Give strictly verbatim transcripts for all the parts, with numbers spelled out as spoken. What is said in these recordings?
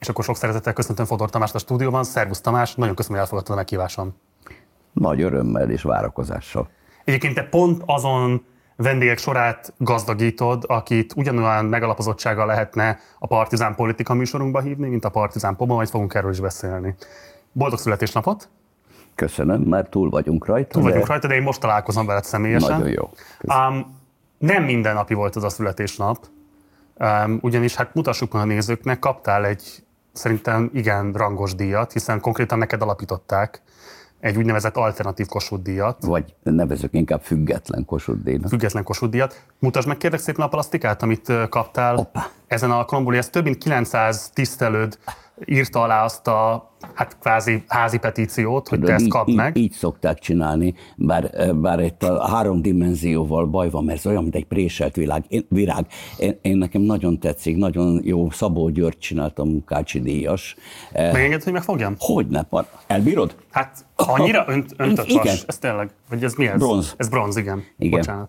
És akkor sok szeretettel köszöntöm Fodor Tamást a stúdióban. Szervusz Tamás, nagyon köszönöm, hogy elfogadtad a meghívásom. Nagy örömmel és várakozással. Egyébként te pont azon vendégek sorát gazdagítod, akit ugyanolyan megalapozottsággal lehetne a Partizán Politika műsorunkba hívni, mint a Partizán Poma, majd fogunk erről is beszélni. Boldog születésnapot! Köszönöm, mert túl vagyunk rajta. Túl vagyunk de... rajta, de én most találkozom veled személyesen. Nagyon jó. Um, nem mindennapi volt az a születésnap, um, ugyanis hát mutassuk meg a nézőknek, kaptál egy szerintem igen rangos díjat, hiszen konkrétan neked alapították egy úgynevezett alternatív Kossuth díjat. Vagy nevezzük inkább független Kossuth díjat. Független Kossuth díjat. Mutasd meg kérlek szépen a plasztikát, amit kaptál. Opa. Ezen alkalomból. Ez több mint kilencszáz tisztelőd írta alá azt a hát kvázi házi petíciót, hogy te ezt kapd így, meg. Így, így szokták csinálni, bár, bár itt a három dimenzióval baj van, mert ez olyan, mint egy préselt világ, én, virág. Én, én nekem nagyon tetszik, nagyon jó. Szabó György csinált a Munkácsi díjas. Megengeded, hogy megfogjam? Hogyne, elbírod? Hát annyira önt, öntött igen. vas. Ez tényleg? Vagy ez mi ez? Bronz. Ez bronz, igen. igen. Bocsánat.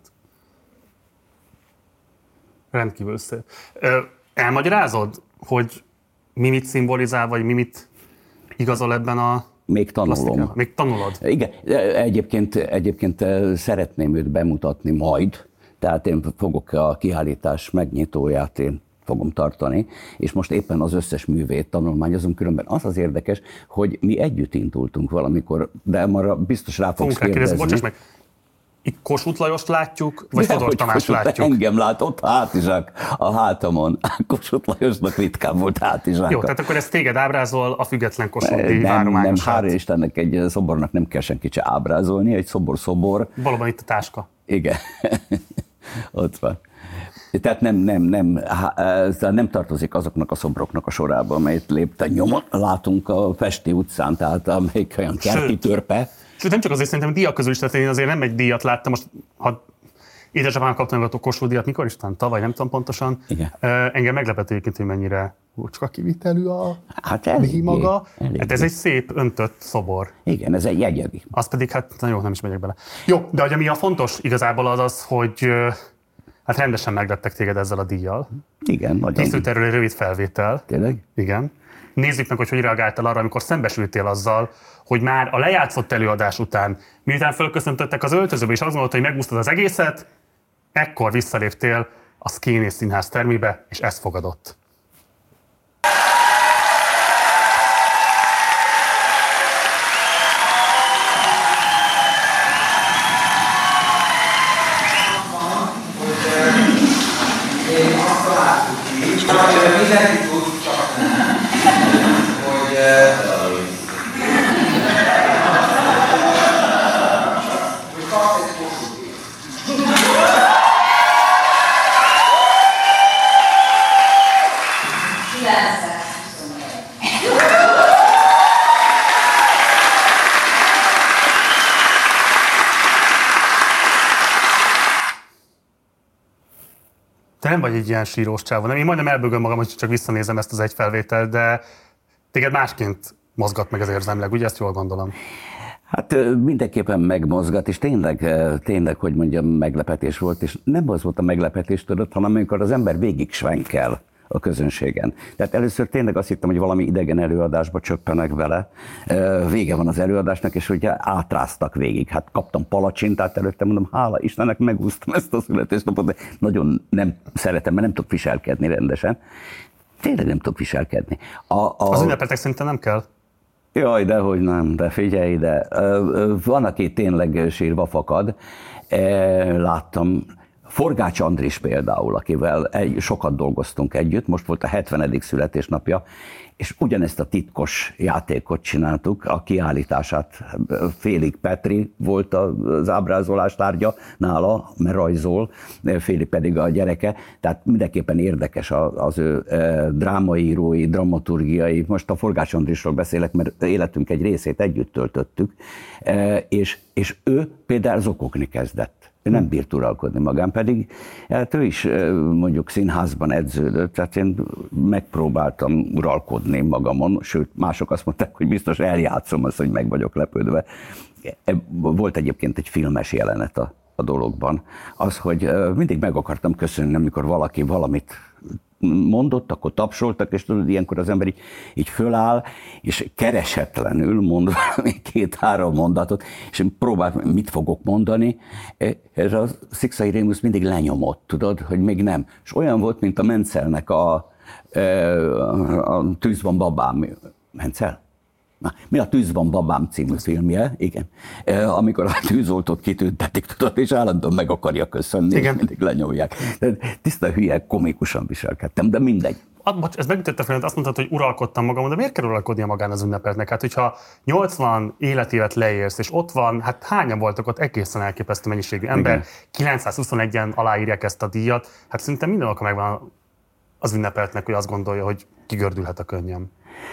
Rendkívül szép. Ö, elmagyarázod, hogy mi mit szimbolizál, vagy mi mit igazol ebben a Még tanulom. Még tanulod? Igen, egyébként, egyébként szeretném őt bemutatni majd, tehát én fogok a kiállítás megnyitóját én fogom tartani, és most éppen az összes művét tanulmányozom, különben az az érdekes, hogy mi együtt indultunk valamikor, de marra biztos rá fogsz kérdezni. Bocsáss meg, itt Kossuth Lajost látjuk, vagy Fodor Tamást látjuk? Engem látott hátizsák a hátamon. Kossuth Lajosnak ritkán volt hátizsáka. Jó, tehát akkor ez téged ábrázol a független Kossuth díj várományosát. Nem, hála Istennek egy szobornak nem kell senki se ábrázolni, egy szobor szobor. Valóban itt a táska. Igen, ott van. Tehát nem, nem, nem, nem tartozik azoknak a szobroknak a sorába, amelyet lépten nyomon látunk a Pesti utcán, tehát amelyik olyan kerti törpe. Sőt, nem csak azért szerintem díjak közül is, tehát én azért nem egy díjat láttam, most ha édesapám kaptam meg a Kossuth díjat, mikor is talán tavaly, nem tudom pontosan. Igen. Engem meglepett egyébként, hogy mennyire úcska kivitelű a hát elég, maga. Elég. Hát ez egy szép öntött szobor. Igen, ez egy egyedi. Az pedig, hát na jó, nem is megyek bele. Jó, de hogy ami a fontos igazából az az, hogy hát rendesen megleptek téged ezzel a díjjal. Igen, nagyon. Készült erről egy rövid felvétel. Tényleg? Igen. Nézzük meg, hogy hogy reagáltál arra, amikor szembesültél azzal, hogy már a lejátszott előadás után, miután fölköszöntöttek az öltözőbe, és azt gondoltad, hogy megúsztad az egészet, ekkor visszaléptél a Szkénész Színház termébe, és ezt fogadott. Én azt találtuk ki, hogy mindenki tud, csak nem, hogy hogy kapsz egy Kossuth díjat. Te nem vagy egy ilyen sírós csávó, nem? Én majdnem elbögöm magam, hogy csak visszanézem ezt az egy felvételt, de téged másként mozgat meg az érzelmileg, ugye ezt jól gondolom? Hát mindenképpen megmozgat, és tényleg, tényleg, hogy mondjam, meglepetés volt, és nem az volt a meglepetés, tudod, hanem amikor az ember végig svenkel a közönségen. Tehát először tényleg azt hittem, hogy valami idegen előadásba csöppenek vele. Vége van az előadásnak, és ugye átráztak végig. Hát kaptam palacsintát előtte, mondom, hála Istennek, megúsztam ezt a születésnapot, de nagyon nem szeretem, mert nem tudok viselkedni rendesen. Tényleg nem tudok viselkedni. A, a... Az ünnepeltek szerintem nem kell. Jaj, dehogy nem, de figyelj ide. Van, aki tényleg sírva fakad. Láttam, Forgács Andris például, akivel egy, sokat dolgoztunk együtt, most volt a hetvenedik születésnapja, és ugyanezt a titkos játékot csináltuk, a kiállítását. Félig Petri volt az ábrázolás tárgya nála, mert rajzol, félig pedig a gyereke, tehát mindenképpen érdekes az ő drámaírói, dramaturgiai, most a Forgács Andrisról beszélek, mert életünk egy részét együtt töltöttük, és, és ő például zokogni kezdett. Ő nem bírt uralkodni magán, pedig hát ő is mondjuk színházban edződött, tehát én megpróbáltam uralkodni magamon, sőt mások azt mondták, hogy biztos eljátszom azt, hogy meg vagyok lepődve. Volt egyébként egy filmes jelenet a, a dologban, az, hogy mindig meg akartam köszönni, amikor valaki valamit mondott, akkor tapsoltak, és tudod, ilyenkor az ember így, így föláll, és keresetlenül mond valami két-három mondatot, és próbált, mit fogok mondani. Ez a Szikszai Rémusz mindig lenyomott, tudod, hogy még nem. És olyan volt, mint a Mencelnek a, a, a Tűz van babám. Mencel? Na, mi a Tűz van babám című filmje, igen. Amikor a tűzoltót kitüntetik, tudod, és állandóan meg akarja köszönni, igen. És mindig lenyomják. Tiszta hülye, komikusan viselkedtem, de mindegy. Ah, bocs, ez megütötte fel, azt mondtad, hogy uralkodtam magam, de miért kell uralkodnia magán az ünnepeltnek? Hát, hogyha nyolcvan életévet leérsz, és ott van, hát hányan voltak ott egészen elképesztő mennyiségű ember, igen. kilencszázhuszonegyen aláírják ezt a díjat, hát szerintem minden oka megvan az ünnepeltnek, hogy azt gondolja, hogy kigördülhet a könnyem.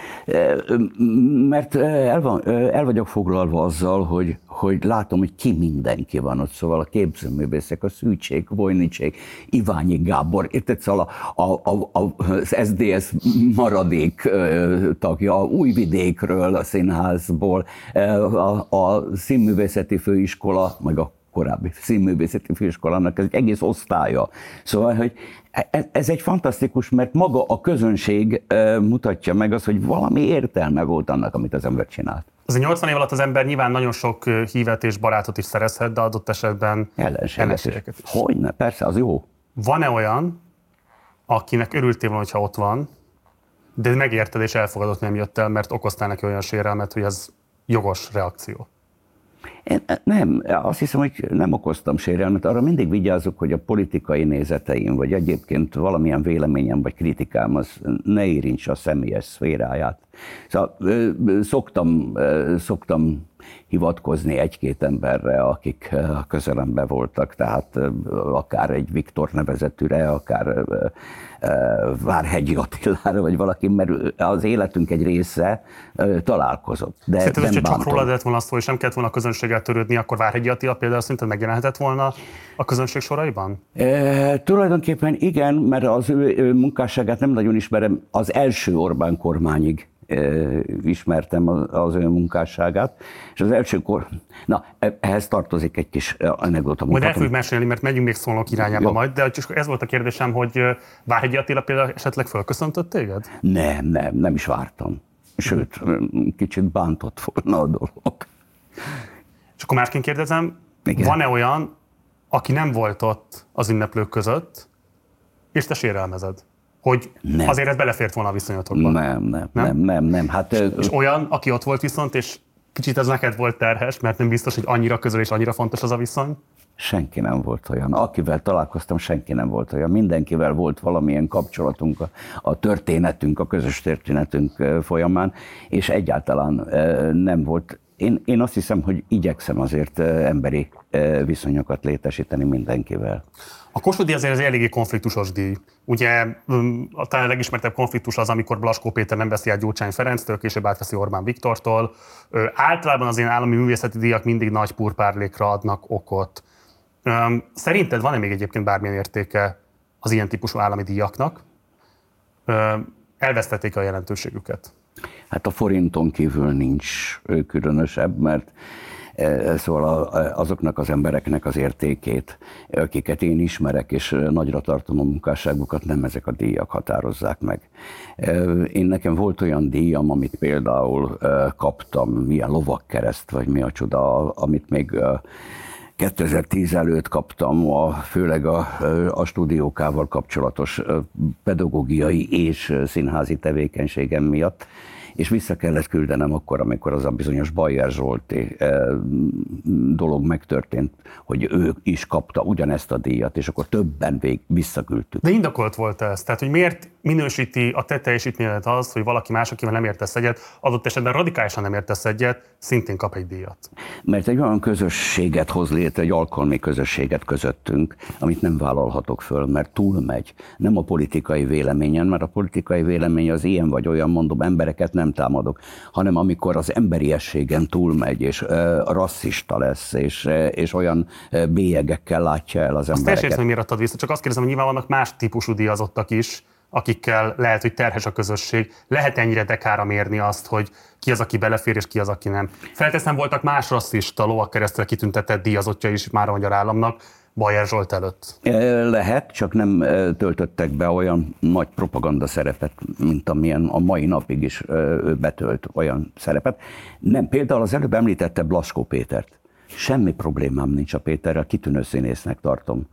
Mert el, van, el vagyok foglalva azzal, hogy, hogy látom, hogy ki mindenki van ott, szóval a képzőművészek, a Szűcsék, Vojnicsék, Iványi Gábor, érted, szóval a, a, a, az es dé es maradék tagja, Újvidékről, a színházból, a, a színművészeti főiskola, meg a korábbi színművészeti főiskolának ez egy egész osztálya. Szóval, hogy ez egy fantasztikus, mert maga a közönség mutatja meg azt, hogy valami értelme volt annak, amit az ember csinált. Az nyolcvan év alatt az ember nyilván nagyon sok hívet és barátot is szerezhet, de adott esetben ellenségeket is. Hogyne, persze, az jó. Van-e olyan, akinek örültél volna, hogyha ott van, de megérted és elfogadott, nem jött el, mert okoztál neki olyan sérelmet, hogy ez jogos reakció? Én nem, azt hiszem, hogy nem okoztam sérelmet. Arra mindig vigyázok, hogy a politikai nézeteim, vagy egyébként valamilyen véleményem, vagy kritikám, az ne érintse a személyes szféráját. Szóval szoktam, szoktam hivatkozni egy-két emberre, akik a közelemben voltak, tehát akár egy Viktor nevezetűre, akár Várhegyi Attilára, vagy valaki, mert az életünk egy része találkozott. De szerinted, nem hogy bántom. Csak rólad lett volna szó, és nem kellett volna a közönséggel törődni, akkor Várhegyi Attila például szerinted megjelenhetett volna a közönség soraiban? E, tulajdonképpen igen, mert az ő, ő munkásságát nem nagyon ismerem, az első Orbán kormányig ismertem az ő munkásságát, és az első kor... Na, ehhez tartozik egy kis anekdota. Majd el fogjuk mesélni, mert megyünk még Szolnok irányába. Jó. Majd, de csak ez volt a kérdésem, hogy Várhegyi Attila például esetleg fölköszöntött téged? Nem, nem, nem is vártam. Sőt, kicsit bántott volna a dolog. És akkor másként kérdezem, igen. Van-e olyan, aki nem volt ott az ünneplők között, és te sérelmezed? Hogy nem. Azért ez belefért volna a viszonyatokba. Nem, nem, nem, nem, nem. nem. Hát, és, és olyan, aki ott volt viszont, és kicsit ez neked volt terhes, mert nem biztos, hogy annyira közel és annyira fontos az a viszony? Senki nem volt olyan. Akivel találkoztam, senki nem volt olyan. Mindenkivel volt valamilyen kapcsolatunk, a, a történetünk, a közös történetünk folyamán, és egyáltalán nem volt. Én, én azt hiszem, hogy igyekszem azért emberi viszonyokat létesíteni mindenkivel. A Kossuth díj azért az eléggé konfliktusos díj. Ugye a talán legismertebb konfliktus az, amikor Blaskó Péter nem veszi át Gyurcsány Ferenctől, később átveszi Orbán Viktortól. Ö, általában az ilyen állami művészeti díjak mindig nagy purpárlékra adnak okot. Ö, szerinted van-e még egyébként bármilyen értéke az ilyen típusú állami díjaknak? Ö, elvesztették a jelentőségüket? Hát a forinton kívül nincs különösebb, mert szóval azoknak az embereknek az értékét, akiket én ismerek, és nagyra tartom a munkásságukat, nem ezek a díjak határozzák meg. Én nekem volt olyan díjam, amit például kaptam, milyen lovagkereszt, vagy mi a csoda, amit még kétezer-tíz előtt kaptam, a, főleg a, a stúdiókával kapcsolatos pedagógiai és színházi tevékenységem miatt, és vissza kellett küldenem akkor, amikor az a bizonyos Bajer Zsolti dolog megtörtént, hogy ő is kapta ugyanezt a díjat, és akkor többen vég visszaküldtük. De indokolt volt ez? Tehát, hogy miért minősíti a te teljesítményedet az, hogy valaki más, akivel nem értesz egyet, adott esetben radikálisan nem értesz egyet, szintén kap egy díjat? Mert egy olyan közösséget hoz létre, egy alkalmi közösséget közöttünk, amit nem vállalhatok föl, mert túlmegy. Nem a politikai véleményen, mert a politikai vélemény az ilyen vagy olyan, mondom, embereket nem támadok, hanem amikor az emberiességen túlmegy, és uh, rasszista lesz, és, uh, és olyan uh, bélyegekkel látja el az azt embereket. Azt teljesen miért adtad vissza, csak azt kérdezem, hogy nyilván vannak más típusú díjazottak is, akikkel lehet, hogy terhes a közösség. Lehet ennyire dekára mérni azt, hogy ki az, aki belefér, és ki az, aki nem. Felteszem, voltak más rasszista lovagkeresztre kitüntetett díjazottja is már a magyar államnak. Bajer Zsolt előtt? Lehet, csak nem töltöttek be olyan nagy propaganda szerepet, mint amilyen a mai napig is betölt olyan szerepet. Nem, például az előbb említette Blasco Pétert. Semmi problémám nincs a Péterrel, kitűnő színésznek tartom.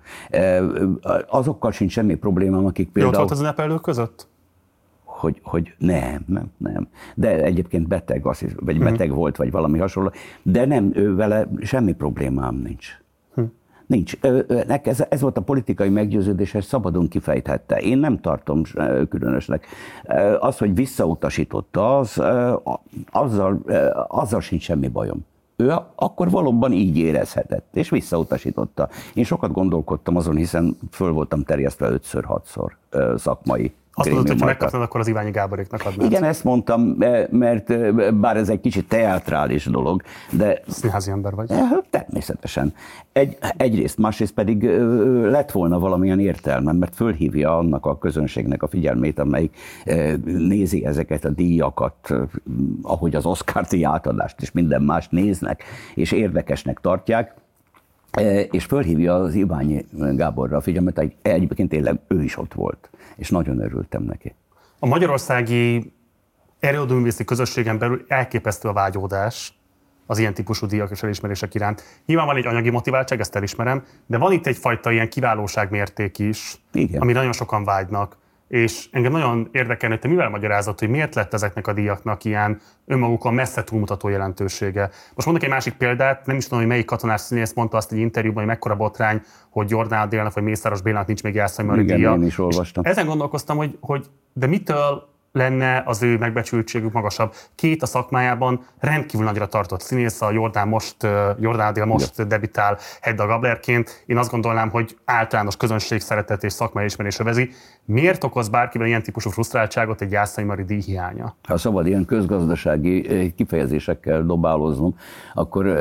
Azokkal sincs semmi problémám, akik például... Jó volt az ünnepelők között? Hogy, hogy nem, nem, nem. De egyébként beteg, azt hisz, vagy beteg uh-huh. volt, vagy valami hasonló. De nem, ő vele semmi problémám nincs. Hm. Nincs. Ez, ez volt a politikai meggyőződés, ezt szabadon kifejthette. Én nem tartom különösnek. Az, hogy visszautasította, az, azzal, azzal sincs semmi bajom. Ő akkor valóban így érezhetett, és visszautasította. Én sokat gondolkodtam azon, hiszen föl voltam terjesztve ötször, hatszor szakmai. Azt mondod, hogy ha megkapnod, akkor az Iványi Gáboréknak adnád. Igen, ezt mondtam, mert bár ez egy kicsit teátrális dolog, de... Színházi ember vagy. Természetesen. Egy, egyrészt, másrészt pedig lett volna valamilyen értelme, mert fölhívja annak a közönségnek a figyelmét, amelyik nézi ezeket a díjakat, ahogy az Oscar-díj átadást és minden más néznek, és érdekesnek tartják, és fölhívja az Iványi Gáborra a figyelmet, egy, egyébként tényleg ő is ott volt, és nagyon örültem neki. A magyarországi előadóművészi közösségen belül elképesztő a vágyódás az ilyen típusú díjak és elismerések iránt. Nyilván van egy anyagi motiváltság, ezt elismerem, de van itt egyfajta ilyen kiválóságmérték is, igen, ami nagyon sokan vágynak. És engem nagyon érdekelne, hogy te mivel magyarázod, hogy miért lett ezeknek a díjaknak ilyen önmagukon messze túlmutató jelentősége. Most mondok egy másik példát, nem is tudom, hogy melyik katonás színész mondta azt egy interjúban, hogy mekkora botrány, hogy Jordán Adélnek vagy Mészáros Bélának nincs még Jászai Mari díja. Igen, én is olvastam. Ezen gondolkoztam, hogy, hogy de mitől lenne az ő megbecsültségük magasabb. Két a szakmájában rendkívül nagyra tartott színész, a Jordán, most, Jordán Adél most ja. debütál Hedda Gablerként. Én azt gondolnám, hogy általános közönség szeretet és szakmai ismerésre vezi. Miért okoz bárkiben ilyen típusú frusztráltságot egy Jászai Mari díj hiánya? Ha szabad ilyen közgazdasági kifejezésekkel dobáloznom, akkor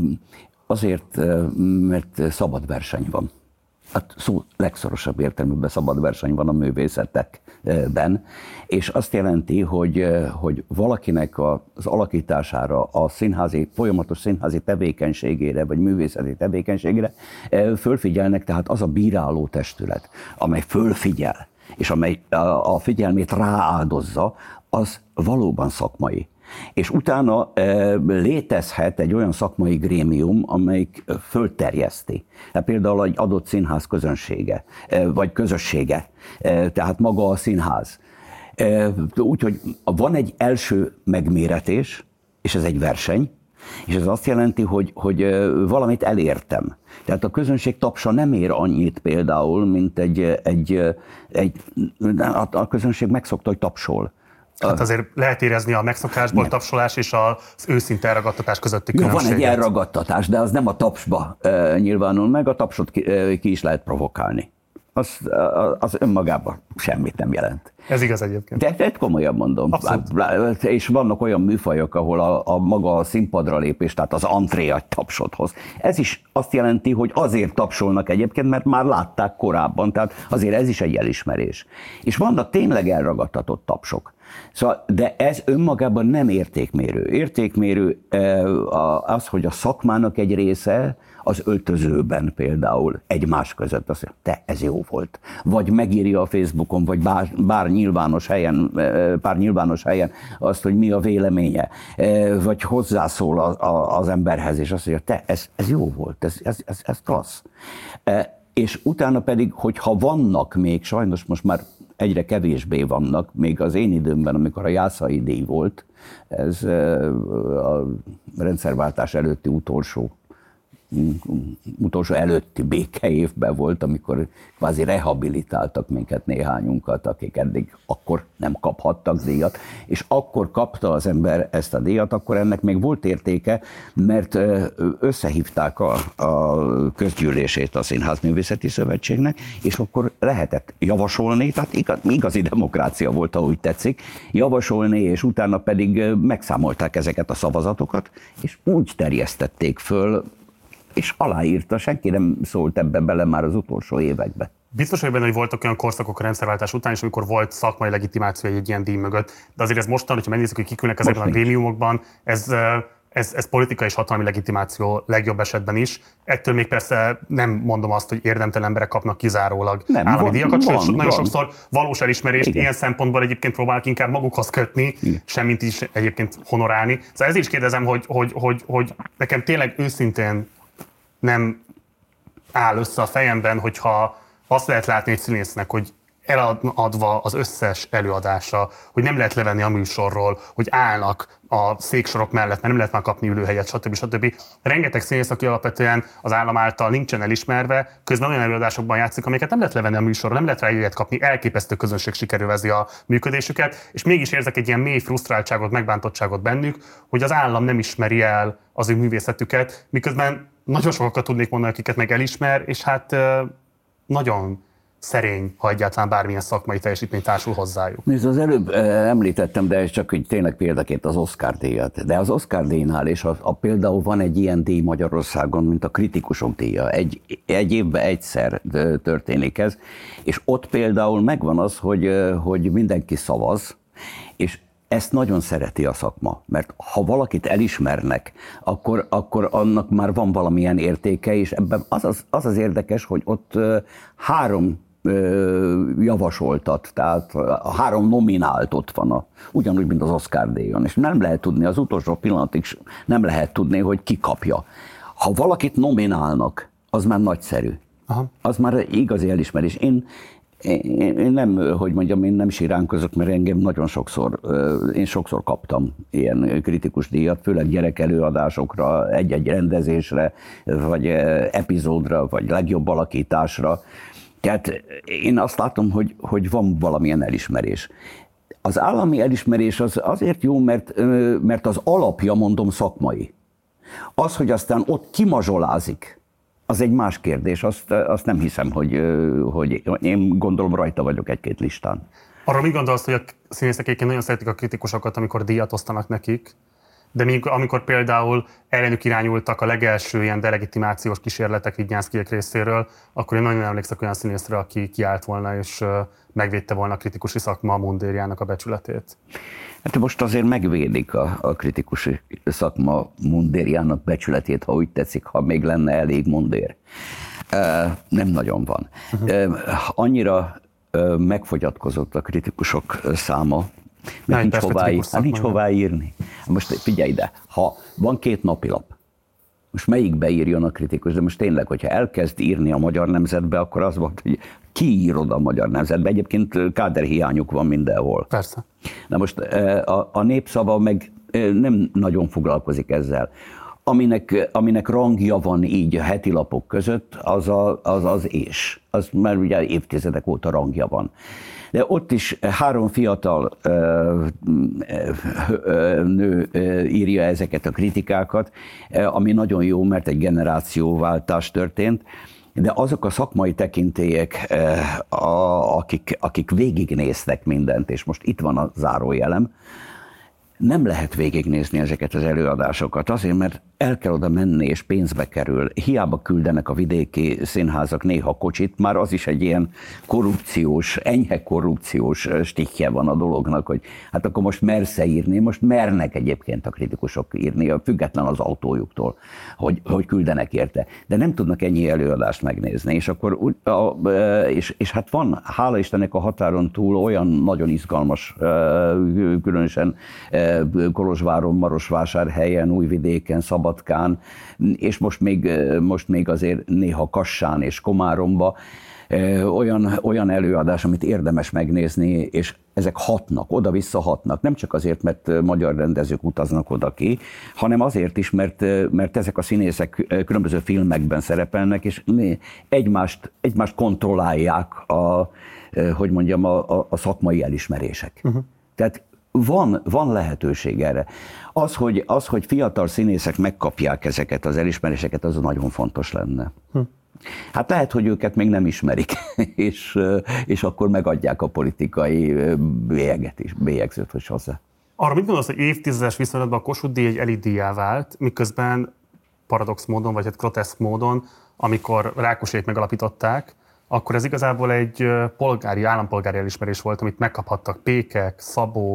azért, mert szabad verseny van. Hát szó legszorosabb értelműben szabad verseny van a művészetekben, és azt jelenti, hogy, hogy valakinek az alakítására, a színházi, folyamatos színházi tevékenységére, vagy művészeti tevékenységére fölfigyelnek, tehát az a bíráló testület, amely fölfigyel, és amely a figyelmét rááldozza, az valóban szakmai. És utána e, létezhet egy olyan szakmai grémium, amelyik fölterjeszti. Tehát például egy adott színház közönsége, e, vagy közössége, e, tehát maga a színház. E, Úgyhogy van egy első megméretés, és ez egy verseny, és ez azt jelenti, hogy, hogy valamit elértem. Tehát a közönség tapsa nem ér annyit például, mint egy, egy, egy a közönség megszokta, hogy tapsol. Hát azért lehet érezni a megszokásból nem. tapsolás és az őszinte elragadtatás közötti Jó, különbséget. van egy elragadtatás, de az nem a tapsba e, nyilvánul meg, a tapsot ki, e, ki is lehet provokálni. Az, az önmagában semmit nem jelent. Ez igaz egyébként. De, de komolyan mondom. Abszolút. És vannak olyan műfajok, ahol a, a maga a színpadra lépés, tehát az antré egy tapsot hoz. Ez is azt jelenti, hogy azért tapsolnak egyébként, mert már látták korábban, tehát azért ez is egy elismerés. És vannak tényleg elragadtatott tapsok. Szóval, de ez önmagában nem értékmérő. Értékmérő az, hogy a szakmának egy része az öltözőben például egymás között azt mondja, te, ez jó volt. Vagy megírja a Facebookon, vagy bár, bár nyilvános helyen, pár nyilvános helyen azt, hogy mi a véleménye. Vagy hozzászól az, az emberhez, és azt mondja, te, ez, ez jó volt, ez, ez, ez, ez klassz. És utána pedig, hogyha vannak még, sajnos most már egyre kevésbé vannak, még az én időmben, amikor a Jászai díj volt, ez a rendszerváltás előtti utolsó, utolsó előtti békeévben volt, amikor kvázi rehabilitáltak minket néhányunkat, akik eddig akkor nem kaphattak díjat, és akkor kapta az ember ezt a díjat, akkor ennek még volt értéke, mert összehívták a, a közgyűlését a Színházművészeti Szövetségnek, és akkor lehetett javasolni, tehát igaz, igazi demokrácia volt, ha úgy tetszik, javasolni, és utána pedig megszámolták ezeket a szavazatokat, és úgy terjesztették föl, és aláírta, senki nem szólt ebbe bele már az utolsó években. Biztos vagy benne, hogy voltak olyan korszakok a rendszerváltás után is, amikor volt szakmai legitimáció egy ilyen díj mögött, de azért ez mostan, hogyha megnézzük, hogy kikülnek ezekben a grémiumokban, ez ez, ez politikai és hatalmi legitimáció legjobb esetben is. Ettől még persze nem mondom azt, hogy érdemtelen emberek kapnak kizárólag nem, állami van, díjakat, van, sőt, nagyon van. sokszor valós elismerést igen. ilyen szempontból egyébként próbálnak inkább magukhoz kötni, igen. semmint is egyébként honorálni. Szóval ezért is kérdezem, hogy, hogy, hogy, hogy nekem tényleg őszintén nem áll össze a fejemben, hogyha azt lehet látni egy színésznek, hogy eladva az összes előadása, hogy nem lehet levenni a műsorról, hogy állnak a széksorok mellett, mert nem lehet már kapni ülőhelyet, stb. stb. Rengeteg színész, aki alapvetően az állam által nincsen elismerve, közben olyan előadásokban játszik, amiket nem lehet levenni a műsorról, nem lehet rá jegyet kapni, elképesztő közönség sikerülvezi a működésüket, és mégis érzek egy ilyen mély frusztráltságot, megbántottságot bennük, hogy az állam nem ismeri el az ő művészetüket, miközben nagyon sokakat tudnék mondani, akiket meg elismer, és hát nagyon szerény, ha egyáltalán bármilyen szakmai teljesítmény társul hozzájuk. Nézd, az előbb említettem, de ez csak hogy tényleg példaként az Oscar-díjat. De az Oscar-díjnál is a, a például van egy ilyen díj Magyarországon, mint a kritikusok díja. Egy, egy évben egyszer történik ez, és ott például megvan az, hogy, hogy mindenki szavaz, és ezt nagyon szereti a szakma, mert ha valakit elismernek, akkor, akkor annak már van valamilyen értéke, és ebben az az, az, az érdekes, hogy ott három javasoltat, tehát a három nominált ott van, a, ugyanúgy, mint az Oscar-díjon, és nem lehet tudni, az utolsó pillanatig nem lehet tudni, hogy ki kapja. Ha valakit nominálnak, az már nagyszerű. Aha. Az már igazi elismerés. Én, én, én nem, hogy mondjam, én nem siránkozok, mert engem nagyon sokszor, én sokszor kaptam ilyen kritikus díjat, főleg gyerekelőadásokra, egy-egy rendezésre, vagy epizódra, vagy legjobb alakításra. Tehát én azt látom, hogy, hogy van valamilyen elismerés. Az állami elismerés az azért jó, mert, mert az alapja, mondom, szakmai. Az, hogy aztán ott kimazsolázik, az egy más kérdés. Azt, azt nem hiszem, hogy, hogy én gondolom rajta vagyok egy-két listán. Arról mi gondolsz, hogy a színészek egyébként nagyon szeretik a kritikusokat, amikor díjat osztanak nekik? De még amikor például ellenük irányultak a legelső ilyen delegitimációs kísérletek Vidnyánszkijék részéről, akkor én nagyon emlékszek olyan színészre, aki kiállt volna és megvédte volna a kritikusi szakma mundérjának a becsületét. Hát most azért megvédik a, a kritikusi szakma mundérjának becsületét, ha úgy tetszik, ha még lenne elég mundér. E, nem nagyon van. Uh-huh. E, annyira e, megfogyatkozott a kritikusok száma, mert nincs hová, ír, hát nincs hová írni. Most figyelj ide, ha van két napilap, most melyikbe írjon a kritikus, de most tényleg, hogyha elkezd írni a Magyar Nemzetbe, akkor az volt, hogy ki írod a Magyar Nemzetbe. Egyébként káderhiányuk van mindenhol. Persze. Na most a, a Népszava meg nem nagyon foglalkozik ezzel. Aminek, aminek rangja van így a heti lapok között, az a, az, az és. Az már ugye évtizedek óta rangja van. De ott is három fiatal ö, ö, nő ö, írja ezeket a kritikákat, ami nagyon jó, mert egy generációváltás történt, de azok a szakmai tekintélyek, a, akik, akik végignéztek mindent, és most itt van a zárójelem, nem lehet végignézni ezeket az előadásokat, azért, mert el kell oda menni, és pénzbe kerül. Hiába küldenek a vidéki színházak néha kocsit, már az is egy ilyen korrupciós, enyhe korrupciós stikkje van a dolognak, hogy hát akkor most mersz írni, most mernek egyébként a kritikusok írni, független az autójuktól, hogy, hogy küldenek érte. De nem tudnak ennyi előadást megnézni, és akkor, és, és hát van, hála Istennek a határon túl olyan nagyon izgalmas, különösen Kolozsváron, Marosvásárhelyen, Újvidéken, Szabadkán, és most még, most még azért néha Kassán és Komáromba olyan, olyan előadás, amit érdemes megnézni, és ezek hatnak, oda-vissza hatnak. Nem csak azért, mert magyar rendezők utaznak oda ki, hanem azért is, mert, mert ezek a színészek különböző filmekben szerepelnek, és egymást, egymást kontrollálják a, hogy mondjam, a, a, a szakmai elismerések. Uh-huh. Tehát Van, van lehetőség erre. Az hogy, az, hogy fiatal színészek megkapják ezeket az elismeréseket, az nagyon fontos lenne. Hm. Hát lehet, hogy őket még nem ismerik, és, és akkor megadják a politikai bélyeget is, bélyegzőt is hozzá. Arra mit gondolsz, hogy évtizedes viszonylatban a Kossuth-díj egy elitdíjjá vált, miközben paradox módon, vagy hát groteszk módon, amikor Rákosék megalapították, akkor ez igazából egy polgári, állampolgári elismerés volt, amit megkaphattak Pékek, Szabók,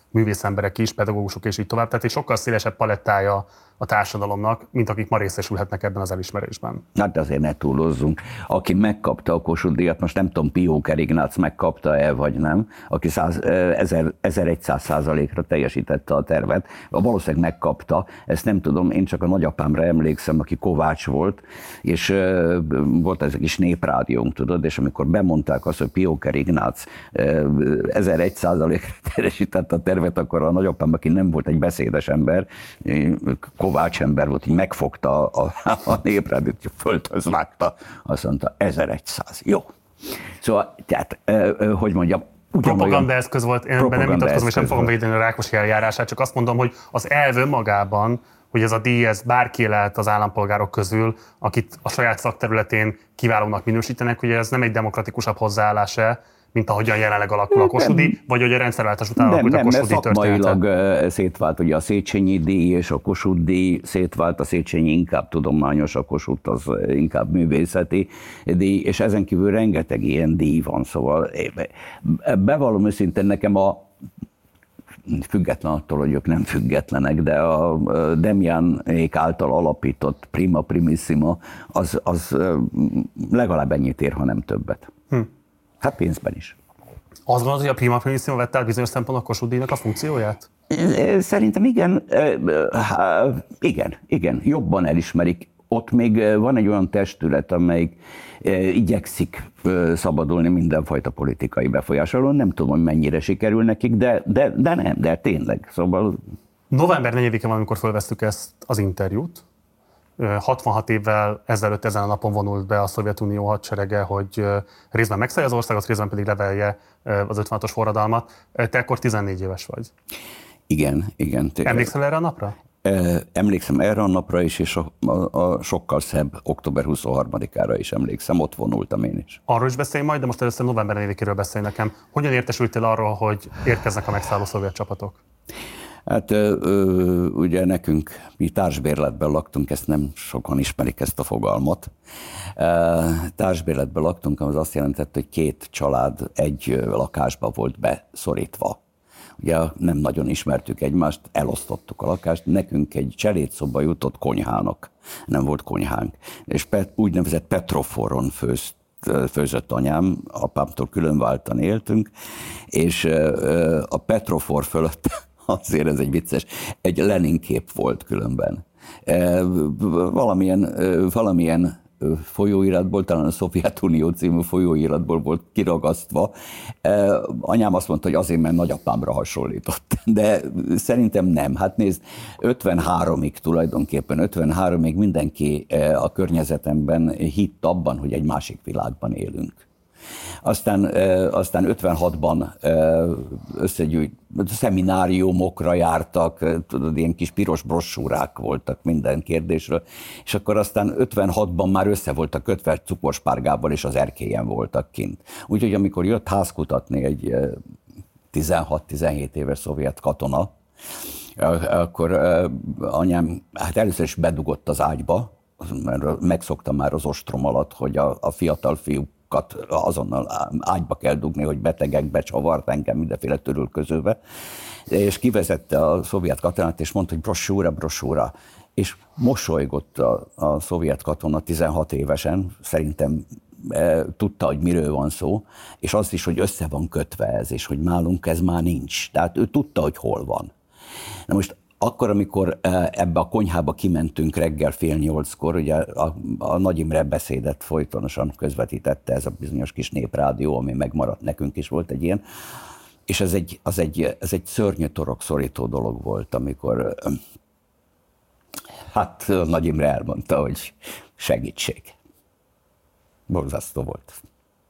művészemberek is, pedagógusok és így tovább. Tehát egy sokkal szélesebb palettája a társadalomnak, mint akik ma részesülhetnek ebben az elismerésben. Hát azért ne túlozzunk. Aki megkapta a Kossuth-díjat, most nem tudom, Pióker Ignác megkapta-e, vagy nem, aki ezerszáz százalékra teljesítette a tervet, valószínűleg megkapta, ezt nem tudom, én csak a nagyapámra emlékszem, aki kovács volt, és uh, volt ez a kis néprádiónk, tudod, és amikor bemondták azt, hogy Pióker Ignác uh, ezerszáz százalékra teljesítette a tervet, akkor a nagyapám, aki nem volt egy beszédes ember, kovács ember volt, így megfogta a, a néprádiót, földhöz vágta, azt mondta, ezerszáz. Jó. Szóval, tehát, hogy mondjam, propaganda eszköz volt, én ebben nem vitatkozom, és nem fogom védeni a Rákosi eljárását, csak azt mondom, hogy az elv önmagában, hogy ez a díj, ez bárki lehet az állampolgárok közül, akit a saját szakterületén kiválónak minősítenek, hogy ez nem egy demokratikusabb hozzáállás-e, mint ahogyan jelenleg alakul a Kossuth-díj, vagy hogy a rendszerváltás után alakult a Kossuth-díj története. Szakmailag szétvált, ugye a Széchenyi díj és a Kossuth-díj szétvált, a Széchenyi inkább tudományos, a Kossuth az inkább művészeti díj, és ezen kívül rengeteg ilyen díj van, szóval bevallom őszintén nekem a független attól, hogy ők nem függetlenek, de a Demjánék által alapított Prima Primissima az, az legalább ennyit ér, ha nem többet. Hm. Hát pénzben is. Azt gondolod, hogy a Prima Primissima vette át bizonyos szempontból a Kossuth-díjnak a funkcióját? Szerintem igen, igen, igen, jobban elismerik. Ott még van egy olyan testület, amelyik igyekszik szabadulni mindenfajta politikai befolyásolón. Nem tudom, hogy mennyire sikerül nekik, de, de, de nem, de tényleg. Szóval... november negyedikén, amikor fölvesztük ezt az interjút, hatvanhat évvel ezelőtt ezen a napon vonult be a Szovjetunió hadserege, hogy részben megszállja az országot, részben pedig levelje az ötvenhatos forradalmat. Te akkor tizennégy éves vagy. Igen, igen. Tényleg. Emlékszel erre a napra? Emlékszem erre a napra is, és a, a, a sokkal szebb október huszonharmadikára is emlékszem, ott vonultam én is. Arról is beszélj majd, de most először november negyedikéről beszélj nekem. Hogyan értesültél arról, hogy érkeznek a megszálló szovjet csapatok? Hát ö, ugye nekünk, mi társbérletben laktunk, ezt nem sokan ismerik ezt a fogalmat. Társbérletben laktunk, az azt jelentette, hogy két család egy lakásba volt beszorítva. Ugye nem nagyon ismertük egymást, elosztottuk a lakást, nekünk egy cselédszoba jutott konyhának, nem volt konyhánk. És pet, úgynevezett petroforon főzt, főzött anyám, apámtól különváltan éltünk, és a petrofor fölött, azért ez egy vicces, egy Lenin kép volt különben. Valamilyen, valamilyen folyóiratból, talán a Szovjetunió című folyóiratból volt kiragasztva. Anyám azt mondta, hogy azért, mert nagyapámra hasonlított. De szerintem nem. Hát nézd, ötvenháromig tulajdonképpen, ötvenháromig mindenki a környezetemben hitt abban, hogy egy másik világban élünk. Aztán, aztán ötvenhatban összegyűjt, szemináriumokra jártak, tudod, ilyen kis piros brossúrák voltak minden kérdésről, és akkor aztán ötvenhatban már össze voltak kötve cukorspárgával, és az erkélyen voltak kint. Úgyhogy amikor jött házkutatni egy tizenhat-tizenhét éves szovjet katona, akkor anyám hát először is bedugott az ágyba, mert megszoktam már az ostrom alatt, hogy a, a fiatal fiúk azonnal ágyba kell dugni, hogy betegekbe csavart engem mindenféle törülközőbe, és kivezette a szovjet katonát, és mondta, hogy brossúra, brossúra, és mosolygott a, a szovjet katona tizenhat évesen, szerintem e, tudta, hogy miről van szó, és azt is, hogy össze van kötve ez, és hogy nálunk ez már nincs. Tehát ő tudta, hogy hol van. Na most akkor, amikor ebbe a konyhába kimentünk reggel fél nyolckor, ugye a, a Nagy Imre beszédet folytonosan közvetítette ez a bizonyos kis néprádió, ami megmaradt, nekünk is volt egy ilyen, és ez egy, az egy, ez egy szörnyű torokszorító dolog volt, amikor hát Nagy Imre elmondta, hogy segítség. Borzasztó volt.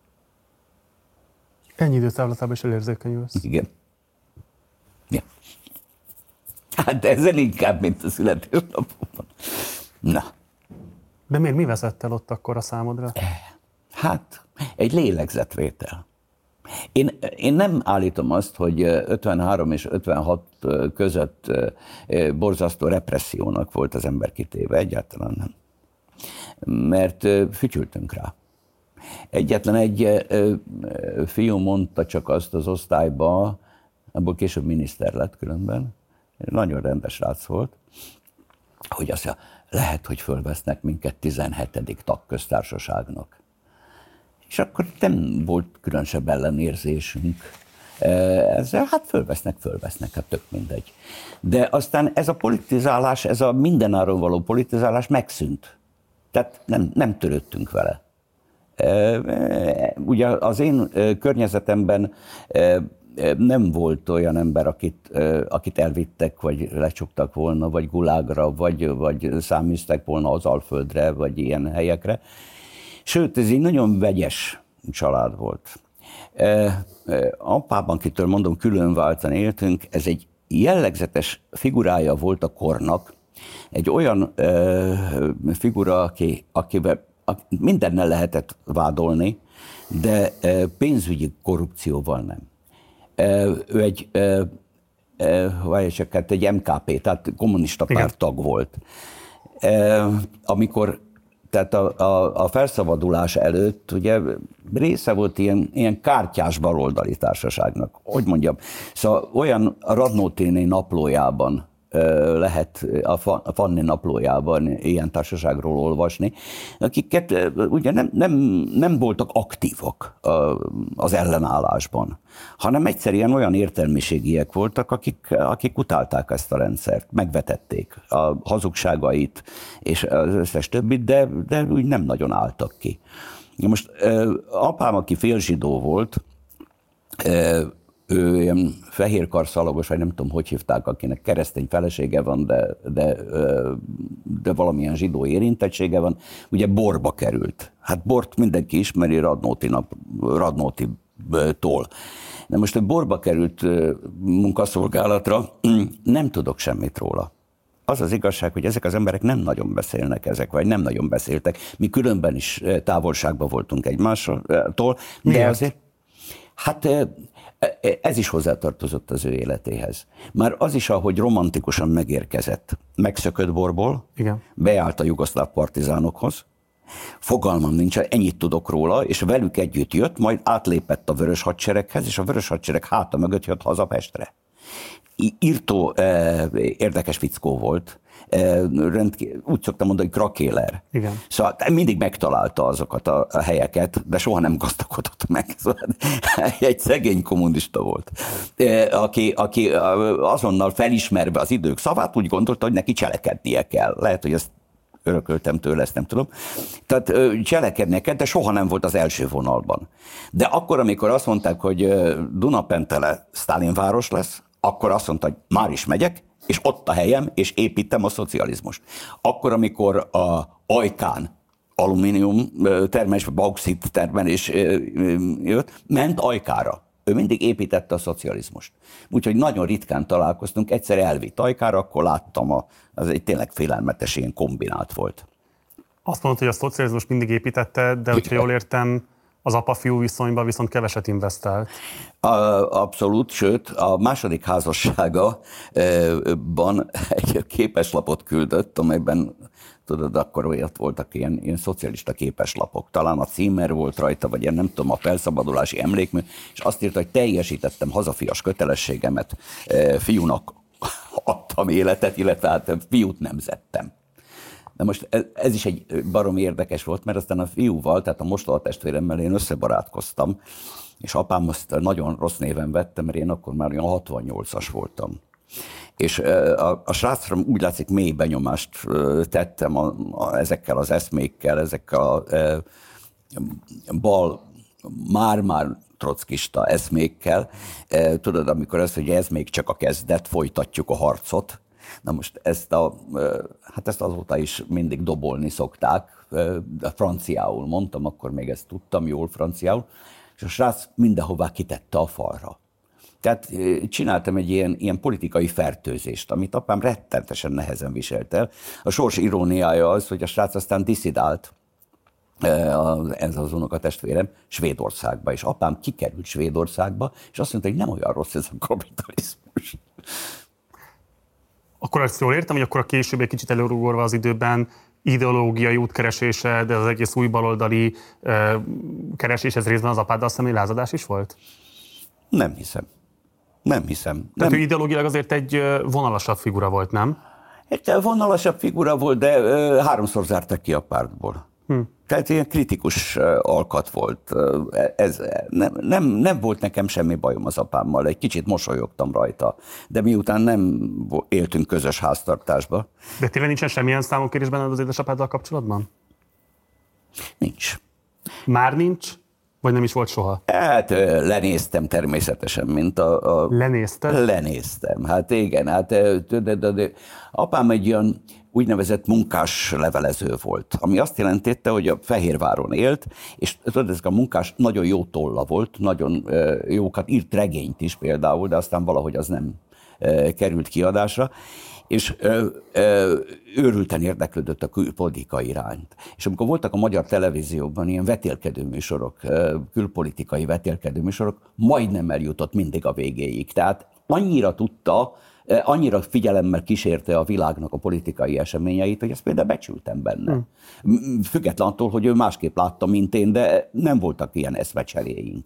Ennyi időtávlatában is elérzékenyülsz. Igen. Ja. Hát ezzel inkább, mint a születésnapomban. Na. De miért mi vezett el ott akkor a számodra? Hát, egy lélegzetvétel. Én, én nem állítom azt, hogy ötvenhárom és ötvenhat között borzasztó repressziónak volt az ember kitéve, egyáltalán nem. Mert fütyültünk rá. Egyetlen egy fiú mondta csak azt az osztályba, abból később miniszter lett különben, nagyon rendes rác volt, hogy azt mondja, lehet, hogy fölvesznek minket tizenhetedik tagköztársaságnak. És akkor nem volt különösebb ellenérzésünk. Ezzel hát fölvesznek, fölvesznek, hát tök mindegy. De aztán ez a politizálás, ez a mindenáron való politizálás megszűnt. Tehát nem, nem törődtünk vele. Ugye az én környezetemben nem volt olyan ember, akit, akit elvittek, vagy lecsuktak volna, vagy gulágra, vagy, vagy száműztek volna az Alföldre, vagy ilyen helyekre. Sőt, ez egy nagyon vegyes család volt. Apám, akitől mondom, különváltan éltünk, ez egy jellegzetes figurája volt a kornak, egy olyan figura, aki, akivel mindennel lehetett vádolni, de pénzügyi korrupcióval nem. Ő egy, vagy csak hát egy em ká pé, tehát kommunista párttag volt. Amikor, tehát a, a, a felszabadulás előtt ugye része volt ilyen, ilyen kártyás baloldali társaságnak, hogy mondjam. Szóval olyan Radnóti naplójában lehet a Fanni naplójában ilyen társaságról olvasni, akiket ugye nem, nem, nem voltak aktívak az ellenállásban, hanem egyszerűen olyan értelmiségiek voltak, akik, akik utálták ezt a rendszert, megvetették a hazugságait és az összes többit, de, de úgy nem nagyon álltak ki. Most apám, aki félzsidó volt, ő ilyen fehérkarszalagos, vagy nem tudom, hogy hívták, akinek keresztény felesége van, de, de, de valamilyen zsidó érintettsége van, ugye borba került. Hát bort mindenki ismeri Radnóti-tól. De most, hogy borba került munkaszolgálatra, nem tudok semmit róla. Az az igazság, hogy ezek az emberek nem nagyon beszélnek ezek, vagy nem nagyon beszéltek. Mi különben is távolságban voltunk egymástól, de miért? Azért, hát ez is hozzátartozott az ő életéhez. Már az is, ahogy romantikusan megérkezett, megszökött borból, igen, beállt a jugoszláv partizánokhoz, fogalmam nincs, ennyit tudok róla, és velük együtt jött, majd átlépett a Vörös Hadsereghez, és a Vörös Hadsereg háta mögött jött haza Pestre. Írtó eh, érdekes fickó volt, eh, rendkív, úgy szoktam mondani, hogy krakéler. Igen. Szóval mindig megtalálta azokat a, a helyeket, de soha nem gazdagodott meg. Szóval egy szegény kommunista volt, eh, aki, aki azonnal felismerve az idők szavát úgy gondolta, hogy neki cselekednie kell. Lehet, hogy ezt örököltem tőle, ezt nem tudom. Tehát cselekednie kell, de soha nem volt az első vonalban. De akkor, amikor azt mondták, hogy Dunapentele Sztálinváros lesz, akkor azt mondta, hogy már is megyek, és ott a helyem, és építem a szocializmust. Akkor, amikor a Ajkán alumínium termelés, vagy bauxit termelés jött, ment Ajkára. Ő mindig építette a szocializmust. Úgyhogy nagyon ritkán találkoztunk, egyszer elvitt Ajkára, akkor láttam, a, az egy tényleg félelmetes ilyen kombinát volt. Azt mondta, hogy a szocializmust mindig építette, de hogyha jól értem, az apa-fiú viszonyban viszont keveset investált. Abszolút, sőt, a második házasságban egy képeslapot küldött, amelyben, tudod, akkor olyat voltak ilyen, ilyen szocialista képeslapok. Talán a címer volt rajta, vagy ilyen, nem tudom, a felszabadulási emlékmű, és azt írta, hogy teljesítettem hazafias kötelességemet, fiúnak adtam életet, illetve hát fiút nemzettem. De most ez, ez is egy baromi érdekes volt, mert aztán a fiúval, tehát a mostohatestvéremmel én összebarátkoztam, és apám azt nagyon rossz néven vette, mert én akkor már olyan hatvannyolcas voltam. És a, a srácra úgy látszik mély benyomást tettem a, a, ezekkel az eszmékkel, ezekkel a e, bal, már-már trockista eszmékkel. E, tudod, amikor az, hogy ez még csak a kezdet, folytatjuk a harcot. Na most ezt, a, hát ezt azóta is mindig dobolni szokták, de franciául mondtam, akkor még ezt tudtam jól franciául, és a srác mindenhová kitette a falra. Tehát csináltam egy ilyen, ilyen politikai fertőzést, amit apám rettenetesen nehezen viselt el. A sors iróniája az, hogy a srác aztán diszidált, ez az unokatestvérem, Svédországba, és apám kikerült Svédországba, és azt mondta, hogy nem olyan rossz ez a kapitalizmus. Akkor ezt jól értem, hogy akkor a később egy kicsit előrugorva az időben ideológiai útkeresése, de az egész új baloldali uh, keresés, ez részben az apáddal személyi lázadás is volt? Nem hiszem. Nem hiszem. Tehát Nem. ő ideológilag azért egy vonalasabb figura volt, nem? Egy vonalasabb figura volt, de ö, háromszor zártak ki a pártból. Hm. Tehát ilyen kritikus ö, alkat volt. Ez, nem, nem, nem volt nekem semmi bajom az apámmal, egy kicsit mosolyogtam rajta, de miután nem éltünk közös háztartásba. De tényleg nincsen semmilyen számonkérés benned az édesapáddal kapcsolatban? Nincs. Már nincs? Vagy nem is volt soha? Hát lenéztem természetesen, mint a... a Lenézted? Lenéztem, hát igen. Hát, de, de, de, de, apám egy olyan úgynevezett munkás levelező volt, ami azt jelentette, hogy a Fehérváron élt, és tudod, ez a munkás nagyon jó tolla volt, nagyon jókat írt regényt is például, de aztán valahogy az nem került kiadásra, és ö, ö, őrülten érdeklődött a külpolitika iránt. És amikor voltak a magyar televízióban ilyen vetélkedő műsorok, külpolitikai vetélkedő műsorok, majdnem eljutott mindig a végéig. Tehát annyira tudta, annyira figyelemmel kísérte a világnak a politikai eseményeit, hogy ezt például becsültem benne. Hmm. Független attól, hogy ő másképp látta, mint én, de nem voltak ilyen eszmecseréink.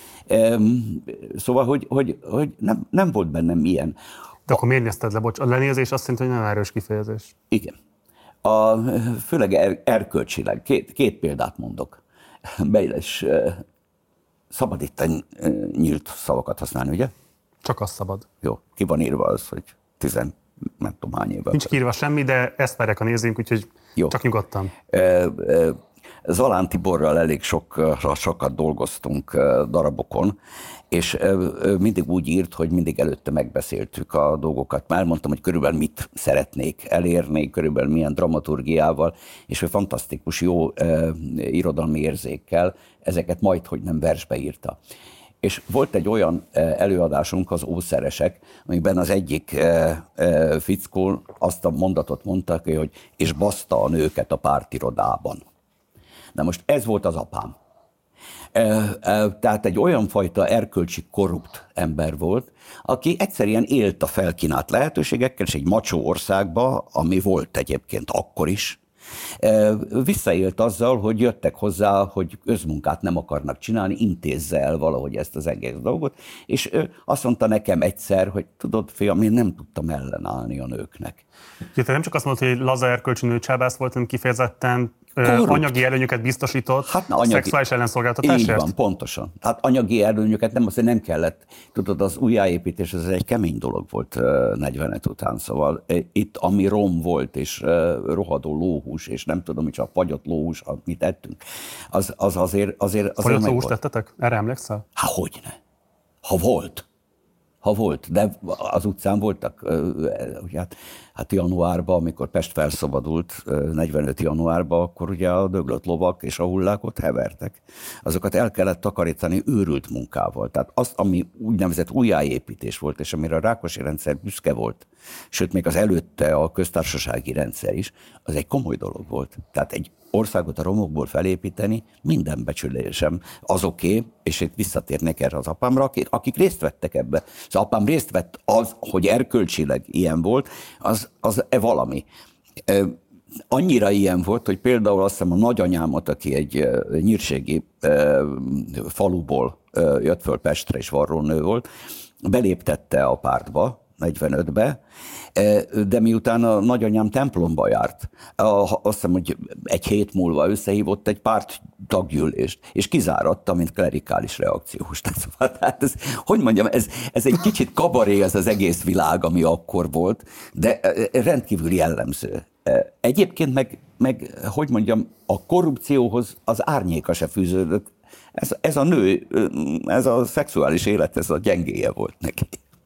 Szóval, hogy, hogy, hogy nem, nem volt bennem ilyen. De akkor miért nézted le? Bocs, a lenézés azt jelenti, hogy nem erős kifejezés. Igen. A, főleg er, erkölcsileg. Két, két példát mondok. Beiles, szabad itt nyílt szavakat használni, ugye? Csak az szabad. Jó, ki van írva az, hogy tizen, nem tudom hány éve. Nincs írva semmi, de ezt várják a nézőink, úgyhogy jó. Csak nyugodtan. Zalán Tiborral elég sok, sokat dolgoztunk darabokon, és mindig úgy írt, hogy mindig előtte megbeszéltük a dolgokat. Már mondtam, hogy körülbelül mit szeretnék elérni, körülbelül milyen dramaturgiával, és ő fantasztikus, jó eh, irodalmi érzékkel ezeket majd, hogy nem versbe írta. És volt egy olyan előadásunk, az Ószeresek, amiben az egyik eh, eh, fickó azt a mondatot mondta, hogy és baszta a nőket a pártirodában. Na most ez volt az apám. Tehát egy olyan fajta erkölcsi korrupt ember volt, aki egyszerűen élt a felkínált lehetőségekkel, és egy macsó országba, ami volt egyébként akkor is, visszaélt azzal, hogy jöttek hozzá, hogy közmunkát nem akarnak csinálni, intézze el valahogy ezt az egész dolgot, és azt mondta nekem egyszer, hogy tudod, fiam, én nem tudtam ellenállni a nőknek. Ja, te nem csak azt mondod, hogy laza erkölcsi nőcsábász volt, hanem kifejezetten korrupt. Anyagi előnyöket biztosított, hát, anyagi, szexuális ellenszolgáltatásért? Így van, pontosan. Hát anyagi előnyöket nem, azt, hogy nem kellett. Tudod, az újjáépítés, ez egy kemény dolog volt negyvenöt után, szóval itt ami rom volt, és rohadó lóhús, és nem tudom, hogy csak fagyott lóhús, amit ettünk, az, az azért... azért, azért fagyott lóhúst tettetek? Erre emlékszel? Há, hogyne. Ha volt. Ha volt, de az utcán voltak, hát, hát januárban, amikor Pest felszabadult, negyvenöt januárban, akkor ugye a döglött lovak és a hullák ott hevertek. Azokat el kellett takarítani őrült munkával. Tehát az, ami úgynevezett újjáépítés volt, és amire a Rákosi rendszer büszke volt, sőt, még az előtte a köztársasági rendszer is, az egy komoly dolog volt. Tehát egy országot a romokból felépíteni, minden becsülésem azoké, és itt visszatérnék erre az apámra, akik, akik részt vettek ebbe. Az apám részt vett az, hogy erkölcsileg ilyen volt, az, az e valami. E, annyira ilyen volt, hogy például azt hiszem a nagyanyámat, aki egy e, nyírségi e, faluból e, jött föl Pestre, és varrónő volt, beléptette a pártba, negyvenötbe, de miután a nagyanyám templomba járt, azt hiszem, hogy egy hét múlva összehívott egy párt taggyűlést, és kizáratta, mint klerikális reakciós. Tehát ez, hogy mondjam, ez, ez egy kicsit kabaré ez az egész világ, ami akkor volt, de rendkívül jellemző. Egyébként meg, meg hogy mondjam, a korrupcióhoz az árnyéka se fűződött. Ez, ez a nő, ez a szexuális élet, ez a gyengéje volt neki.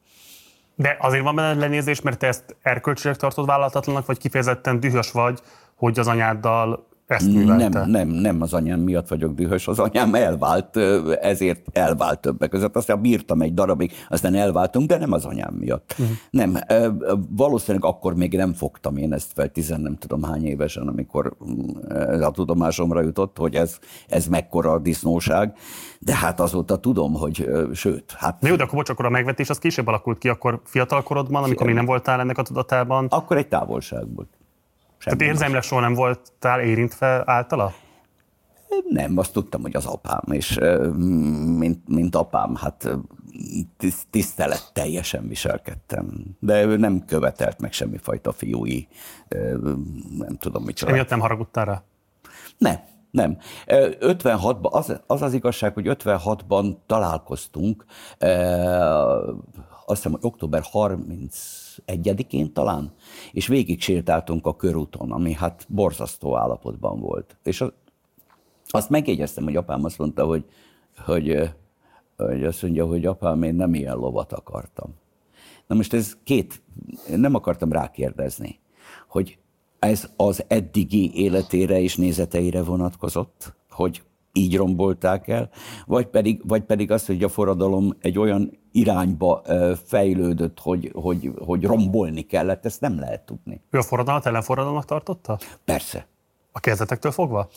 De azért van benne lenézés, mert te ezt erkölcsileg tartod vállalhatatlanak, vagy kifejezetten dühös vagy, hogy az anyáddal ezt művelte? Nem, nem, nem az anyám miatt vagyok dühös, az anyám elvált, ezért elvált többek között. Aztán bírtam egy darabig, aztán elváltunk, de nem az anyám miatt. Uh-huh. Nem, valószínűleg akkor még nem fogtam én ezt fel, tizen nem tudom hány évesen, amikor a tudomásomra jutott, hogy ez, ez mekkora disznóság, de hát azóta tudom, hogy sőt. Hát... Na jó, de akkor bocs, akkor a megvetés az később alakult ki, akkor fiatalkorodban, amikor még nem voltál ennek a tudatában? Akkor egy távolság volt. Tehát érzelmileg soha nem voltál érintve általa? Nem, azt tudtam, hogy az apám, és mint, mint apám, hát tisztelet teljesen viselkedtem. De ő nem követelt meg semmifajta fiúi, nem tudom micsoda. Emiatt nem haragudtál rá? Nem, nem. ötvenhatban, az, az az igazság, hogy ötvenhatban találkoztunk, azt hiszem, hogy október harmincegyedikén talán, és végig sétáltunk a körúton, ami hát borzasztó állapotban volt. És az, azt megjegyeztem, hogy apám azt mondta, hogy, hogy, hogy azt mondja, hogy apám, én nem ilyen lovat akartam. Na most ez két, nem akartam rákérdezni, hogy ez az eddigi életére és nézeteire vonatkozott, hogy így rombolták el, vagy pedig, vagy pedig az, hogy a forradalom egy olyan irányba fejlődött, hogy, hogy, hogy rombolni kellett, ezt nem lehet tudni. Ő a forradalmat ellenforradalomnak tartotta? Persze. A kezdetektől fogva?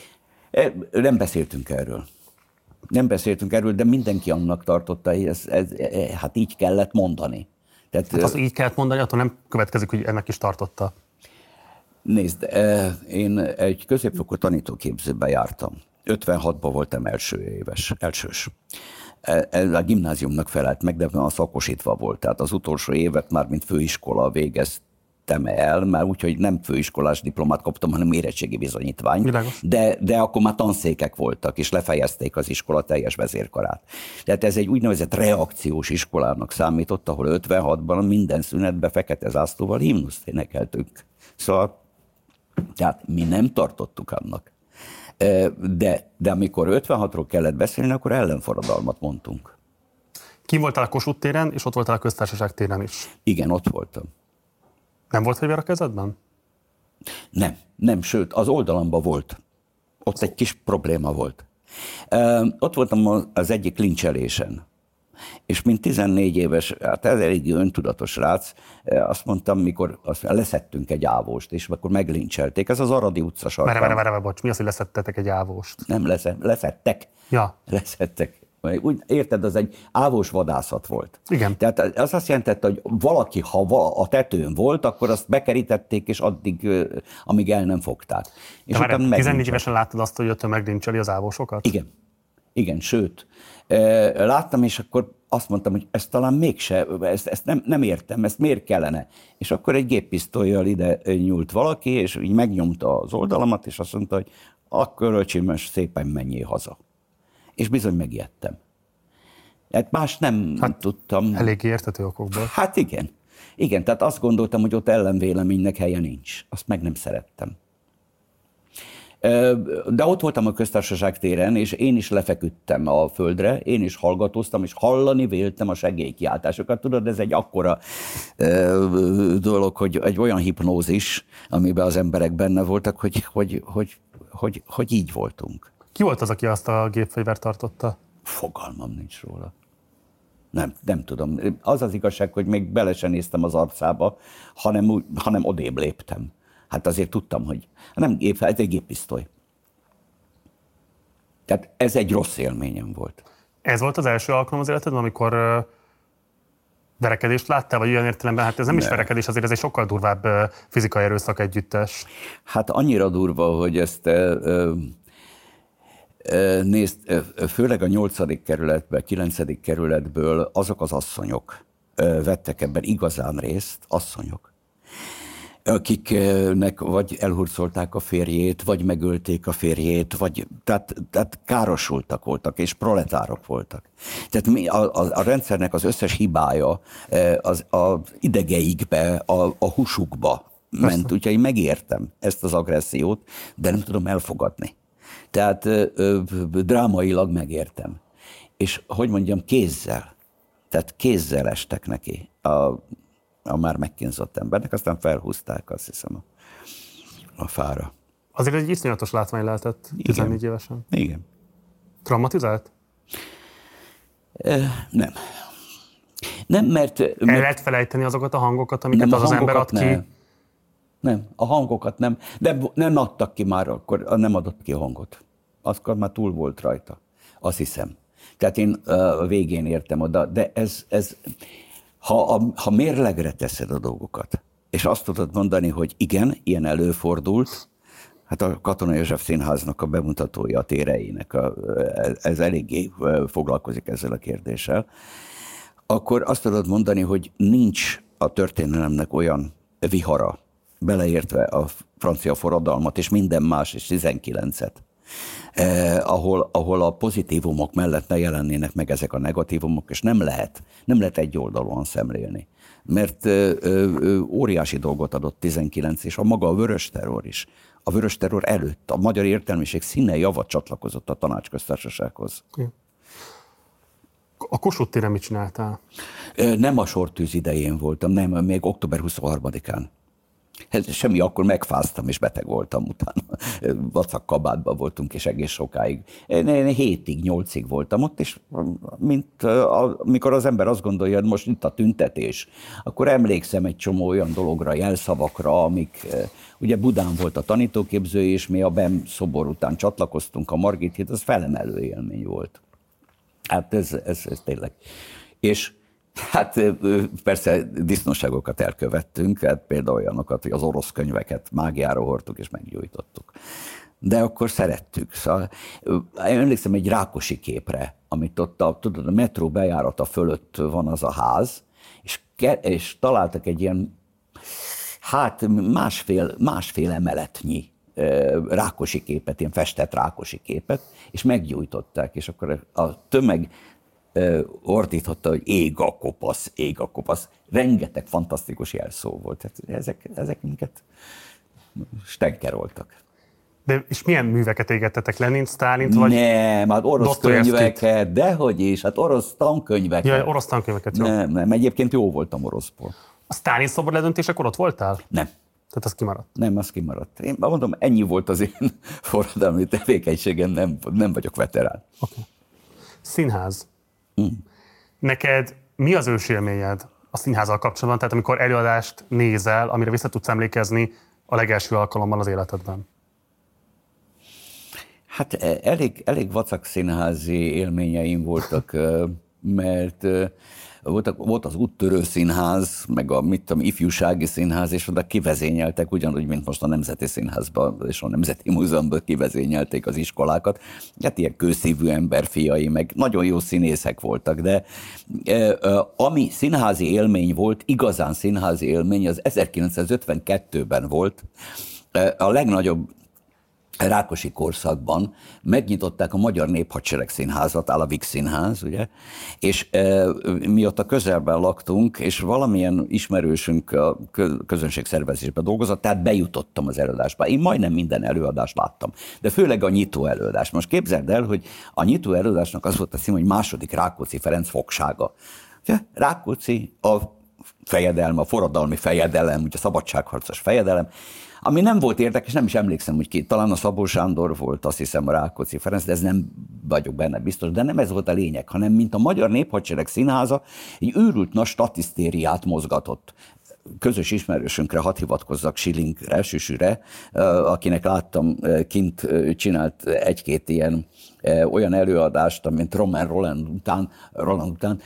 Nem beszéltünk erről. Nem beszéltünk erről, de mindenki annak tartotta, ez, ez, hát így kellett mondani. Tehát, hát azt így kellett mondani, attól nem következik, hogy ennek is tartotta. Nézd, én egy középfokú tanítóképzőben jártam. ötvenhatban voltam első éves, elsős. A gimnáziumnak felelt meg, de a szakosítva volt. Tehát az utolsó évet már mint főiskola végeztem el, mert úgyhogy nem főiskolás diplomát kaptam, hanem érettségi bizonyítványt. De, de akkor már tanszékek voltak, és lefejezték az iskola teljes vezérkarát. Tehát ez egy úgynevezett reakciós iskolának számított, ahol ötvenhatban minden szünetben fekete zászlóval himnuszt énekeltünk. Szóval, tehát mi nem tartottuk annak. De, de amikor ötvenhatról kellett beszélni, akkor ellenforradalmat mondtunk. Kim voltál a Kossuth téren, és ott voltál a Köztársaság téren is. Igen, ott voltam. Nem volt fegyver a kezedben? Nem, nem, sőt, az oldalamban volt. Ott egy kis probléma volt. Ott voltam az egyik lincselésen. És mint tizennégy éves, hát ez elég öntudatos srác, azt mondtam, mikor azt leszettünk egy ávost, és akkor meglincselték. Ez az Aradi utca sarkán. Vere, vere, vere, bocs, mi az, hogy leszettetek egy ávost? Nem, leszett, leszettek. Ja. Leszettek. Úgy, érted, az egy ávós vadászat volt. Igen. Tehát az azt jelentette, hogy valaki, ha a tetőn volt, akkor azt bekerítették, és addig, amíg el nem fogták. És de már tizennégy évesen láttad azt, hogy ott meglincseli az ávósokat? Igen. Igen, sőt. Láttam, és akkor azt mondtam, hogy ezt talán mégse, ezt, ezt nem, nem értem, ezt miért kellene. És akkor egy géppisztollyal ide nyúlt valaki, és így megnyomta az oldalamat, és azt mondta, hogy akkor öcsém, szépen menjél haza. És bizony megijedtem. Hát más nem hát, tudtam. Eléggé érthető okokból. Hát igen. Igen, tehát azt gondoltam, hogy ott ellenvéleménynek helye nincs. Azt meg nem szerettem. De ott voltam a Köztársaság téren, és én is lefeküdtem a földre, én is hallgatóztam, és hallani véltem a segélykiáltásokat. Tudod, ez egy akkora dolog, hogy egy olyan hipnózis, amiben az emberek benne voltak, hogy, hogy, hogy, hogy, hogy így voltunk. Ki volt az, aki azt a gépfegyvert tartotta? Fogalmam nincs róla. Nem, nem tudom. Az az igazság, hogy még bele sem néztem az arcába, hanem, hanem odébb léptem. Hát azért tudtam, hogy nem gép, ez egy géppisztoly. Tehát ez egy rossz élményem volt. Ez volt az első alkalom az életedben, amikor uh, verekedést láttál, vagy olyan értelemben, hát ez nem ne. is verekedés, azért ez egy sokkal durvább uh, fizikai erőszak együttes. Hát annyira durva, hogy ezt uh, uh, nézd, uh, főleg a nyolcadik kerületben, kilencedik kerületből azok az asszonyok uh, vettek ebben igazán részt, asszonyok, akiknek vagy elhurcolták a férjét, vagy megölték a férjét, vagy tehát, tehát károsultak voltak, és proletárok voltak. Tehát mi, a, a, a rendszernek az összes hibája az, az idegeikbe, a, a húsukba ment, úgyhogy én megértem ezt az agressziót, de nem tudom elfogadni. Tehát ö, drámailag megértem. És hogy mondjam, kézzel, tehát kézzel estek neki a a már megkínzott embernek, aztán felhúzták, azt hiszem, a, a fára. Azért egy iszonyatos látvány lehetett tizennégy évesen. Igen. Traumatizált? E, nem. Nem, mert... El mert lehet felejteni azokat a hangokat, amiket az az ember ad ki? Nem. nem, a hangokat nem. De nem adtak ki már, akkor nem adott ki hangot. Akkor már túl volt rajta. Azt hiszem. Tehát én a végén értem oda, de ez... ez Ha, a, ha mérlegre teszed a dolgokat, és azt tudod mondani, hogy igen, ilyen előfordult, Hát a Katona József Színháznak a bemutatója, a téreinek, a, ez eléggé foglalkozik ezzel a kérdéssel. Akkor azt tudod mondani, hogy nincs a történelemnek olyan vihara, beleértve a francia forradalmat és minden más, és tizenkilencet, eh, ahol, ahol a pozitívumok mellett ne jelennének meg ezek a negatívumok, és nem lehet, nem lehet egyoldalúan szemlélni. Mert ö, ö, óriási dolgot adott tizenkilenc, és a maga a vörös terror is. A vörös terror előtt a magyar értelmiség színe javat csatlakozott a Tanácsköztársasághoz. A Kossuth téren mit csináltál? Nem a sortűz idején voltam, nem, még október huszonharmadikán. Semmi, akkor megfáztam, és beteg voltam utána. Vacak kabátban voltunk, és egész sokáig. Én hétig, nyolcig voltam ott, és mint amikor az ember azt gondolja, hogy most itt a tüntetés, akkor emlékszem egy csomó olyan dologra, jelszavakra, amik, ugye Budán volt a tanítóképző, és mi a BEM szobor után csatlakoztunk, a Margit híd, az felemelő élmény volt. Hát ez, ez, ez tényleg. És hát persze disznóságokat elkövettünk, hát például olyanokat, hogy az orosz könyveket mágiára hordtuk és meggyújtottuk. De akkor szerettük. Szóval, én emlékszem egy Rákosi képre, amit ott a, tudod, a metró bejárata fölött van az a ház, és, ke, és találtak egy ilyen, hát másfél, másfél emeletnyi Rákosi képet, ilyen festett Rákosi képet, és meggyújtották, és akkor a tömeg ordíthatta, hogy ég a kopasz, ég a kopasz. Rengeteg fantasztikus jelszó volt. Tehát ezek, ezek minket stenkeroltak. De és milyen műveket égettetek? Lenint, Sztálint, vagy nem, hát orosz könyveket, dehogy is, hát orosz tankönyveket. Ja, orosz tankönyveket, jó. Nem, nem, egyébként jó voltam oroszból. A Sztálin szobor ledöntésekor ott voltál? Nem. Tehát az kimaradt? Nem, az kimaradt. Én mondom, ennyi volt az én forradalmi tevékenységem, nem, nem vagyok veterán. Okay. Színház. Mm. Neked mi az ősélményed a színházzal kapcsolatban? Tehát amikor előadást nézel, amire vissza tudsz emlékezni a legelső alkalommal az életedben? Hát elég, elég vacak színházi élményeim voltak, mert voltak, volt az Úttörő Színház, meg a mit tudom, ifjúsági színház, és oda kivezényeltek, ugyanúgy, mint most a Nemzeti Színházban és a Nemzeti Múzeumban kivezényelték az iskolákat. Hát ilyen kőszívű emberfiai, meg nagyon jó színészek voltak, de ami színházi élmény volt, igazán színházi élmény, az ezerkilencszázötvenkettőben volt. A legnagyobb Rákosi korszakban megnyitották a Magyar Néphadsereg Színházat, áll a Víg Színház, ugye, és e, mi ott a közelben laktunk, és valamilyen ismerősünk a közönségszervezésben dolgozott, tehát bejutottam az előadásba. Én majdnem minden előadást láttam, de főleg a nyitó előadás. Most képzeld el, hogy a nyitó előadásnak az volt a cím, hogy második Rákóczi Ferenc fogsága. Rákóczi a fejedelem, a forradalmi fejedelem, ugye a szabadságharcos fejedelem, ami nem volt érdekes, nem is emlékszem, hogy ki, talán a Szabó Sándor volt, azt hiszem a Rákóczi Ferenc, de ez nem vagyok benne biztos, de nem ez volt a lényeg, hanem mint a Magyar Néphadsereg Színháza egy őrült nagy statisztériát mozgatott. Közös ismerősünkre hadd hivatkozzak, Schillingre, Süsüre, akinek láttam kint csinált egy-két ilyen olyan előadást, mint Roman Roland után, Roland után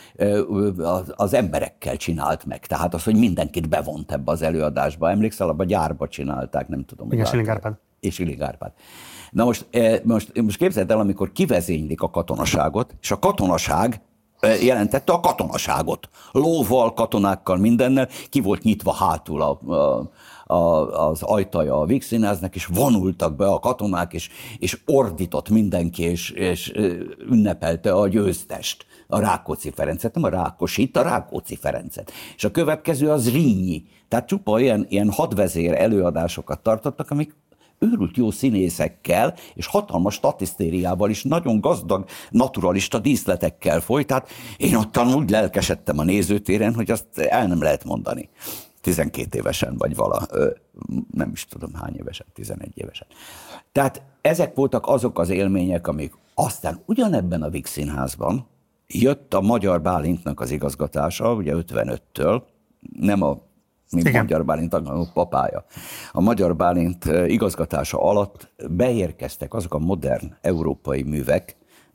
az emberekkel csinált meg. Tehát az, hogy mindenkit bevont ebbe az előadásba. Emlékszel, abban a gyárba csinálták, nem tudom. Igen, Schilling Árpád. És Schilling Árpád. Na most, most, most képzeld el, amikor kivezénylik a katonaságot, és a katonaság jelentette a katonaságot. Lóval, katonákkal, mindennel, ki volt nyitva hátul a, a, a, az ajtaja a Víg Színháznak, és vonultak be a katonák, és, és ordított mindenki, és, és ünnepelte a győztest, a Rákóczi Ferencet, nem a Rákosit, a Rákóczi Ferencet. És a következő az Rínyi. Tehát csupa ilyen, ilyen hadvezér előadásokat tartottak, amik őrült jó színészekkel, és hatalmas statisztériával is, nagyon gazdag, naturalista díszletekkel folyt. Tehát én ottan úgy lelkesedtem a nézőtéren, hogy azt el nem lehet mondani. tizenkét évesen, vagy vala, nem is tudom hány évesen, tizenegy évesen. Tehát ezek voltak azok az élmények, amik aztán ugyanebben a Víg Színházban jött a Magyar Bálintnak az igazgatása, ugye ötvenöttől, nem a mint Igen. Magyar Bálint a papája. A Magyar Bálint igazgatása alatt beérkeztek azok a modern európai művek,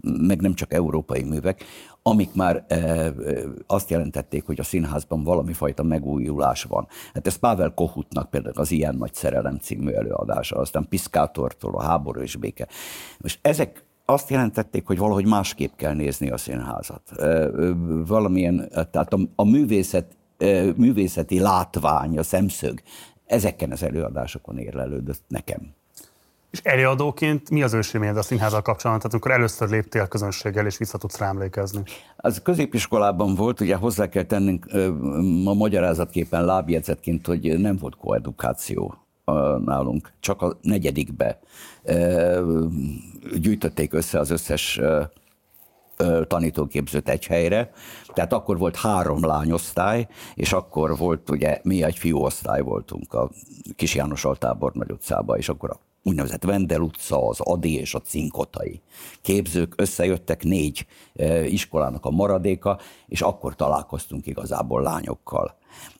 meg nem csak európai művek, amik már e, azt jelentették, hogy a színházban valami fajta megújulás van. Hát ez Pavel Kohutnak például az Ilyen nagy szerelem című előadása, aztán Piscatortól a Háború és béke. Most ezek azt jelentették, hogy valahogy másképp kell nézni a színházat. E, valamilyen, tehát a, a művészet, e, művészeti látvány, a szemszög, ezeken az előadásokon érlelődött nekem. És előadóként mi az ősélményed a színházzal kapcsolatban, tehát amikor először léptél közönséggel, és vissza tudsz rá emlékezni? Az középiskolában volt, ugye hozzá kell tennünk a magyarázatképpen lábjegyzetként, hogy nem volt koedukáció nálunk, csak a negyedikbe gyűjtötték össze az összes tanítóképzőt egy helyre, tehát akkor volt három lányosztály, és akkor volt, ugye mi egy fiúosztály voltunk a Kis János Altábor Nagy utcába, és akkor a úgynevezett Vendel utca, az Adi és a Cinkotai képzők összejöttek, négy iskolának a maradéka, és akkor találkoztunk igazából lányokkal.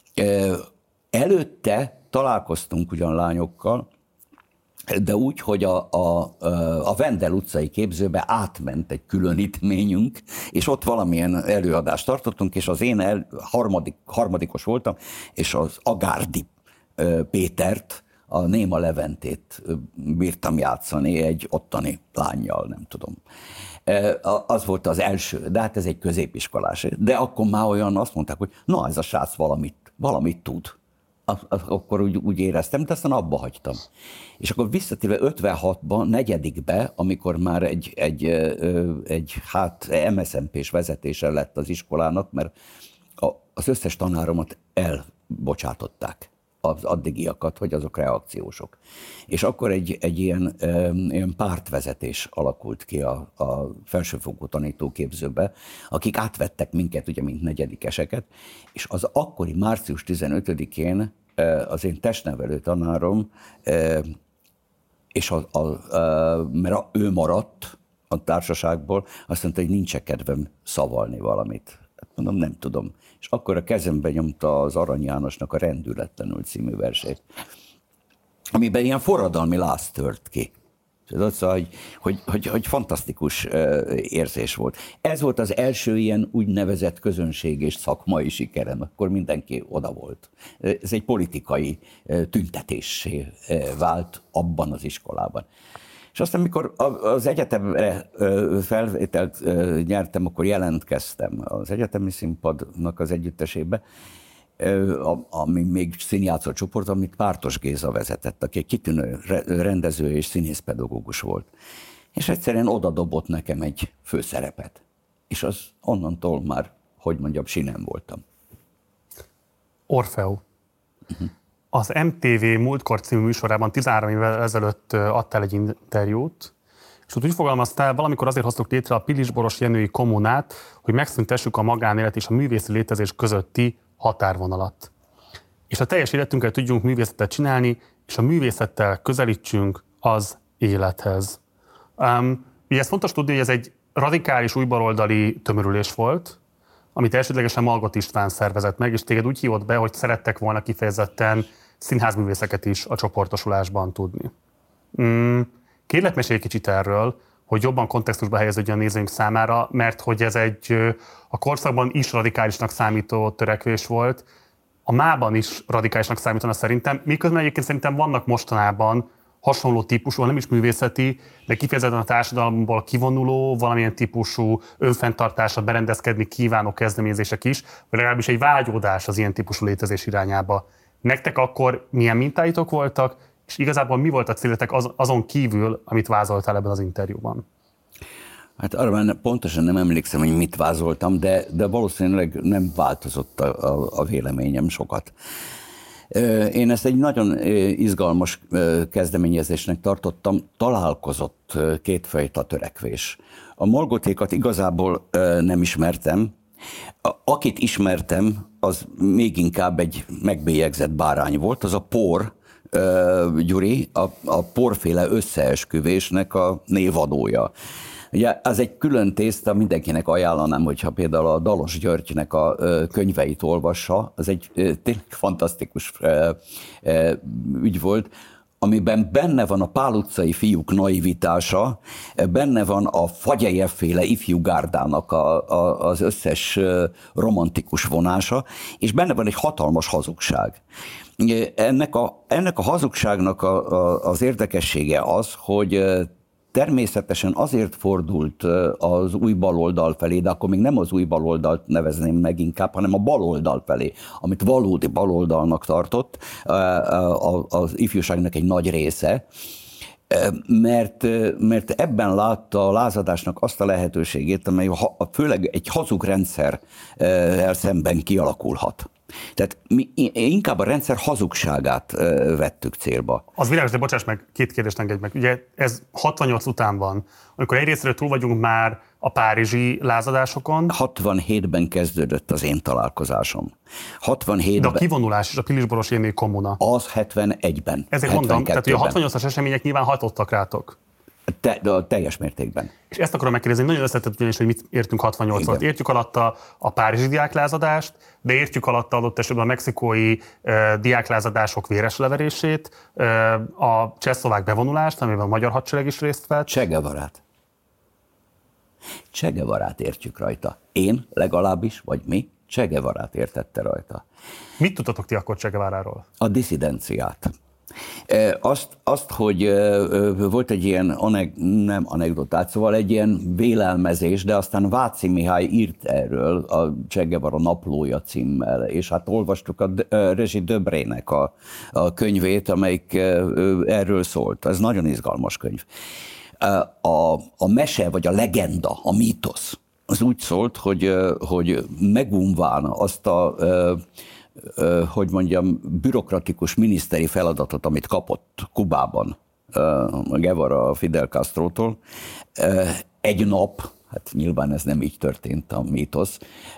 Előtte találkoztunk ugyan lányokkal, de úgy, hogy a, a, a Vendel utcai képzőbe átment egy különítményünk, és ott valamilyen előadást tartottunk, és az én el, harmadik, harmadikos voltam, és az Agárdi Pétert, a Néma Leventét bírtam játszani egy ottani lánnyal, nem tudom. Az volt az első, de hát ez egy középiskolás. De akkor már olyan azt mondták, hogy na ez a srác valamit, valamit tud. Akkor úgy, úgy éreztem, de aztán abba hagytam. És akkor visszatérve ötvenhatban, negyedikbe, amikor már egy, egy, egy hát em es zé pés vezetése lett az iskolának, mert az összes tanáromat elbocsátották, az addigiakat, hogy azok reakciósok. És akkor egy, egy ilyen, ilyen pártvezetés alakult ki a, a felsőfokú tanítóképzőbe, akik átvettek minket, ugye, mint negyedikeseket, és az akkori március tizenötödikén az én testnevelő tanárom, és a, a, a, mert ő maradt a társaságból, azt mondta, hogy nincs kedvem szavalni valamit. Hát mondom, nem tudom. És akkor a kezembe nyomta az Arany Jánosnak a Rendületlenül című versét, amiben ilyen forradalmi láz tört ki. Ez azt mondja, hogy, hogy, hogy, hogy fantasztikus érzés volt. Ez volt az első ilyen úgynevezett közönség és szakmai sikerem, akkor mindenki oda volt. Ez egy politikai tüntetéssé vált abban az iskolában. És aztán, amikor az egyetemre felvételt nyertem, akkor jelentkeztem az egyetemi színpadnak az együttesébe, ami még színjátszó csoport, amit Pártos Géza vezetett, aki egy kitűnő rendező és színészpedagógus volt. És egyszerűen oda dobott nekem egy főszerepet. És az onnantól már, hogy mondjam, sinem voltam. Orfeó. Uh-huh. Az em té vé Múltkor című műsorában tizenhárom évvel ezelőtt adtál egy interjút, és ott úgy fogalmaztál, valamikor azért hoztuk létre a Pilisboros Jenői kommunát, hogy megszüntessük a magánélet és a művészi létezés közötti határvonalat. És a teljes életünkkel tudjunk művészetet csinálni, és a művészettel közelítsünk az élethez. Um, ugye ez fontos tudni, hogy ez egy radikális újbaloldali tömörülés volt, amit elsődlegesen Malgot István szervezett meg, és téged úgy hívott be, hogy szerettek volna kifejezetten színházművészeket is a csoportosulásban tudni. Mm, kérlek, mesélj kicsit erről, hogy jobban kontextusba helyeződjön a nézőink számára, mert hogy ez egy a korszakban is radikálisnak számító törekvés volt, a mában is radikálisnak számítana szerintem, miközben egyébként szerintem vannak mostanában hasonló típusú, nem is művészeti, de kifejezetten a társadalomból kivonuló, valamilyen típusú önfenntartásra berendezkedni kívánó kezdeményezések is, vagy legalábbis egy vágyódás az ilyen típusú létezés irányába. Nektek akkor milyen mintáitok voltak, és igazából mi volt a céletek az, azon kívül, amit vázoltál ebben az interjúban? Hát arra már pontosan nem emlékszem, hogy mit vázoltam, de, de valószínűleg nem változott a, a, a véleményem sokat. Én ezt egy nagyon izgalmas kezdeményezésnek tartottam, találkozott kétfajta törekvés. A Malgotékat igazából nem ismertem, akit ismertem, az még inkább egy megbélyegzett bárány volt, az a Por Gyuri, a, a porféle összeesküvésnek a névadója. Ugye ez egy külön tészta, mindenkinek ajánlanám, hogyha például a Dalos Györgynek a könyveit olvassa, az egy tényleg fantasztikus ügy volt. amiben benne van a Pál utcai fiúk naivitása, benne van a Fagyejev-féle ifjú gárdának a, a, az összes romantikus vonása, és benne van egy hatalmas hazugság. Ennek a, ennek a hazugságnak a, a, az érdekessége az, hogy természetesen azért fordult az új baloldal felé, de akkor még nem az új baloldalt nevezném meg inkább, hanem a baloldal felé, amit valódi baloldalnak tartott az ifjúságnak egy nagy része, mert, mert ebben látta a lázadásnak azt a lehetőségét, amely főleg egy hazug rendszerrel szemben kialakulhat. Tehát mi inkább a rendszer hazugságát vettük célba. Az világos, de bocsáss meg, két kérdést engedj meg. Ugye ez hatvannyolc után van, amikor egyrésztről túl vagyunk már a párizsi lázadásokon. hatvanhétben kezdődött az én találkozásom. hatvanhétben. De a kivonulás és a Pilisboros Jenné kommuna. Az hetvenegyben. Ezért mondom, tehát hogy a hatvannyolcas események nyilván hatottak rátok. Te, de a teljes mértékben. És ezt akarom megkérdezni, nagyon összetett ugyanis, hogy mit értünk hatvannyolc alatt. Értjük alatta a párizsi diáklázadást, de értjük alatta adott esetben a mexikói uh, diáklázadások véres leverését, uh, a csehszlovák bevonulást, amiben a magyar hadsereg is részt vett. Che Guevarát. Che Guevarát értjük rajta. Én legalábbis, vagy mi, Che Guevarát értette rajta. Mit tudtatok ti akkor Che Guevaráról? A disszidenciát. Azt, azt, hogy volt egy ilyen, aneg, nem anekdotát, szóval egy ilyen vélelmezés, de aztán Váci Mihály írt erről a Che Guevara naplója címmel, és hát olvastuk a Rezsi Döbrének a, a könyvét, amelyik erről szólt. Ez nagyon izgalmas könyv. A, a mese, vagy a legenda, a mítosz, az úgy szólt, hogy, hogy megunván azt a hogy mondjam, bürokratikus miniszteri feladatot, amit kapott Kubában Guevara Fidel Castrótól, egy nap, hát nyilván ez nem így történt, a mítosz,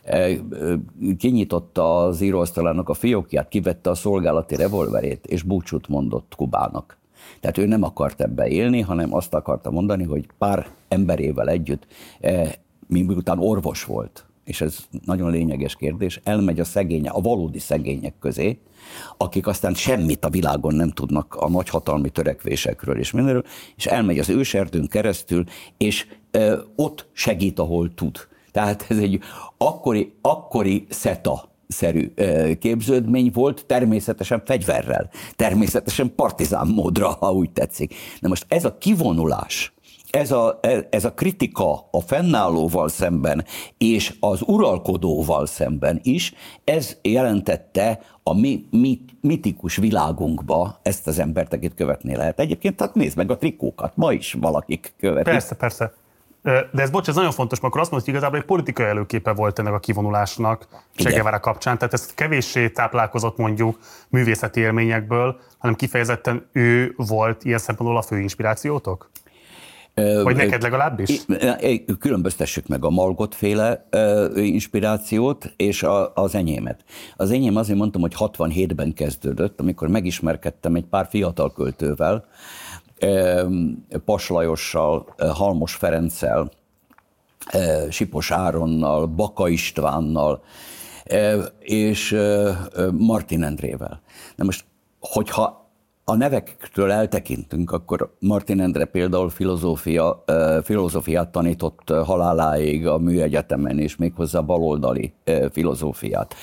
kinyitotta az íróasztalának a fiókját, kivette a szolgálati revolverét, és búcsút mondott Kubának. Tehát ő nem akart ebbe élni, hanem azt akarta mondani, hogy pár emberével együtt, miután orvos volt, és ez nagyon lényeges kérdés, elmegy a szegénye, a valódi szegények közé, akik aztán semmit a világon nem tudnak a nagyhatalmi törekvésekről és mindenről, és elmegy az őserdőn keresztül, és ö, ott segít, ahol tud. Tehát ez egy akkori, akkori szeta-szerű ö, képződmény volt, természetesen fegyverrel, természetesen partizán módra, ha úgy tetszik. Na most ez a kivonulás, Ez a, ez a kritika a fennállóval szemben és az uralkodóval szemben is, ez jelentette a mi, mi, mitikus világunkba ezt az embert, akit követni lehet. Egyébként, tehát nézd meg a trikókat, ma is valakik követik. Persze, persze. De ez, bocs, ez nagyon fontos, mert akkor azt mondod, hogy igazából egy politikai előképe volt ennek a kivonulásnak Che Guevara kapcsán, tehát ez kevéssé táplálkozott mondjuk művészeti élményekből, hanem kifejezetten ő volt ilyen szempontból a fő inspirációtok? Vagy neked legalábbis? Különböztessük meg a Margot-féle inspirációt és a, az enyémet. Az enyém azért mondtam, hogy hatvanhétben kezdődött, amikor megismerkedtem egy pár fiatal költővel, Pass Lajossal, Halmos Ferenccel, Sipos Áronnal, Baka Istvánnal és Martin Endrével. Na most, hogyha a nevektől eltekintünk, akkor Martin Endre például filozófia, filozófiát tanított haláláig a Műegyetemen, és méghozzá baloldali filozófiát.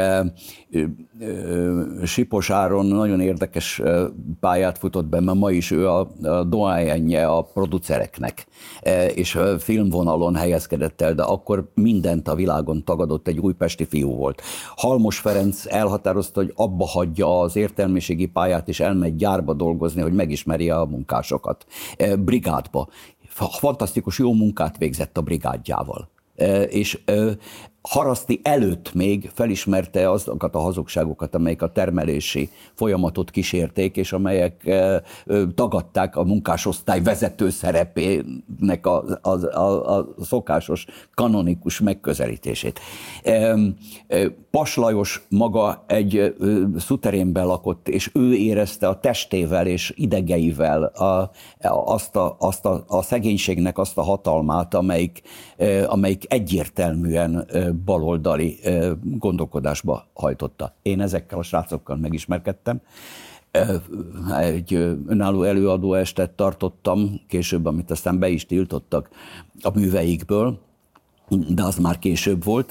Sipos Áron nagyon érdekes pályát futott be, mert ma is ő a doyenje a producereknek, és filmvonalon helyezkedett el, de akkor mindent a világon tagadott, egy újpesti fiú volt. Halmos Ferenc elhatározta, hogy abba hagyja az értelmiségi pályát, és elmegy gyárba dolgozni, hogy megismerje a munkásokat. Brigádba. Fantasztikus jó munkát végzett a brigádjával. És Haraszti előtt még felismerte azokat a hazugságokat, amelyek a termelési folyamatot kísérték, és amelyek tagadták a munkásosztály vezető szerepének a, a, a, a szokásos, kanonikus megközelítését. Pass Lajos maga egy szuterénben lakott, és ő érezte a testével és idegeivel a, azt, a, azt a, a szegénységnek azt a hatalmát, amelyik, amelyik egyértelműen baloldali gondolkodásba hajtotta. Én ezekkel a srácokkal megismerkedtem, Egy önálló előadóestet tartottam később, amit aztán be is tiltottak a műveikből, de az már később volt,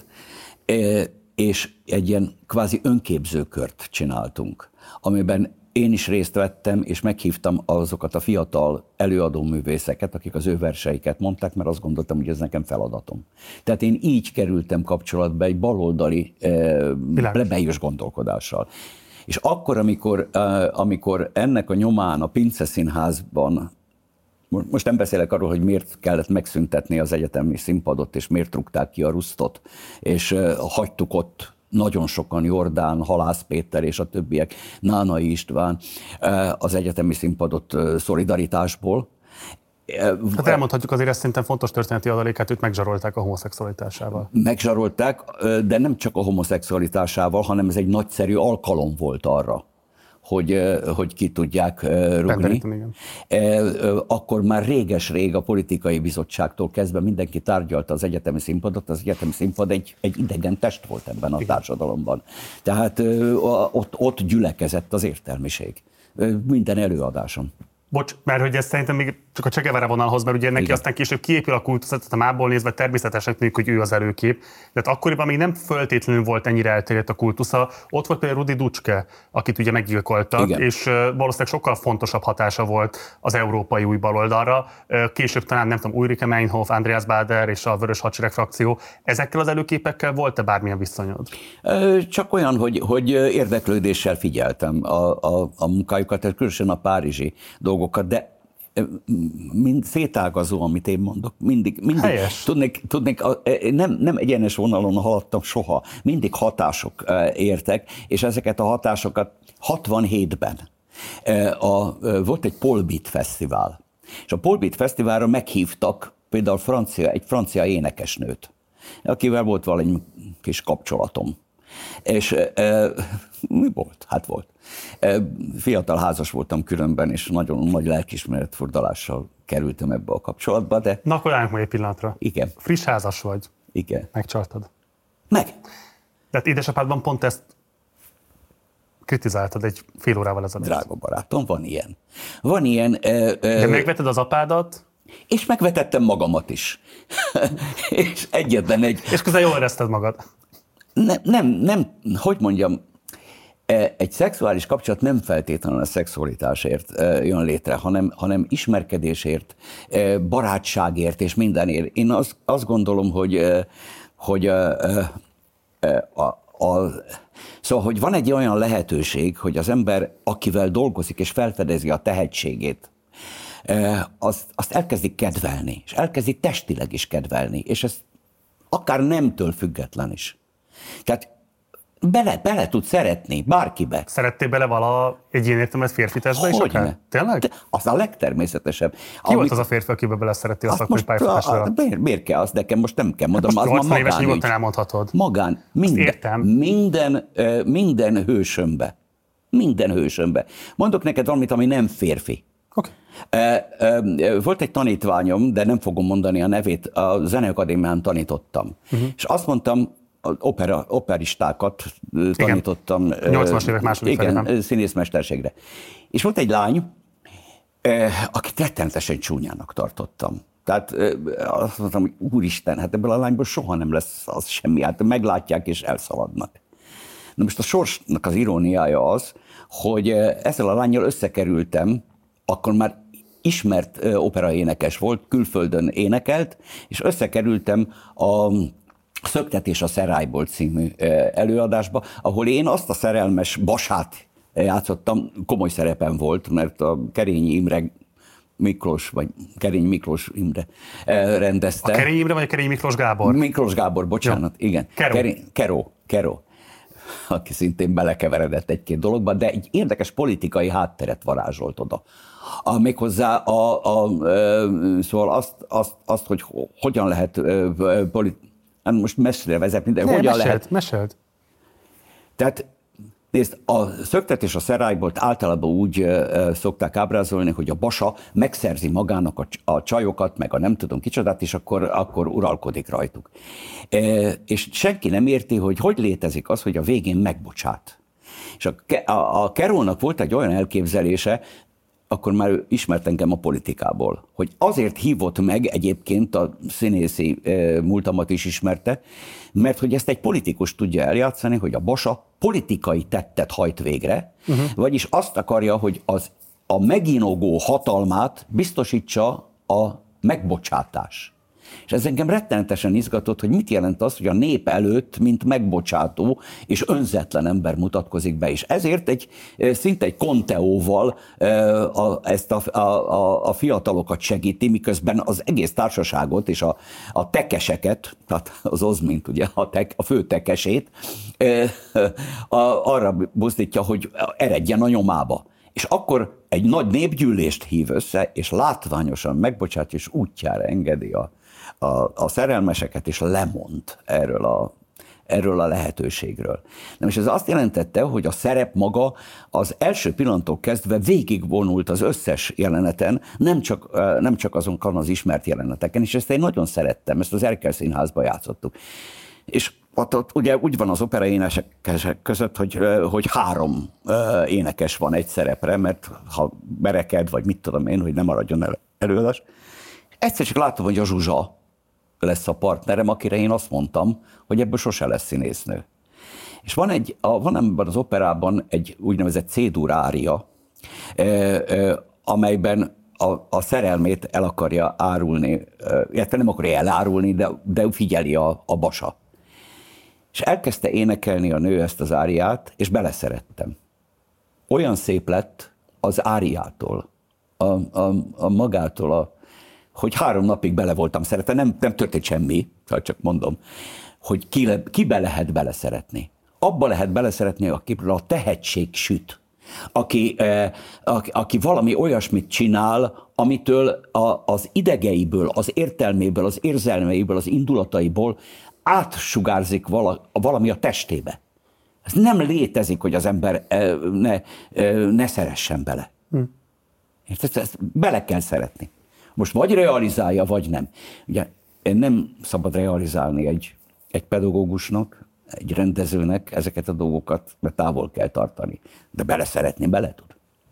és egy ilyen kvázi önképzőkört csináltunk, amiben én is részt vettem, és meghívtam azokat a fiatal előadóművészeket, akik az ő verseiket mondták, mert azt gondoltam, hogy ez nekem feladatom. Tehát én így kerültem kapcsolatba egy baloldali, plebeius gondolkodással. És akkor, amikor, amikor ennek a nyomán a Pince Színházban, most nem beszélek arról, hogy miért kellett megszüntetni az egyetemi színpadot, és miért rúgták ki a Rusztot, és hagytuk ott nagyon sokan, Jordán, Halász Péter és a többiek, Nánai István az egyetemi színpadot szolidaritásból. Hát elmondhatjuk azért, ezt szerintem fontos történeti adalékát, őt megzsarolták a homoszexualitásával. Megzsarolták, de nem csak a homoszexualitásával, hanem ez egy nagyszerű alkalom volt arra, hogy, hogy ki tudják rúgni. Akkor már réges-rég a politikai bizottságtól kezdve mindenki tárgyalta az egyetemi színpadot, az egyetemi színpad egy, egy idegen test volt ebben a társadalomban. Tehát ott, ott gyülekezett az értelmiség. Minden előadáson. Bocs, mert hogy ez szerintem még csak a Che Guevara vonalhoz, mert ugye neki igen. Aztán később kiépül a kultusz, tehát a mából nézve természetesen tűnik, hogy ő az előkép, de hát akkoriban még nem feltétlenül volt ennyire elterjedt a kultusza. Ott volt például Rudi Dutschke, akit ugye meggyilkoltak, igen. És valószínűleg sokkal fontosabb hatása volt az európai új baloldalra. Később talán nem tudom, Ulrike Meinhof, Andreas Baader és a Vörös Hadsereg frakció. Ezekkel az előképekkel volt-e bármilyen viszonyod? Csak olyan, hogy, hogy érdeklődéssel figyeltem a, a, a munkájukat, tehát különösen a párizsi dolgokat, de mind szétágazó, amit én mondok, mindig, mindig tudnék, tudnék, nem, nem egyenes vonalon haladtam soha, mindig hatások értek, és ezeket a hatásokat hatvanhétben a, volt egy Paul Beat Fesztivál, és a Paul Beat Fesztiválra meghívtak például francia, egy francia énekesnőt, akivel volt valami kis kapcsolatom. És e, mi volt? Hát volt. E, fiatal házas voltam különben, és nagyon nagy lelkiismeretfordulással kerültem ebbe a kapcsolatba, de... Na, akkor álljunk majd egy pillanatra. Igen. Friss házas vagy. Igen. Megcsaltad. Meg. Tehát édesapádban pont ezt kritizáltad egy fél órával ezelőtt. Drága barátom, van ilyen. Van ilyen... E, e, de megveted az apádat? És megvetettem magamat is. és egyetlen egy... És közben jól érezted magad. Nem, nem, nem, hogy mondjam, egy szexuális kapcsolat nem feltétlenül a szexualitásért jön létre, hanem, hanem ismerkedésért, barátságért és mindenért. Én azt, azt gondolom, hogy, hogy a, a, a, szóval, hogy van egy olyan lehetőség, hogy az ember, akivel dolgozik és felfedezi a tehetségét, azt, azt elkezdik kedvelni, és elkezdik testileg is kedvelni, és ez akár nemtől független is. Tehát bele, bele tud szeretni bárkibe. Szerettél bele vala egy ilyen értelmet férfi testbe is akár? Tényleg? De az a legtermészetesebb. Ki Amit... volt az a férfi, akiben bele szerettél a szakmai pályafutás alatt? Miért, miért kell az nekem? Most nem kell mondanom. Hát nyolcvan éves nyugodtan elmondhatod. Magán. Minden, minden, minden hősömbe. Minden hősömbe. Mondok neked valamit, ami nem férfi. Okay. Volt egy tanítványom, de nem fogom mondani a nevét, a Zeneakadémián tanítottam. Uh-huh. És azt mondtam, opera, operistákat tanítottam. nyolcvanas évek második felében. Igen, színészmesterségre. És volt egy lány, akit rettenetesen csúnyának tartottam. Tehát azt mondtam, hogy úristen, hát ebből a lányból soha nem lesz az semmi. Hát meglátják és elszaladnak. Na most a sorsnak az iróniája az, hogy ezzel a lánnyal összekerültem, akkor már ismert operaénekes volt, külföldön énekelt, és összekerültem a Szöktetés a Szerályból című előadásba, ahol én azt a szerelmes basát játszottam, komoly szerepem volt, mert a Kerényi Imre Miklós, vagy Kerényi Miklós Imre rendezte. A Kerényi Imre vagy a Kerényi Miklós Gábor? Miklós Gábor, bocsánat, ja. Igen. Keró. Kerény, Keró, Keró, aki szintén belekeveredett egy-két dologba, de egy érdekes politikai hátteret varázsolt oda. A, méghozzá a, a, a, szóval azt, azt, azt, hogy hogyan lehet politikai, most messzire vezetni, de ne, hogyan meséld, lehet... Meséld. Tehát nézd, a Szöktetés a Szerályból általában úgy uh, szokták ábrázolni, hogy a basa megszerzi magának a, a csajokat, meg a nem tudom kicsodát, és akkor, akkor uralkodik rajtuk. E, és senki nem érti, hogy hogy létezik az, hogy a végén megbocsát. És a, a, a Carrollnak volt egy olyan elképzelése, akkor már ő ismert engem a politikából, hogy azért hívott meg, egyébként a színészi e, múltamat is ismerte, mert hogy ezt egy politikus tudja eljátszani, hogy a Basa politikai tettet hajt végre, uh-huh. vagyis azt akarja, hogy az, a meginogó hatalmát biztosítsa a megbocsátás. És ez engem rettenetesen izgatott, hogy mit jelent az, hogy a nép előtt, mint megbocsátó és önzetlen ember mutatkozik be. És ezért egy, szinte egy konteóval ezt a, a, a fiatalokat segíti, miközben az egész társaságot és a, a tekeseket, tehát az Ozmint, ugye, a, tek, a fő tekesét, arra buzdítja, hogy eredjen a nyomába. És akkor egy nagy népgyűlést hív össze, és látványosan megbocsátja, és útjára engedi a A, a szerelmeseket, és lemond erről a, erről a lehetőségről. Nem, és ez azt jelentette, hogy a szerep maga az első pillanattól kezdve végigvonult az összes jeleneten, nem csak, nem csak azon az ismert jeleneteken, és ezt én nagyon szerettem, ezt az Erkel Színházban játszottuk. És ott, ott ugye úgy van az opera énekesek között, hogy, hogy három énekes van egy szerepre, mert ha bereked, vagy mit tudom én, hogy nem maradjon el előadás. Egyszer csak látom, hogy a Zsuzsa lesz a partnerem, akire én azt mondtam, hogy ebből sose lesz színésznő. És van, egy, a, van ebben az operában egy úgynevezett C-dur ária, amelyben a, a szerelmét el akarja árulni, illetve nem akarja elárulni, de, de figyeli a, a Basa. És elkezdte énekelni a nő ezt az áriát, és beleszerettem. Olyan szép lett az áriától, a, a, a magától, a hogy három napig bele voltam szeretve, nem, nem történt semmi, csak mondom, hogy ki, le, kibe lehet beleszeretni. Abba lehet beleszeretni, akiből a tehetség süt, aki, eh, aki, aki valami olyasmit csinál, amitől a, az idegeiből, az értelméből, az érzelmeiből, az indulataiból átsugárzik vala, valami a testébe. Ez nem létezik, hogy az ember eh, ne, eh, ne szeressen bele. Hm. Ezt, ezt bele kell szeretni. Most vagy realizálja, vagy nem. Ugye nem szabad realizálni egy, egy pedagógusnak, egy rendezőnek ezeket a dolgokat, mert távol kell tartani. De beleszeretni bele tud.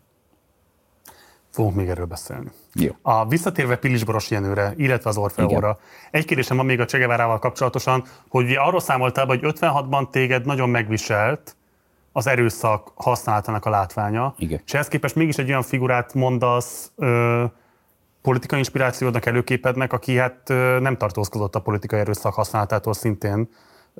Fogunk még erről beszélni. Jó. A visszatérve Pilisboros Jenőre, illetve az Orfeóra, egy kérdésem van még a Che Guevárával kapcsolatosan, hogy arról számoltál, hogy ötvenhatban téged nagyon megviselt az erőszak használatának a látványa. Igen. És ehhez képest mégis egy olyan figurát mondasz, ö, politikai inspirációdnak, előképednek, aki hát nem tartózkodott a politikai erőszak használatától szintén.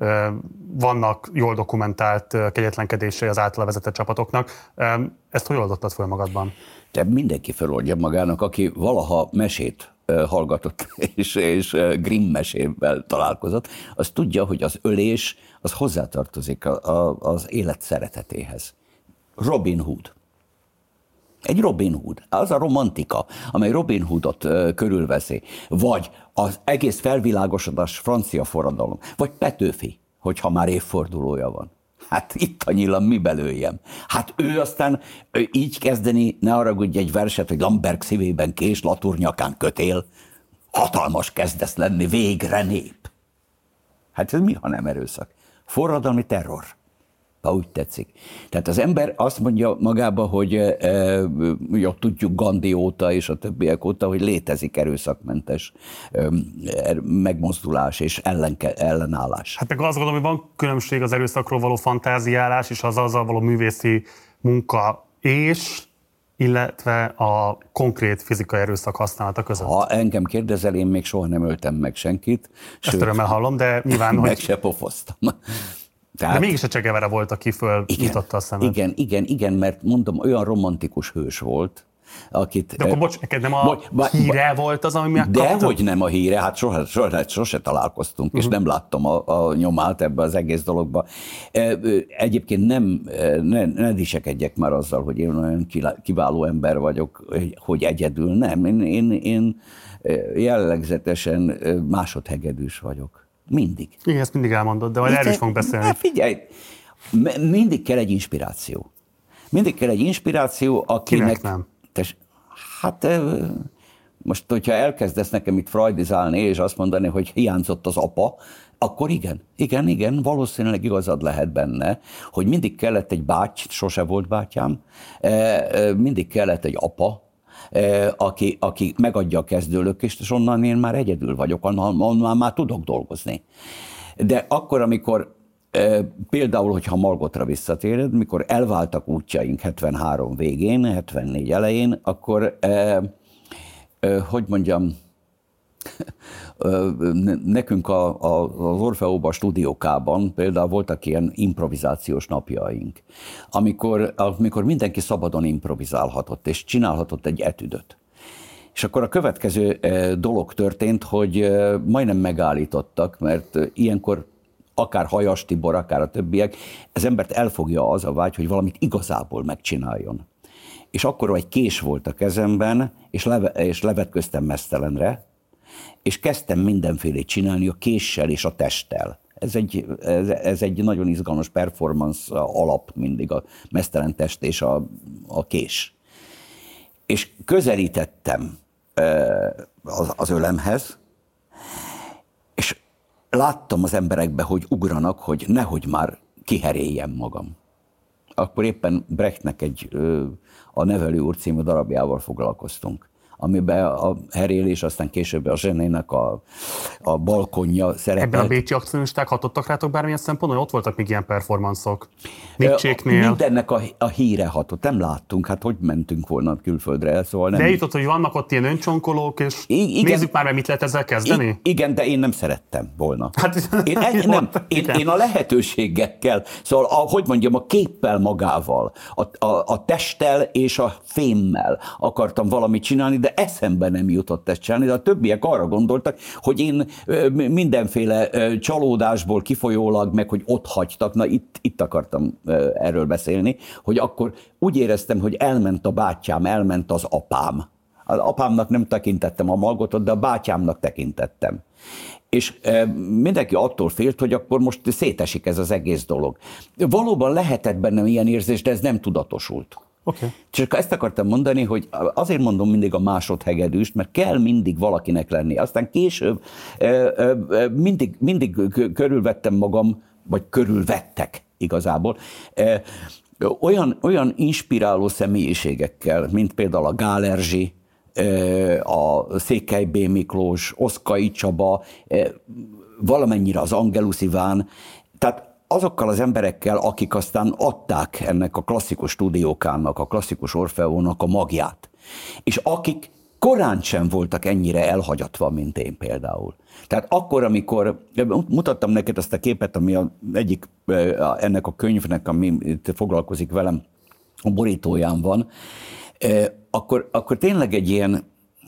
Vannak jól dokumentált kegyetlenkedései az általa vezetett csapatoknak. Ezt hogy oldottad föl magadban? De mindenki feloldja magának, aki valaha mesét hallgatott, és, és Grimm mesével találkozott, az tudja, hogy az ölés az hozzátartozik a, a, az élet szeretetéhez. Robin Hood. Egy Robin Hood, az a romantika, amely Robin Hoodot uh, körülveszi, vagy az egész felvilágosodás francia forradalom, vagy Petőfi, hogyha már évfordulója van. Hát itt a nyilam, mi belőjem. Hát ő aztán ő így kezdeni, ne haragudj, egy verset, hogy Lamberg szívében kés, Latúrnyakán kötél, hatalmas kezdesz lenni, végre nép. Hát ez mi, ha nem erőszak? Forradalmi terror. Ha úgy tetszik. Tehát az ember azt mondja magába, hogy e, e, tudjuk Gandhi óta és a többiek óta, hogy létezik erőszakmentes e, megmozdulás és ellenke, ellenállás. Hát meg azt gondolom, hogy van különbség az erőszakról való fantáziálás és az azzal való művészi munka és illetve a konkrét fizikai erőszak használata között. Ha engem kérdezel, én még soha nem öltem meg senkit. Ezt sőt, örömmel hallom, de nyilván, meg hogy... se pofoztam. Tehát, de mégis a Che Guevara volt, aki fölnyitotta a szemed. Igen, igen, igen, mert mondom, olyan romantikus hős volt, akit... De akkor bocs, neked nem a bocs, ba, híre ba, volt az, ami megkaptad? Dehogy nem a híre, hát soha, soha, sose találkoztunk, uh-huh. és nem láttam a, a nyomát ebbe az egész dologba. Egyébként nem, ne, ne disekedjek már azzal, hogy én olyan kiváló ember vagyok, hogy egyedül nem. Én, én, én jellegzetesen másodhegedűs vagyok. Mindig. Igen, ezt mindig elmondod, de majd erről is fogunk beszélni. Hát figyelj, mindig kell egy inspiráció. Mindig kell egy inspiráció, akinek... Kinek nem? Tes, hát most, hogyha elkezdesz nekem itt freudizálni, és azt mondani, hogy hiányzott az apa, Akkor igen, igen, igen, valószínűleg igazad lehet benne, hogy mindig kellett egy báty, sose volt bátyám, mindig kellett egy apa, aki, aki megadja a kezdőlökést, és onnan én már egyedül vagyok, onnan, onnan már tudok dolgozni. De akkor, amikor például, hogyha Margotra visszatéred, mikor elváltak útjaink hetvenhárom végén, hetvennégy elején, akkor, hogy mondjam, nekünk a, a, az Orfeóban stúdiókában például voltak ilyen improvizációs napjaink, amikor, amikor mindenki szabadon improvizálhatott, és csinálhatott egy etüdöt. És akkor a következő dolog történt, hogy majdnem megállítottak, mert ilyenkor akár Hajas Tibor, akár a többiek, ez embert elfogja az a vágy, hogy valamit igazából megcsináljon. És akkor egy kés volt a kezemben, és, leve, és levetköztem meztelenre, és kezdtem mindenfélét csinálni a késsel és a testtel. Ez egy, ez, ez egy nagyon izgalmas performance alap mindig, a meztelen test és a, a kés. És közelítettem az, az ölemhez, és láttam az emberekbe, hogy ugranak, hogy nehogy már kiheréljem magam. Akkor éppen Brechtnek egy A Nevelő úr című darabjával foglalkoztunk, amiben a herélés, aztán később a zsenének a, a balkonja szerepelt. Ebben a bécsi akcionisták hatottak rátok bármilyen szempontból? Ott voltak még ilyen performanszok? Nietzséknél? Mindennek a, a híre hatott. Nem láttunk, hát hogy mentünk volna külföldre. Szóval nem... De jutott, hogy vannak ott ilyen öncsonkolók, és I- igen, nézzük már meg, mit lehet ezzel kezdeni? I- igen, de én nem szerettem volna. Hát, én, egy, nem, én, én a lehetőségekkel, szóval a, hogy mondjam, a képpel magával, a, a, a testtel és a fémmel akartam valamit csinálni, de eszembe nem jutott ezt csinálni, de a többiek arra gondoltak, hogy én mindenféle csalódásból kifolyólag, meg hogy ott hagytak, na itt, itt akartam erről beszélni, hogy akkor úgy éreztem, hogy elment a bátyám, elment az apám. Az apámnak nem tekintettem a Margotot, de a bátyámnak tekintettem. És mindenki attól félt, hogy akkor most szétesik ez az egész dolog. Valóban lehetett bennem ilyen érzés, de ez nem tudatosult. Okay. Csak ezt akartam mondani, hogy azért mondom mindig a másodhegedűst, mert kell mindig valakinek lenni. Aztán később mindig, mindig körülvettem magam, vagy körülvettek igazából, olyan, olyan inspiráló személyiségekkel, mint például a Gál Erzsi, a Székely B. Miklós, Oszkai Csaba, valamennyire az Angelus Iván, tehát azokkal az emberekkel, akik aztán adták ennek a klasszikus stúdiókának, a klasszikus Orfeónak a magját, és akik korán sem voltak ennyire elhagyatva, mint én például. Tehát akkor, amikor mutattam neked azt a képet, ami a egyik ennek a könyvnek, ami foglalkozik velem, a borítóján van, akkor, akkor tényleg egy ilyen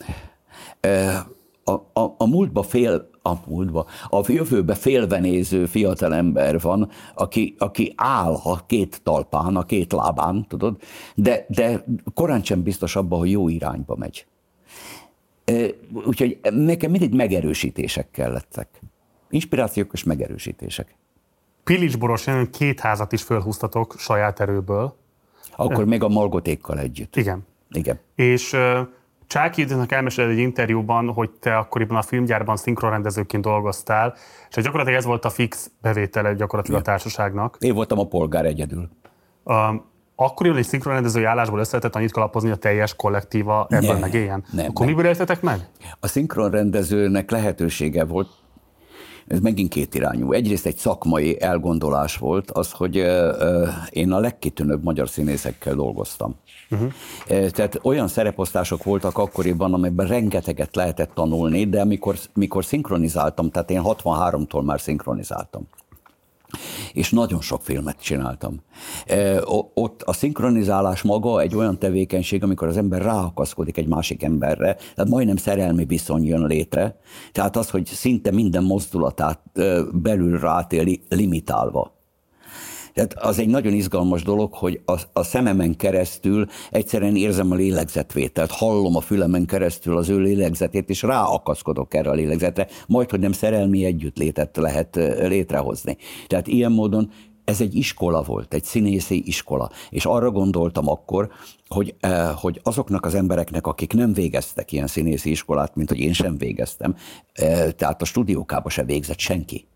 a, a, a múltba fél, a múltba, a jövőbe félvenéző fiatalember van, aki, aki áll a két talpán, a két lábán, tudod, de, de korán sem biztos abban, hogy jó irányba megy. Úgyhogy nekem mindig megerősítések kellettek. Inspirációk és megerősítések. Pilics Boros, két házat is fölhúztatok saját erőből. Akkor még a Margotékkal együtt. Igen. Igen. És uh, Csáky Juditnak elmeséled egy interjúban, hogy te akkoriban a filmgyárban szinkronrendezőként dolgoztál, és gyakorlatilag ez volt a fix bevétele gyakorlatilag a társaságnak. Én voltam a polgár egyedül. Uh, akkoriban egy szinkronrendezői állásból össze lehetett annyit kalapozni, a teljes kollektíva ebből nem, megéljen? Nem, Akkor miből éltetek meg? A szinkronrendezőnek lehetősége volt, ez megint kétirányú. Egyrészt egy szakmai elgondolás volt az, hogy én a legkitűnőbb magyar színészekkel dolgoztam. Uh-huh. Tehát olyan szereposztások voltak akkoriban, amelyben rengeteget lehetett tanulni, de amikor, mikor szinkronizáltam, tehát én hatvanháromtól már szinkronizáltam. És nagyon sok filmet csináltam. Ott a szinkronizálás maga egy olyan tevékenység, amikor az ember ráakaszkodik egy másik emberre, tehát majdnem szerelmi viszony jön létre, tehát az, hogy szinte minden mozdulatát belül rátéli limitálva. Tehát az egy nagyon izgalmas dolog, hogy a, a szememen keresztül egyszerűen érzem a lélegzetvételt, hallom a fülemen keresztül az ő lélegzetét, és ráakaszkodok erre a lélegzetre, majd, hogy nem szerelmi együttlétet lehet létrehozni. Tehát ilyen módon ez egy iskola volt, egy színészi iskola. És arra gondoltam akkor, hogy, eh, hogy azoknak az embereknek, akik nem végeztek ilyen színészi iskolát, mint hogy én sem végeztem, eh, tehát a stúdiókába se végzett senki.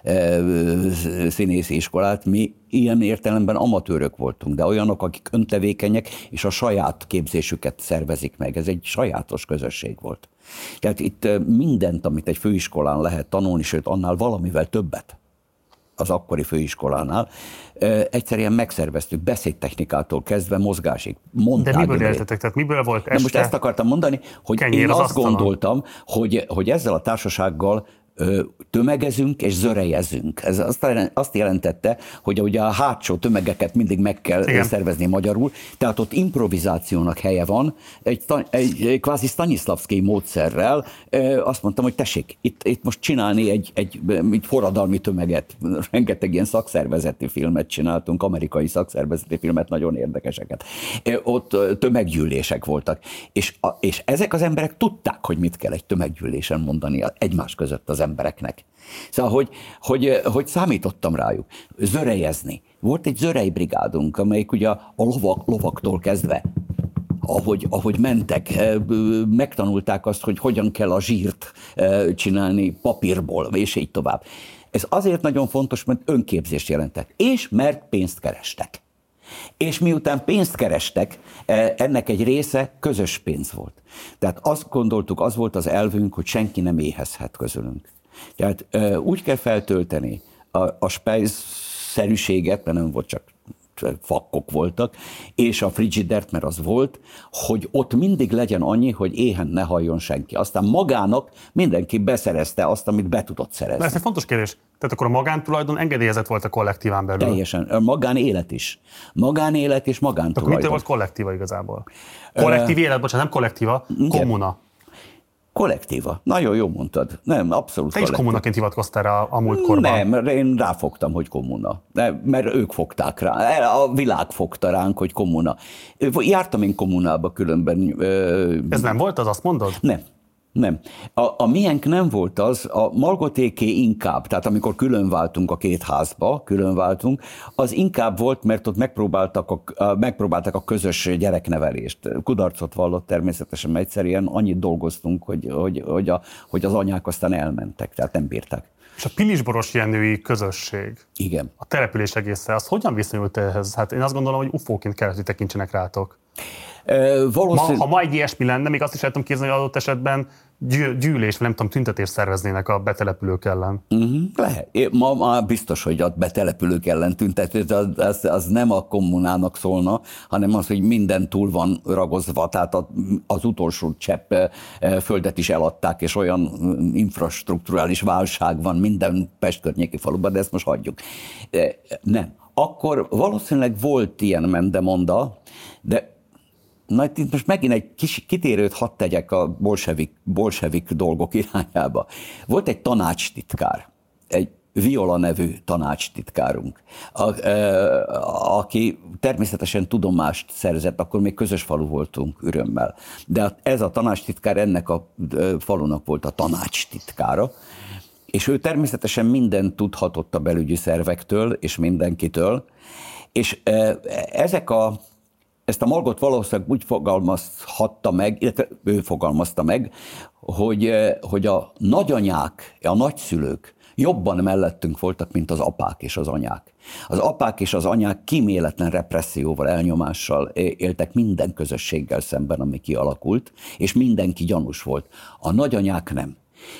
színészi iskolát, mi ilyen értelemben amatőrök voltunk, de olyanok, akik öntevékenyek, és a saját képzésüket szervezik meg. Ez egy sajátos közösség volt. Tehát itt mindent, amit egy főiskolán lehet tanulni, sőt annál valamivel többet, az akkori főiskolánál, egyszerűen megszerveztük beszédtechnikától kezdve mozgásig. De miből éltetek? Tehát miből volt este? De most ezt akartam mondani, hogy én az azt asztalon. gondoltam, hogy, hogy ezzel a társasággal tömegezünk és zörejezünk. Ez azt jelentette, hogy ugye a hátsó tömegeket mindig meg kell Igen. szervezni magyarul, tehát ott improvizációnak helye van, egy, egy, egy kvázi Stanislavski módszerrel azt mondtam, hogy tessék, itt, itt most csinálni egy, egy, egy forradalmi tömeget, rengeteg ilyen szakszervezeti filmet csináltunk, amerikai szakszervezeti filmet, nagyon érdekeseket. Ott tömeggyűlések voltak, és, a, és ezek az emberek tudták, hogy mit kell egy tömeggyűlésen mondani egymás között az embereknek. Szóval, hogy, hogy, hogy számítottam rájuk. Zörejezni. Volt egy zörejbrigádunk, amelyik ugye a lovak, lovaktól kezdve, ahogy, ahogy mentek, megtanulták azt, hogy hogyan kell a zsírt csinálni papírból, és így tovább. Ez azért nagyon fontos, mert önképzést jelentett, és mert pénzt kerestek. És miután pénzt kerestek, ennek egy része közös pénz volt. Tehát azt gondoltuk, az volt az elvünk, hogy senki nem éhezhet közülünk. Tehát úgy kell feltölteni a, a spejzszerűséget, mert nem volt csak fakkok voltak, és a frigidert, mert az volt, hogy ott mindig legyen annyi, hogy éhen ne halljon senki. Aztán magának mindenki beszerezte azt, amit be tudott szerezni. De ez egy fontos kérdés. Tehát akkor a magántulajdon engedélyezett volt a kollektíván belül? Teljesen. A magánélet is. Magánélet és magántulajdon. Akkor mitől volt kollektíva igazából? Kollektív élet, bocsánat, nem kollektíva, kommuna. Kollektíva. Nagyon jó mondtad. Nem, abszolút Te is kommunaként hivatkoztál rá a múltkorban. Nem, én ráfogtam, hogy kommuna. Nem, mert ők fogták rá. A világ fogta ránk, hogy kommuna. Jártam én kommunába különben. Ez nem volt az, azt mondod? Nem. Nem. A, a miénk nem volt az, a Margotéké inkább, tehát amikor külön váltunk a két házba, külön váltunk, az inkább volt, mert ott megpróbáltak a, a, megpróbáltak a közös gyereknevelést. Kudarcot vallott természetesen, mert egyszerűen annyit dolgoztunk, hogy, hogy, hogy, a, hogy az anyák aztán elmentek, tehát nem bírták. És a Pilisboros Jenői közösség, Igen. A település egészen, az hogyan viszonyult ehhez? Hát én azt gondolom, hogy ufóként kellett, hogy tekintsenek rátok. E, valószínű... ma, ha ma egy ilyesmi lenne, még azt is el tudom képzelni, hogy adott esetben gyű, gyűlés, vagy nem tudom, tüntetést szerveznének a betelepülők ellen. Uh-huh, lehet. Ma már biztos, hogy a betelepülők ellen tüntetés, az, az, az nem a kommunának szólna, hanem az, hogy minden túl van ragozva, tehát az utolsó csepp földet is eladták, és olyan infrastrukturális válság van minden Pest környéki faluban, de ezt most hagyjuk. Nem. Akkor valószínűleg volt ilyen mendemonda, de na, itt most megint egy kis kitérőt hadd tegyek a bolsevik, bolsevik dolgok irányába. Volt egy tanácstitkár, egy Viola nevű tanácstitkárunk, a, a, aki természetesen tudomást szerzett, akkor még közös falu voltunk Ürömmel. De ez a tanácstitkár ennek a falunak volt a tanácstitkára, és ő természetesen mindent tudhatott a belügyi szervektől és mindenkitől, és ezek a Ezt a Margot valószínűleg úgy fogalmazhatta meg, illetve ő fogalmazta meg, hogy, hogy a nagyanyák, a nagyszülők jobban mellettünk voltak, mint az apák és az anyák. Az apák és az anyák kíméletlen represszióval, elnyomással éltek minden közösséggel szemben, ami kialakult, és mindenki gyanús volt. A nagyanyák nem.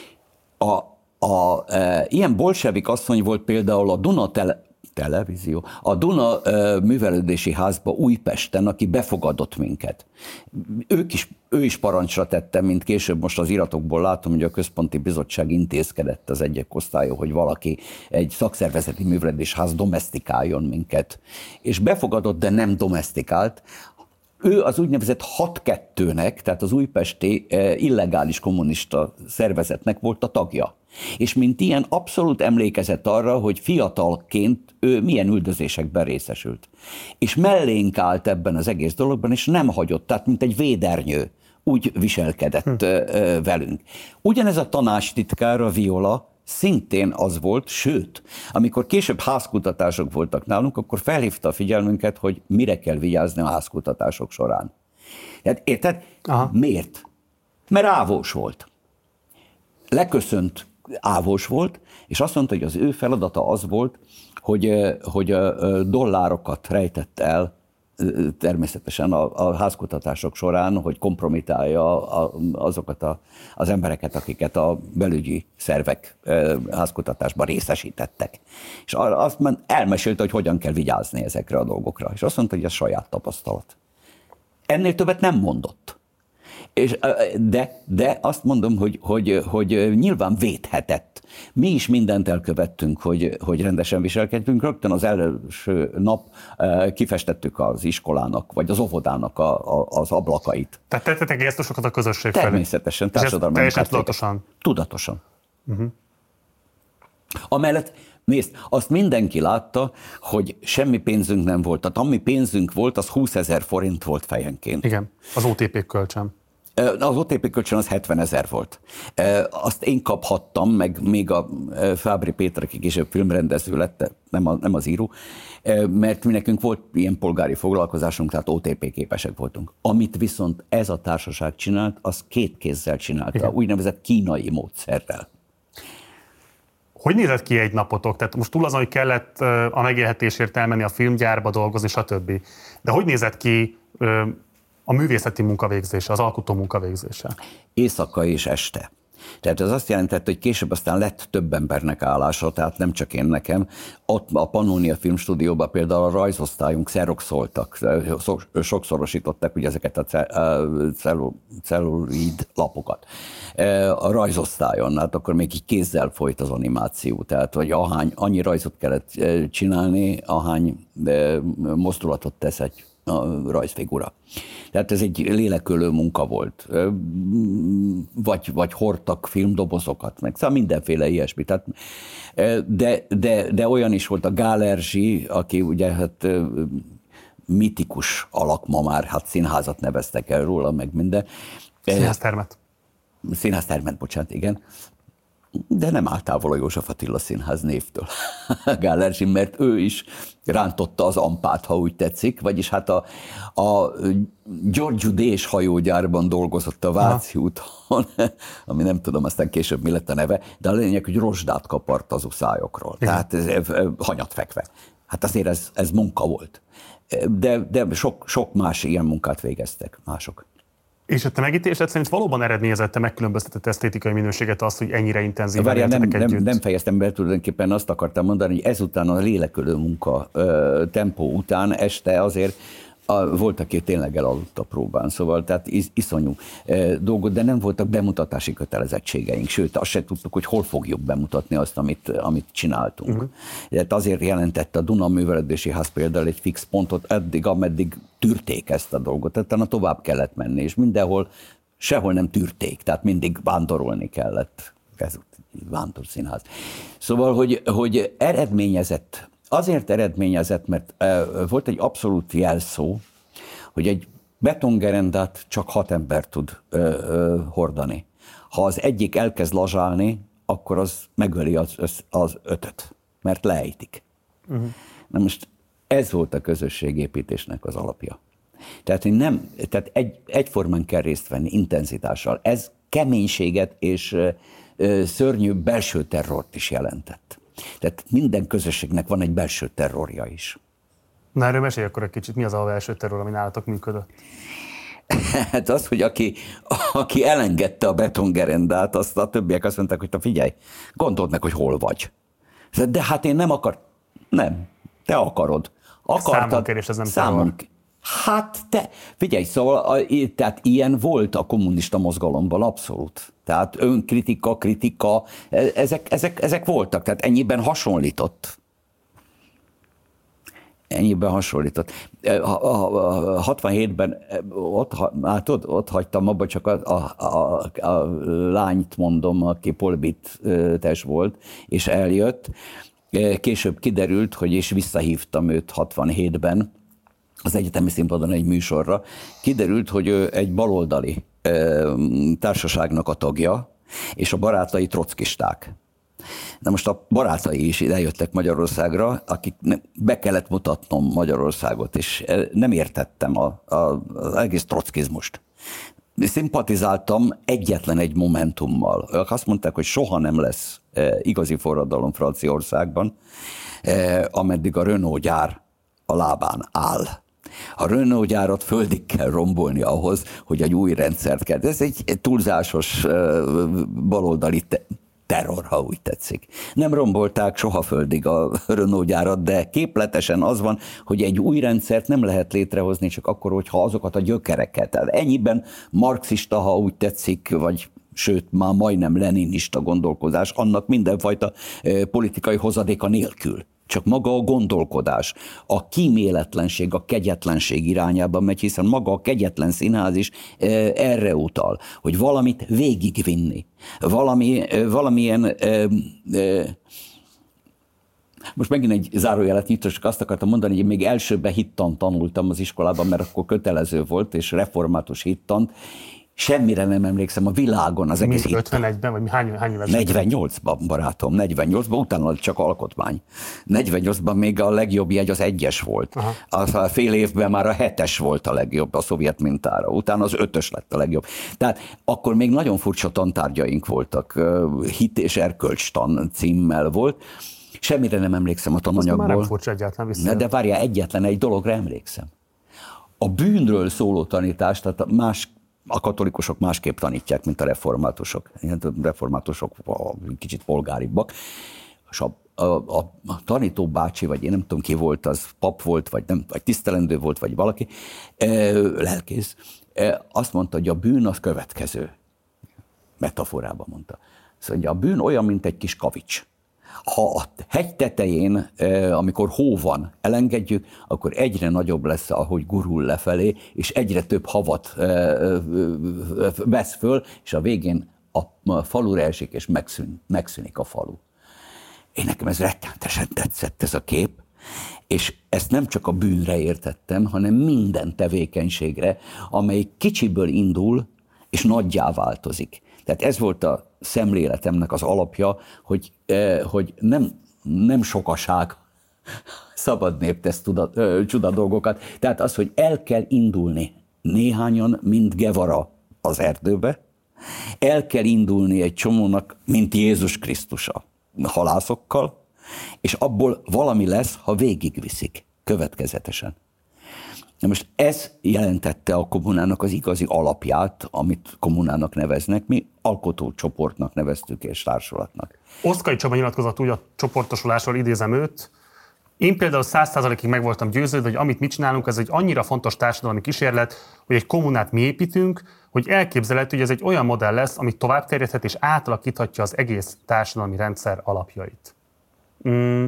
A, a, e, ilyen bolsevik asszony volt például a Duna tele, televízió, a Duna uh, művelődési házba Újpesten, aki befogadott minket. Ők is, ő is parancsra tette, mint később most az iratokból látom, hogy a Központi Bizottság intézkedett az egyik osztályon, hogy valaki egy szakszervezeti művelődési ház domesztikáljon minket. És befogadott, de nem domesztikált. Ő az úgynevezett hat kettőnek, tehát az újpesti uh, illegális kommunista szervezetnek volt a tagja. És mint ilyen abszolút emlékezett arra, hogy fiatalként ő milyen üldözésekben részesült. És mellénk állt ebben az egész dologban, és nem hagyott, tehát mint egy védernyő, úgy viselkedett hm. velünk. Ugyanez a tanácstitkár, a Viola, szintén az volt, sőt, amikor később házkutatások voltak nálunk, akkor felhívta a figyelmünket, hogy mire kell vigyázni a házkutatások során. Hát, érted? Aha. Miért? Mert ávós volt. Leköszönt ávós volt, és azt mondta, hogy az ő feladata az volt, hogy, hogy a dollárokat rejtett el természetesen a, a házkutatások során, hogy kompromitálja azokat a, az embereket, akiket a belügyi szervek házkutatásban részesítettek. És azt elmesélte, hogy hogyan kell vigyázni ezekre a dolgokra. És azt mondta, hogy ez saját tapasztalat. Ennél többet nem mondott. És, de, de azt mondom, hogy, hogy, hogy nyilván védhetett. Mi is mindent elkövettünk, hogy, hogy rendesen viselkedjünk. Rögtön az első nap kifestettük az iskolának, vagy az óvodának a, a, az ablakait. Tehát tettetek gesztusokat a közösség felé? Természetesen. Társadalmi teljesen tudatosan? Tudatosan. Uh-huh. Amellett, nézd, azt mindenki látta, hogy semmi pénzünk nem volt. Tehát ami pénzünk volt, az húszezer forint volt fejenként. Igen, az o té pé kölcsön. Az o té pé kölcsön az hetvenezer volt. Azt én kaphattam, meg még a Fábry Péter, aki később filmrendező lett, nem, a, nem az író, mert mi nekünk volt ilyen polgári foglalkozásunk, tehát o té pé képesek voltunk. Amit viszont ez a társaság csinált, az két kézzel csinálta, igen. Úgynevezett kínai módszerrel. Hogy nézett ki egy napotok? Tehát most túl azon, hogy kellett a megélhetésért elmenni a filmgyárba dolgozni, stb. De hogy nézett ki a művészeti munkavégzése, az alkotó munkavégzése? Éjszaka és este. Tehát ez azt jelentette, hogy később aztán lett több embernek állása, tehát nem csak én nekem. Ott a Pannonia Filmstúdióban például a rajzosztályunk xeroxoltak, sokszorosították ugye ezeket a celluloid lapokat. A rajzosztályon, hát akkor még így kézzel folyt az animáció, tehát hogy ahány, annyi rajzot kellett csinálni, ahány mozdulatot tesz egy a rajzfigura. Tehát ez egy lélekölő munka volt. Vagy, vagy hordtak filmdobozokat, meg szóval mindenféle ilyesmi. Tehát, de, de, de olyan is volt a Gál Erzsi, aki ugye hát mitikus alak ma már, hát színházat neveztek el róla, meg minden. Színháztermet. Színháztermet, bocsánat, igen. De nem áll távol a József Attila Színház névtől, Gál Erzsi, mert ő is rántotta az ampát, ha úgy tetszik, vagyis hát a, a Giorgio Dés hajógyárban dolgozott a Váci úton, ami nem tudom, aztán később mi lett a neve, de a lényeg, hogy rozsdát kapart az uszályokról, igen. Tehát ez, hanyat fekve. Hát azért ez, ez munka volt. De, de sok, sok más ilyen munkát végeztek mások. És a te megítélésed szerint valóban eredményezette megkülönböztetett esztétikai minőséget az, hogy ennyire intenzíven Várjál, nem, éltetek együtt? Nem, nem fejeztem be, tulajdonképpen azt akartam mondani, hogy ezután a lélekölő munka ö, tempó után este azért a, volt, aki tényleg elaludt a próbán, szóval tehát is, iszonyú e, dolgot, de nem voltak bemutatási kötelezettségeink, sőt azt se tudtuk, hogy hol fogjuk bemutatni azt, amit, amit csináltunk. Uh-huh. Tehát azért jelentett a Duna Művelődési Ház például egy fix pontot, eddig, ameddig tűrték ezt a dolgot, tehát tovább kellett menni, és mindenhol, sehol nem tűrték, tehát mindig vándorolni kellett. Ez vándorszínház. Szóval, hogy, hogy eredményezett, azért eredményezett, mert uh, volt egy abszolút jelszó, hogy egy betongerendát csak hat ember tud uh, uh, hordani. Ha az egyik elkezd lazsálni, akkor az megöli az, az, az ötöt, mert leejtik. Uh-huh. Na most ez volt a közösségépítésnek az alapja. Tehát, hogy nem, tehát egy, egyformán kell részt venni, intenzitással. Ez keménységet és uh, uh, szörnyű belső terrort is jelentett. Tehát minden közösségnek van egy belső terrorja is. Na erről mesélj akkor egy kicsit, mi az a belső terror, ami nálatok működött? Hát az, hogy aki, aki elengedte a betongerendát, azt a többiek azt mondták, hogy te figyelj, gondold meg, hogy hol vagy. De hát én nem akar. Nem, te akarod. Akartad. Számonkérés, ez nem számon... Hát te, figyelj, szóval tehát ilyen volt a kommunista mozgalomban abszolút. Tehát önkritika, kritika, ezek, ezek, ezek voltak, tehát ennyiben hasonlított. Ennyiben hasonlított. hatvanhétben ott, hát ott, ott hagytam abba, csak a, a, a, a lányt mondom, aki polbites volt, és eljött. Később kiderült, hogy és visszahívtam őt hatvanhétben, az egyetemi színpadon egy műsorra. Kiderült, hogy ő egy baloldali társaságnak a tagja, és a barátai trockisták. Na most a barátai is eljöttek Magyarországra, akik be kellett mutatnom Magyarországot, és nem értettem a, a, az egész trockizmust. szimpatizáltam egyetlen egy momentummal. Azt mondták, hogy soha nem lesz igazi forradalom Franciaországban, ameddig a Renault gyár a lábán áll. A Renault gyárat földig kell rombolni ahhoz, hogy egy új rendszert kell. Ez egy túlzásos baloldali terror, ha úgy tetszik. Nem rombolták soha földig a Renault gyárat, de képletesen az van, hogy egy új rendszert nem lehet létrehozni csak akkor, hogyha azokat a gyökereket. Tehát ennyiben marxista, ha úgy tetszik, vagy sőt, már majdnem leninista gondolkozás, annak mindenfajta politikai hozadéka nélkül. Csak maga a gondolkodás, a kíméletlenség, a kegyetlenség irányában megy, hiszen maga a kegyetlen színház is erre utal, hogy valamit végigvinni, valami, valamilyen... Most megint egy zárójelet nyitok, csak azt akartam mondani, hogy én még elsőben hittant tanultam az iskolában, mert akkor kötelező volt, és református hittant. Semmire nem emlékszem a világon az egész hittan. ötvenegyben, vagy hány, hány éves? negyvennyolcban, barátom, negyvennyolcban, utána csak alkotmány. negyvennyolcban még a legjobb jegy az egyes volt. Aha. A fél évben már a hetes volt a legjobb a szovjet mintára, utána az ötös lett a legjobb. Tehát akkor még nagyon furcsa tantárgyaink voltak, hit és erkölcstan címmel volt. Semmire nem emlékszem a tananyagból. Már nem furcsa egyáltalán vissza. De várjál, egyetlen egy dologra emlékszem. A bűnről szóló tanítást, tehát más a katolikusok másképp tanítják, mint a reformátusok. A reformátusok kicsit polgáribbak. És a, a, a, a tanító bácsi, vagy én nem tudom ki volt, az pap volt, vagy, nem, vagy tisztelendő volt, vagy valaki, e, lelkész, e, azt mondta, hogy a bűn az következő. Metaforában mondta. Szóval a bűn olyan, mint egy kis kavics. Ha a hegy tetején, amikor hó van, elengedjük, akkor egyre nagyobb lesz, ahogy gurul lefelé, és egyre több havat vesz föl, és a végén a falura esik, és megszűn, megszűnik a falu. Én nekem ez rettenetesen tetszett ez a kép, és ezt nem csak a bűnre értettem, hanem minden tevékenységre, amely kicsiből indul, és nagyjá változik. Tehát ez volt a szemléletemnek az alapja, hogy, eh, hogy nem, nem sokaság, szabad nép tesz tuda, ö, csuda dolgokat. Tehát az, hogy el kell indulni néhányan, mint Guevara az erdőbe, el kell indulni egy csomónak, mint Jézus Krisztus a halászokkal, és abból valami lesz, ha végigviszik következetesen. Na most ez jelentette a kommunának az igazi alapját, amit kommunának neveznek, mi alkotócsoportnak neveztük és társulatnak. Oszkai Csaba nyilatkozott úgy a csoportosulásról, idézem őt. Én például száz százalékig meg voltam győződve, hogy amit mi csinálunk, ez egy annyira fontos társadalmi kísérlet, hogy egy kommunát mi építünk, hogy elképzelhető, hogy ez egy olyan modell lesz, amit tovább terjedhet és átalakíthatja az egész társadalmi rendszer alapjait. Mm.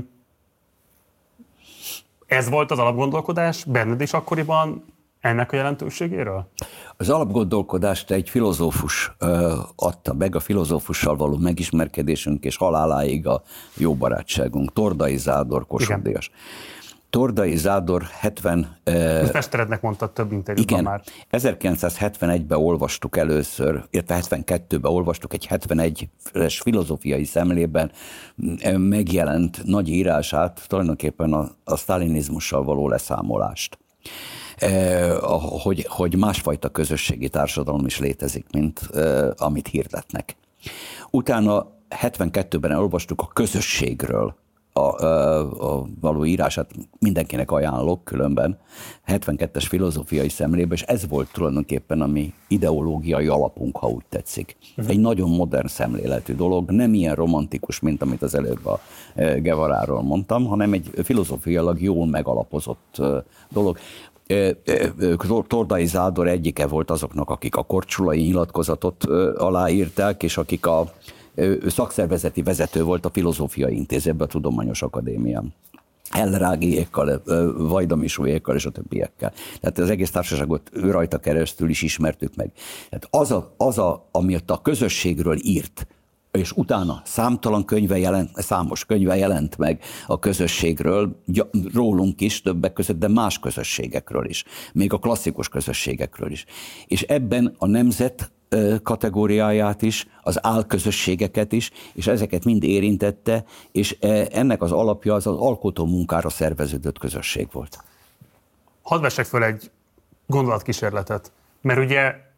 Ez volt az alapgondolkodás benned is akkoriban ennek a jelentőségéről? Az alapgondolkodást egy filozófus ö, adta meg, a filozófussal való megismerkedésünk és haláláig a jó barátságunk, Tordai Zádor, Kossuth Díjas. Tordai Zádor hetven... Ezt mesterednek mondtad több interjúban már. ezerkilencszázhetvenegyben olvastuk először, illetve hetvenkettőben olvastuk egy hetvenegyes filozófiai szemlében megjelent nagy írását, tulajdonképpen a, a sztálinizmussal való leszámolást. Eh, hogy, hogy másfajta közösségi társadalom is létezik, mint eh, amit hirdetnek. Utána hetvenkettőben olvastuk a közösségről a, a, a való írását, mindenkinek ajánlok különben, hetvenkettes filozófiai szemlébe, és ez volt tulajdonképpen a mi ideológiai alapunk, ha úgy tetszik. Uh-huh. Egy nagyon modern szemléletű dolog, nem ilyen romantikus, mint amit az előbb a Guevaráról mondtam, hanem egy filozófiailag jól megalapozott dolog. Tordai Zádor egyike volt azoknak, akik a korcsolai nyilatkozatot aláírták, és akik a szakszervezeti vezető volt a Filozófiai Intézetben, a Tudományos Akadémián. Elrágiékkal, Vajdamisúékkal és a többiekkel. Tehát az egész társaságot ő rajta keresztül is ismertük meg. Tehát az, a, az a, amit a közösségről írt, és utána számtalan könyve jelent, számos könyve jelent meg a közösségről, rólunk is többek között, de más közösségekről is, még a klasszikus közösségekről is. És ebben a nemzet kategóriáját is, az álközösségeket is, és ezeket mind érintette, és ennek az alapja az az alkotó munkára szerveződött közösség volt. Hadd vessek föl egy gondolatkísérletet, mert ugye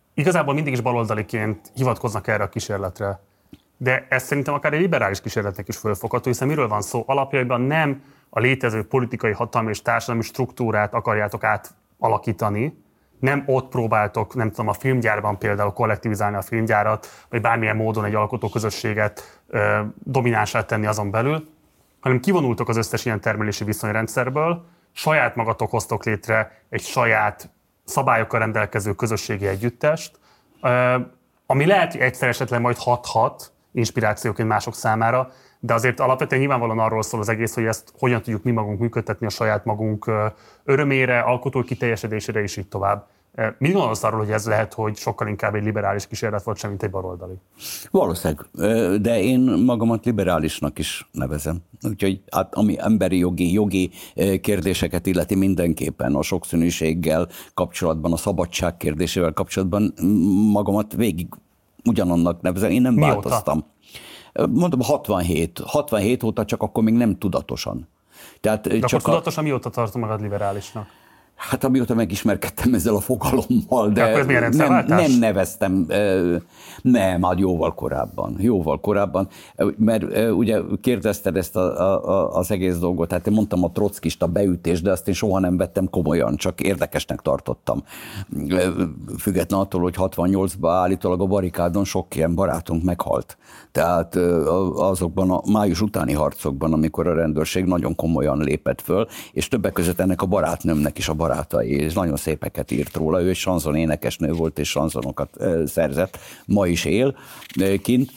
igazából mindig is baloldaliként hivatkoznak erre a kísérletre. De ez szerintem akár egy liberális kísérletnek is fölfogható, hiszen miről van szó? Alapjaiban nem a létező politikai, hatalmi és társadalmi struktúrát akarjátok átalakítani, nem ott próbáltok, nem tudom, a filmgyárban például kollektivizálni a filmgyárat, vagy bármilyen módon egy alkotóközösséget ö, dominánsát tenni azon belül, hanem kivonultok az összes ilyen termelési viszonyrendszerből, saját magatok hoztok létre egy saját szabályokkal rendelkező közösségi együttest, ö, ami lehet, hogy egyszer esetleg majd hathat inspirációként mások számára, de azért alapvetően nyilvánvalóan arról szól az egész, hogy ezt hogyan tudjuk mi magunk működtetni a saját magunk örömére, alkotói kiteljesedésére és így tovább. Mit gondolsz arról, hogy ez lehet, hogy sokkal inkább egy liberális kísérlet volt, sem mint egy baloldali? Valószínűleg, de én magamat liberálisnak is nevezem. Úgyhogy hát, ami emberi jogi, jogi kérdéseket illeti mindenképpen a sokszínűséggel kapcsolatban, a szabadság kérdésével kapcsolatban magamat végig ugyanannak nevezem. Én nem Mióta? változtam. Mondom, hatvanhét. hatvanhét óta, csak akkor még nem tudatosan. Tehát de csak akkor tudatosan a... mióta tartom magad liberálisnak? Hát amióta megismerkedtem ezzel a fogalommal, de, de nem, nem neveztem, nem, hát jóval korábban, jóval korábban, mert ugye kérdezted ezt a, a, az egész dolgot, tehát én mondtam a trockista beütés, de azt én soha nem vettem komolyan, csak érdekesnek tartottam. Független attól, hogy hatvannyolcban állítólag a barikádon sok ilyen barátunk meghalt. Tehát azokban a május utáni harcokban, amikor a rendőrség nagyon komolyan lépett föl, és többek között ennek a barátnőmnek is a barátai, és nagyon szépeket írt róla, ő egy sanzon énekesnő volt, és sanzonokat szerzett, ma is él kint.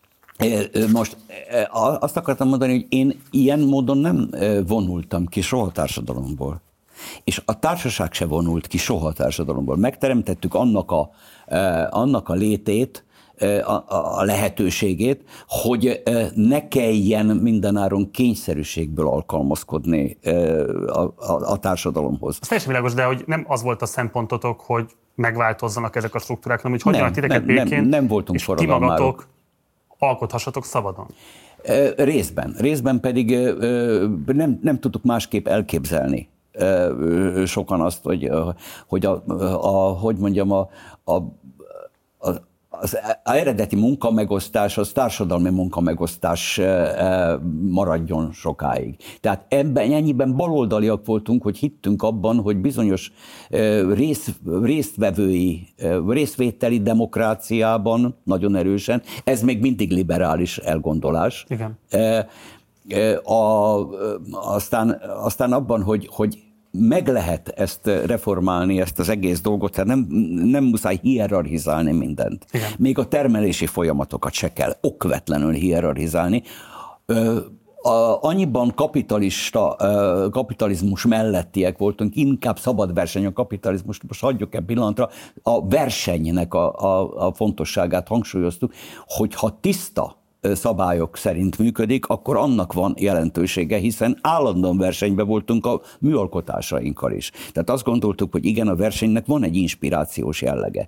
Most azt akartam mondani, hogy én ilyen módon nem vonultam ki soha a társadalomból. És a társaság se vonult ki soha a társadalomból. Megteremtettük annak a, annak a létét, A, a lehetőségét, hogy ne kelljen mindenáron kényszerűségből alkalmazkodni a, a, a társadalomhoz. Ez teljesen világos, de hogy nem az volt a szempontotok, hogy megváltozzanak ezek a struktúrák, hanem hogy hagyjanak titeket békén, nem, nem voltunk és ti magatok alkothassatok szabadon. Részben. Részben pedig nem, nem tudtuk másképp elképzelni sokan azt, hogy, hogy a, a, hogy mondjam, a, a, a az eredeti munkamegosztás, az társadalmi munkamegosztás maradjon sokáig. Tehát ebben ennyiben baloldaliak voltunk, hogy hittünk abban, hogy bizonyos rész, résztvevői, részvételi demokráciában nagyon erősen, ez még mindig liberális elgondolás. Igen. A, aztán, aztán abban, hogy, hogy meg lehet ezt reformálni, ezt az egész dolgot, tehát nem, nem muszáj hierarchizálni mindent. Igen. Még a termelési folyamatokat se kell okvetlenül hierarchizálni. A, annyiban kapitalista, kapitalizmus mellettiek voltunk, inkább szabad verseny a kapitalizmus, most hagyjuk egy pillanatra, a versenynek a, a, a fontosságát hangsúlyoztuk, hogyha tiszta szabályok szerint működik, akkor annak van jelentősége, hiszen állandóan versenyben voltunk a műalkotásainkkal is. Tehát azt gondoltuk, hogy igen, a versenynek van egy inspirációs jellege.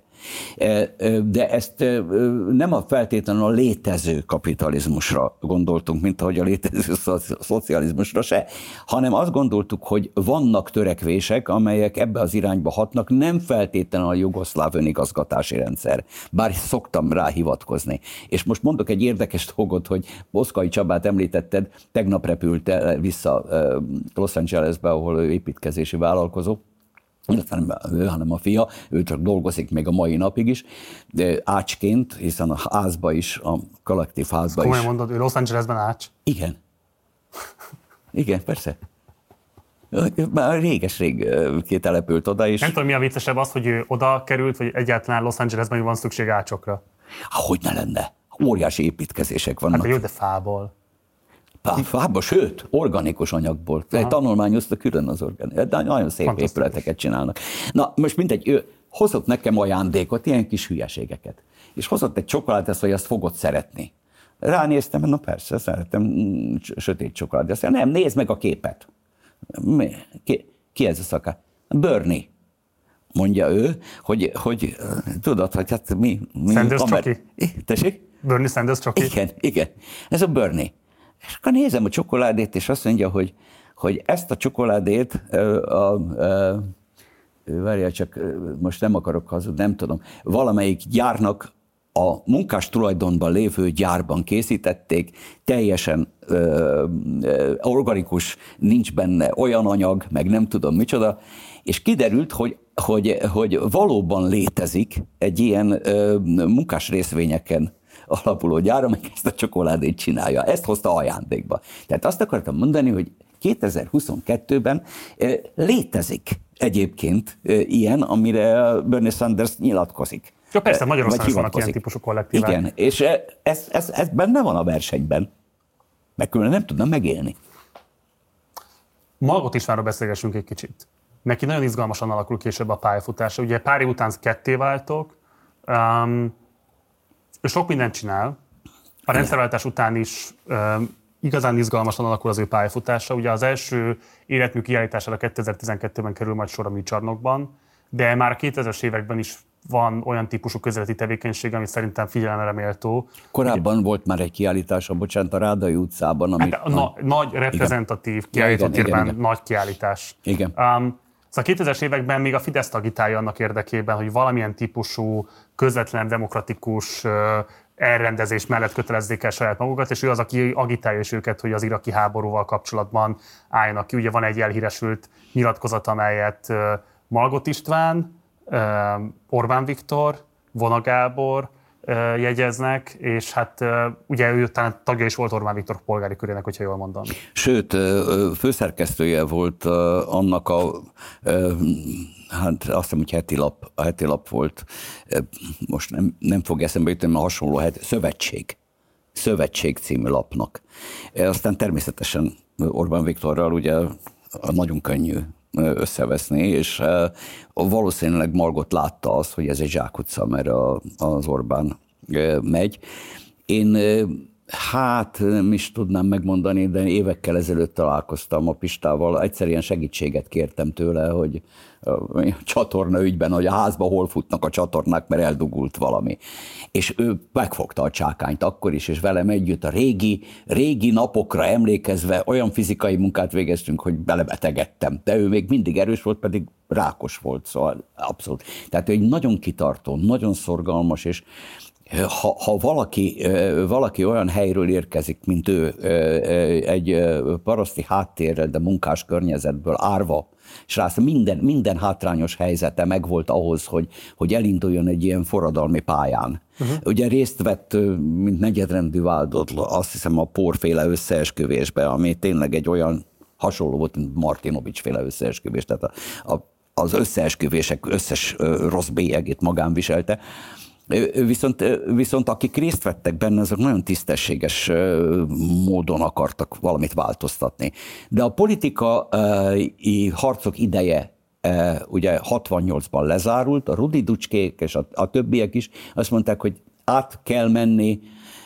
De ezt nem a feltétlenül a létező kapitalizmusra gondoltunk, mint ahogy a létező szocializmusra se, hanem azt gondoltuk, hogy vannak törekvések, amelyek ebbe az irányba hatnak, nem feltétlenül a jugoszláv önigazgatási rendszer. Bár szoktam rá hivatkozni. És most mondok egy érdekes dolgot, hogy Boszkai Csabát említetted, tegnap repült vissza Los Angelesbe, ahol ő építkezési vállalkozó, illetve nem ő, hanem a fia, ő csak dolgozik még a mai napig is, de ácsként, hiszen a házba is, a kollektív házba is. Komolyan mondod, ő Los Angelesben ács? Igen. Igen, persze. Már réges-rég kitelepült oda is. Nem tudom, mi a viccesebb az, hogy ő oda került, vagy egyáltalán Los Angelesben van szükség ácsokra? Hogy ne lenne? Óriási építkezések vannak. Hát jó, de fából. Fából, sőt, organikus anyagból. Aha. Tanulmányozta külön az organikus. De nagyon szép épületeket csinálnak. Na, most mindegy, ő hozott nekem ajándékot, ilyen kis hülyeségeket. És hozott egy csokoládét, hogy azt fogod szeretni. Ránéztem, na persze, szeretem sötét csokoládét. Azt mondja, nem, nézd meg a képet. Ki, ki ez a szakár? Bernie. Mondja ő, hogy, hogy tudod, hogy hát mi... mi Sanders Csoki? Tessék? Bernie Sanders Csoki? Igen, igen. Ez a Bernie. És akkor nézem a csokoládét, és azt mondja, hogy, hogy ezt a csokoládét a, a, a, várjál csak, most nem akarok hazudni, nem tudom, valamelyik gyárnak a munkás tulajdonban lévő gyárban készítették, teljesen ö, ö, organikus, nincs benne olyan anyag, meg nem tudom micsoda, és kiderült, hogy, hogy, hogy valóban létezik egy ilyen ö, munkás részvényeken alapuló gyár, amely ezt a csokoládét csinálja. Ezt hozta ajándékba. Tehát azt akartam mondani, hogy kétezer-huszonkettőben ö, létezik egyébként ö, ilyen, amire Bernie Sanders nyilatkozik. Ja, persze, Magyarországon vannak ilyen típusú kollektívák. Igen, és ez, ez, ez benne van a versenyben. Meg különben nem tudna megélni. Margot Istvánról beszélgessünk egy kicsit. Neki nagyon izgalmasan alakul később a pályafutása. Ugye pár év után ketté váltok, um, ő sok mindent csinál. A rendszerváltás után is um, igazán izgalmasan alakul az ő pályafutása. Ugye az első életmű kiállítására kétezer-tizenkettőben kerül majd sor a Műcsarnokban, de már a kétezres években is van olyan típusú közéleti tevékenység, ami szerintem figyelemre méltó. Korábban ugye, volt már egy kiállítása, bocsánat, a Rádai utcában. Ami, hát a na, nagy reprezentatív kiállítótérben nagy kiállítás. Igen. Um, szóval a kétezres években még a Fidesz agitálja annak érdekében, hogy valamilyen típusú közvetlen, demokratikus uh, elrendezés mellett kötelezzék el saját magukat, és ő az, aki agitálja is őket, hogy az iraki háborúval kapcsolatban álljanak ki. Ugye van egy elhíresült nyilatkozat, amelyet uh, Margot István, Orbán Viktor, Vona Gábor jegyeznek, és hát ugye ő talán tagja is volt Orbán Viktor polgári körének, hogyha jól mondom. Sőt, főszerkesztője volt annak a, hát azt hiszem, hogy heti lap, a heti lap volt, most nem, nem fog eszembe jutni, mert hasonló heti, Szövetség. Szövetség című lapnak. Aztán természetesen Orbán Viktorral ugye nagyon könnyű összeveszni, és valószínűleg Margot látta azt, hogy ez egy zsákutca, mert az Orbán megy. Én hát nem is tudnám megmondani, de évekkel ezelőtt találkoztam a Pistával, egyszerűen segítséget kértem tőle, hogy a csatorna ügyben, hogy a házba hol futnak a csatornák, mert eldugult valami. És ő megfogta a csákányt akkor is, és velem együtt a régi, régi napokra emlékezve olyan fizikai munkát végeztünk, hogy belebetegedtem. De ő még mindig erős volt, pedig rákos volt, szóval abszolút. Tehát ő egy nagyon kitartó, nagyon szorgalmas, és Ha, ha valaki, valaki olyan helyről érkezik, mint ő, egy paraszti háttérrel, de munkás környezetből árva, és rá minden, minden hátrányos helyzete megvolt ahhoz, hogy, hogy elinduljon egy ilyen forradalmi pályán. Uh-huh. Ugye részt vett, mint negyedrendű váldott, azt hiszem a Porféle összeesküvésbe, ami tényleg egy olyan hasonló volt, mint Martinovics féle összeesküvés, tehát a, a, az összeesküvések összes rossz bélyegét magán viselte. Viszont, viszont akik részt vettek benne, azok nagyon tisztességes módon akartak valamit változtatni. De a politikai harcok ideje ugye hatvannyolcban lezárult, a Rudi Ducskék és a, a többiek is azt mondták, hogy át kell menni,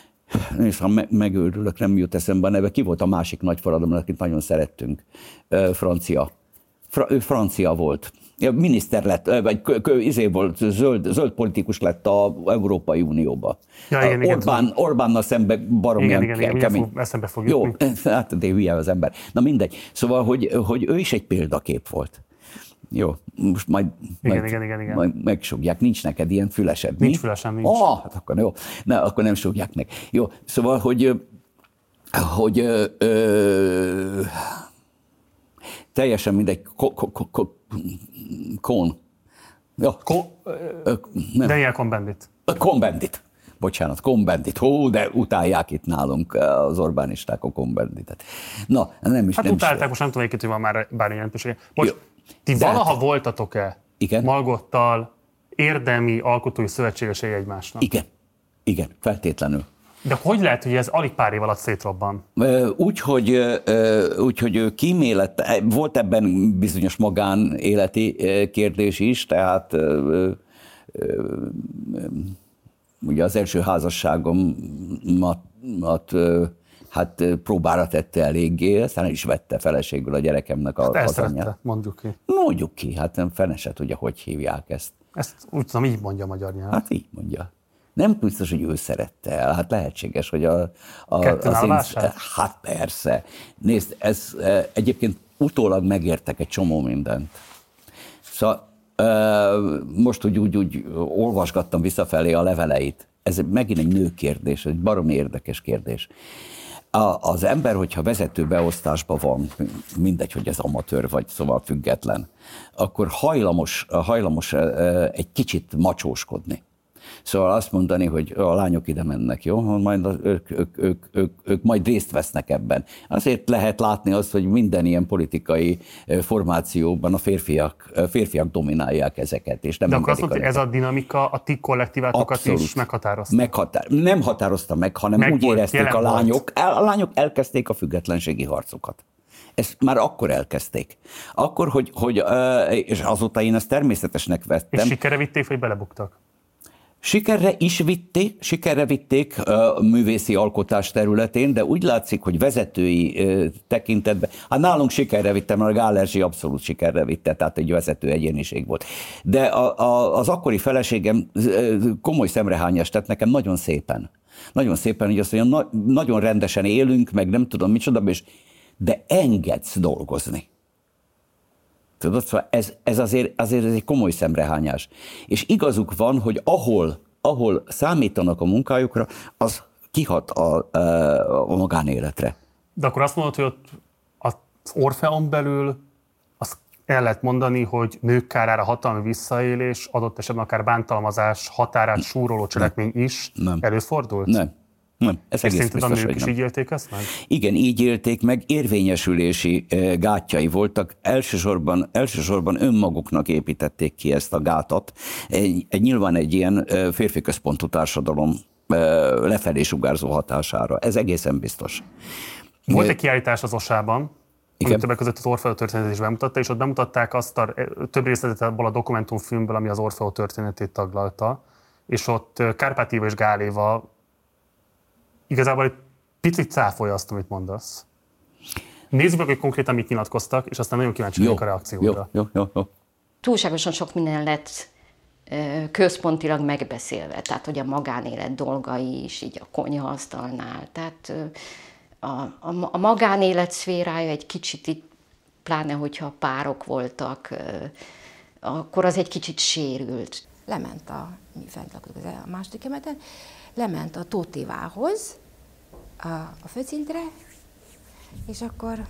és ha megőrülök, nem jut eszembe a neve, ki volt a másik nagy forradalom, akit nagyon szerettünk, francia. Fra, ő francia volt. Miniszter lett, vagy izé volt, zöld, zöld politikus lett az Európai Unióba. Ja, igen, Orbán, igen, Orbánnal szembe baromilyen igen, igen, kemény. Igen, eszembe fog Jó, jutni. hát de hülye az ember. Na mindegy. Szóval, hogy, hogy ő is egy példakép volt. Jó, most majd, igen, majd, igen, igen, igen. majd megsugják. Nincs neked ilyen fülesed? Nincs fülesem, nincs. Ah, hát akkor jó. Na, akkor nem sugják meg. Jó, szóval, hogy, hogy ö, ö, teljesen mindegy, ko, ko, ko, ko, Kohn. Ja. Ko- Daniel Cohn-Bendit. Cohn-Bendit. Bocsánat, Cohn-Bendit. Hú, de utálják itt nálunk az Orbánisták a Cohn-Benditet. Na, nem is. Hát nem utálták, is. most nem tudom, hogy van már bármilyen jelentősége. Most, Jó. ti De valaha hát... voltatok-e Igen? Margottal érdemi alkotói szövetségesei egymásnak? Igen. Igen, feltétlenül. De hogy lehet, hogy ez alig pár év alatt szétrobban? Úgy, hogy, úgy, hogy ő kímélette, volt ebben bizonyos magánéleti kérdés is, tehát ugye az első házasságomat hát próbára tette eléggé, aztán is vette feleségül a gyerekemnek a, hát az anyját. mondjuk ki. Mondjuk ki, hát nem fene se tudja, hogy hívják ezt. Ezt úgy tudom, így mondja a magyar nyelv. Hát így mondja. Nem biztos, hogy ő szerette el. Hát lehetséges, hogy a... a az én, hát persze. Nézd, ez egyébként utólag megértek egy csomó mindent. Szóval Most úgy, úgy, úgy olvasgattam visszafelé a leveleit. Ez megint egy nő kérdés, egy baromi érdekes kérdés. A, az ember, hogyha vezető beosztásban van, mindegy, hogy ez amatőr vagy, szóval független, akkor hajlamos, hajlamos egy kicsit macsóskodni. Szóval azt mondani, hogy a lányok ide mennek, jó? Majd ők, ők, ők, ők, ők majd részt vesznek ebben. Azért lehet látni azt, hogy minden ilyen politikai formációban a férfiak, férfiak dominálják ezeket. És nem De akkor azt mondta, hogy ez a dinamika a ti kollektívátokat Abszolút. is meghatározta? Meghatár... Nem határozta meg, hanem meg úgy érezték a lányok, a lányok elkezdték a függetlenségi harcokat. Ezt már akkor elkezdték. Akkor, hogy, hogy és azóta én ezt természetesnek vettem. És sikerre vitték, vagy belebuktak? Sikerre is vitték, sikerre vitték a művészi alkotás területén, de úgy látszik, hogy vezetői tekintetben, hát nálunk sikerre vittem, mert a Gál Erzsi abszolút sikerre vitte, tehát egy vezető egyéniség volt. De a, a, az akkori feleségem komoly szemrehányást tett nekem nagyon szépen. Nagyon szépen, hogy azt mondja, na, nagyon rendesen élünk, meg nem tudom micsoda, és, de engedsz dolgozni. Tudod, szóval ez, ez azért, azért ez egy komoly szemrehányás. És igazuk van, hogy ahol, ahol számítanak a munkájukra, az kihat a, a magánéletre. De akkor azt mondod, hogy ott az Orfeon belül azt el lehet mondani, hogy nők kárára hatalmi visszaélés, adott esetben akár bántalmazás határát súroló cselekmény is Nem. előfordult? Nem. Nem, ez és egész szerinted biztos, a nők is nem. így élték ezt meg? Igen, így élték meg, érvényesülési gátjai voltak. Elsősorban, elsősorban önmaguknak építették ki ezt a gátat. Egy, egy, nyilván egy ilyen férfi központú társadalom lefelé sugárzó hatására. Ez egészen biztos. Volt egy kiállítás az Osában, Igen. többek között az Orfeó történetét is bemutatta, és ott bemutatták azt a több részletet abból a dokumentumfilmből, ami az Orfeó történetét taglalta, és ott Kárpát Éva és Gál Éva igazából egy picit cáfolja azt, amit mondasz. Nézzük meg, hogy konkrétan mit nyilatkoztak, és aztán nagyon kíváncsi vagyok a reakcióra. Jó, jó, jó. Túlságosan sok minden lett központilag megbeszélve, tehát hogy a magánélet dolgai is, így a konyhaasztalnál. Tehát a, a, a magánélet szférája egy kicsit így, pláne hogyha párok voltak, akkor az egy kicsit sérült. Lement a, mi fent lakott a második emeleten, lement a Tóth Évához, a, a főcintre, és akkor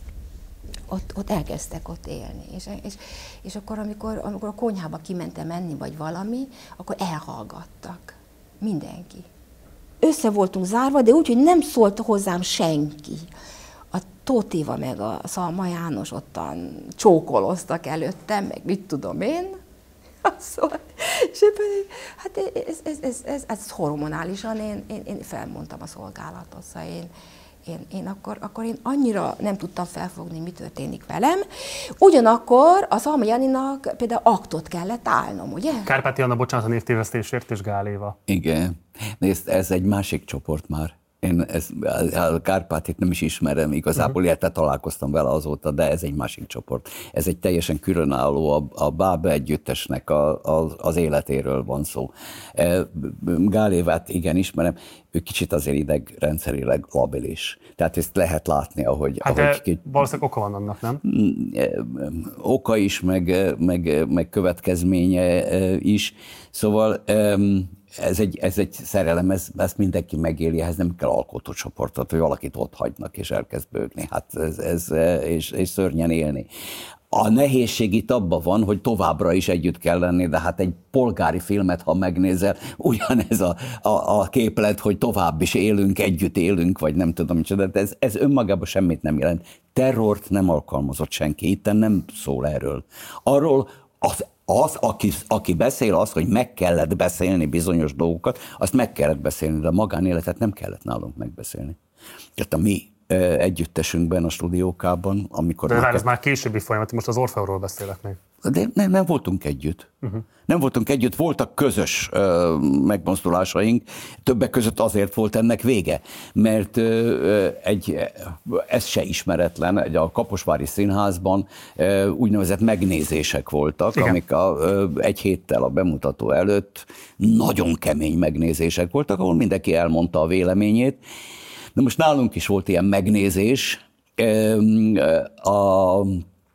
ott, ott elkezdtek ott élni. És, és, és akkor, amikor, amikor a konyhába kimentem enni, vagy valami, akkor elhallgattak. Mindenki. Össze voltunk zárva, de úgy, hogy nem szólt hozzám senki. A Tóth Éva meg a Szalma János ottan csókoloztak előttem, meg mit tudom én. Szóval, és pedig, hát ez, ez, ez, ez, ez hormonálisan én, én, én felmondtam a szolgálatot, szóval én, én, én akkor, akkor én annyira nem tudtam felfogni, mi történik velem. Ugyanakkor a Szalma Janinak például aktot kellett állnom, ugye? Kárpáti Anna, bocsánat a névtévesztésért, és Gál Éva. Igen. Nézd, ez egy másik csoport már. Én ez, a Kárpátit nem is ismerem igazából, uh-huh. illetve találkoztam vele azóta, de ez egy másik csoport. Ez egy teljesen különálló, a, a Bábe együttesnek a, a, az életéről van szó. Gál Évát igen ismerem, ő kicsit azért idegrendszerileg labilis. Tehát ezt lehet látni, ahogy... Hát ahogy de valószínűleg oka van annak, nem? Oka is, meg, meg, meg következménye is. Szóval... Ez egy, ez egy szerelem, ez, ezt mindenki megéli, ehhez nem kell alkotócsoportot, hogy valakit ott hagynak és elkezd bőgni, hát ez, ez, és, és szörnyen élni. A nehézség itt abban van, hogy továbbra is együtt kell lenni, de hát egy polgári filmet, ha megnézel, ugyanez a, a, a képlet, hogy tovább is élünk, együtt élünk, vagy nem tudom micsoda, de ez, ez önmagában semmit nem jelent. Terrort nem alkalmazott senki, itten nem szól erről. Arról az Az, aki, aki beszél, az, hogy meg kellett beszélni bizonyos dolgokat, azt meg kellett beszélni, de a magánéletet nem kellett nálunk megbeszélni. Tehát a mi e, együttesünkben, a stúdiókában, amikor... De már ez már későbbi folyamat, most az Orfeóról beszélek még. De nem, nem voltunk együtt. Uh-huh. Nem voltunk együtt, voltak közös uh, megmozdulásaink, többek között azért volt ennek vége, mert uh, egy, ez se ismeretlen, egy a Kaposvári Színházban uh, úgynevezett megnézések voltak, igen. amik a, uh, egy héttel a bemutató előtt nagyon kemény megnézések voltak, ahol mindenki elmondta a véleményét. De most nálunk is volt ilyen megnézés. Uh, a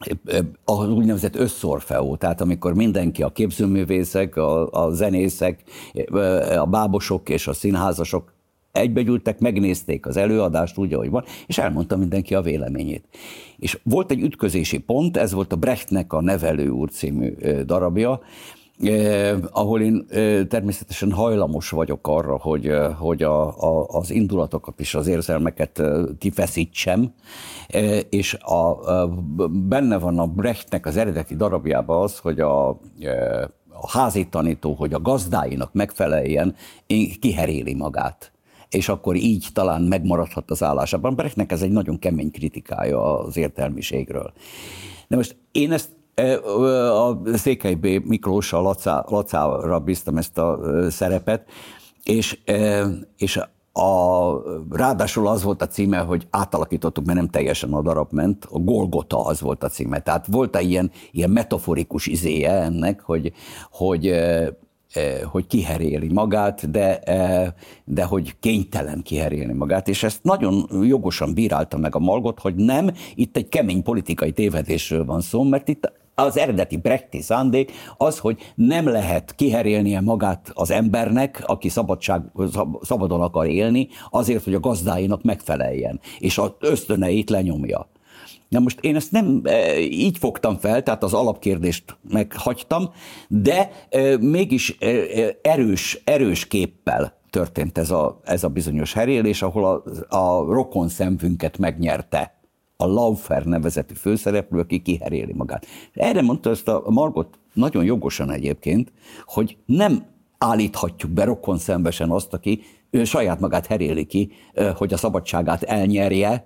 az úgynevezett összorfeó, tehát amikor mindenki, a képzőművészek, a, a zenészek, a bábosok és a színházasok egybegyűltek, megnézték az előadást úgy, ahogy van, és elmondta mindenki a véleményét. És volt egy ütközési pont, ez volt a Brechtnek a Nevelő úr című darabja, Eh, ahol én eh, természetesen hajlamos vagyok arra, hogy, eh, hogy a, a, az indulatokat és az érzelmeket eh, kifeszítsem, eh, és a, a, benne van a Brechtnek az eredeti darabjában az, hogy a, eh, a házi tanító, hogy a gazdáinak megfeleljen, kiheréli magát. És akkor így talán megmaradhat az állásában. Brechtnek ez egy nagyon kemény kritikája az értelmiségről. De most én ezt a Székely B. Miklós, a Lacá, Lacára bíztam ezt a szerepet, és, és a, ráadásul az volt a címe, hogy átalakítottuk, mert nem teljesen a darab ment, a Golgota az volt a címe. Tehát volt egy ilyen, ilyen metaforikus izéje ennek, hogy, hogy hogy kiheréli magát, de, de hogy kénytelen kiherélni magát, és ezt nagyon jogosan bírálta meg a Margot, hogy nem, itt egy kemény politikai tévedésről van szó, mert itt az eredeti brechti szándék az, hogy nem lehet kiherélnie magát az embernek, aki szabadság, szabadon akar élni, azért, hogy a gazdáinak megfeleljen, és az ösztöneit lenyomja. Na most én ezt nem e, így fogtam fel, tehát az alapkérdést meghagytam, de e, mégis e, erős, erős képpel történt ez a, ez a bizonyos herélés, ahol a, a rokon szemünket megnyerte a Laufer nevezetű főszereplő, aki kiheréli magát. Erre mondta ezt a Margot nagyon jogosan egyébként, hogy nem állíthatjuk be rokon szembesen azt, aki ő saját magát heréli ki, hogy a szabadságát elnyerje,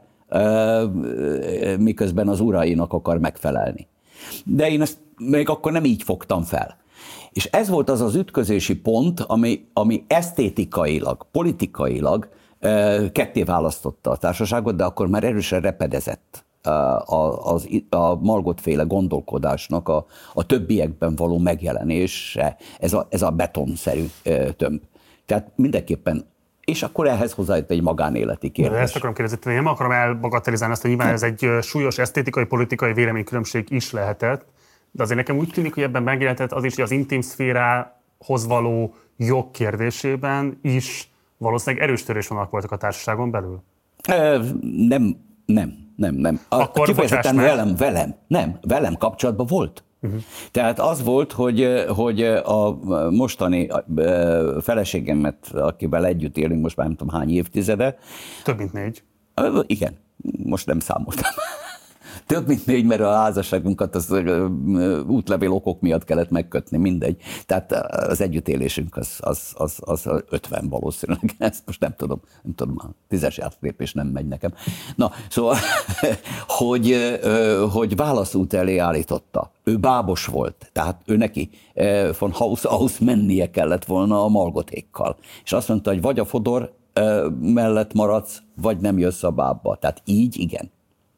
miközben az urainak akar megfelelni. De én ezt még akkor nem így fogtam fel. És ez volt az az ütközési pont, ami, ami esztétikailag, politikailag ketté választotta a társaságot, de akkor már erősen repedezett a, az, a Margot-féle gondolkodásnak a, a többiekben való megjelenése, ez a, ez a betonszerű tömb. Tehát mindenképpen. És akkor ehhez hozzájött egy magánéleti kérdés. De ezt akarom kérdezni, én nem akarom elbagatelizálni azt, hogy nyilván ez egy súlyos esztétikai, politikai véleménykülönbség is lehetett, de azért nekem úgy tűnik, hogy ebben megjelentett az is, hogy az intim szférához való jog kérdésében is valószínűleg erős törésvonalak voltak a társaságon belül. E, nem, nem, nem, nem. A, akkor kifejezetten velem, velem, nem, velem kapcsolatban volt. Uh-huh. Tehát az volt, hogy, hogy a mostani feleségemet, akivel együtt élünk most már nem tudom hány évtizede. Több mint négy. Igen, most nem számoltam. Több mint négy, mert a házasságunkat az útlevél okok miatt kellett megkötni, mindegy. Tehát az együttélésünk az, az, az, az ötven valószínűleg. Ezt most nem tudom, nem tudom, a tízes átlépés nem megy nekem. Na, szóval, hogy, hogy válaszút elé állította. Ő bábos volt, tehát ő neki von Haus aus mennie kellett volna a Margotékkal. És azt mondta, hogy vagy a Fodor mellett maradsz, vagy nem jössz a bábba. Tehát így igen.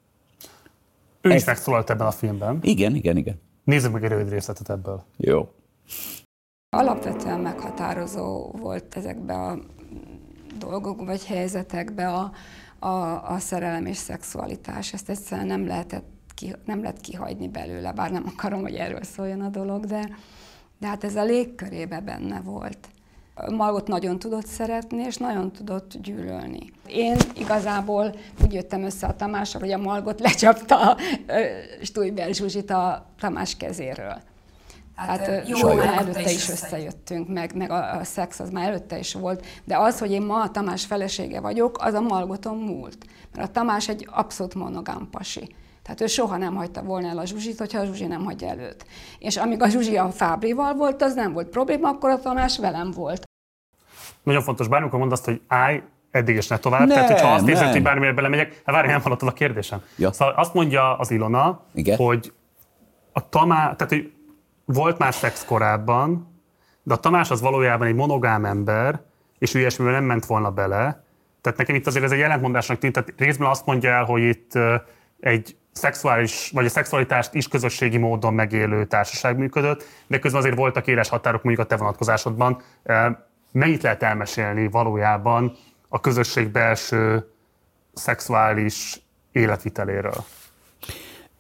Ő is megszólalt ebben a filmben. Igen, igen, igen. Nézzük meg egy rövid részletet ebből. Jó. Alapvetően meghatározó volt ezekbe a dolgok vagy helyzetekbe a, a, a szerelem és szexualitás. Ezt egyszerűen nem lehetett ki, nem lehet kihagyni belőle, bár nem akarom, hogy erről szóljon a dolog, de, de hát ez a légkörébe benne volt. Margot nagyon tudott szeretni, és nagyon tudott gyűlölni. Én igazából úgy jöttem össze a Tamással, hogy a Margot lecsapta Stújber Zsuzsit a Tamás kezéről. Hát, hát jó, már előtte is összejöttünk, meg, meg a, a szex az már előtte is volt, de az, hogy én ma a Tamás felesége vagyok, az a Margoton múlt. Mert a Tamás egy abszolút monogám pasi. Tehát ő soha nem hagyta volna el a Zsuzsit, hogyha a Zsuzsi nem hagyja el őt. És amíg a Zsuzsi a Fábrival volt, az nem volt probléma, akkor a Tamás velem volt. Nagyon fontos, bármikor mondd azt, hogy állj, eddig és ne tovább. Nem, Tehát, hogyha azt érzed, nem. hogy bármilyen belemegyek, hát várj, nem hallottad a kérdésem. Ja. Szóval azt mondja az Ilona, igen, hogy a Tamás, tehát hogy volt már szex korábban, de a Tamás az valójában egy monogám ember, és ő ilyesmivel nem ment volna bele. Tehát nekem itt azért ez egy ellentmondásnak tűnt, tehát részben azt mondja el, hogy itt egy szexuális, vagy a szexualitást is közösségi módon megélő társaság működött, de közben azért voltak éles határok mondjuk a te vonatkozásodban. Mennyit lehet elmesélni valójában a közösség belső szexuális életviteléről?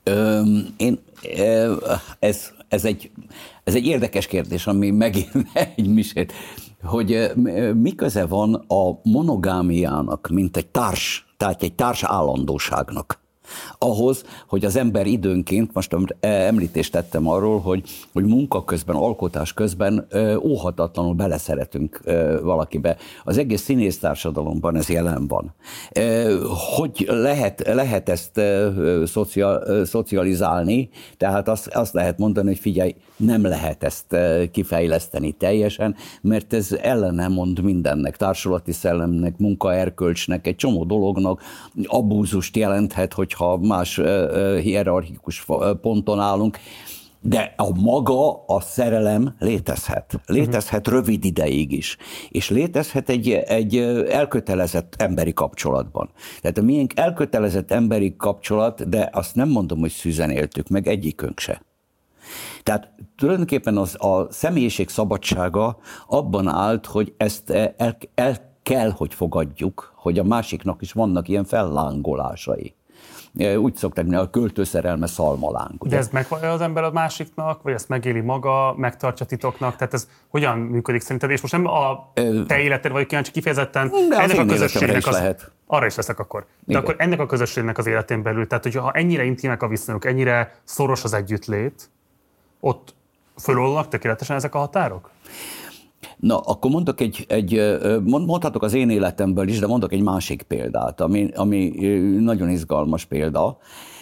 Öm, én, ez, ez, egy, ez egy érdekes kérdés, ami megint egy misét, hogy mi köze van a monogámiának, mint egy társ, tehát egy társ állandóságnak, ahhoz, hogy az ember időnként, most említést tettem arról, hogy, hogy munka közben, alkotás közben óhatatlanul beleszeretünk valakibe. Az egész színésztársadalomban ez jelen van. Hogy lehet, lehet ezt szociál, szocializálni, tehát azt, azt lehet mondani, hogy figyelj, nem lehet ezt kifejleszteni teljesen, mert ez ellene mond mindennek, társulati szellemnek, munkaerkölcsnek, egy csomó dolognak, abúzust jelenthet, hogyha más hierarchikus ponton állunk, de a maga, a szerelem létezhet. Létezhet rövid ideig is. És létezhet egy, egy elkötelezett emberi kapcsolatban. Tehát a miénk elkötelezett emberi kapcsolat, de azt nem mondom, hogy szűzen éltük meg, egyikünk se. Tehát tulajdonképpen az, a személyiség szabadsága abban állt, hogy ezt el, el kell, hogy fogadjuk, hogy a másiknak is vannak ilyen fellángolásai. Úgy szokták mondani, a költőszerelme szalmaláng. Ugye? De ez megvallja az ember a másiknak, vagy ezt megéli maga, megtartja titoknak? Tehát ez hogyan működik szerinted? És most nem a te életed vagy kíváncsi kifejezetten, ennek a közösségnek az... lehet. Arra is leszek akkor. De igen. Akkor ennek a közösségnek az életén belül, tehát hogyha ennyire intimek a viszonyok, ennyire szoros az együttlét, ott fölolvanak tökéletesen ezek a határok? Na, akkor mondok egy, egy, mondhatok az én életemből is, de mondok egy másik példát, ami, ami nagyon izgalmas példa,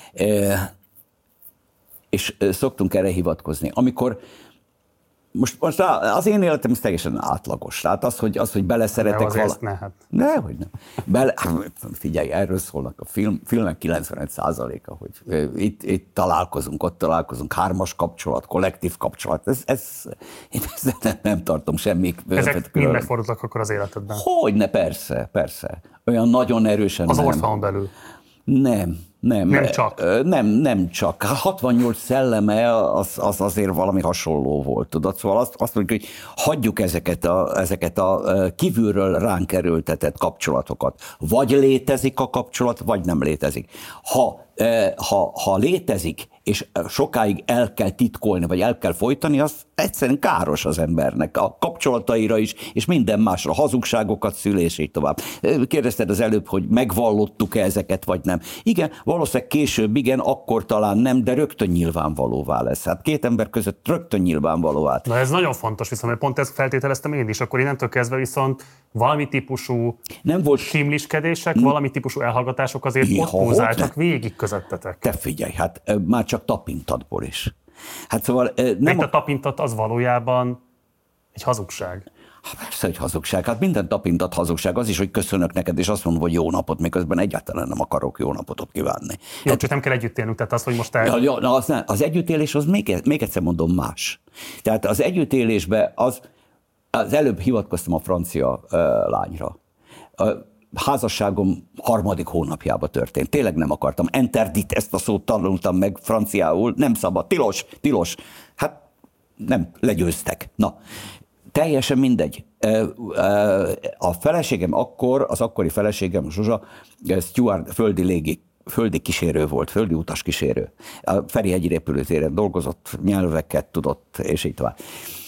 és szoktunk erre hivatkozni. Amikor most, most az én életem is teljesen átlagos. Tehát az, hogy, az, hogy beleszeretek valami. Ne, hát. Nehogy nem. Bele, figyelj, erről szólnak a film, filmek kilencvenöt százaléka, hogy itt, itt találkozunk, ott találkozunk, hármas kapcsolat, kollektív kapcsolat. Ez, ez, én ezt nem, nem tartom semmi. Ezek mind megfordultak akkor az életedben? Hogyne, persze, persze. Olyan nagyon erősen az nem. Az Orfeon belül? Nem. Nem, nem csak? Nem, nem csak. hatvannyolc szelleme az, az azért valami hasonló volt, tudod? Szóval azt, azt mondjuk, hogy hagyjuk ezeket a, ezeket a kívülről ránk erőltetett kapcsolatokat. Vagy létezik a kapcsolat, vagy nem létezik. Ha, ha, ha létezik, és sokáig el kell titkolni, vagy el kell folytani, az egyszerűen káros az embernek, a kapcsolataira is, és minden másra, hazugságokat szül, és így tovább. Kérdezted az előbb, hogy megvallottuk-e ezeket, vagy nem. Igen, valószínűleg később, igen, akkor talán nem, de rögtön nyilvánvalóvá lesz. Hát két ember között rögtön nyilvánvalóvá. Na ez nagyon fontos, viszont mert pont ezt feltételeztem én is, akkor innentől kezdve viszont valami típusú nem volt simliskedések, n- valami típusú elhallgatások azért Iha, ott húzáltak végig közöttetek. Te figyelj, hát már csak tapintatból is. Hát szóval... Nem a tapintat az valójában egy hazugság. Hát persze, hogy hazugság. Hát minden tapintat hazugság. Az is, hogy köszönök neked, és azt mondom, hogy jó napot, miközben egyáltalán nem akarok jó napotot kívánni. Jó, hát, csak nem kell együtt élnünk, tehát az, hogy most el... Ja, ja, na, az, az együttélés, az még, még egyszer mondom más. Tehát az együttélésben az, az előbb hivatkoztam a francia uh, lányra. A házasságom harmadik hónapjában történt. Tényleg nem akartam. Interdit, ezt a szót tanultam meg franciául. Nem szabad. Tilos, tilos. Hát nem, legyőztek. Na, teljesen mindegy. A feleségem akkor, az akkori feleségem, Zsuzsa, Stuart, földi légi, földi kísérő volt, földi utas kísérő. A Ferihegyi repülőtéren dolgozott, nyelveket tudott, és így tovább.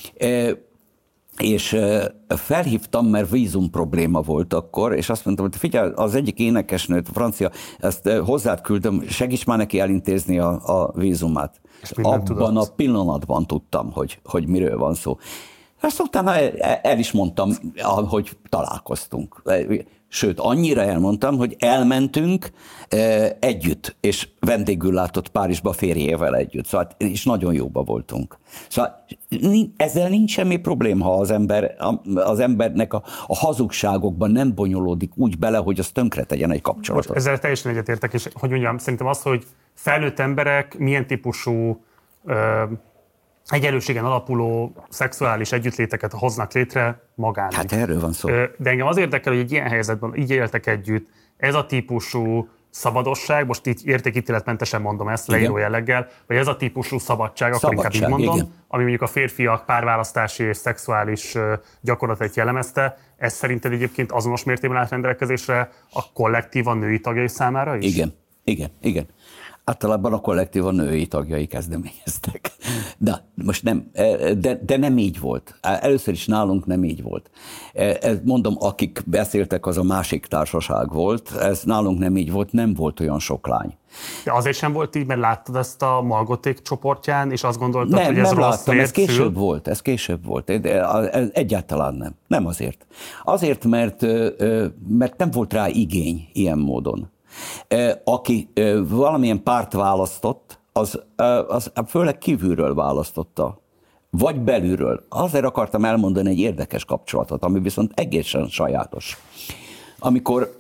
És felhívtam, mert vízum probléma volt akkor, és azt mondtam, hogy figyelj, az egyik énekesnőt, francia, ezt hozzád küldöm, segíts már neki elintézni a, a vízumát. Abban tudott. A pillanatban tudtam, hogy, hogy miről van szó. Ezt utána el, el is mondtam, hogy találkoztunk. Sőt, annyira elmondtam, hogy elmentünk e, együtt, és vendégül látott Párizsba férjével együtt. Szóval, és nagyon jóba voltunk. Szóval ezzel nincs semmi probléma, ha az, ember, az embernek a, a hazugságokban nem bonyolódik úgy bele, hogy az tönkre tegyen egy kapcsolatot. Most ezzel teljesen egyetértek, és hogy mondjam, szerintem az, hogy felnőtt emberek milyen típusú ö, egyenlőségen alapuló szexuális együttléteket hoznak létre magának. Hát erről van szó. De engem az érdekel, hogy egy ilyen helyzetben így éltek együtt, ez a típusú szabadosság, most így értékítéletmentesen mondom ezt, leíró jelleggel, vagy ez a típusú szabadság, akkor szabadság, inkább így mondom, igen. Ami mondjuk a férfiak párválasztási és szexuális gyakorlatait jellemezte, ez szerinted egyébként azonos mértékben állt rendelkezésre a kollektívan női tagjai számára is? Igen, igen, igen. Általában a kollektíva női tagjai kezdeményeztek. De most nem, de, de nem így volt. Először is nálunk nem így volt. Mondom, akik beszéltek, az a másik társaság volt, ez nálunk nem így volt, nem volt olyan sok lány. De azért sem volt így, mert láttad ezt a Malgoték csoportján, és azt gondoltad, nem, hogy ez nem rossz láttam, ez később szül? volt, ez később volt. Egyáltalán nem. Nem azért. Azért, mert, mert nem volt rá igény ilyen módon. Aki valamilyen párt választott, az, az főleg kívülről választotta, vagy belülről. Azért akartam elmondani egy érdekes kapcsolatot, ami viszont egészen sajátos. Amikor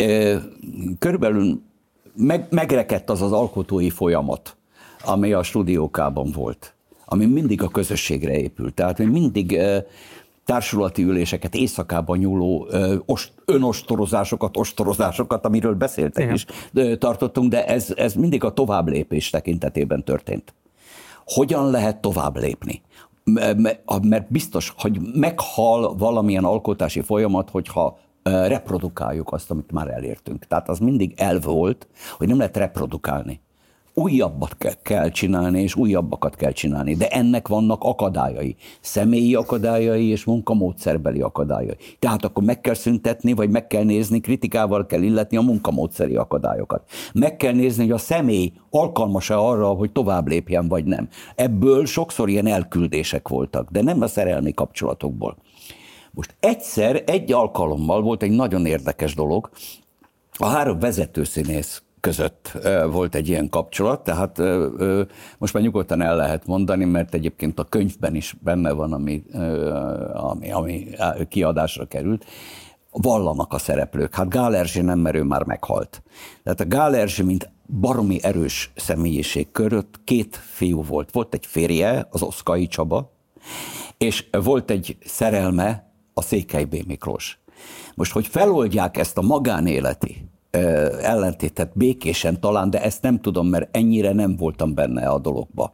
körülbelül meg, megrekedt az az alkotói folyamat, ami a stúdiókában volt, ami mindig a közösségre épült. Tehát mi mindig társulati üléseket, éjszakában nyúló önostorozásokat, ostorozásokat, amiről beszéltek Igen. is, tartottunk, de ez, ez mindig a továbblépés tekintetében történt. Hogyan lehet tovább lépni? Mert biztos, hogy meghal valamilyen alkotási folyamat, hogyha reprodukáljuk azt, amit már elértünk. Tehát az mindig elv volt, hogy nem lehet reprodukálni. Újabbat kell csinálni, és újabbakat kell csinálni, de ennek vannak akadályai, személyi akadályai és munkamódszerbeli akadályai. Tehát akkor meg kell szüntetni, vagy meg kell nézni, kritikával kell illetni a munkamódszeri akadályokat. Meg kell nézni, hogy a személy alkalmas-e arra, hogy tovább lépjen, vagy nem. Ebből sokszor ilyen elküldések voltak, de nem a szerelmi kapcsolatokból. Most egyszer, egy alkalommal volt egy nagyon érdekes dolog, a három vezetőszínész között volt egy ilyen kapcsolat, tehát most már nyugodtan el lehet mondani, mert egyébként a könyvben is benne van, ami, ami, ami kiadásra került, vallanak a szereplők. Hát Gál Erzsé nem, mert ő már meghalt. Tehát a Gál Erzsé, mint baromi erős személyiség körött két fiú volt. Volt egy férje, az Oszkai Csaba, és volt egy szerelme, a Székely B. Miklós. Most, hogy feloldják ezt a magánéleti ellentétet békésen talán, de ezt nem tudom, mert ennyire nem voltam benne a dologba.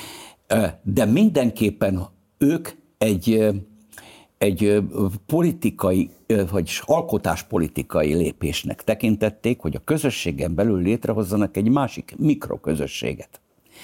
De mindenképpen ők egy, egy politikai, vagy alkotáspolitikai lépésnek tekintették, hogy a közösségen belül létrehozzanak egy másik mikroközösséget.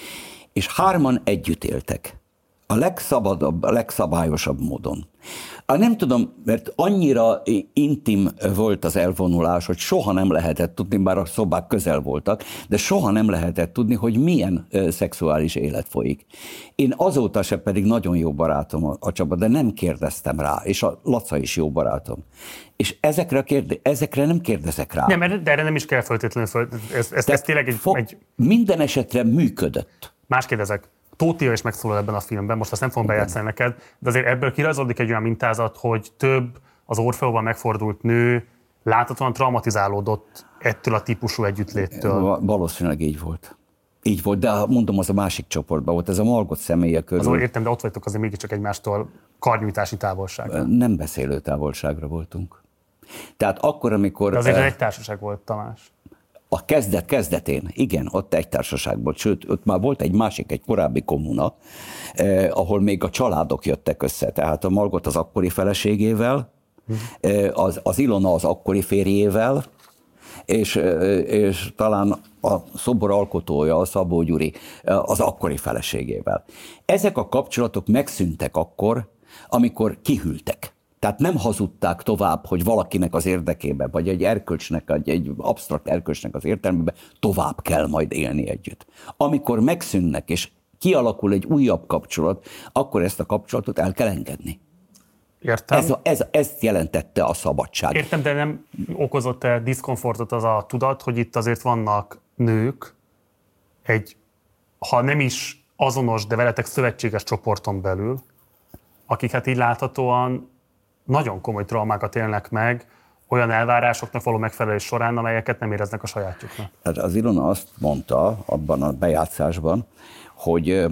És hárman együtt éltek. A legszabadabb, a legszabályosabb módon. A nem tudom, mert annyira intim volt az elvonulás, hogy soha nem lehetett tudni, bár a szobák közel voltak, de soha nem lehetett tudni, hogy milyen uh, szexuális élet folyik. Én azóta se pedig nagyon jó barátom a, a Csaba, de nem kérdeztem rá, és a Laca is jó barátom. És ezekre, a kérde- ezekre nem kérdezek rá. Nem, de erre nem is kell feltétlenül föl. Ez, ez, ez tényleg egy, fog, egy... Minden esetre működött. Más kérdezek. Tótia is megszólal ebben a filmben, most azt nem fogom bejátszani neked, de azért ebből kirajzolódik egy olyan mintázat, hogy több az Orfeóban megfordult nő láthatóan traumatizálódott ettől a típusú együttléttől. Valószínűleg így volt. Így volt, de mondom, az a másik csoportban volt, ez a Margot személye körül. Azon értem, de ott vagytok azért mégiscsak egymástól karnyújtási távolságra. Nem beszélő távolságra voltunk. Tehát akkor, amikor... De azért egy társaság volt, Tamás. A kezdet kezdetén, igen, ott egy társaság volt, sőt, ott már volt egy másik, egy korábbi kommuna, eh, ahol még a családok jöttek össze. Tehát a Margot az akkori feleségével, eh, az, az Ilona az akkori férjével, és, eh, és talán a szobor alkotója, a Szabó Gyuri, eh, az akkori feleségével. Ezek a kapcsolatok megszűntek akkor, amikor kihűltek. Tehát nem hazudták tovább, hogy valakinek az érdekében, vagy egy erkölcsnek, egy, egy absztrakt erkölcsnek az értelmében tovább kell majd élni együtt. Amikor megszűnnek, és kialakul egy újabb kapcsolat, akkor ezt a kapcsolatot el kell engedni. Értem. Ez, ez, ezt jelentette a szabadság. Értem, de nem okozott-e diszkomfortot az a tudat, hogy itt azért vannak nők, egy, ha nem is azonos, de veletek szövetséges csoporton belül, akik hát így láthatóan nagyon komoly traumákat élnek meg olyan elvárásoknak való megfelelés során, amelyeket nem éreznek a sajátjuknak. Hát az Ilona azt mondta abban a bejátszásban, hogy,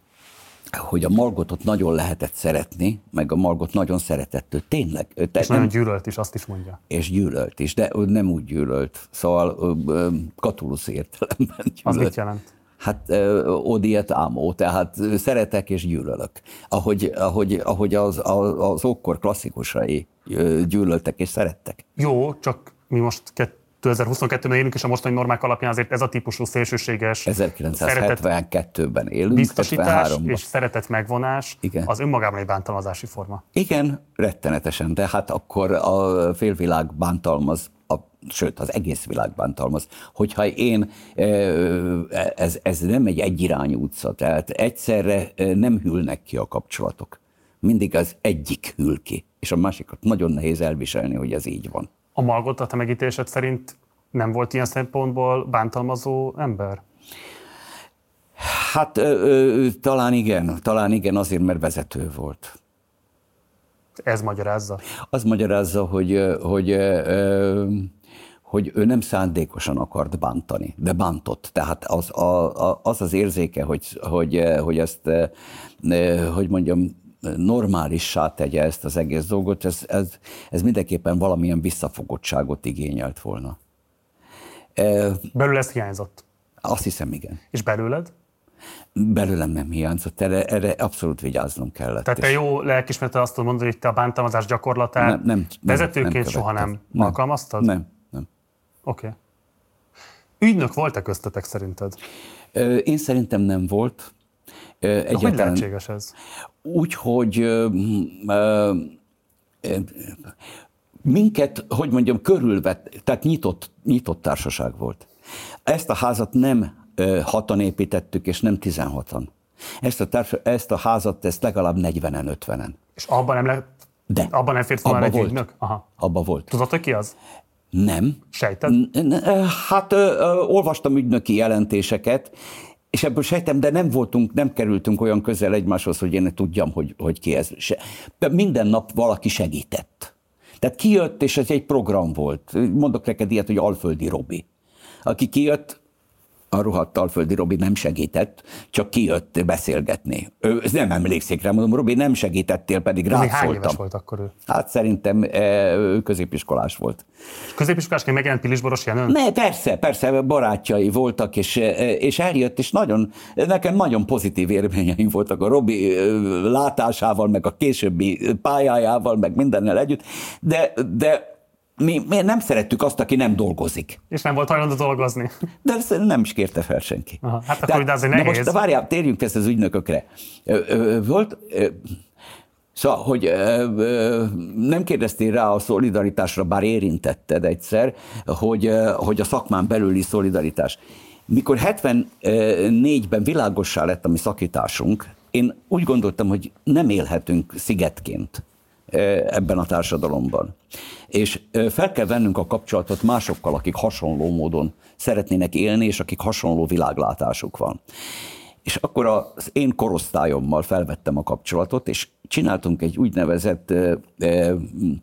hogy a Margotot nagyon lehetett szeretni, meg a Margot nagyon szeretett ő. Tényleg. Ő és nem, nagyon gyűlölt is, azt is mondja. És gyűlölt is, de nem úgy gyűlölt. Szóval Catullus értelemben gyűlölt. Az mit jelent? Hát odiet amo, tehát szeretek és gyűlölök. Ahogy, ahogy, ahogy az, az, az ókor klasszikusai gyűlöltek és szerettek. Jó, csak mi most kétezer-huszonkettőben élünk, és a mostani normák alapján azért ez a típusú szélsőséges ezerkilencszázhetvenkettőben élünk, biztosítás hetvenháromban. és szeretet megvonás Igen. az önmagában egy bántalmazási forma. Igen, rettenetesen, de hát akkor a félvilág bántalmaz, a, sőt, az egész világ bántalmaz. Hogyha én, ez, ez nem egy egyirányú utca, tehát egyszerre nem hűlnek ki a kapcsolatok. Mindig az egyik hűl ki, és a másikat nagyon nehéz elviselni, hogy ez így van. A Margot a te megítélésed szerint nem volt ilyen szempontból bántalmazó ember? Hát ö, ö, talán igen, talán igen, azért, mert vezető volt. Ez magyarázza? Az magyarázza, hogy, hogy, hogy ő nem szándékosan akart bántani, de bántott. Tehát az az, az érzéke, hogy, hogy, hogy ezt, hogy mondjam, normálissá tegye ezt az egész dolgot, ez, ez, ez mindenképpen valamilyen visszafogottságot igényelt volna. Belőle ez hiányzott? Azt hiszem, igen. És belőled? Belőlem nem hiányzott, erre, erre abszolút vigyáznom kellett. Tehát te jó lelkismerete azt tudod mondani, hogy te a bántalmazás gyakorlatát nem, nem, vezetőként nem soha nem, nem alkalmaztad? Nem, nem. Oké. Okay. Ügynök volt-e köztetek szerinted? Én szerintem nem volt. Egyáltalán... Hogy lehetséges ez? Úgy, hogy ö, ö, minket, hogy mondjam, körülvett, tehát nyitott, nyitott társaság volt. Ezt a házat nem hatan építettük, és nem tizenhatan. Ezt a, társa, ezt a házat, ezt legalább negyvenen, ötvenen. És abban nem lehet, De. Abban nem fért volna egy ügynök? Aha. Abban volt. Tudod, hogy ki az? Nem. Sejted? Hát ö, ö, olvastam ügynöki jelentéseket, és ebből sejtem, de nem voltunk, nem kerültünk olyan közel egymáshoz, hogy én tudjam, hogy, hogy ki ez. De minden nap valaki segített. Tehát kijött, és ez egy program volt. Mondok neked ilyet, hogy Alföldi Robi. Aki kijött, a rohadt Alföldi Robi nem segített, csak kijött beszélgetni. Ő nem emlékszik rá, mondom, Robi, nem segítettél, pedig rád szóltam. Hány éves volt akkor ő? Hát szerintem ő középiskolás volt. Középiskolásként megjelent Pilisboros Jenőn? Ne, persze, persze, barátjai voltak, és, és eljött, és nagyon, nekem nagyon pozitív élményeim voltak a Robi látásával, meg a későbbi pályájával, meg mindennel együtt, de, de Mi, mi nem szerettük azt, aki nem dolgozik. És nem volt hajlandó dolgozni. De ezt nem is kérte fel senki. Aha, hát akkor de, azért nehéz. De most de várjál, térjünk ezt az ügynökökre. Volt, szóval, hogy nem kérdeztél rá a szolidaritásra, bár érintetted egyszer, hogy, hogy a szakmán belüli szolidaritás. Mikor hetvennégyben világossá lett a mi szakításunk, én úgy gondoltam, hogy nem élhetünk szigetként ebben a társadalomban. És fel kell vennünk a kapcsolatot másokkal, akik hasonló módon szeretnének élni, és akik hasonló világlátásuk van. És akkor az én korosztályommal felvettem a kapcsolatot, és csináltunk egy úgynevezett e, e,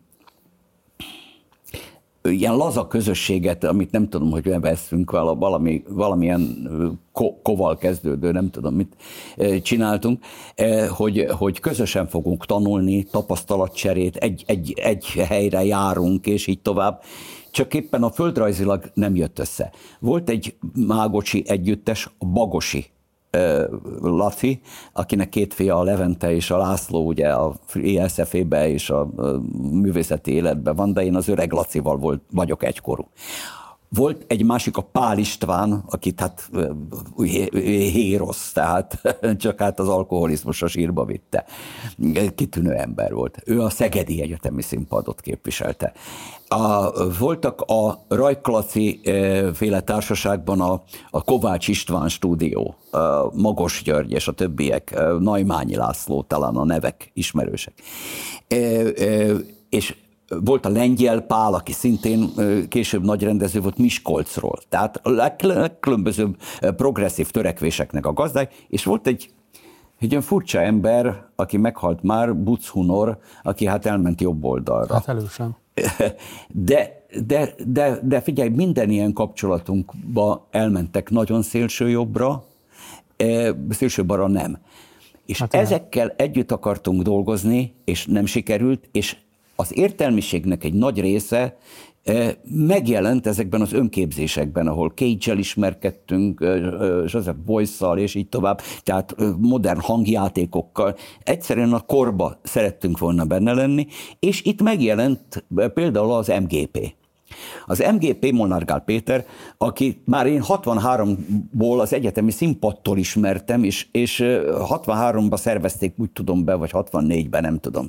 ilyen laza közösséget, amit nem tudom, hogy veszünk valami, valamilyen ko, koval kezdődő, nem tudom mit csináltunk, hogy, hogy közösen fogunk tanulni, tapasztalatcserét, egy, egy, egy helyre járunk, és így tovább. Csak éppen a földrajzilag nem jött össze. Volt egy mágocsi együttes, a Bagosi Laci, akinek két fia, a Levente és a László, ugye a é es ef é-be és a művészeti életben van, de én az öreg Lacival volt, vagyok egykorú. Volt egy másik, a Pál István, akit hát hérosz, tehát csak hát az alkoholizmus a sírba vitte. Kitűnő ember volt. Ő a Szegedi Egyetemi Színpadot képviselte. A, voltak a Rajk-Laci féle társaságban a, a Kovács István stúdió, a Magos György és a többiek, Najmányi László, talán a nevek ismerősek. E, e, és volt a Lengyel Pál, aki szintén később nagy rendező volt Miskolcról. Tehát a legkülönbözőbb progresszív törekvéseknek a gazdály, és volt egy, egy olyan furcsa ember, aki meghalt már, Buc Hunor, aki hát elment jobb oldalra. Hát elősen. De, de, de, de figyelj, minden ilyen kapcsolatunkba elmentek nagyon szélső jobbra, szélső balra nem. És hát ezekkel együtt akartunk dolgozni, és nem sikerült, és az értelmiségnek egy nagy része megjelent ezekben az önképzésekben, ahol Cage-el ismerkedtünk, Joseph Beuys-szal, és így tovább, tehát modern hangjátékokkal. Egyszerűen a korba szerettünk volna benne lenni, és itt megjelent például az em gé pé. Az em gé pé Molnár Gál Péter, aki már én hatvanháromból az egyetemi színpadtól ismertem, és, és hatvanháromban szervezték, úgy tudom be, vagy hatvannégyben, nem tudom.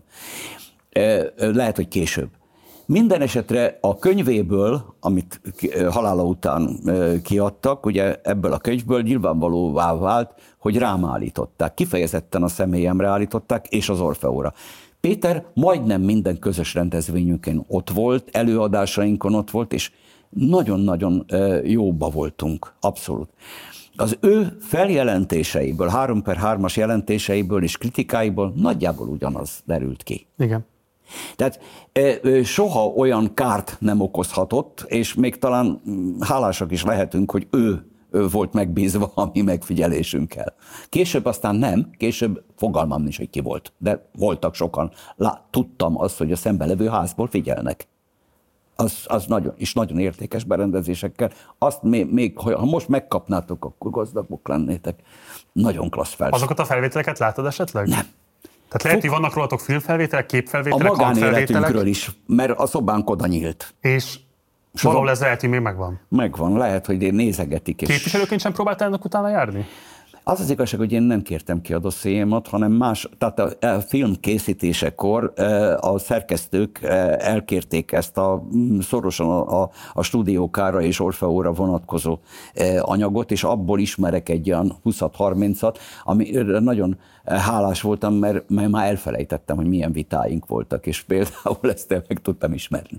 Lehet, hogy később. Minden esetre a könyvéből, amit halála után kiadtak, ugye ebből a könyvből nyilvánvalóvá vált, hogy rám állították. Kifejezetten a személyemre állították, és az Orfeóra. Péter majdnem minden közös rendezvényünkön ott volt, előadásainkon ott volt, és nagyon-nagyon jóba voltunk, abszolút. Az ő feljelentéseiből, három per hármas jelentéseiből és kritikáiból nagyjából ugyanaz derült ki. Igen. Tehát soha olyan kárt nem okozhatott, és még talán hálásak is lehetünk, hogy ő, ő volt megbízva a mi megfigyelésünkkel. Később aztán nem, később fogalmam nincs, hogy ki volt, de voltak sokan. Lá, tudtam azt, hogy a szembe levő házból figyelnek. Az, az nagyon, és nagyon értékes berendezésekkel. Azt még, még, ha most megkapnátok, akkor gazdagok lennétek. Nagyon klassz felvétel. Azokat a felvételeket látod esetleg? Nem. Tehát lehet, hogy vannak rólatok filmfelvételek, képfelvételek, a magánéletünkről is, mert a szobánk oda nyílt. És valahol ez lehet, hogy még megvan? Megvan, lehet, hogy én nézegetik. És... Képviselőként sem próbáltál ennek utána járni? Az az igazság, hogy én nem kértem ki a dossziémat, hanem más, tehát a, a film készítésekor a szerkesztők elkérték ezt a szorosan a, a, a stúdiókára és Orfeóra vonatkozó anyagot, és abból ismerek egy olyan húsz-harmincat, ami nagyon hálás voltam, mert, mert már elfelejtettem, hogy milyen vitáink voltak, és például ezt meg tudtam ismerni.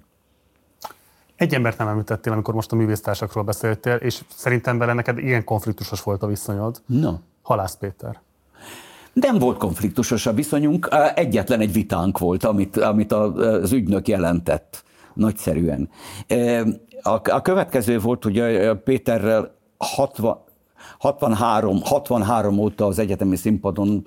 Egy embert nem említettél, amikor most a művésztársakról beszéltél, és szerintem vele neked ilyen konfliktusos volt a viszonyod. No. Halász Péter. Nem volt konfliktusos a viszonyunk, egyetlen egy vitánk volt, amit, amit az ügynök jelentett nagyszerűen. A következő volt, hogy Péterrel hatvanhárom, hatvanhárom óta az egyetemi színpadon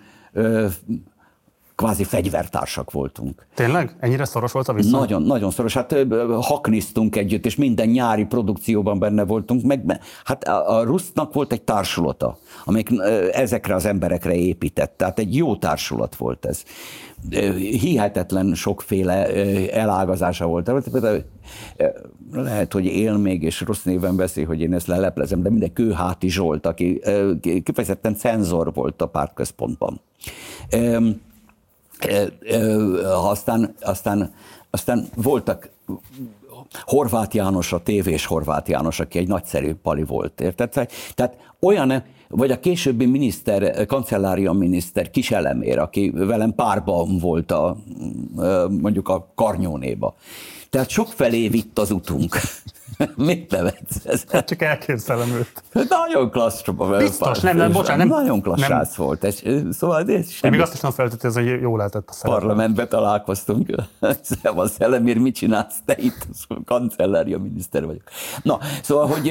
kvázi fegyvertársak voltunk. Tényleg? Ennyire szoros volt a viszony? Nagyon, nagyon szoros. Hát hakniztunk együtt, és minden nyári produkcióban benne voltunk. Meg, hát a, a Rusznak volt egy társulata, amelyik ezekre az emberekre épített. Tehát egy jó társulat volt ez. Hihetetlen sokféle elágazása volt. Lehet, hogy él még, és rossz néven beszél, hogy én ezt leleplezem, de minden Kőháti Zsolt, aki kifejezetten cenzor volt a pártközpontban. Aztán, aztán, aztán voltak Horváth János, a tévés Horváth János, aki egy nagyszerű pali volt, érted? Tehát olyan, vagy a későbbi miniszter, kancellária miniszter Kis Elemér, aki velem párban volt a, mondjuk a Karnyónéba. Tehát sokfelé vitt az utunk. Mit nevetsz ezzel? Csak elképzelem őt. Nagyon klassz. Biztos, nem, nem, bocsánat. Nem, nagyon klassz nem. Srác volt. Ez, szóval ez semmi. Még azt is nem feltétlenül, hogy jó lehetett a szerepet. Parlamentben találkoztunk. Szevasz, Szelemír, mit csinálsz? Te itt kancellária miniszter vagyok. Na, szóval, hogy,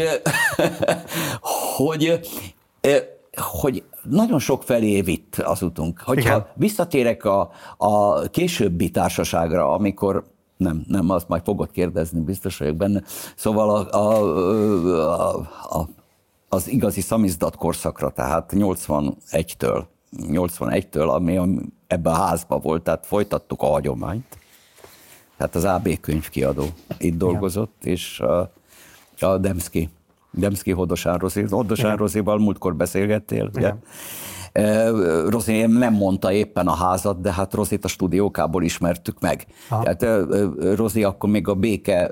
hogy, hogy nagyon sok felé vitt az utunk. Hogyha igen. Visszatérek a, a későbbi társaságra, amikor Nem, nem, azt majd fogod kérdezni, biztos vagyok benne. Szóval a, a, a, a, az igazi szamizdat korszakra, tehát nyolcvanegytől, nyolcvanegytől, ami ebben a házban volt, tehát folytattuk a hagyományt. Tehát az á bé könyvkiadó itt dolgozott, igen. És a, a Demszky, Demszky Hodosán Rozi, Hodosán Rozival múltkor beszélgettél, ugye? Rozi nem mondta éppen a házat, de hát Rozit a stúdiókából ismertük meg. Aha. Tehát Rozi akkor még a béke,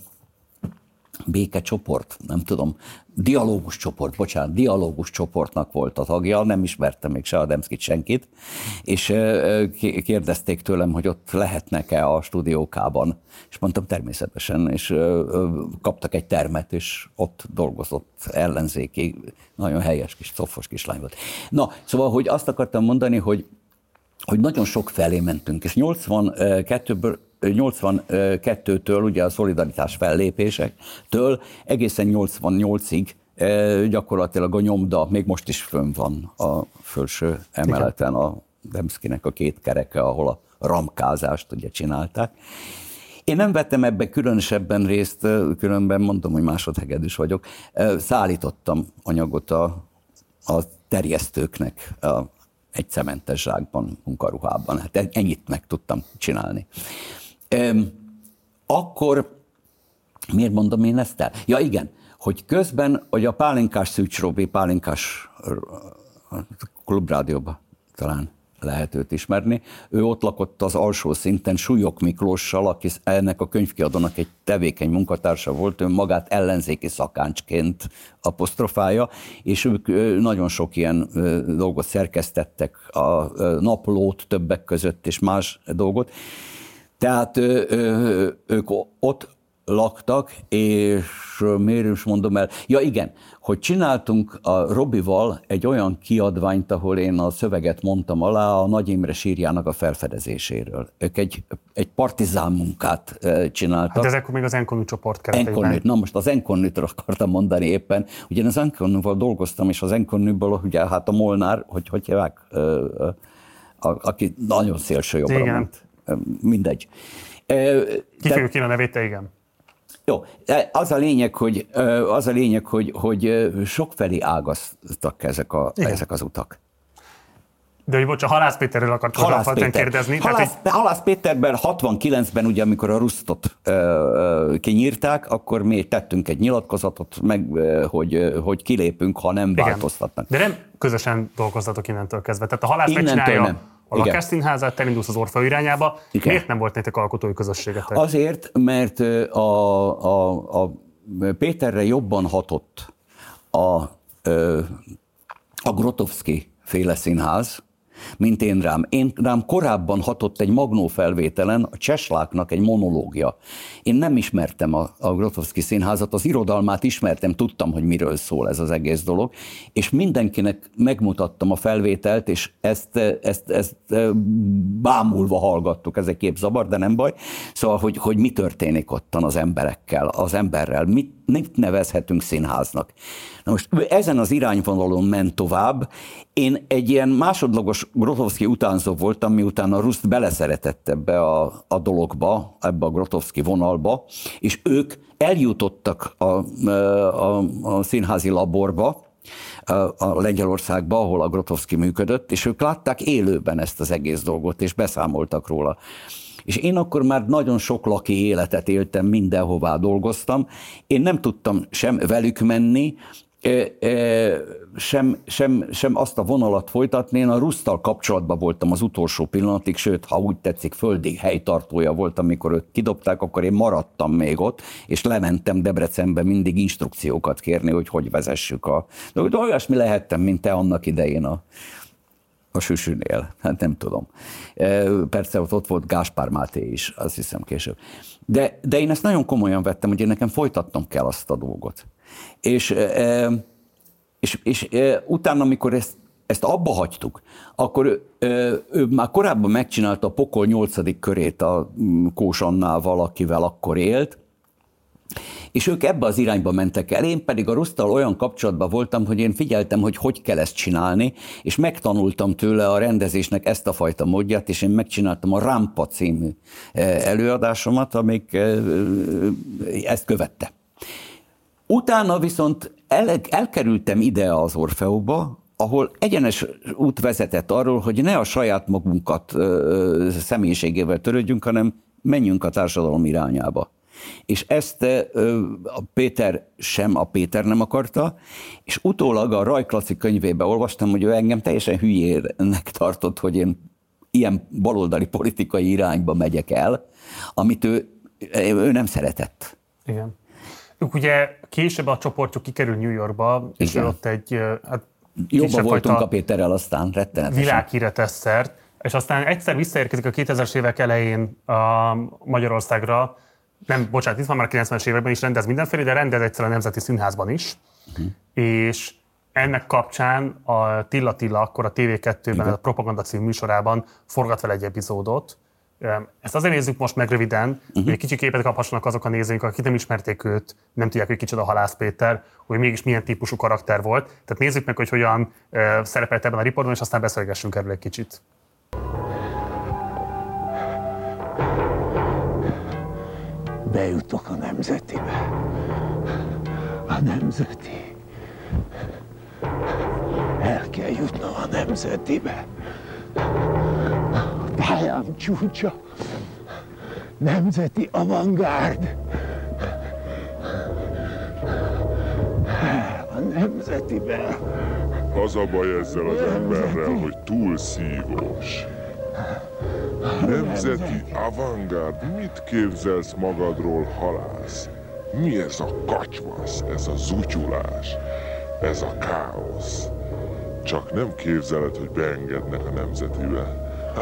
béke csoport, nem tudom, dialógus csoport, bocsánat, dialógus csoportnak volt a tagja, nem ismertem még se a Demszkit senkit, és kérdezték tőlem, hogy ott lehetnek-e a stúdiókában, és mondtam természetesen, és kaptak egy termet, és ott dolgozott ellenzéki, nagyon helyes kis, cofos kislány volt. Na, szóval, hogy azt akartam mondani, hogy, hogy nagyon sok felé mentünk, és nyolcvankettőből nyolcvankettőtől ugye a szolidaritás fellépésektől egészen nyolcvannyolcig gyakorlatilag a nyomda, még most is fönn van a felső emeleten a Demszkinek a két kereke, ahol a ramkázást ugye csinálták. Én nem vettem ebbe különösebben részt, különben mondom, hogy másodhegedűs vagyok. Szállítottam anyagot a, a terjesztőknek a, egy cementes zsákban, munkaruhában. Hát ennyit meg tudtam csinálni. Akkor Miért mondom én ezt el? Ja igen, hogy közben, hogy a Pálinkás Szűcs Robi, Pálinkás Klubrádióban talán lehet őt ismerni. Ő ott lakott az alsó szinten Súlyog Miklóssal, aki ennek a könyvkiadónak egy tevékeny munkatársa volt, ő magát ellenzéki szakáncsként apostrofálja, és ők nagyon sok ilyen dolgot szerkesztettek, a Naplót többek között, és más dolgot. Tehát ők ott laktak, és miért is mondom el? Ja igen, hogy csináltunk a Robival egy olyan kiadványt, ahol én a szöveget mondtam alá a Nagy Imre sírjának a felfedezéséről. Ők egy, egy partizán munkát csináltak. Hát ez akkor még az Enkonnű csoport keretében. Na most az Enkonnűtől akartam mondani éppen. Ugye az Enkonnűval dolgoztam, és az Enkonnűből ugye hát a Molnár, hogy hogy hívják, aki nagyon szélső jobbra ment. Mindegy. Ki fogjuk ki a nevét, te igen. Jó, az a lényeg, hogy, az a lényeg, hogy, hogy sokfelé ágaztak ezek, a, ezek az utak. De hogy bocs, a Halász Péterről akartam Halász Péter. kérdezni. Halász, tehát, hogy... Halász Péterben hatvankilencben, ugye, amikor a Rusztot uh, kinyírták, akkor mi tettünk egy nyilatkozatot, meg, uh, hogy, hogy kilépünk, ha nem igen. változtatnak. De nem közösen dolgoztatok innentől kezdve. Tehát a Halász megcsinálja nem. a Lakásszínházát, te indulsz az Orfeó irányába. Igen. Miért nem volt nektek alkotói közösségetek? Azért, mert a, a, a Péterre jobban hatott a, a Grotowski féle színház, mint én rám. Én rám korábban hatott egy Magnó felvételen a Csesláknak egy monológia. Én nem ismertem a, a Grotowski színházat, az irodalmát ismertem, tudtam, hogy miről szól ez az egész dolog, és mindenkinek megmutattam a felvételt, és ezt, ezt, ezt bámulva hallgattuk, ez egy képzavar, de nem baj. Szóval, hogy, hogy mi történik ottan az emberekkel, az emberrel, mit, mit nevezhetünk színháznak. Na most ezen az irányvonalon ment tovább. Én egy ilyen másodlagos Grotowski utánzó voltam, miután a Ruszt beleszeretett ebbe a, a dologba, ebbe a Grotowski vonalba, és ők eljutottak a, a, a színházi laborba, a Lengyelországba, ahol a Grotowski működött, és ők látták élőben ezt az egész dolgot, és beszámoltak róla. És én akkor már nagyon sok laki életet éltem, mindenhová dolgoztam. Én nem tudtam sem velük menni, sem, sem, sem azt a vonalat folytatni. Én a Rusztal kapcsolatban voltam az utolsó pillanatig, sőt, ha úgy tetszik, földi helytartója voltam, amikor ők kidobták, akkor én maradtam még ott, és lementem Debrecenbe mindig instrukciókat kérni, hogy hogy vezessük a... De olyasmi lehettem, mint te annak idején a, a Süsünél. Hát nem tudom. Persze ott, ott volt Gáspár Máté is, azt hiszem később. De, de én ezt nagyon komolyan vettem, hogy én nekem folytatnom kell azt a dolgot. És, és, és utána, amikor ezt, ezt abba hagytuk, akkor ő, ő már korábban megcsinálta a Pokol nyolcadik körét a Kós Annával, akivel akkor élt, és ők ebbe az irányba mentek el. Én pedig a Rusztal olyan kapcsolatban voltam, hogy én figyeltem, hogy hogy kell ezt csinálni, és megtanultam tőle a rendezésnek ezt a fajta módját, és én megcsináltam a Rámpa című előadásomat, amik ezt követte. Utána viszont el, elkerültem ide az Orfeóba, ahol egyenes út vezetett arról, hogy ne a saját magunkat ö, személyiségével törődjünk, hanem menjünk a társadalom irányába. És ezt ö, a Péter sem, a Péter nem akarta, és utólag a Raj Klaci könyvébe olvastam, hogy ő engem teljesen hülyének tartott, hogy én ilyen baloldali politikai irányba megyek el, amit ő, ő nem szeretett. Igen. Ők ugye később a csoportjuk kikerül New Yorkba, és igen. ott egy hát, jobban voltunk a Péterrel, aztán rettenetesen. Világhíre tesz szert, és aztán egyszer visszaérkezik a kétezres évek elején a Magyarországra, nem, bocsánat, itt van már a kilencvenes években is rendez mindenféle, de rendez egyszer a Nemzeti Színházban is, uh-huh. és ennek kapcsán a Tilla Tilla akkor a té vé kettőben, a Propaganda című műsorában forgat vele egy epizódot. Ezt azért nézzük most meg röviden, uh-huh. hogy egy kicsi képet kaphassanak azok a nézőink, akik nem ismerték őt, nem tudják, hogy kicsoda Halász Péter, hogy mégis milyen típusú karakter volt. Tehát nézzük meg, hogy hogyan uh, szerepelt ebben a riportban, és aztán beszélgessünk erről egy kicsit. Bejutok a Nemzetibe. A Nemzeti. El kell jutnom a Nemzetibe. A pályám csúcsa. Nemzeti avantgárd. nemzetibe. Az a baj ezzel az emberrel, hogy túl szívós. Nemzeti avantgárd, mit képzelsz magadról, halász? Mi ez a kacsvasz, ez a zutyulás, ez a káosz? Csak nem képzeled, hogy beengednek a nemzetibe.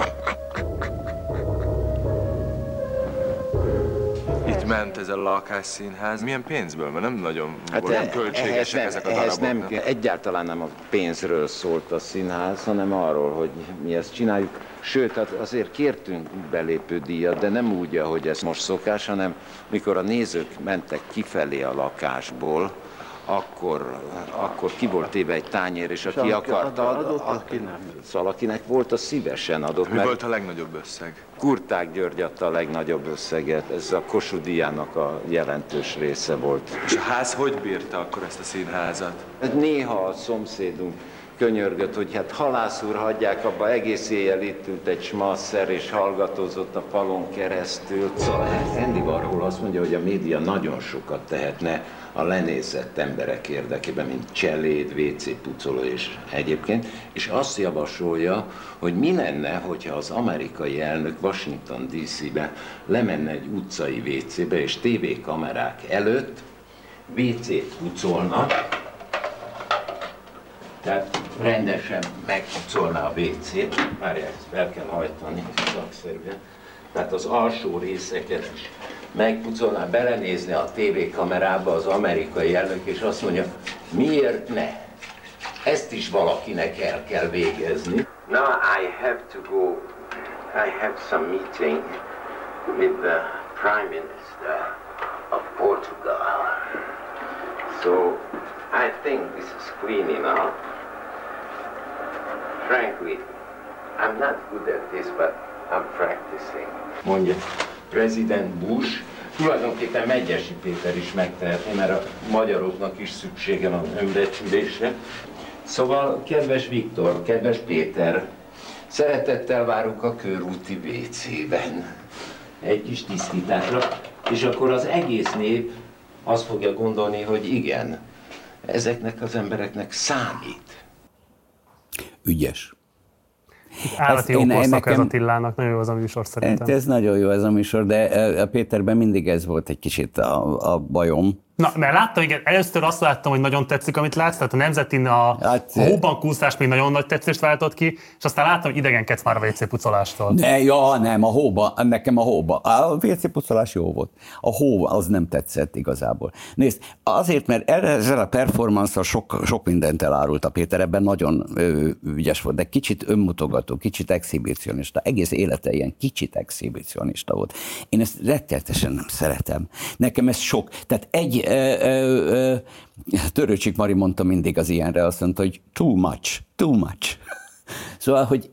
Itt ment ez a lakásszínház. Milyen pénzből? Mert nem nagyon hát volt, nem költségesek nem, ezek a ehhez darabok. nem, egyáltalán nem a pénzről szólt a színház, hanem arról, hogy mi ezt csináljuk. Sőt, azért kértünk belépődíjat, de nem úgy, ahogy ez most szokás, hanem mikor a nézők mentek kifelé a lakásból, akkor, akkor ki volt téve egy tányér, és aki Csak akarta, adott, a, aki nem. szóval akinek volt, az szívesen adott. Mi mert volt a legnagyobb összeg? Kurták György adta a legnagyobb összeget, ez a Kossuth díjának a jelentős része volt. És a ház hogy bírta akkor ezt a színházat? Néha a szomszédunk könyörgött, hogy hát halász úr, hagyják abba, egész éjjel itt ült egy smasszer, és hallgatózott a falon keresztül. Szóval Andy Warhol azt mondja, hogy a média nagyon sokat tehetne a lenézett emberek érdekében, mint cseléd, vé cé pucoló és egyébként, és azt javasolja, hogy mi lenne, hogyha az amerikai elnök Washington dé cé-be lemenne egy utcai vé cé-be, és tévékamerák előtt vé cét pucolna, tehát rendesen megpucolná a vé cét, várják, ezt fel kell hajtani szakszerűen, tehát az alsó részeket is megpucolná, belenézni a tévékamerába az amerikai elnök, és azt mondja, miért ne? Ezt is valakinek el kell végezni. Now I have to go, I have some meeting with the Prime Minister of Portugal. So I think this is clean enough. Frankly, I'm not good at this, but I'm practicing. Mondja President Bush, tulajdonképpen Megyesi Péter is megtehetné, mert a magyaroknak is szüksége van önbecsülésre. Szóval, kedves Viktor, kedves Péter, szeretettel várunk a körúti vé cében. Egy kis tisztításra, és akkor az egész nép azt fogja gondolni, hogy igen, ezeknek az embereknek számít. Ügyes. Állati jó korszak ez Attilának, nagyon jó az a műsor szerintem. Ez nagyon jó ez a műsor, de a Péterben mindig ez volt egy kicsit a, a bajom. Na, mert láttam, igen, először azt láttam, hogy nagyon tetszik, amit látsz, tehát a Nemzetin a, hát, a hóban kúszás még nagyon nagy tetszést váltott ki, és aztán láttam, hogy idegenkedsz már a vé cé pucolástól. Ne, ja, nem, a hóba, nekem a hóba. A vé cé pucolás jó volt. A hó az nem tetszett igazából. Nézd, azért, mert ezzel a performance-szal sok, sok mindent elárult a Péter, ebben nagyon ö, ügyes volt, de kicsit önmutogató, kicsit exhibicionista, egész élete ilyen kicsit exhibicionista volt. Én ezt rettenetesen nem szeretem. Nekem ez sok. Tehát egy Törőcsik Mari mondta mindig az ilyenre, azt mondta, hogy too much, too much. Szóval, hogy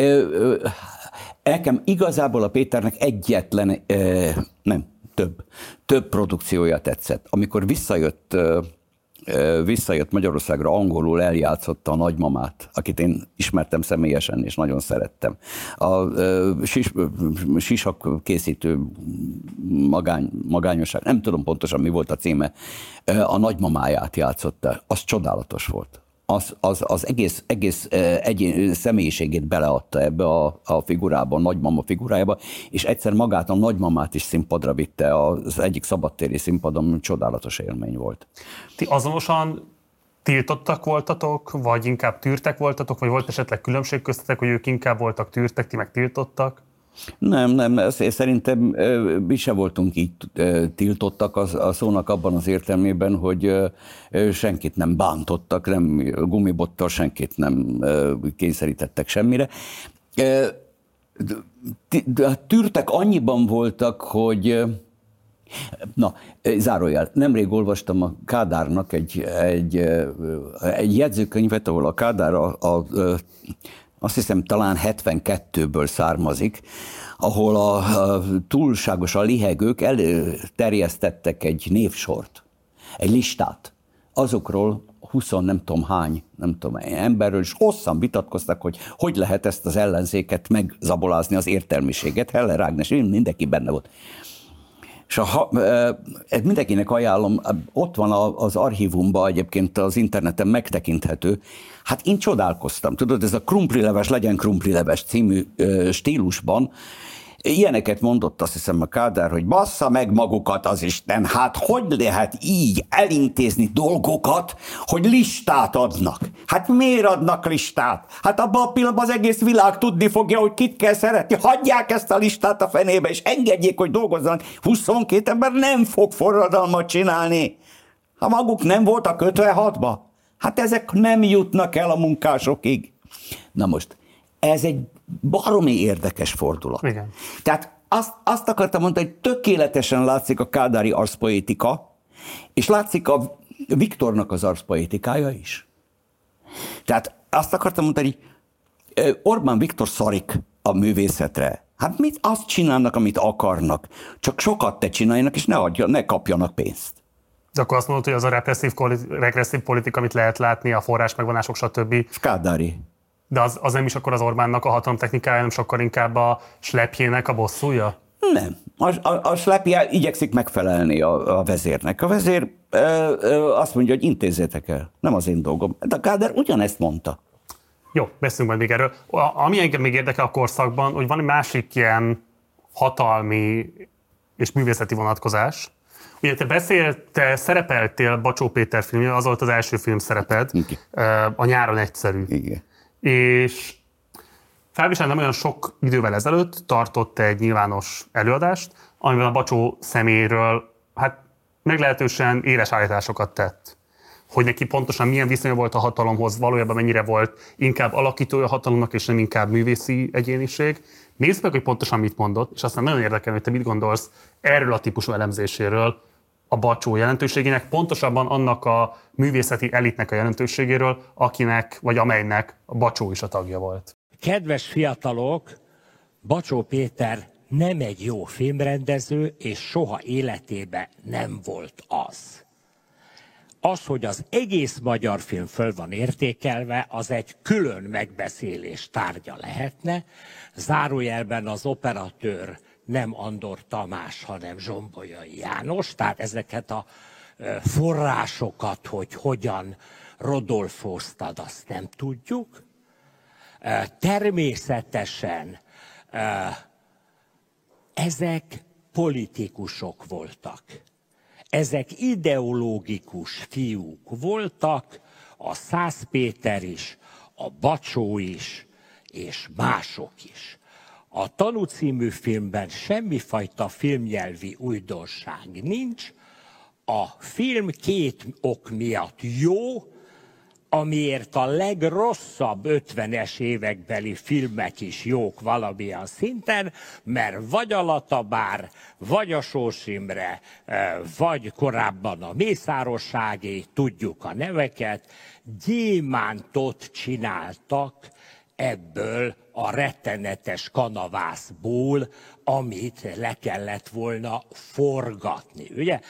nekem igazából a Péternek egyetlen, nem, több, több produkciója tetszett. Amikor visszajött, visszajött Magyarországra, angolul eljátszotta a nagymamát, akit én ismertem személyesen, és nagyon szerettem. A sis, sisak készítő magány, magányosság, nem tudom pontosan mi volt a címe, a nagymamáját játszotta. Az csodálatos volt. Az, az, az egész, egész egyén, személyiségét beleadta ebbe a, a figurába, a nagymama figurájába, és egyszer magát a nagymamát is színpadra vitte az egyik szabadtéri színpadon, csodálatos élmény volt. Ti azonosan tiltottak voltatok, vagy inkább tűrtek voltatok, vagy volt esetleg különbség köztetek, hogy ők inkább voltak tűrtek, ti meg tiltottak? Nem, nem, szerintem mi se voltunk így tiltottak a szónak abban az értelmében, hogy senkit nem bántottak, nem gumibottal senkit nem kényszerítettek semmire. Tűrtek annyiban voltak, hogy na, zárójel, nemrég olvastam a Kádárnak egy, egy, egy jegyzőkönyvet, ahol a Kádár a, a azt hiszem talán hetvenkettőből származik, ahol a, a túlságosan lihegők előterjesztettek egy névsort, egy listát azokról, húsz nem tudom hány, nem tudom, emberről, és hosszan vitatkoztak, hogy hogy lehet ezt az ellenzéket megzabolázni, az értelmiséget. Heller Ágnes, mindenki benne volt. És ha, ezt mindenkinek ajánlom, ott van az archívumban, egyébként az interneten megtekinthető. Hát én csodálkoztam, tudod, ez a krumplileves, legyen krumplileves című stílusban, ilyeneket mondott, azt hiszem, a Kádár, hogy bassza meg magukat az Isten, hát hogy lehet így elintézni dolgokat, hogy listát adnak? Hát miért adnak listát? Hát abban a pillanatban az egész világ tudni fogja, hogy kit kell szeretni. Hagyják ezt a listát a fenébe, és engedjék, hogy dolgozzanak. huszonkét ember nem fog forradalmat csinálni. Ha maguk nem voltak ötvenhatba, hát ezek nem jutnak el a munkásokig. Na most, ez egy baromi érdekes fordulat. Igen. Tehát azt, azt akartam mondani, hogy tökéletesen látszik a kádári arszpoetika, és látszik a Viktornak az arszpoetikája is. Tehát azt akartam mondani, hogy Orbán Viktor szarik a művészetre. Hát mit azt csinálnak, amit akarnak, csak sokat te csináljanak, és ne, adja, ne kapjanak pénzt. De akkor azt mondod, hogy az a represszív, regresszív politika, amit lehet látni, a forrás megvonások, stb. Kádári. De az, az nem is akkor az Orbánnak a hatalomtechnikája, nem sokkal inkább a slepjének a bosszúja? Nem. A, a, a slepje igyekszik megfelelni a, a vezérnek. A vezér ö, ö, azt mondja, hogy intézzétek el. Nem az én dolgom. De a Kádár ugyanezt mondta. Jó, beszélünk majd még erről. A, ami engem még érdekel a korszakban, hogy van egy másik ilyen hatalmi és művészeti vonatkozás. Ugye te beszéltél, szerepeltél Bacsó Péter filmje, az volt az első film szereped, Igen. a Nyáron egyszerű. Igen. És Felvisel nem olyan sok idővel ezelőtt tartott egy nyilvános előadást, amiben a Bacsó személyéről hát meglehetősen éles állításokat tett. Hogy neki pontosan milyen viszonya volt a hatalomhoz, valójában mennyire volt inkább alakítója a hatalomnak, és nem inkább művészi egyéniség. Nézd meg, hogy pontosan mit mondott, és aztán nagyon érdekel, hogy te mit gondolsz erről a típusú elemzéséről, a Bacsó jelentőségének, pontosabban annak a művészeti elitnek a jelentőségéről, akinek, vagy amelynek a Bacsó is a tagja volt. Kedves fiatalok, Bacsó Péter nem egy jó filmrendező, és soha életében nem volt az. Az, hogy az egész magyar film föl van értékelve, az egy külön megbeszélés tárgya lehetne. Zárójelben az operatőr nem Andor Tamás, hanem Zsombolyai János, tehát ezeket a forrásokat, hogy hogyan rodolfóztad, azt nem tudjuk. Természetesen ezek politikusok voltak. Ezek ideológikus fiúk voltak, a Szász Péter is, a Bacsó is, és mások is. A Tanú című filmben semmifajta filmnyelvi újdonság nincs. A film két ok miatt jó, amiért a legrosszabb ötvenes évekbeli filmek is jók valamilyen szinten, mert vagy a Latabár, vagy a Sós Imre, vagy korábban a Mészárosságé, tudjuk a neveket, gyémántot csináltak ebből a rettenetes kanavászból, amit le kellett volna forgatni, ugye?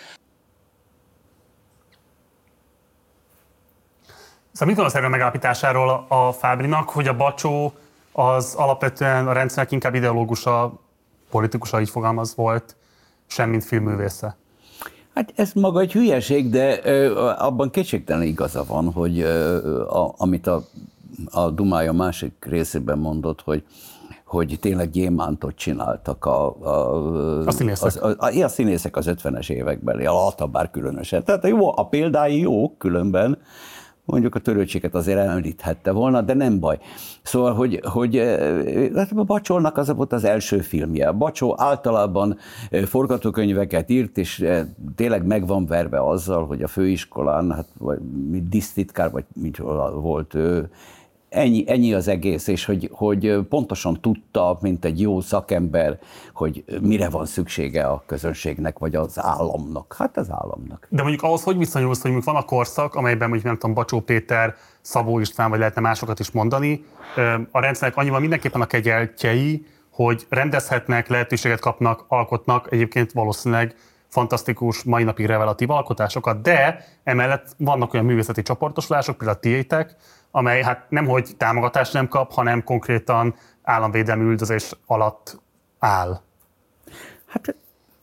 Szóval mit mondasz erről a megállapításáról a Fábrinak, hogy a Bacsó az alapvetően a rendszernek inkább ideológusa, politikusa, így fogalmaz volt, semmint filmművésze? Hát ez maga egy hülyeség, de ö, abban kétségtelen igaza van, hogy ö, a, amit a, a Dumája másik részében mondott, hogy hogy tényleg gyémántot csináltak a, a, a, színészek. Az, a, a, a színészek az ötvenes években, a Latabár különösen. Tehát jó, a példái jók különben, mondjuk a Törőcséket azért említhette volna, de nem baj. Szóval, hogy, hogy a Bacsónak az volt az első filmje. A Bacsó általában forgatókönyveket írt, és tényleg meg van verve azzal, hogy a főiskolán, hát vagy disztitkár, vagy mit volt ő, Ennyi, ennyi az egész, és hogy, hogy pontosan tudta, mint egy jó szakember, hogy mire van szüksége a közönségnek, vagy az államnak. Hát az államnak. De mondjuk ahhoz, hogy viszonyulsz, hogy mondjuk van a korszak, amelyben mondjuk nem tudom, Bacsó Péter, Szabó István, vagy lehetne másokat is mondani, a rendszernek annyival mindenképpen a kegyeltjei, hogy rendezhetnek, lehetőséget kapnak, alkotnak, egyébként valószínűleg fantasztikus, mai napig revelatív alkotásokat, de emellett vannak olyan művészeti csoportosulások, például a tiétek, amely hát nemhogy támogatást nem kap, hanem konkrétan államvédelmi üldözés alatt áll. Hát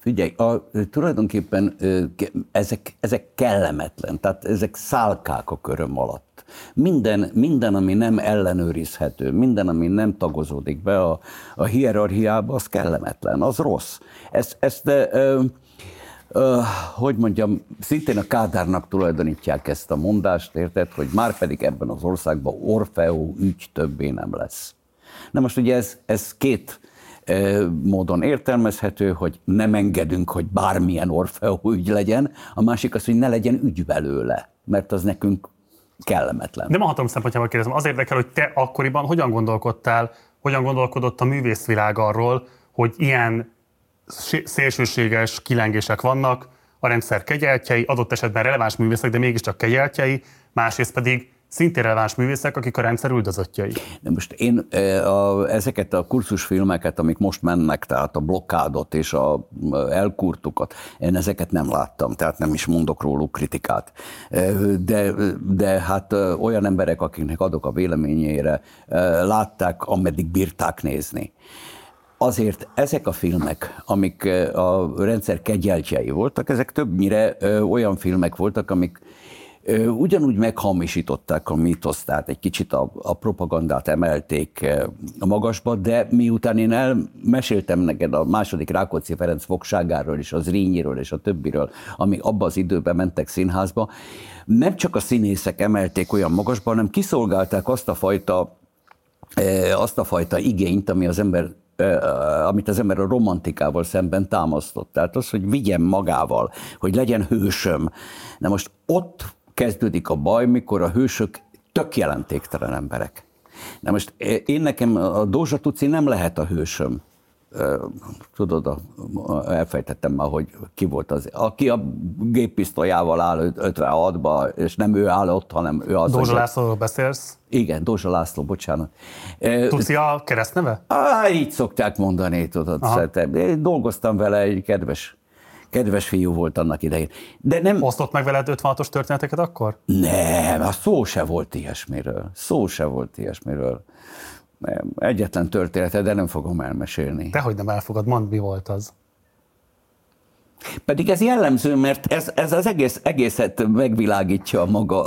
Figyelj, a, tulajdonképpen ezek, ezek kellemetlen, tehát ezek szálkák a köröm alatt. Minden, minden, ami nem ellenőrizhető, minden, ami nem tagozódik be a, a hierarchiába, az kellemetlen, az rossz. Ezt, ezt de, ö, ö, hogy mondjam, szintén a Kádárnak tulajdonítják ezt a mondást, érted, hogy már pedig ebben az országban Orfeó ügy többé nem lesz. Na most ugye ez, ez két módon értelmezhető, hogy nem engedünk, hogy bármilyen Orfeó ügy legyen, a másik az, hogy ne legyen ügy belőle, mert az nekünk kellemetlen. Nem a hatalom szempontjából kérdezem, az érdekel, hogy te akkoriban hogyan gondolkodtál, hogyan gondolkodott a művészvilág arról, hogy ilyen szélsőséges kilengések vannak, a rendszer kegyeltjei, adott esetben releváns művészek, de mégiscsak kegyeltjei, másrészt pedig szintén releváns művészek, akik a rendszer üldözöttjei. De most én a, ezeket a kurzusfilmeket, amik most mennek, tehát a blokkádot és a elkurtukat, én ezeket nem láttam, tehát nem is mondok róluk kritikát. De, de hát olyan emberek, akiknek adok a véleményére, látták, ameddig bírták nézni. Azért ezek a filmek, amik a rendszer kegyeltjei voltak, ezek többnyire olyan filmek voltak, amik ugyanúgy meghamisították a mítoszt, tehát egy kicsit a, a propagandát emelték a magasba, de miután én elmeséltem neked a második Rákóczi Ferenc fogságáról és a Zrínyiről és a többiről, amik abban az időben mentek színházba, nem csak a színészek emelték olyan magasba, hanem kiszolgálták azt a fajta, azt a fajta igényt, ami az ember amit az ember a romantikával szemben támasztott. Tehát az, hogy vigyen magával, hogy legyen hősöm. Na most ott kezdődik a baj, mikor a hősök tök jelentéktelen emberek. Na most én nekem a Dózsa Tuci nem lehet a hősöm. Tudod, elfejtettem már, hogy ki volt az, aki a géppisztolyával áll ötvenhatba, és nem ő áll ott, hanem ő az. Dózsa Lászlóról beszélsz? Igen, Dózsa László, bocsánat. Tuci a keresztneve? Á, így szokták mondani, tudod. Én dolgoztam vele, egy kedves, kedves fiú volt annak idején. De nem... Osztott meg veled ötvenhatos történeteket akkor? Nem, szó se volt ilyesmiről. Szó se volt ilyesmiről. Nem, egyetlen története, de nem fogom elmesélni. Dehogy nem elfogad, mondd, mi volt az. Pedig ez jellemző, mert ez, ez az egész, egészet megvilágítja a maga,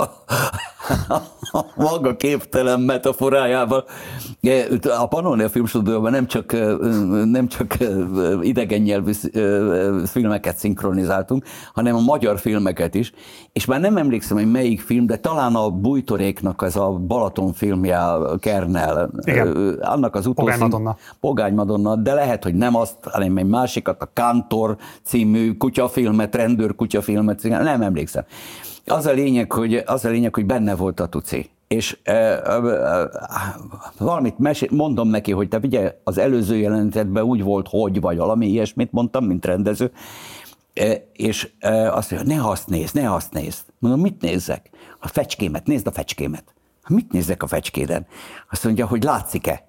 a maga képtelen metaforájával. A Pannonia Filmstúdióban nem csak, nem csak idegen nyelvű filmeket szinkronizáltunk, hanem a magyar filmeket is. És már nem emlékszem, hogy melyik film, de talán a Bújtoréknak ez a Balaton filmje, Kernel. Igen. Annak az utolsó. Pogány Madonna. Pogány Madonna, de lehet, hogy nem azt, hanem egy másikat, a Kántor című kutyafilmet, rendőr kutyafilmet, nem emlékszem. Az a lényeg, hogy, az a lényeg, hogy benne volt a Tuci. És e, e, e, valamit mesél, mondom neki, hogy te figyelj, az előző jelenetetben úgy volt, hogy, vagy valami ilyesmit mondtam, mint rendező, e, és e, azt mondja, ne azt nézd, ne azt nézd. Mondom, mit nézzek? A fecskémet, nézd a fecskémet. Mit nézzek a fecskéden? Azt mondja, hogy látszik-e?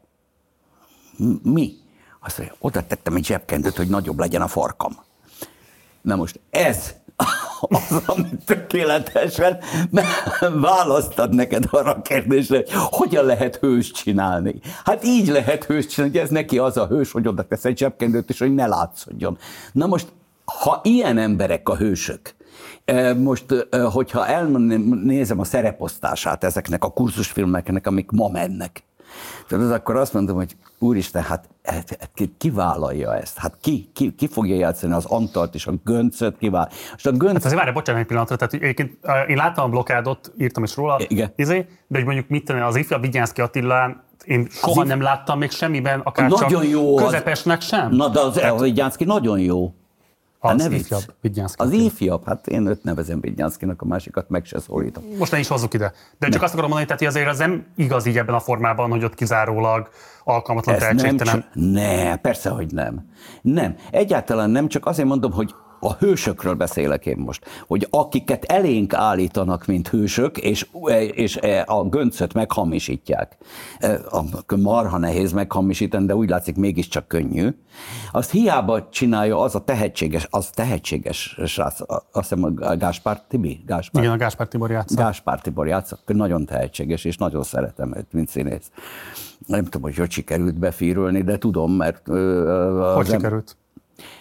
Mi? Azt mondja, oda tettem egy zsebkendőt, hogy nagyobb legyen a farkam. Na most ez az, amit tökéletesen választad neked arra a kérdésre, hogy hogyan lehet hős csinálni. Hát így lehet hős csinálni, hogy ez neki az a hős, hogy oda tesz egy zsebkendőt, és hogy ne látszódjon. Na most, ha ilyen emberek a hősök, most, hogyha elnézem a szereposztását ezeknek a kurzusfilmeknek, amik ma mennek, tudod, akkor azt mondom, hogy úristen, hát ki, ki vállalja ezt? Hát ki, ki, ki fogja játszani az Antalt és a Göncöt? Ki vál... Most a Gönc... Hát azért várj, bocsánat egy pillanatra, tehát egyébként én láttam a blokkádot, írtam is róla, izé, de hogy mondjuk mit tenni, az ifjabb Vigyánszky Attilán én soha if... nem láttam még semmiben, akár nagyon csak jó, közepesnek az... sem. Na, de az tehát... Vigyánszky nagyon jó. Az hát ifjabb Vigyánszky. Az ifjabb, hát én őt nevezem Vigyánszkynak, a másikat meg se szólítom. Most ne is hozzuk ide. De csak nem. azt akarom mondani, tehát azért az nem igaz így ebben a formában, hogy ott kizárólag alkalmatlan tehetségtelen. Ne, persze, hogy nem. Nem. Egyáltalán nem, csak azért mondom, hogy a hősökről beszélek én most, hogy akiket elénk állítanak, mint hősök, és, és a Göncöt meghamisítják. Marha nehéz meghamisítani, de úgy látszik mégiscsak könnyű. Azt hiába csinálja az a tehetséges, az tehetséges srác, azt hiszem a Gáspár Tibi? Gáspár. Igen, a Gáspár Tibor játsza. Gáspár Tibor játsza, nagyon tehetséges, és nagyon szeretem őt, mint színész. Nem tudom, hogy hogy sikerült befírölni, de tudom, mert... Hogy sikerült?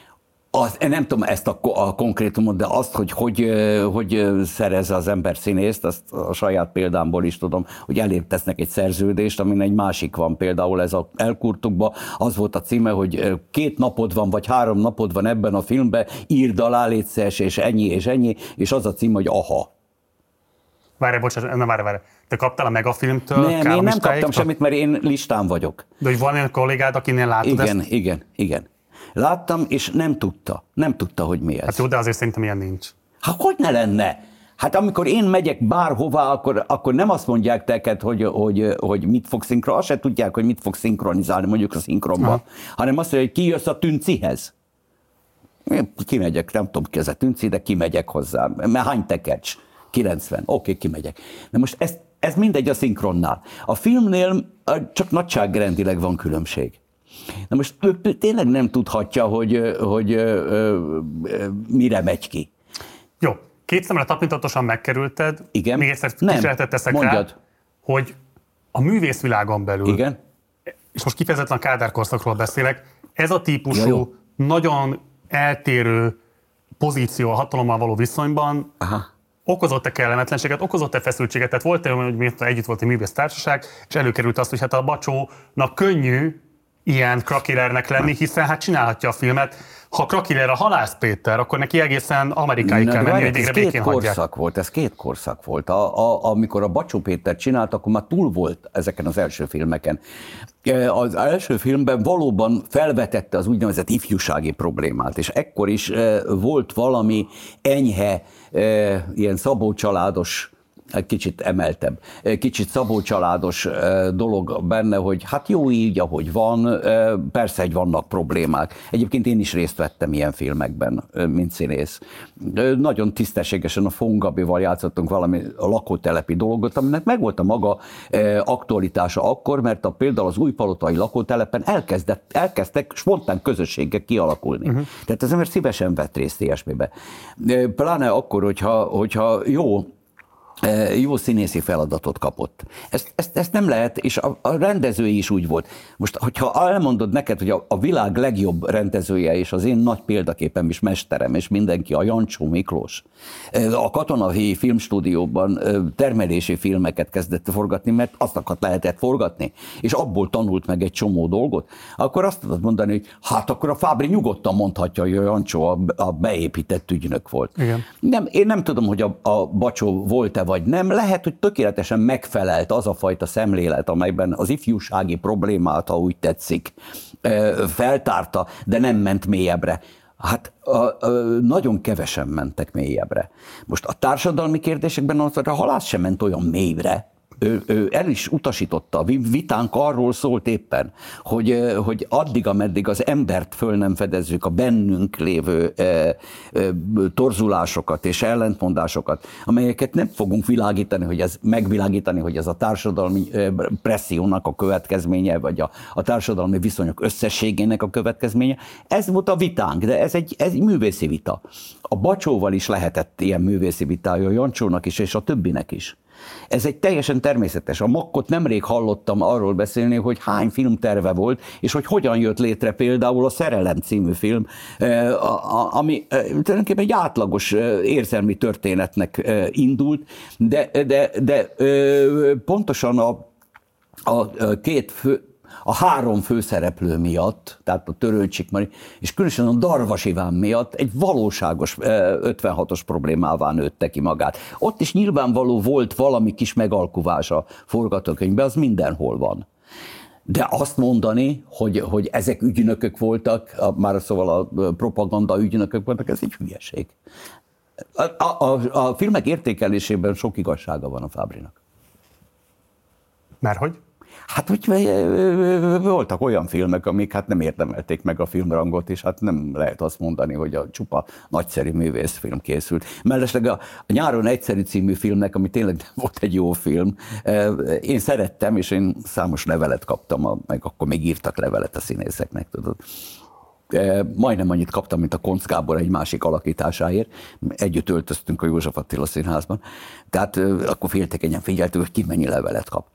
Az, nem tudom ezt a, a konkrétumot, de azt, hogy, hogy hogy szerez az ember színészt, azt a saját példámból is tudom, hogy elég tesznek egy szerződést, amin egy másik van. Például ez a Elkurtukban az volt a címe, hogy két napod van, vagy három napod van ebben a filmben, írd alá, légy szíves, és ennyi, és ennyi, és az a cím, hogy aha. Várj, bocsánat, nem várj, várj. Te kaptál a Megafilmtől? Nem, én nem kaptam semmit, mert én listán vagyok. De hogy van olyan kollégád, akinél látod igen, ezt? Igen, igen. Láttam, és nem tudta. Nem tudta, hogy mi ez. Hát jó, de azért szerintem ilyen nincs. Hát hogy ne lenne? Hát amikor én megyek bárhová, akkor, akkor nem azt mondják neked, hogy, hogy, hogy mit fog szinkronizálni, azt se tudják, hogy mit fog szinkronizálni mondjuk a szinkronban, hanem azt mondja, hogy ki jössz a Tüncihez. Én kimegyek, nem tudom ki ez a Tünci, de kimegyek hozzá. Mert hány tekercs? kilencven. Oké, okay, kimegyek. De most ez, ez mindegy a szinkronnál. A filmnél csak nagyságrendileg van különbség. Na most ő tényleg nem tudhatja, hogy, hogy ö, ö, ö, mire megy ki. Jó, két szemre tapintatosan megkerülted. Igen. Még egyszer kísérletet teszek rá, hogy a művészvilágon belül, igen. És most kifejezetten a Kádár korszakról beszélek, ez a típusú, ja, nagyon eltérő pozíció a hatalommal való viszonyban, aha, okozott-e kellemetlenséget, okozott-e feszültséget? Tehát volt olyan, hogy miért együtt volt egy művésztársaság, és előkerült azt, hogy hát a Bacsónak könnyű ilyen krakillernek lenni, hiszen hát csinálhatja a filmet. Ha krakiller a Halász Péter, akkor neki egészen Amerikáig kell menni, hogy végre békén hagyják. Korszak volt, ez két korszak volt. A, a, amikor a Bacsó Péter csinált, akkor már túl volt ezeken az első filmeken. Az első filmben valóban felvetette az úgynevezett ifjúsági problémát, és ekkor is volt valami enyhe, ilyen Szabó családos, egy kicsit emeltebb, kicsit Szabó családos dolog benne, hogy hát jó így, ahogy van, persze, hogy vannak problémák. Egyébként én is részt vettem ilyen filmekben, mint színész. Nagyon tisztességesen a Fon Gabival játszottunk valami a lakótelepi dolgot, aminek megvolt a maga aktualitása akkor, mert a, például az újpalotai lakótelepen elkezdett, elkezdtek spontán közösségek kialakulni. Uh-huh. Tehát az ember szívesen vett részt ilyesmibe. Pláne akkor, hogyha, hogyha jó, jó színészi feladatot kapott. Ezt, ezt, ezt nem lehet, és a, a rendezői is úgy volt. Most, hogyha elmondod neked, hogy a, a világ legjobb rendezője, és az én nagy példaképem is mesterem, és mindenki, a Jancsó Miklós, a Katonai Filmstúdióban termelési filmeket kezdett forgatni, mert azokat lehetett forgatni, és abból tanult meg egy csomó dolgot, akkor azt tudod mondani, hogy hát akkor a Fábri nyugodtan mondhatja, hogy a Jancsó a, a beépített ügynök volt. Igen. Nem, én nem tudom, hogy a, a Bacsó volt-e vagy nem, lehet, hogy tökéletesen megfelelt az a fajta szemlélet, amelyben az ifjúsági problémát, ha úgy tetszik, feltárta, de nem ment mélyebbre. Hát a, a, nagyon kevesen mentek mélyebbre. Most a társadalmi kérdésekben az, a Halász sem ment olyan mélyre. Ő, ő el is utasította, a vitánk arról szólt éppen, hogy, hogy addig, ameddig az embert föl nem fedezzük, a bennünk lévő e, e, torzulásokat és ellentmondásokat, amelyeket nem fogunk világítani, hogy ez, megvilágítani, hogy ez a társadalmi pressziónak a következménye, vagy a, a társadalmi viszonyok összességének a következménye. Ez volt a vitánk, de ez egy, ez egy művészi vita. A Bacsóval is lehetett ilyen művészi vitája, a Jancsónak is, és a többinek is. Ez egy teljesen természetes. A Makkot nemrég hallottam arról beszélni, hogy hány filmterve volt, és hogy hogyan jött létre például a Szerelem című film, ami tulajdonképpen egy átlagos érzelmi történetnek indult, de, de, de pontosan a, a két fő, a három főszereplő miatt, tehát a Törőcsik Mari, és különösen a Darvas Iván miatt egy valóságos ötvenhatos problémává nőtte ki magát. Ott is nyilvánvaló volt valami kis megalkuvás a forgatókönyvben, az mindenhol van. De azt mondani, hogy, hogy ezek ügynökök voltak, már szóval a propaganda ügynökök voltak, ez egy hülyeség. A, a, a filmek értékelésében sok igazsága van a Fábrinak. Mert hogy? Hát úgy, voltak olyan filmek, amik hát nem érdemelték meg a filmrangot, és hát nem lehet azt mondani, hogy a csupa nagyszerű művészfilm készült. Mellesleg a, a Nyáron egyszerű című filmnek, ami tényleg nem volt egy jó film, én szerettem, és én számos levelet kaptam, meg akkor még írtak levelet a színészeknek, tudod. Majdnem annyit kaptam, mint a Koncz Gábor egy másik alakításáért. Együtt öltöztünk a József Attila Színházban. Tehát akkor féltékenyen figyeltük, hogy ki mennyi levelet kap. Na,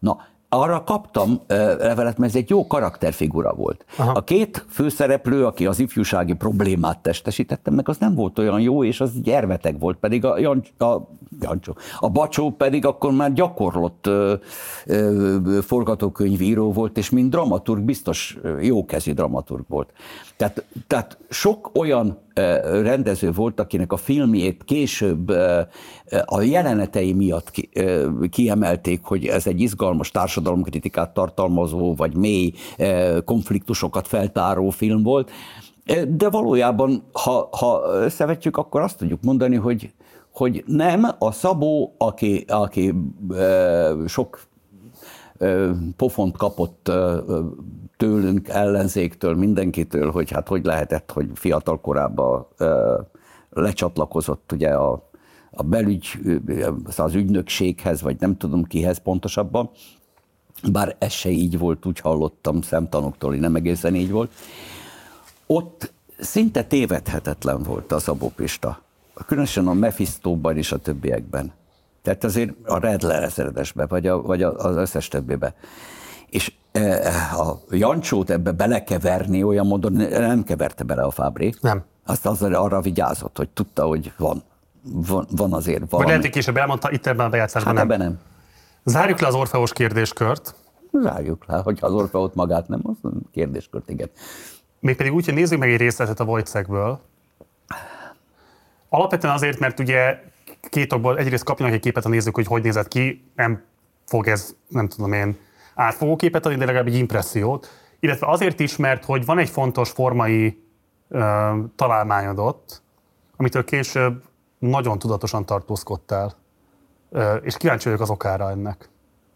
arra kaptam levelet, mert ez egy jó karakterfigura volt. Aha. A két főszereplő, aki az ifjúsági problémát testesítette meg, az nem volt olyan jó, és az gyermeteg volt, pedig a, Jan, a, Jancsó, a Bacsó pedig akkor már gyakorlott ö, ö, forgatókönyvíró volt, és mint dramaturg biztos jókezű dramaturg volt. Tehát, tehát sok olyan rendező volt, akinek a filmjét később a jelenetei miatt kiemelték, hogy ez egy izgalmas társadalomkritikát tartalmazó, vagy mély konfliktusokat feltáró film volt. De valójában, ha, ha összevetjük, akkor azt tudjuk mondani, hogy, hogy nem, a Szabó, aki, aki sok pofont kapott tőlünk, ellenzéktől, mindenkitől, hogy hát hogy lehetett, hogy fiatal korában lecsatlakozott ugye a, a belügy, az ügynökséghez, vagy nem tudom kihez pontosabban, bár ez se így volt, úgy hallottam szemtanúktól, hogy nem egészen így volt. Ott szinte tévedhetetlen volt a Szabó Pista, különösen a Mephistóban és a többiekben. Tehát azért a Redler ezredesbe, vagy, a, vagy az összes többibe. És a Jancsót ebbe belekeverni olyan módon, nem keverte bele a Fábré. Nem. Azt az arra vigyázott, hogy tudta, hogy van. Van, van azért valami. Vagy lehet, hogy később elmondta, itt ebben a bejátszásban hát nem. ebben nem. Zárjuk le az Orfeós kérdéskört. Zárjuk le, hogyha az Orfeót magát nem, az kérdéskört, igen. Mégpedig úgy, hogy nézzük meg egy részletet a Wojciechből. Alapvetően azért, mert ugye két okból egyrészt kapjanak egy képet a nézők, hogy hogy nézett ki, nem fog ez, nem tudom én, átfogó képet adni, de legalább egy impressziót. Illetve azért is, mert hogy van egy fontos formai ö, találmányod ott, amitől később nagyon tudatosan tartózkodtál. Ö, és kíváncsi vagyok az okára ennek.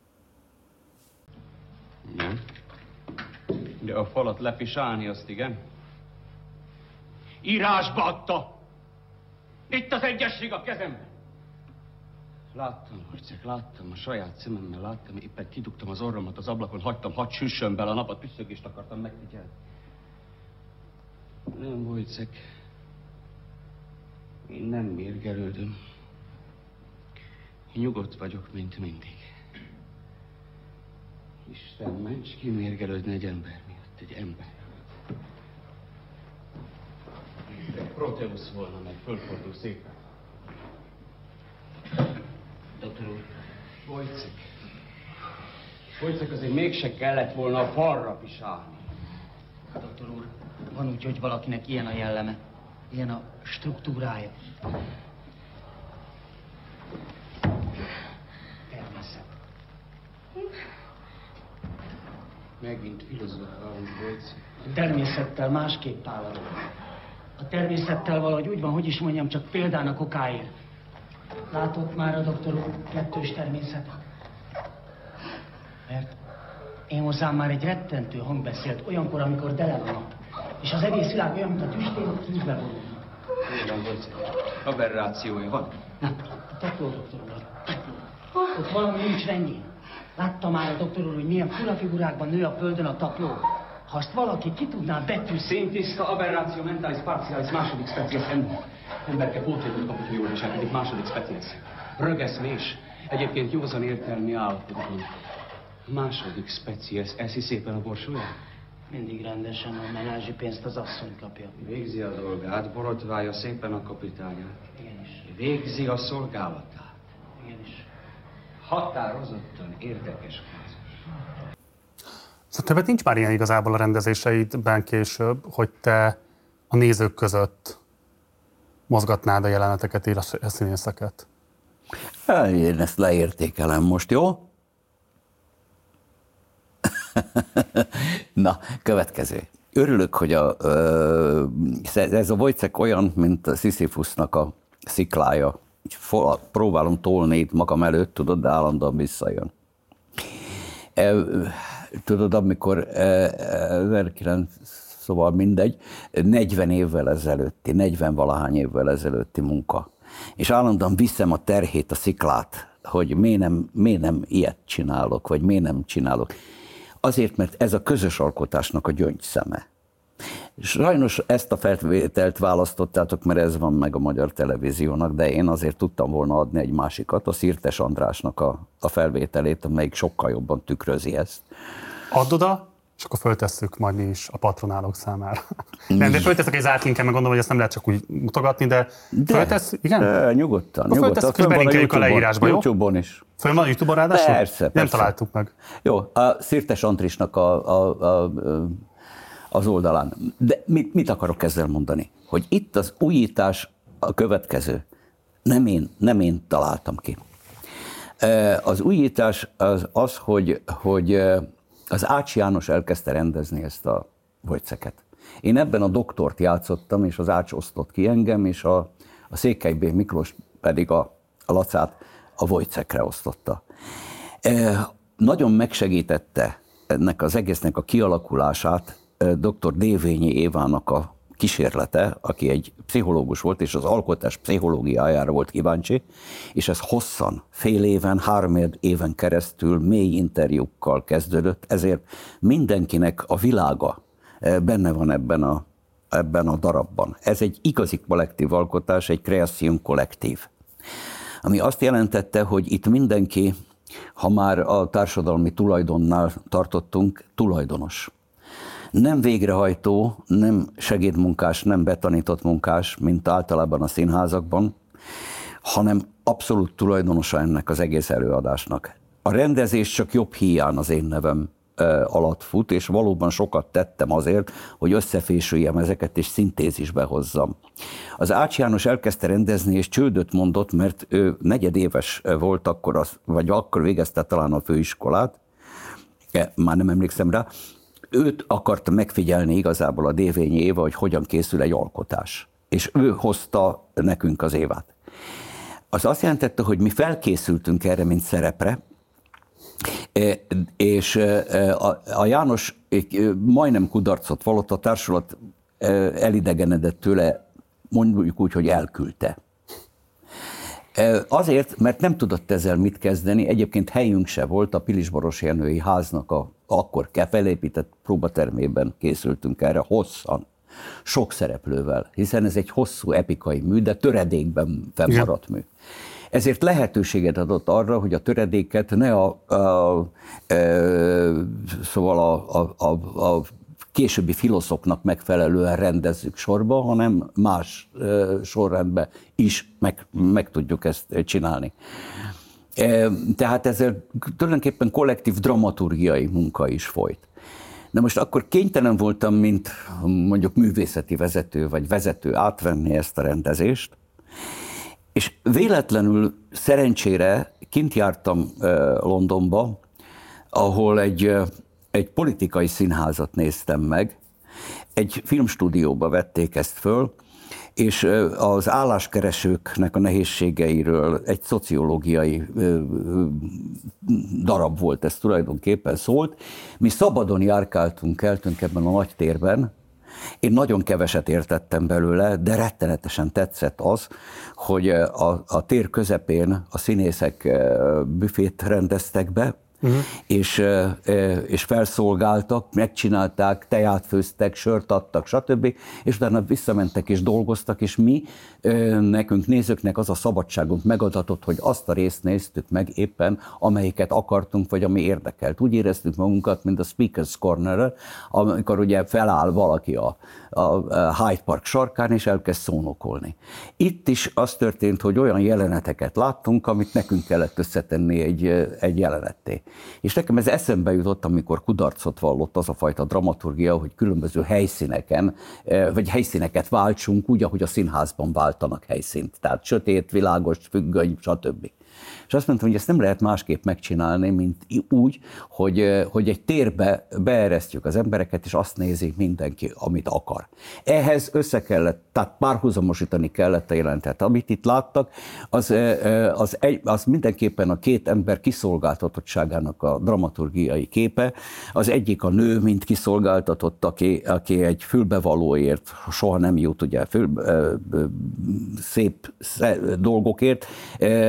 Igen. De a falat lepisálni, azt igen? Írásba adta! Itt az egyesség a kezemben! Láttam, Wojciech, láttam, a saját szememmel láttam, éppen kidugtam az orromat az ablakon, hagytam, hadd süssön bele a napot, piszögést akartam megfigyelni. Nem, Wojciech, én nem mérgelődöm. Nyugodt vagyok, mint mindig. Isten ments, ki mérgelődne egy ember miatt, egy ember. Egy Proteusz volna, meg fölfordul szépen. Doktor úr, Wojciech. Wojciech, azért mégse kellett volna a falra pisálni. Doktor úr, van úgy, hogy valakinek ilyen a jelleme, ilyen a struktúrája. Természet. Megint filozofálunk, Wojciech. A természettel másképp áll a dolog. A természettel valahogy úgy van, hogy is mondjam, csak példának okáért. Látott már a doktor úr kettős természetet? Mert én hozzám már egy rettentő hang beszélt, olyankor, amikor dele van nap. És az egész világ olyan, mint a tüstének tűzbe vonulna. Olyan, Wojciech. Aberrációja van? Nem, a tapló, doktor úr, a tapló. Ott valami nincs rendjén. Látta már a doktor úr, hogy milyen fura figurákban nő a földön a tapló. Ha azt valaki ki tudná betűzni... Széntiszta aberráció mentális partialis második species ember. Emberke pótlékot kapott, hogy jól viselkedik, második species. Rögeszmés. Egyébként józan értelmi állapotban. Második species. Eszi szépen a borsóját? Mindig rendesen, a menázsi pénzt az asszony kapja. Végzi a dolgát, borotválja szépen a kapitányát. Igenis. Végzi a szolgálatát. Igenis. Határozottan érdekes házas. Szóval többet nincs már ilyen igazából a rendezéseidben később, hogy te a nézők között mozgatnád a jeleneteket, és a színészeket. Én ezt leértékelem most, jó? Na, következő. Örülök, hogy a, ez a Wojciech olyan, mint a Sisyphusnak a sziklája. Próbálom tolni itt magam előtt, tudod, de állandóan visszajön. Tudod, amikor ezerkilenc, szóval mindegy, negyven évvel ezelőtti, negyven valahány évvel ezelőtti munka. És állandóan viszem a terhét, a sziklát, hogy miért nem, miért nem ilyet csinálok, vagy miért nem csinálok. Azért, mert ez a közös alkotásnak a gyöngyszeme. Sajnos ezt a felvételt választottátok, mert ez van meg a Magyar Televíziónak, de én azért tudtam volna adni egy másikat, a Szirtes Andrásnak a, a felvételét, amelyik sokkal jobban tükrözi ezt. Add oda, és akkor föltesszük majd mi is a patronálók számára. Nem, de fölteszek egy zárt linken, meg gondolom, hogy ezt nem lehet csak úgy mutogatni, de, de föltesz, igen? De, nyugodtan, akkor nyugodtan. Föltesszük, és belinkeljük a leírásba, jó? YouTube-on is. Föl van a YouTube-on ráadásul? Persze, Nem persze. találtuk meg. Jó, a Szirtes Andrisnak a, a, a, az oldalán. De mit, mit akarok ezzel mondani? Hogy itt az újítás a következő. Nem én, nem én találtam ki. Az újítás az, az hogy, hogy az Ács János elkezdte rendezni ezt a Wojciecheket. Én ebben a doktort játszottam, és az Ács osztott ki engem, és a, a Székely B. Miklós pedig a, a Lacát a Wojciechre osztotta. E, nagyon megsegítette ennek az egésznek a kialakulását dr. Dévényi Évának a kísérlete, aki egy pszichológus volt, és az alkotás pszichológiájára volt kíváncsi, és ez hosszan, fél éven, három éven keresztül mély interjúkkal kezdődött, ezért mindenkinek a világa benne van ebben a, ebben a darabban. Ez egy igazi kollektív alkotás, egy creation kollektív. Ami azt jelentette, hogy itt mindenki, ha már a társadalmi tulajdonnál tartottunk, tulajdonos. Nem végrehajtó, nem segédmunkás, nem betanított munkás, mint általában a színházakban, hanem abszolút tulajdonosa ennek az egész előadásnak. A rendezés csak jobb híján az én nevem alatt fut, és valóban sokat tettem azért, hogy összefésüljem ezeket, és szintézisbe hozzam. Az Ács János elkezdte rendezni, és csődöt mondott, mert ő negyedéves volt akkor, az, vagy akkor végezte talán a főiskolát, már nem emlékszem rá, őt akarta megfigyelni igazából a Dévényi Éva, hogy hogyan készül egy alkotás. És ő hozta nekünk az Évát. Az azt jelentette, hogy mi felkészültünk erre, mint szerepre, és a János majdnem kudarcot vallott, a társulat elidegenedett tőle, mondjuk úgy, hogy elküldte. Azért, mert nem tudott ezzel mit kezdeni, egyébként helyünk se volt, a Pilisboros Jenői háznak a akkor felépített próbatermében készültünk erre hosszan, sok szereplővel, hiszen ez egy hosszú epikai mű, de töredékben fennmaradt mű. Ezért lehetőséget adott arra, hogy a töredéket ne a, a, a, szóval a, a, a, a későbbi filozofnak megfelelően rendezzük sorba, hanem más sorrendben is meg, meg tudjuk ezt csinálni. Tehát ezzel tulajdonképpen kollektív dramaturgiai munka is folyt. Na most akkor kénytelen voltam, mint mondjuk művészeti vezető vagy vezető átvenni ezt a rendezést, és véletlenül szerencsére kint jártam Londonba, ahol egy, egy politikai színházat néztem meg, egy filmstúdióba vették ezt föl, és az álláskeresőknek a nehézségeiről egy szociológiai darab volt, ez tulajdonképpen szólt. Mi szabadon járkáltunk, eltünk ebben a nagy térben. Én nagyon keveset értettem belőle, de rettenetesen tetszett az, hogy a, a tér közepén a színészek büfét rendeztek be, Uh-huh. és, és felszolgáltak, megcsinálták, teját főztek, sört adtak, stb. És utána visszamentek és dolgoztak, és mi, nekünk nézőknek az a szabadságunk megadatott, hogy azt a részt néztük meg éppen, amelyiket akartunk, vagy ami érdekelt. Úgy éreztük magunkat, mint a Speaker's Corner-re, amikor ugye feláll valaki a, a Hyde Park sarkán, és elkezd szónokolni. Itt is az történt, hogy olyan jeleneteket láttunk, amit nekünk kellett összetenni egy, egy jelenetté. És nekem ez eszembe jutott, amikor kudarcot vallott az a fajta dramaturgia, hogy különböző helyszíneken, vagy helyszíneket váltsunk úgy, ahogy a színházban váltanak helyszínt. Tehát sötét, világos, függöny, stb. És azt mondtam, hogy ezt nem lehet másképp megcsinálni, mint úgy, hogy, hogy egy térbe beeresztjük az embereket, és azt nézik mindenki, amit akar. Ehhez össze kellett, tehát párhuzamosítani kellett a jelentet. Amit itt láttak, az, az, egy, az mindenképpen a két ember kiszolgáltatottságának a dramaturgiai képe. Az egyik a nő, mint kiszolgáltatott, aki, aki egy fülbevalóért soha nem jut, ugye, fül, szép dolgokért,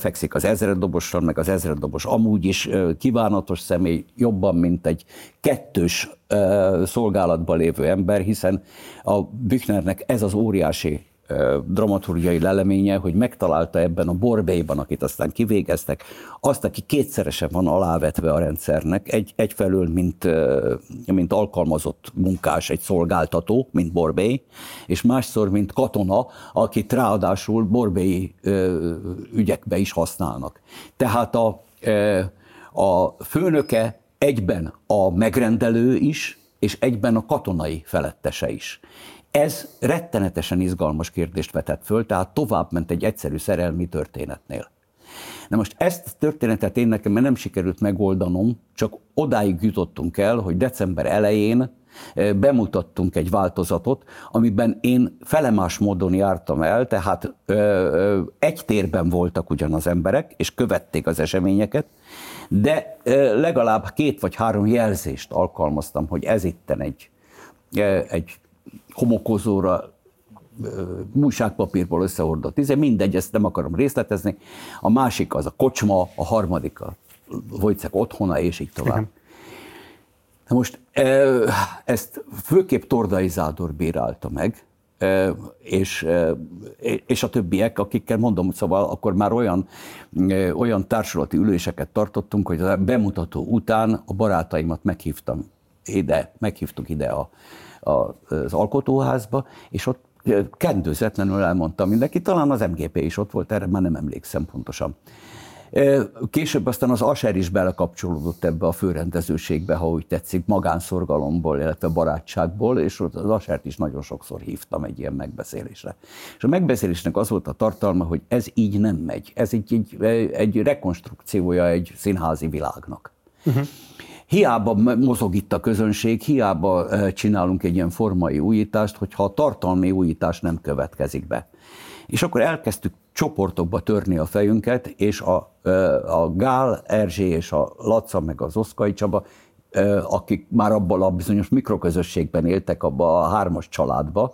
fekszik az ezredobossal, meg az ezredobos amúgy is kívánatos személy, jobban, mint egy kettős szolgálatban lévő ember, hiszen a Büchnernek ez az óriási dramaturgiai leleménye, hogy megtalálta ebben a Borbélyban, akit aztán kivégeztek, azt, aki kétszeresen van alávetve a rendszernek, egy, egyfelől, mint, mint alkalmazott munkás, egy szolgáltató, mint Borbély, és másszor, mint katona, akit ráadásul borbélyi ügyekbe is használnak. Tehát a, a főnöke egyben a megrendelő is, és egyben a katonai felettese is. Ez rettenetesen izgalmas kérdést vetett föl, tehát továbbment egy egyszerű szerelmi történetnél. Na most ezt a történetet én nekem nem sikerült megoldanom, csak odáig jutottunk el, hogy december elején bemutattunk egy változatot, amiben én felemás módon jártam el, tehát ö, ö, egy térben voltak ugyan az emberek, és követték az eseményeket, de ö, legalább két vagy három jelzést alkalmaztam, hogy ez itten egy, ö, egy homokozóra újságpapírból összehordott. Ez mindegy, ezt nem akarom részletezni. A másik az a kocsma, a harmadik a Wojciech otthona, és így tovább. Igen. Na most ezt főképp Tordai Zádor bírálta meg, és, és a többiek, akikkel mondom, szóval akkor már olyan, olyan társulati üléseket tartottunk, hogy a bemutató után a barátaimat meghívtam ide, meghívtuk ide a az alkotóházba, és ott kendőzetlenül elmondtam mindenki, talán az em gé pé is ott volt, erre már nem emlékszem pontosan. Később aztán az Aser is belekapcsolódott ebbe a főrendezőségbe, ha úgy tetszik, magánszorgalomból, illetve barátságból, és az Asert is nagyon sokszor hívtam egy ilyen megbeszélésre. És a megbeszélésnek az volt a tartalma, hogy ez így nem megy. Ez egy, egy, egy rekonstrukciója egy színházi világnak. Uh-huh. Hiába mozog itt a közönség, hiába csinálunk egy ilyen formai újítást, hogyha a tartalmi újítás nem következik be. És akkor elkezdtük csoportokba törni a fejünket, és a, a Gál Erzsé és a Laca, meg az Oszkai Csaba, akik már abban a bizonyos mikroközösségben éltek, abban a hármas családba,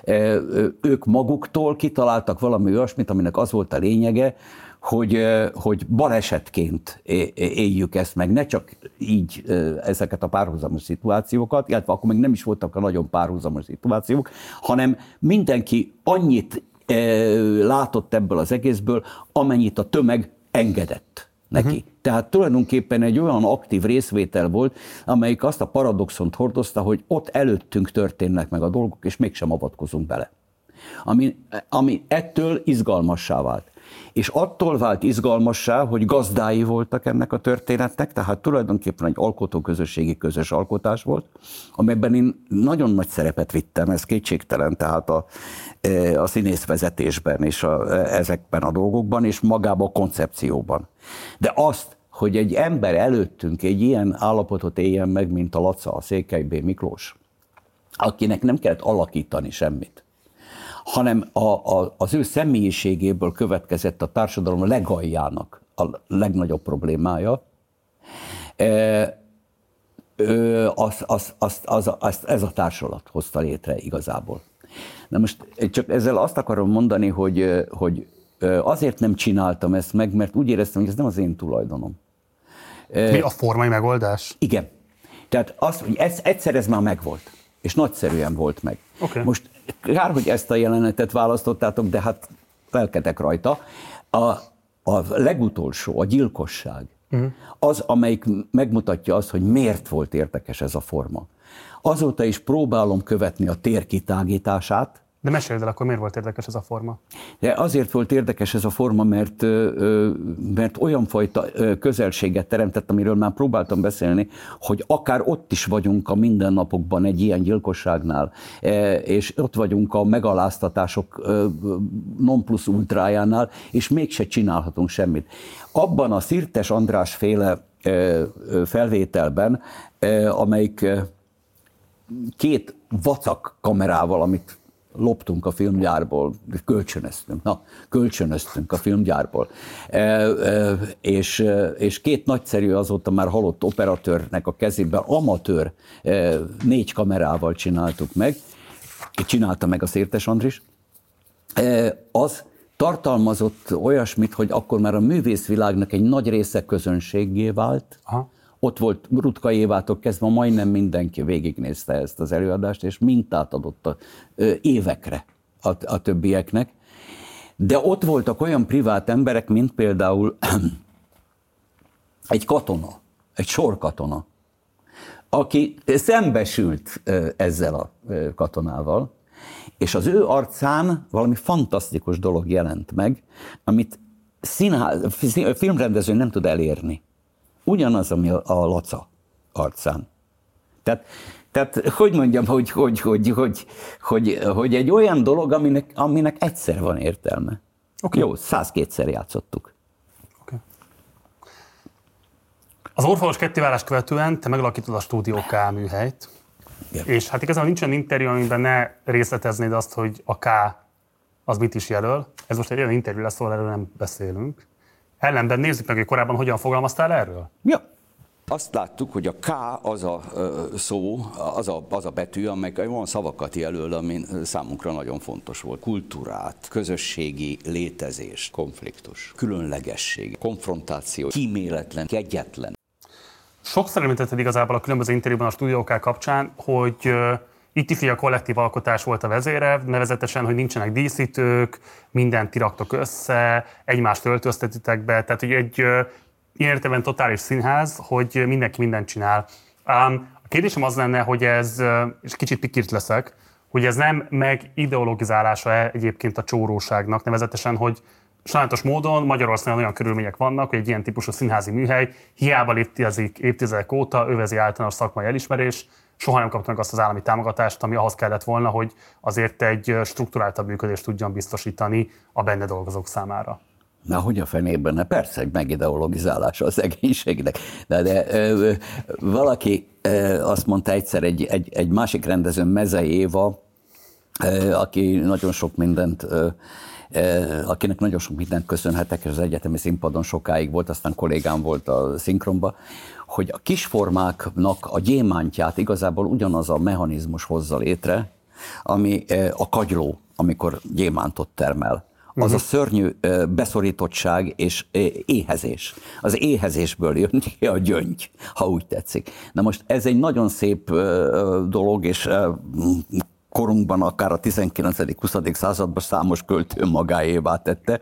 ők maguktól kitaláltak valami olyasmit, aminek az volt a lényege, hogy, hogy balesetként éljük ezt meg, ne csak így ezeket a párhuzamos szituációkat, illetve akkor még nem is voltak a nagyon párhuzamos szituációk, hanem mindenki annyit látott ebből az egészből, amennyit a tömeg engedett neki. Uh-huh. Tehát tulajdonképpen egy olyan aktív részvétel volt, amelyik azt a paradoxont hordozta, hogy ott előttünk történnek meg a dolgok, és mégsem avatkozunk bele. Ami, ami ettől izgalmassá vált. És attól vált izgalmassá, hogy gazdái voltak ennek a történetnek, tehát tulajdonképpen egy alkotóközösségi közös alkotás volt, amelyben én nagyon nagy szerepet vittem, ez kétségtelen, tehát a, a színészvezetésben és a, ezekben a dolgokban, és magában a koncepcióban. De azt, hogy egy ember előttünk egy ilyen állapotot éljen meg, mint a Laca, a Székely B. Miklós, akinek nem kellett alakítani semmit, hanem a, a, az ő személyiségéből következett a társadalom legaljának a legnagyobb problémája. E, az, az, az, az, az, ez a társulat hozta létre igazából. Na most csak ezzel azt akarom mondani, hogy, hogy azért nem csináltam ezt meg, mert úgy éreztem, hogy ez nem az én tulajdonom. Mi a formai megoldás? Igen. Tehát az, hogy ez, egyszer ez már megvolt, és nagyszerűen volt meg. Okay. Most kár, hogy ezt a jelenetet választottátok, de hát felkedek rajta. A, a legutolsó, a gyilkosság, uh-huh. az, amelyik megmutatja azt, hogy miért volt érdekes ez a forma. Azóta is próbálom követni a tér kitágítását. De meséld el, akkor miért volt érdekes ez a forma? De azért volt érdekes ez a forma, mert, mert olyan fajta közelséget teremtett, amiről már próbáltam beszélni, hogy akár ott is vagyunk a mindennapokban egy ilyen gyilkosságnál, és ott vagyunk a megaláztatások non plus ultrájánál, és mégse csinálhatunk semmit. Abban a Szirtes András féle felvételben, amelyik két vacak kamerával, amit loptunk a filmgyárból, kölcsönöztünk, na, kölcsönöztünk a filmgyárból. E, e, és, és két nagyszerű, azóta már halott operatőrnek a kezében amatőr e, négy kamerával csináltuk meg, csinálta meg a Szirtes Andris. E, az tartalmazott olyasmit, hogy akkor már a művészvilágnak egy nagy része közönséggé vált. Aha. Ott volt Rutka Évától kezdve, majdnem mindenki végignézte ezt az előadást, és mintát adott a, ö, évekre a, a többieknek. De ott voltak olyan privát emberek, mint például egy katona, egy sorkatona, aki szembesült ezzel a katonával, és az ő arcán valami fantasztikus dolog jelent meg, amit színház, filmrendező nem tud elérni. Ugyanaz, ami a, a Laca arcán. Tehát, tehát hogy mondjam, hogy, hogy, hogy, hogy, hogy, hogy egy olyan dolog, aminek, aminek egyszer van értelme. Okay. Jó, százkétszer játszottuk. Okay. Az Orfalos kettéválást követően te megalakítod a Stúdió K műhelyt, yeah. És hát igazából nincs olyan interjú, amiben ne részleteznéd azt, hogy a K az mit is jelöl. Ez most egy olyan interjú lesz, ahol erről nem beszélünk. Ellenben nézzük meg, hogy korábban hogyan fogalmaztál erről? Ja. Azt láttuk, hogy a K az a szó, az a, az a betű, amely olyan szavakat jelöl, ami számunkra nagyon fontos volt. Kultúrát, közösségi létezés, konfliktus, különlegesség, konfrontáció, kíméletlen, kegyetlen. Sokszor említetted igazából a különböző interjúban a Stúdió K kapcsán, hogy itt ifjú a kollektív alkotás volt a vezérev, nevezetesen, hogy nincsenek díszítők, mindent tiraktok össze, egymást öltöztetitek be, tehát hogy egy ilyen értelemben totális színház, hogy mindenki mindent csinál. A kérdésem az lenne, hogy ez, és kicsit pikirt leszek, hogy ez nem megideologizálása egyébként a csóróságnak, nevezetesen, hogy sajnálatos módon Magyarországon olyan körülmények vannak, hogy egy ilyen típusú színházi műhely hiába létezik évtizedek óta, övezi általános szakmai elismerés, soha nem kaptak azt az állami támogatást, ami ahhoz kellett volna, hogy azért egy strukturáltabb működést tudjon biztosítani a benne dolgozók számára. Na, hogy a fenében? Ne, persze, egy megideologizálása a szegénységnek. De, de ö, valaki ö, azt mondta egyszer, egy, egy, egy másik rendező, Mezei Éva, ö, aki nagyon sok mindent, ö, ö, akinek nagyon sok mindent köszönhetek, és az egyetemi színpadon sokáig volt, aztán kollégám volt a szinkronba, hogy a kisformáknak a gyémántját igazából ugyanaz a mechanizmus hozza létre, ami ö, a kagyló, amikor gyémántot termel. Az a szörnyű beszorítottság és éhezés. Az éhezésből jön ki a gyöngy, ha úgy tetszik. Na most ez egy nagyon szép dolog, és korunkban, akár a tizenkilencedik-huszadik században számos költő magáévá tette.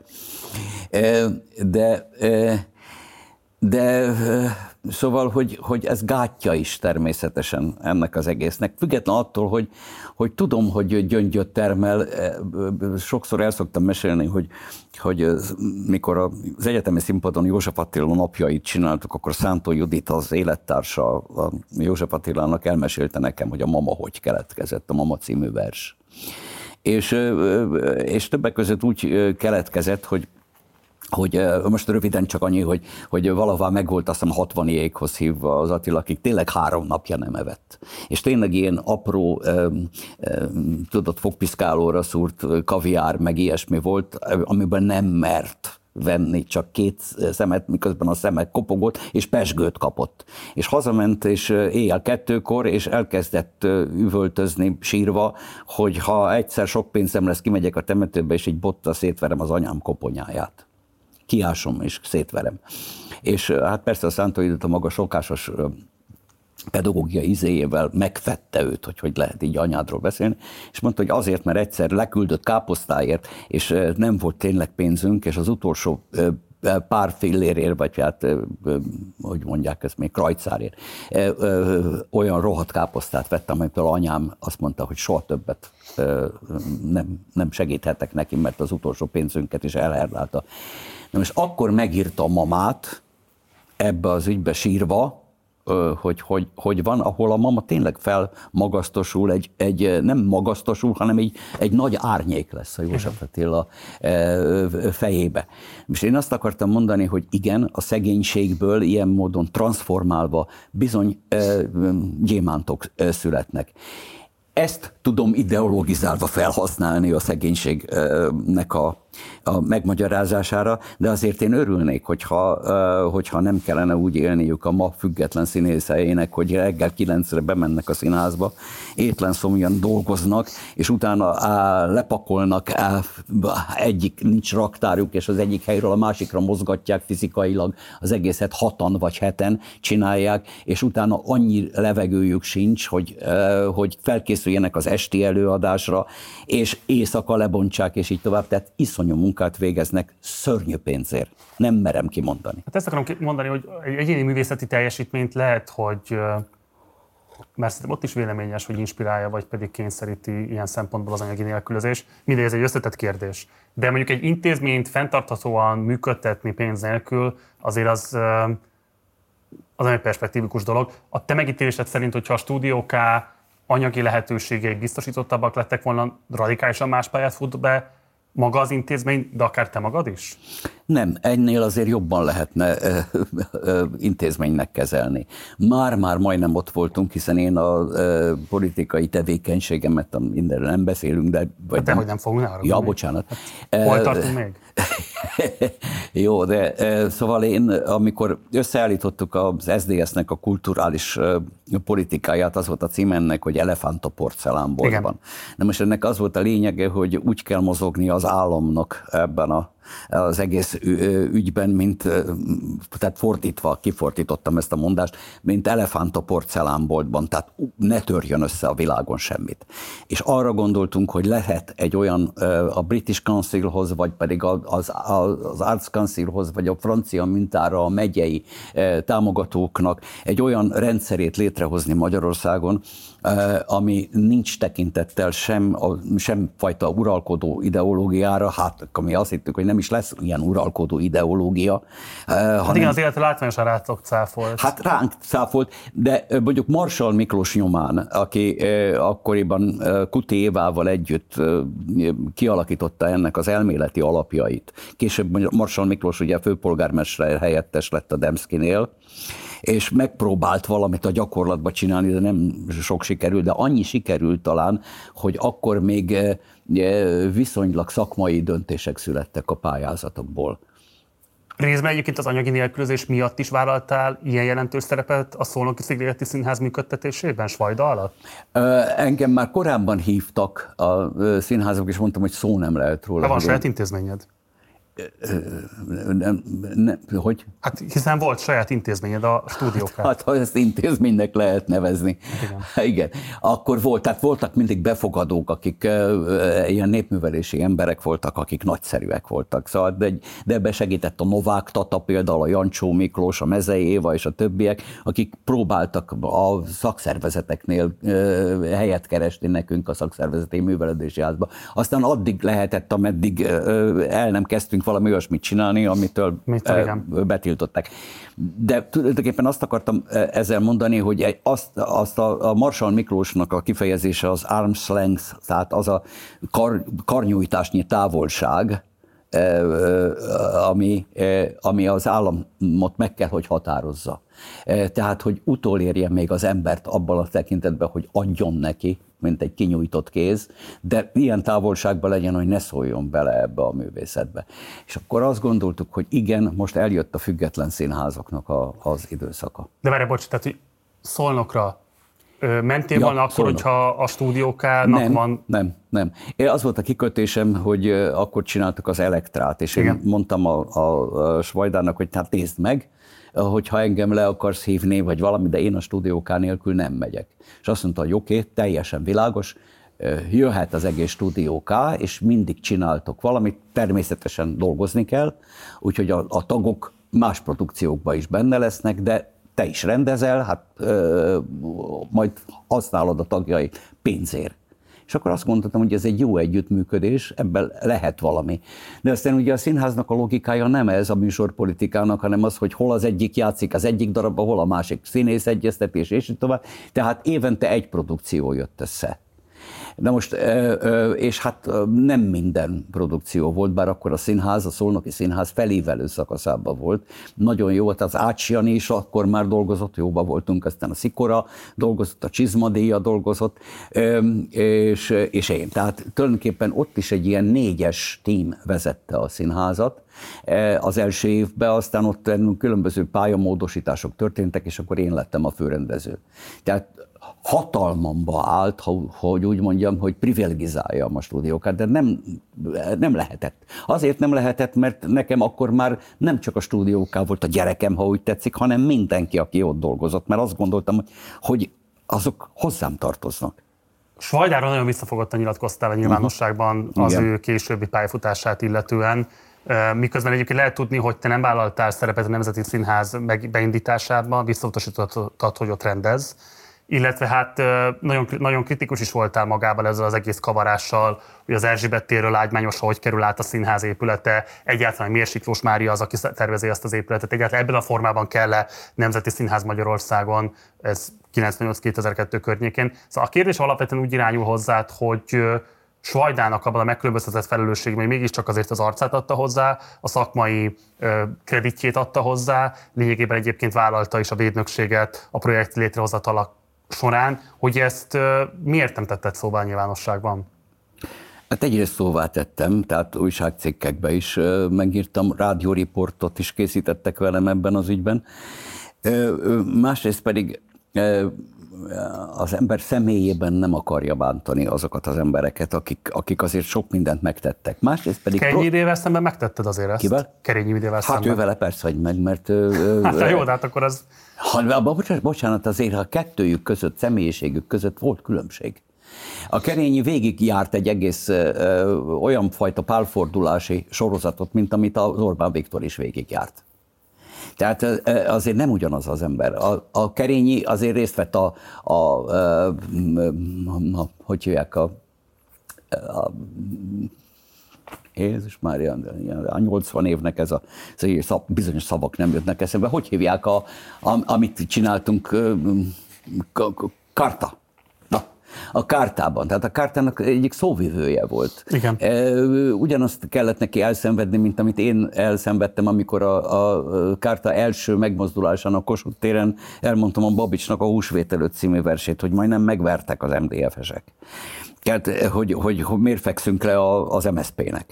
De, de szóval, hogy, hogy ez gátja is természetesen ennek az egésznek. Független attól, hogy, hogy tudom, hogy gyöngyöt termel, sokszor el szoktam mesélni, hogy, hogy mikor az egyetemi színpadon József Attila napjait csináltuk, akkor Szántó Judit, az élettársa a József Attilának elmesélte nekem, hogy a Mama hogy keletkezett, a Mama című vers. És, és többek között úgy keletkezett, hogy hogy most röviden csak annyi, hogy, hogy valahová megvolt azt hiszem hatvan jéghoz hívva az Attila, akik tényleg három napja nem evett. És tényleg ilyen apró, tudott fogpiszkálóra szúrt kaviár, meg ilyesmi volt, amiben nem mert venni csak két szemet, miközben a szeme kopogott, és pezsgőt kapott. És hazament, és éjjel kettőkor, és elkezdett üvöltözni sírva, hogy ha egyszer sok pénzem lesz, kimegyek a temetőbe, és egy bottal szétverem az anyám koponyáját. Kiásom és szétverem. És hát persze a Szántó Judit a maga sokásos pedagógiai izéjével megfette őt, hogy hogy lehet így anyádról beszélni, és mondta, hogy azért, mert egyszer leküldött káposztáért, és nem volt tényleg pénzünk, és az utolsó pár fillérért, vagy hát, hogy mondják ezt még, krajcárért, olyan rohadt káposztát vettem, amitől anyám azt mondta, hogy soha többet nem, nem segíthetek neki, mert az utolsó pénzünket is elherlálta. Na most akkor megírta a mamát ebbe az ügybe sírva, hogy, hogy, hogy van, ahol a mama tényleg felmagasztosul, egy, egy, nem magasztosul, hanem egy, egy nagy árnyék lesz a József Attila fejébe. És én azt akartam mondani, hogy igen, a szegénységből ilyen módon transformálva bizony gyémántok születnek. Ezt tudom ideologizálva felhasználni a szegénységnek a, a megmagyarázására, de azért én örülnék, hogyha, hogyha nem kellene úgy élniük a ma független színészeinek, hogy reggel kilencre bemennek a színházba, étlen szomjan dolgoznak, és utána á, lepakolnak, á, egyik nincs raktárjuk, és az egyik helyről a másikra mozgatják fizikailag, az egészet hatan vagy heten csinálják, és utána annyi levegőjük sincs, hogy, hogy felkészüljenek az esti előadásra, és éjszaka lebontsák, és így tovább. Tehát iszonyú munkát végeznek szörnyű pénzért. Nem merem kimondani. Hát ezt akarom mondani, hogy egy egyéni művészeti teljesítményt lehet, hogy mert szerintem ott is véleményes, hogy inspirálja, vagy pedig kényszeríti ilyen szempontból az anyagi nélkülözés. Mindegy, ez egy összetett kérdés. De mondjuk egy intézményt fenntarthatóan működtetni pénz nélkül, azért az, az egy perspektívikus dolog. A te megítélésed szerint, hogyha a Stúdió K anyagi lehetőségei biztosítottabbak lettek volna, radikálisan más pályát fut be maga az intézmény, de akár te magad is? Nem, ennél azért jobban lehetne ö, ö, intézménynek kezelni. Már-már majdnem ott voltunk, hiszen én a ö, politikai tevékenységemet, mindenről nem beszélünk, de... Vagy de nem. Hogy nem fogunk arra. Ja, bocsánat. Hát, hol tartunk még? Jó, de szóval én, amikor összeállítottuk az es zé dé es-nek a kulturális politikáját, az volt a cím ennek, hogy Elefánt a porcelánboltban. De most ennek az volt a lényege, hogy úgy kell mozogni az államnak ebben a az egész ügyben, mint, tehát fordítva, kifordítottam ezt a mondást, mint elefánt a porcelánboltban, tehát ne törjön össze a világon semmit. És arra gondoltunk, hogy lehet egy olyan a British Councilhoz, vagy pedig az, az Arts Councilhoz, vagy a francia mintára a megyei támogatóknak egy olyan rendszerét létrehozni Magyarországon, ami nincs tekintettel sem, sem fajta uralkodó ideológiára, hát ami azt hittük, hogy nem is lesz ilyen uralkodó ideológia. Hát hanem, igen, az életre látványosan rátok cáfolt. Hát ránk cáfolt, de mondjuk Marshall Miklós nyomán, aki akkoriban Kuti Évával együtt kialakította ennek az elméleti alapjait. Később Marshall Miklós ugye főpolgármester helyettes lett a Demszkinél, és megpróbált valamit a gyakorlatba csinálni, de nem sok sikerült, de annyi sikerült talán, hogy akkor még viszonylag szakmai döntések születtek a pályázatokból. Részben egyébként az anyagi nélkülözés miatt is vállaltál ilyen jelentős szerepet a Szolnoki Szigleti Színház működtetésében, Svajda alatt? Engem már korábban hívtak a színházak, és mondtam, hogy szó nem lehet róla. De van saját intézményed? Nem, nem, hogy? Hát hiszen volt saját intézményed, a Stúdió K. Hát ha ezt intézménynek lehet nevezni. Igen. Igen. Akkor volt, tehát voltak mindig befogadók, akik uh, ilyen népművelési emberek voltak, akik nagyszerűek voltak. Szóval, de, de ebbe segített a Novák Tata, például a Jancsó Miklós, a Mezei Éva és a többiek, akik próbáltak a szakszervezeteknél uh, helyet keresni nekünk a szakszervezeti művelődési házba. Aztán addig lehetett, ameddig uh, el nem kezdtünk valami olyasmit csinálni, amitől Mit, betiltották. De tulajdonképpen azt akartam ezzel mondani, hogy azt, azt a, a Marshall Miklósnak a kifejezése az arm's length, tehát az a kar, karnyújtásnyi távolság, ami, ami az államot meg kell, hogy határozza. Tehát, hogy utolérje még az embert abban a tekintetben, hogy adjon neki, mint egy kinyújtott kéz, de ilyen távolságban legyen, hogy ne szóljon bele ebbe a művészetbe. És akkor azt gondoltuk, hogy igen, most eljött a független színházaknak a, az időszaka. De várj, bocs, tehát hogy Szolnokra ö, mentél ja, volna akkor, Szolnok. Hogyha a Stúdió K-nak nem, van... Nem, nem. Én az volt a kikötésem, hogy akkor csináltak az Elektrát, és igen. Én mondtam a, a, a Svajdának, hogy hát nézd meg, hogyha engem le akarsz hívni, vagy valami, de én a Stúdió K nélkül nem megyek. És azt mondta, hogy oké, okay, teljesen világos, jöhet az egész Stúdió K, és mindig csináltok valamit, természetesen dolgozni kell, úgyhogy a, a tagok más produkciókban is benne lesznek, de te is rendezel, hát ö, majd használod a tagjai pénzért. És akkor azt gondoltam, hogy ez egy jó együttműködés, ebben lehet valami. De aztán ugye a színháznak a logikája nem ez a műsorpolitikának, hanem az, hogy hol az egyik játszik az egyik darabban, hol a másik színész egyeztetés, és így tovább. Tehát évente egy produkció jött össze. De most, és hát nem minden produkció volt, bár akkor a színház, a Szolnoki Színház felévelő szakaszában volt. Nagyon jó volt, az Ács Jani is akkor már dolgozott, jóba voltunk, aztán a Szikora dolgozott, a Csizmadéja dolgozott, és, és én. Tehát tulajdonképpen ott is egy ilyen négyes tím vezette a színházat az első évben, aztán ott különböző pályamódosítások történtek, és akkor én lettem a főrendező. Tehát hatalmamba állt, hogy úgy mondjam, hogy privilegizáljam a stúdiókat, de nem, nem lehetett. Azért nem lehetett, mert nekem akkor már nem csak a stúdióká volt a gyerekem, ha úgy tetszik, hanem mindenki, aki ott dolgozott, mert azt gondoltam, hogy azok hozzám tartoznak. Svajdáról nagyon visszafogottan nyilatkoztál a nyilvánosságban az Igen. ő későbbi pályafutását illetően, miközben egyébként lehet tudni, hogy te nem vállaltál szerepet a Nemzeti Színház beindításában, visszautasítottad, hogy ott rendez, illetve hát nagyon, nagyon kritikus is voltál magában ezzel az egész kavarással, hogy az Erzsébet térről Ágymányosra hogy kerül át a színház épülete, egyáltalán Mier Siklós Mária az, aki tervezi ezt az épületet, egyáltalán ebben a formában kell-e Nemzeti Színház Magyarországon, ez kilencvennyolc kétezer-kettő környékén. Szóval a kérdés alapvetően úgy irányul hozzád, hogy Svajdának abban a megkülönböztetett felelősségben, hogy mégiscsak azért az arcát adta hozzá, a szakmai ö, kreditjét adta hozzá, lényegében egyébként vállalta is a védnökséget a projekt létrehozatala során, hogy ezt ö, miért nem tetted szóvá a nyilvánosságban? Hát egyrészt szóvá tettem, tehát újságcikkekbe is ö, megírtam, rádióriportot is készítettek velem ebben az ügyben. Ö, ö, másrészt pedig ö, az ember személyében nem akarja bántani azokat az embereket, akik, akik azért sok mindent megtettek. Másrészt pedig... Kerényi Idével szemben megtetted azért ezt? Kivel? Kerényi Idével hát szemben. Hát ővele persze, hogy meg, mert... hát jó, de hát akkor az... Ha, bocsánat, azért a kettőjük között, személyiségük között volt különbség. A Kerényi végig járt egy egész ö, olyan fajta pálfordulási sorozatot, mint amit az Orbán Viktor is végig járt. Tehát azért nem ugyanaz az ember. A, a Kerényi azért részt vett a, a, a, a, a hogy hívják, a, a Jézus Mária, a nyolcvan évnek ez a, ez a szab, bizonyos szavak nem jönnek eszembe. Hogy hívják, a, a, amit csináltunk, Karta. A Kártában, tehát a Kártának egyik szóvivője volt. Igen. Ugyanazt kellett neki elszenvedni, mint amit én elszenvedtem, amikor a, a Kárta első megmozdulásán a Kossuth téren elmondtam a Babicsnak a Húsvételőtt című versét, hogy majdnem megvertek az em dé ef-esek. Tehát, hogy, hogy, hogy miért fekszünk le az em es zé pé-nek.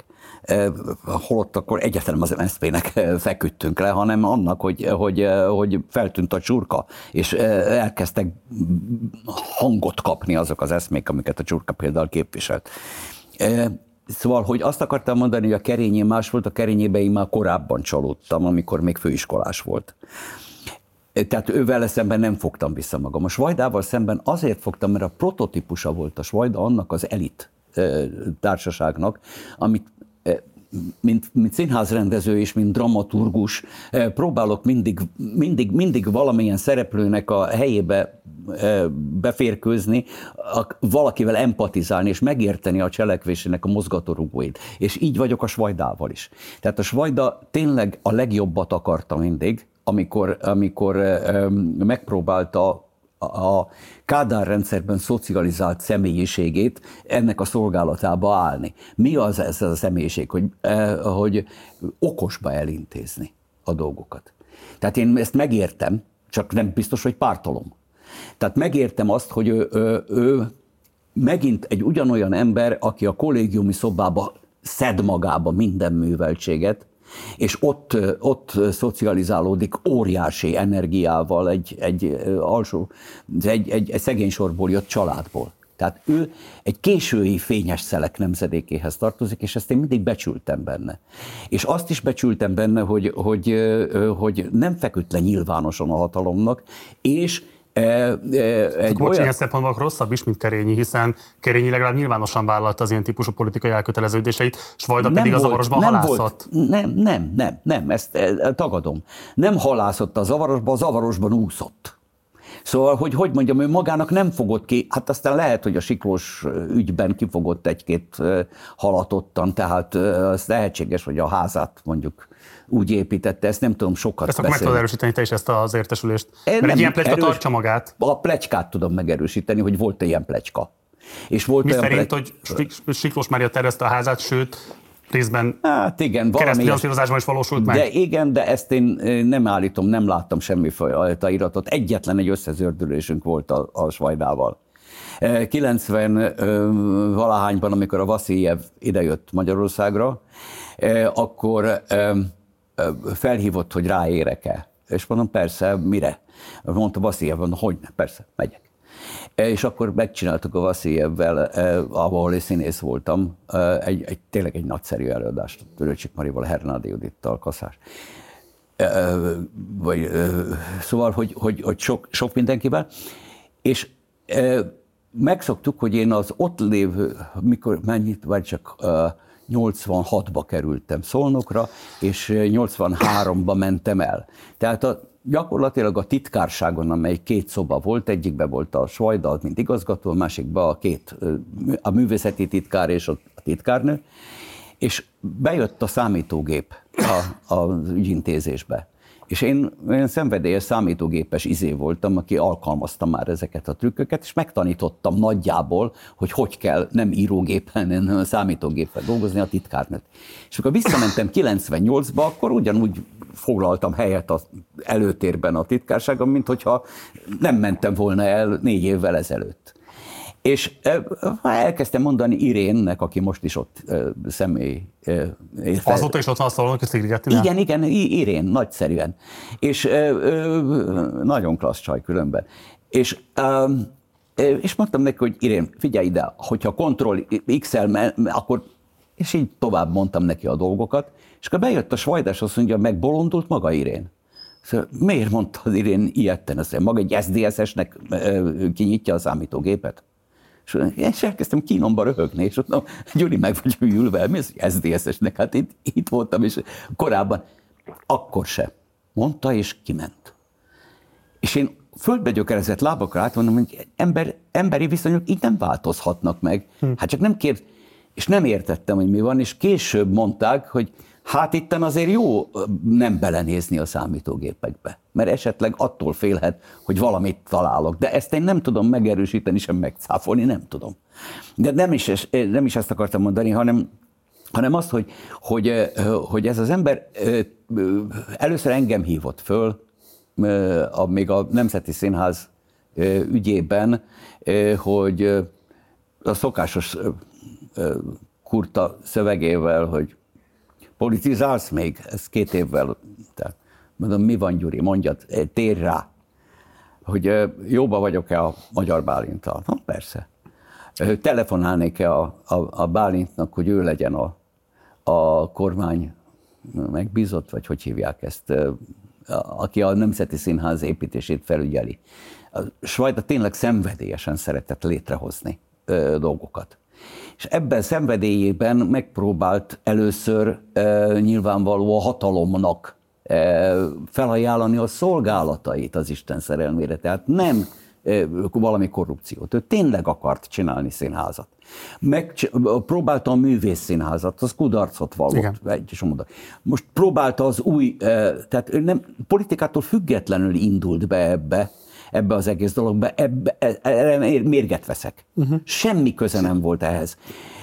Holott akkor egyáltalán az em es zé pé-nek feküdtünk le, hanem annak, hogy, hogy, hogy feltűnt a csurka, és elkezdtek hangot kapni azok az eszmék, amiket a csurka például képviselt. Szóval, hogy azt akartam mondani, hogy a Kerényi más volt, a Kerényében én már korábban csalódtam, amikor még főiskolás volt. Tehát ővel szemben nem fogtam vissza magam. A Svajdával szemben azért fogtam, mert a prototípusa volt a Svajda annak az elit társaságnak, amit mint, mint színházrendező és mint dramaturgus próbálok mindig, mindig, mindig valamilyen szereplőnek a helyébe beférkőzni, valakivel empatizálni és megérteni a cselekvésének a mozgatórugóit. És így vagyok a Svajdával is. Tehát a Svajda tényleg a legjobbat akarta mindig, amikor, amikor megpróbálta a Kádár rendszerben szocializált személyiségét ennek a szolgálatába állni. Mi az ez a személyiség? Hogy, hogy okosba elintézni a dolgokat. Tehát én ezt megértem, csak nem biztos, hogy pártolom. Tehát megértem azt, hogy ő, ő, ő megint egy ugyanolyan ember, aki a kollégiumi szobába szed magába minden műveltséget, és ott, ott szocializálódik óriási energiával egy, egy alsó, egy, egy, egy szegény sorból jött családból. Tehát ő egy késői fényes szelek nemzedékéhez tartozik, és ezt én mindig becsültem benne. És azt is becsültem benne, hogy, hogy, hogy nem feküdt le nyilvánosan a hatalomnak, és E, e, egy olyan... Ilyen szempontból rosszabb is, mint Kerényi, hiszen Kerényi legalább nyilvánosan vállalta az ilyen típusú politikai elköteleződéseit, és Vajda pedig a zavarosban nem halászott. Volt, nem, nem, nem, nem, ezt tagadom. Nem halászott a zavarosban, a zavarosban úszott. Szóval, hogy hogy mondjam, ő magának nem fogott ki, hát aztán lehet, hogy a Siklós ügyben kifogott egy-két halatottan, tehát az lehetséges, hogy a házát mondjuk úgy építette, ezt nem tudom, sokat ezt beszélni. Ezt akkor meg tudod erősíteni te is ezt az értesülést? Én Mert egy ilyen pletyka erős... tartsa magát. A plecskát tudom megerősíteni, hogy volt egy ilyen plecska. És volt Mi olyan szerint, plek... hogy Siklós Mária tervezte a házát, sőt, részben hát igen, keresztfinanszírozásban is valósult meg? De igen, de ezt én nem állítom, nem láttam semmifajta iratot. Egyetlen egy összezördülésünk volt a, a Svajdával. kilencven valahányban, amikor a Vasziljev idejött Magyarországra, akkor felhívott, hogy ráérek-e. És mondom, persze, mire? Mondta Vasziljev, hogy ne, persze, megyek. És akkor megcsináltuk a Vaszijevvel, ahol én színész voltam, egy, egy, tényleg egy nagyszerű előadást, Törőcsik Marival, Hernádi Judittal, Kaszás. Vagy, szóval, hogy, hogy, hogy sok, sok mindenkivel. És megszoktuk, hogy én az ott lévő, mikor mennyit, vagy csak nyolcvanhatba kerültem Szolnokra, és nyolcvanháromba mentem el. Tehát a gyakorlatilag a titkárságon, amely két szoba volt, egyikben volt a Svajda, mint igazgató, a másikban a két, a művészeti titkár és a titkárnő, és bejött a számítógép a, az ügyintézésbe. És én olyan szenvedélyes számítógépes izé voltam, aki alkalmazta már ezeket a trükköket, és megtanítottam nagyjából, hogy hogy kell nem írógépen, hanem számítógéppel dolgozni a titkárnőt. És amikor visszamentem kilencvennyolcba, akkor ugyanúgy foglaltam helyet az előtérben a titkárságon, mint hogyha nem mentem volna el négy évvel ezelőtt. És elkezdtem mondani Irénnek, aki most is ott személy. Azóta is ott van a Szolnoki Szigligetinél? Igen, igen, Irén, nagyszerűen. És nagyon klassz csaj különben. És, és mondtam neki, hogy Irén, figyelj ide, hogyha Ctrl X-el, akkor, és így tovább mondtam neki a dolgokat, és akkor bejött a Svajdás, azt mondja, megbolondult maga Irén. Szóval, miért mondta az Irén ilyetten? Azt maga egy es dé es esnek kinyitja a számítógépet? És elkezdtem kínomba röhögni, és ott mondom, Gyuri, meg vagy ülve, mi az, hogy es dé es esnek? Hát itt, itt voltam, és korábban. Akkor se. Mondta, és kiment. És én földbe gyökerezett lábakra átmondom, hogy ember, emberi viszonyok így nem változhatnak meg. Hm. Hát csak nem kért, és nem értettem, hogy mi van, és később mondták, hogy hát itten azért jó nem belenézni a számítógépekbe, mert esetleg attól félhet, hogy valamit találok. De ezt én nem tudom megerősíteni, sem megcáfolni, nem tudom. De nem is, nem is ezt akartam mondani, hanem, hanem azt, hogy, hogy, hogy ez az ember először engem hívott föl, még a Nemzeti Színház ügyében, hogy a szokásos kurta szövegével, hogy politizálsz még? Ez két évvel. Tehát mondom, mi van, Gyuri? Mondjad, térj rá, hogy jóba vagyok-e a Magyar Bálinttal? Na, persze. Telefonálnék-e a, a, a Bálintnak, hogy ő legyen a, a kormány megbízott, vagy hogy hívják ezt, aki a Nemzeti Színház építését felügyeli. A Svajda tényleg szenvedélyesen szeretett létrehozni dolgokat. És ebben szenvedélyében megpróbált először e, nyilvánvaló a hatalomnak e, felajánlani a szolgálatait az Isten szerelmére. Tehát nem e, valami korrupciót. Ő tényleg akart csinálni színházat. Megpróbálta a művészszínházat, az kudarcot vallott. Egy Most próbálta az új, e, tehát ő nem politikától függetlenül indult be ebbe, ebbe az egész dologba, ebbe, erre mérget veszek. Uh-huh. Semmi köze nem volt ehhez.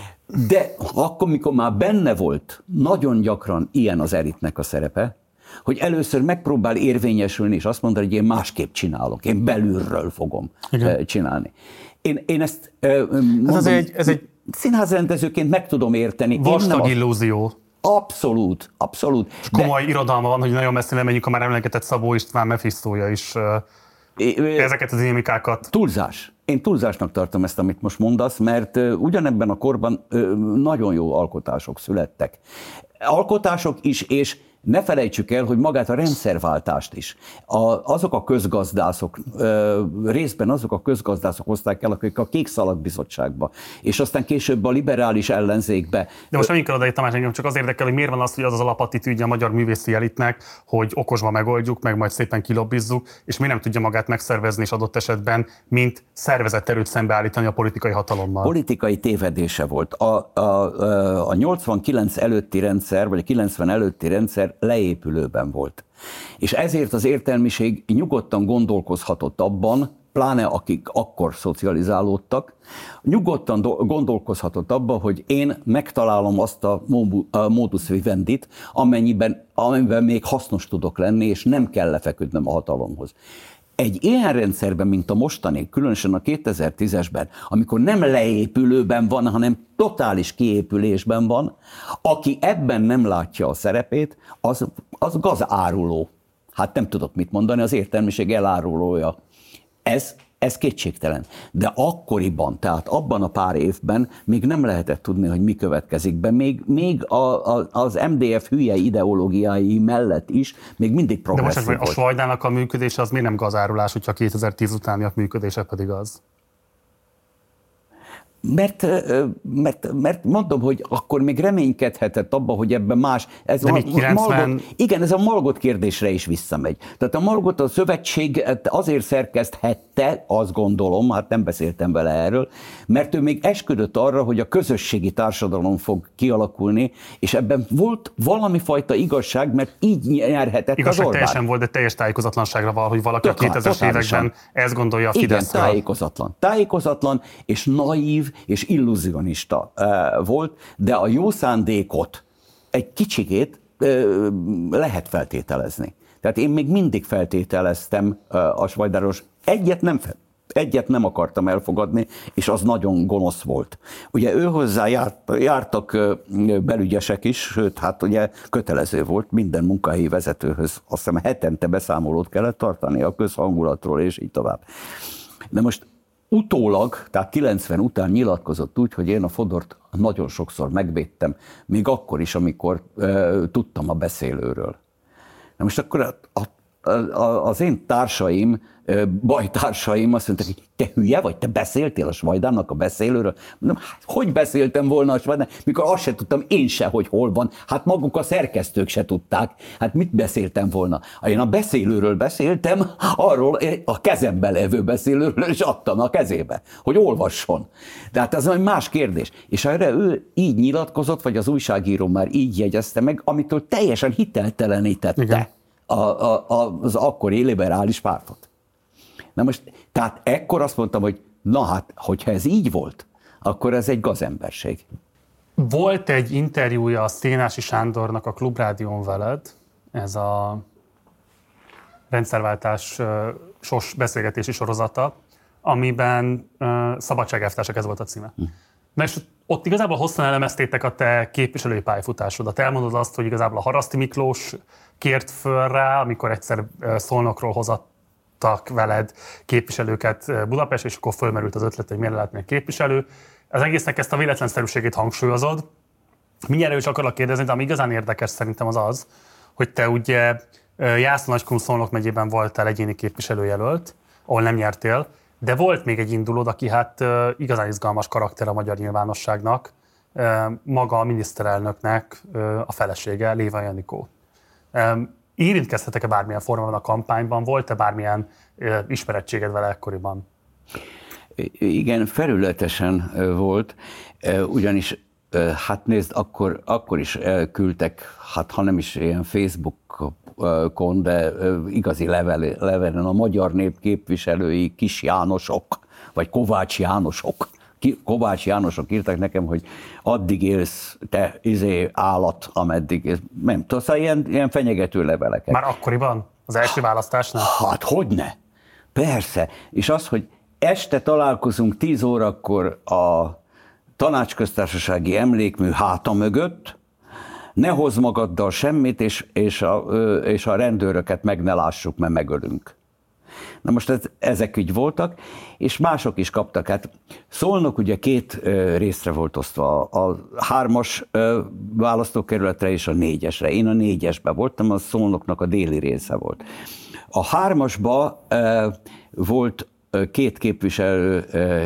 De akkor, mikor már benne volt, nagyon gyakran ilyen az elitnek a szerepe, hogy először megpróbál érvényesülni, és azt mondani, hogy én másképp csinálok, én belülről fogom Igen. csinálni. Én, én ezt mondom, ez egy, ez egy színházrendezőként meg tudom érteni. Vastag illúzió. Abszolút, abszolút. És komoly de... irodalma van, hogy nagyon messzire menjünk, ha már emlegetett Szabó István Mephisztója is ezeket az dinamikákat. Túlzás. Én túlzásnak tartom ezt, amit most mondasz, mert ugyanebben a korban nagyon jó alkotások születtek. Alkotások is, és ne felejtsük el, hogy magát a rendszerváltást is. A, azok a közgazdászok, részben azok a közgazdászok hozták el, akik a Kék Szalag Bizottságba, és aztán később a liberális ellenzékbe. De most menjünk el oda, Tamás, engem csak az érdekel, hogy miért van az, hogy az az alapattitűdje a magyar művészi elitnek, hogy okosva megoldjuk, meg majd szépen kilobbizzuk, és mi nem tudja magát megszervezni és adott esetben, mint szervezett erőt szembeállítani a politikai hatalommal. Politikai tévedése volt. A, a, a, a nyolcvankilenc előtti rendszer, vagy a kilencven előtti rendszer leépülőben volt. És ezért az értelmiség nyugodtan gondolkozhatott abban, pláne akik akkor szocializálódtak, nyugodtan gondolkozhatott abba, hogy én megtalálom azt a modus vivendit, amennyiben, amennyiben még hasznos tudok lenni, és nem kell lefeküdnöm a hatalomhoz. Egy ilyen rendszerben, mint a mostani, különösen a kétezer-tízesben, amikor nem leépülőben van, hanem totális kiépülésben van, aki ebben nem látja a szerepét, az, az gazáruló. Hát nem tudok mit mondani, az értelmiség elárulója. Ez, ez kétségtelen. De akkoriban, tehát abban a pár évben még nem lehetett tudni, hogy mi következik be. Még, még a, a, az em dé ef hülye ideológiái mellett is még mindig progresszív volt. De most a Svajdának a működése az miért nem gazárulás, hogyha kétezer-tíz utániak működése pedig az? Mert, mert, mert mondom, hogy akkor még reménykedhetett abba, hogy ebben más... Ez a, kilencven... Malgot, igen, ez a Malgot kérdésre is visszamegy. Tehát a Malgot a szövetség azért szerkeszthette, azt gondolom, hát nem beszéltem vele erről, mert ő még esküdött arra, hogy a közösségi társadalom fog kialakulni, és ebben volt valami fajta igazság, mert így nyerhetett igazság az Orbán. Teljesen volt, de teljes tájékozatlanságra val, hogy valaki Totál, a kétezres években ezt gondolja a Fideszről. Igen, tájékozatlan. Tájékozatlan és naív és illúzionista uh, volt, de a jó szándékot egy kicsikét uh, lehet feltételezni. Tehát én még mindig feltételeztem uh, a Svajdáros. Egyet nem, egyet nem akartam elfogadni, és az nagyon gonosz volt. Ugye ő hozzá járt, jártak uh, belügyesek is, sőt, hát ugye kötelező volt minden munkahelyi vezetőhöz. Azt hiszem hetente beszámolót kellett tartani a közhangulatról, és így tovább. De most utólag, tehát kilencven után nyilatkozott úgy, hogy én a Fodort nagyon sokszor megvédtem, még akkor is, amikor uh, tudtam a beszélőről. Na most akkor a, a, a, az én társaim, uh, bajtársaim azt mondták, hogy te hülye vagy, te beszéltél a Svajdának a beszélőről? Na, hát, hogy beszéltem volna a Svajdának, mikor azt se tudtam én se, hogy hol van. Hát maguk a szerkesztők se tudták. Hát mit beszéltem volna? Én a beszélőről beszéltem, arról a kezemben levő beszélőről, és adtam a kezébe, hogy olvasson. De hát ez egy más kérdés. És erre ő így nyilatkozott, vagy az újságíró már így jegyezte meg, amitől teljesen hiteltelenítette a, a, a, az akkori liberális pártot. Na most, tehát ekkor azt mondtam, hogy na hát, hogyha ez így volt, akkor ez egy gazemberség. Volt egy interjúja a Szénási Sándornak a Klubrádión veled, ez a rendszerváltás uh, sos beszélgetési sorozata, amiben uh, Szabadságelvtársak, ez volt a címe. Hm. Na és ott igazából hosszan elemeztétek a te képviselői pályafutásodat. Elmondod azt, hogy igazából a Haraszti Miklós kért föl rá, amikor egyszer uh, Szolnokról hozott veled képviselőket Budapest, és akkor fölmerült az ötlet, hogy miért lehet még képviselő. Az egésznek ezt a véletlenszerűségét hangsúlyozod. Mindjárt is akarlak kérdezni, de ami igazán érdekes szerintem az az, hogy te ugye Jászló-Nagykun Szolnok megyében voltál egyéni képviselőjelölt, ahol nem nyertél, de volt még egy indulód, aki hát igazán izgalmas karakter a magyar nyilvánosságnak, maga a miniszterelnöknek a felesége, Léva Janikó. Érintkeztetek-e bármilyen formában a kampányban? Volt-e bármilyen uh, ismerettséged vele ekkoriban? Igen, felületesen uh, volt, uh, ugyanis uh, hát nézd, akkor, akkor is elküldtek, hát ha nem is ilyen Facebookon, de uh, igazi level, levelen a magyar nép képviselői Kis Jánosok, vagy Kovács Jánosok. Kovács Jánosok írtak nekem, hogy addig élsz, te izé állat, ameddig élsz. Nem tudom, szóval ilyen, ilyen fenyegető leveleket. Már akkoriban? Az első választásnál? Hát hogyne? Persze. És az, hogy este találkozunk tíz órakor a Tanácsköztársasági Emlékmű háta mögött, ne hozz magaddal semmit, és, és, a, és a rendőröket meg ne lássuk, mert megölünk. Na most ez, ezek így voltak, és mások is kaptak. Hát Szolnok ugye két ö, részre volt osztva, a, a hármas ö, választókerületre és a négyesre. Én a négyesben voltam, a Szolnoknak a déli része volt. A hármasba ö, volt ö, két képviselő ö,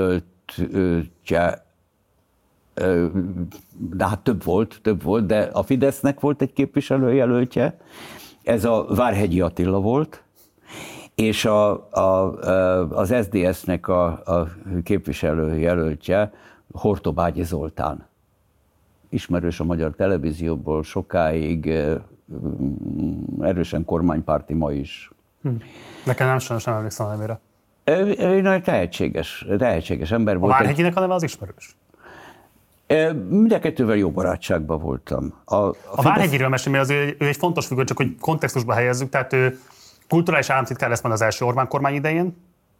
jelöltje, ö, de hát több volt, több volt, de a Fidesznek volt egy képviselőjelöltje, ez a Várhegyi Attila volt, és a, a, az es zé dé es-nek a, a képviselőjelöltje Hortobágyi Zoltán. Ismerős a magyar televízióból, sokáig erősen kormánypárti ma is. Hm. Nekem nem sajnos nem emlékszem a nevére. Ő, ő nagyon tehetséges, tehetséges ember volt. A Várhegyinek a neve az ismerős? Mind a kettővel jó barátságban voltam. A, a, a Várhegyiről mesélj, mert az ő, ő egy fontos figura, csak hogy kontextusba helyezzük, tehát ő kulturális államtitkár lesz majd az első Orbán kormány idején.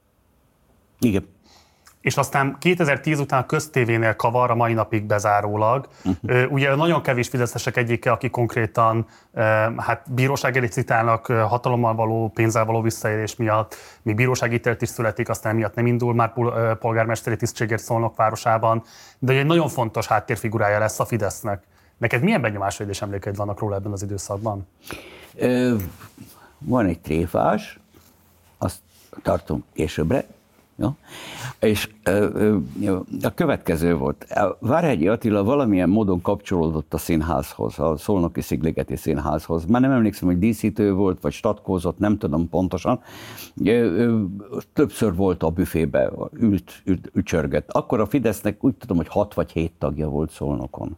Igen. És aztán kétezer-tíz után a köztévénél kavar a mai napig bezárólag. Uh-huh. Ugye nagyon kevés fideszesek egyike, akik konkrétan hát bíróság elé citálnak hatalommal való, pénzzel való visszaélés miatt, még bírósági ítélet is születik, aztán miatt nem indul már polgármesteri tisztségért Szolnok városában, de egy nagyon fontos háttérfigurája lesz a Fidesznek. Neked milyen benyomásaid és emlékeid vannak róla ebben az időszakban? Ö, van egy tréfás, azt tartom későbbre. Ja. És ö, ö, a következő volt. Várhegyi Attila valamilyen módon kapcsolódott a színházhoz, a Szolnoki Szigligeti Színházhoz. Már nem emlékszem, hogy díszítő volt, vagy statkózott, nem tudom pontosan. Ö, ö, többször volt a büfébe, ült, ült, ücsörgött. Akkor a Fidesznek úgy tudom, hogy hat vagy hét tagja volt Szolnokon.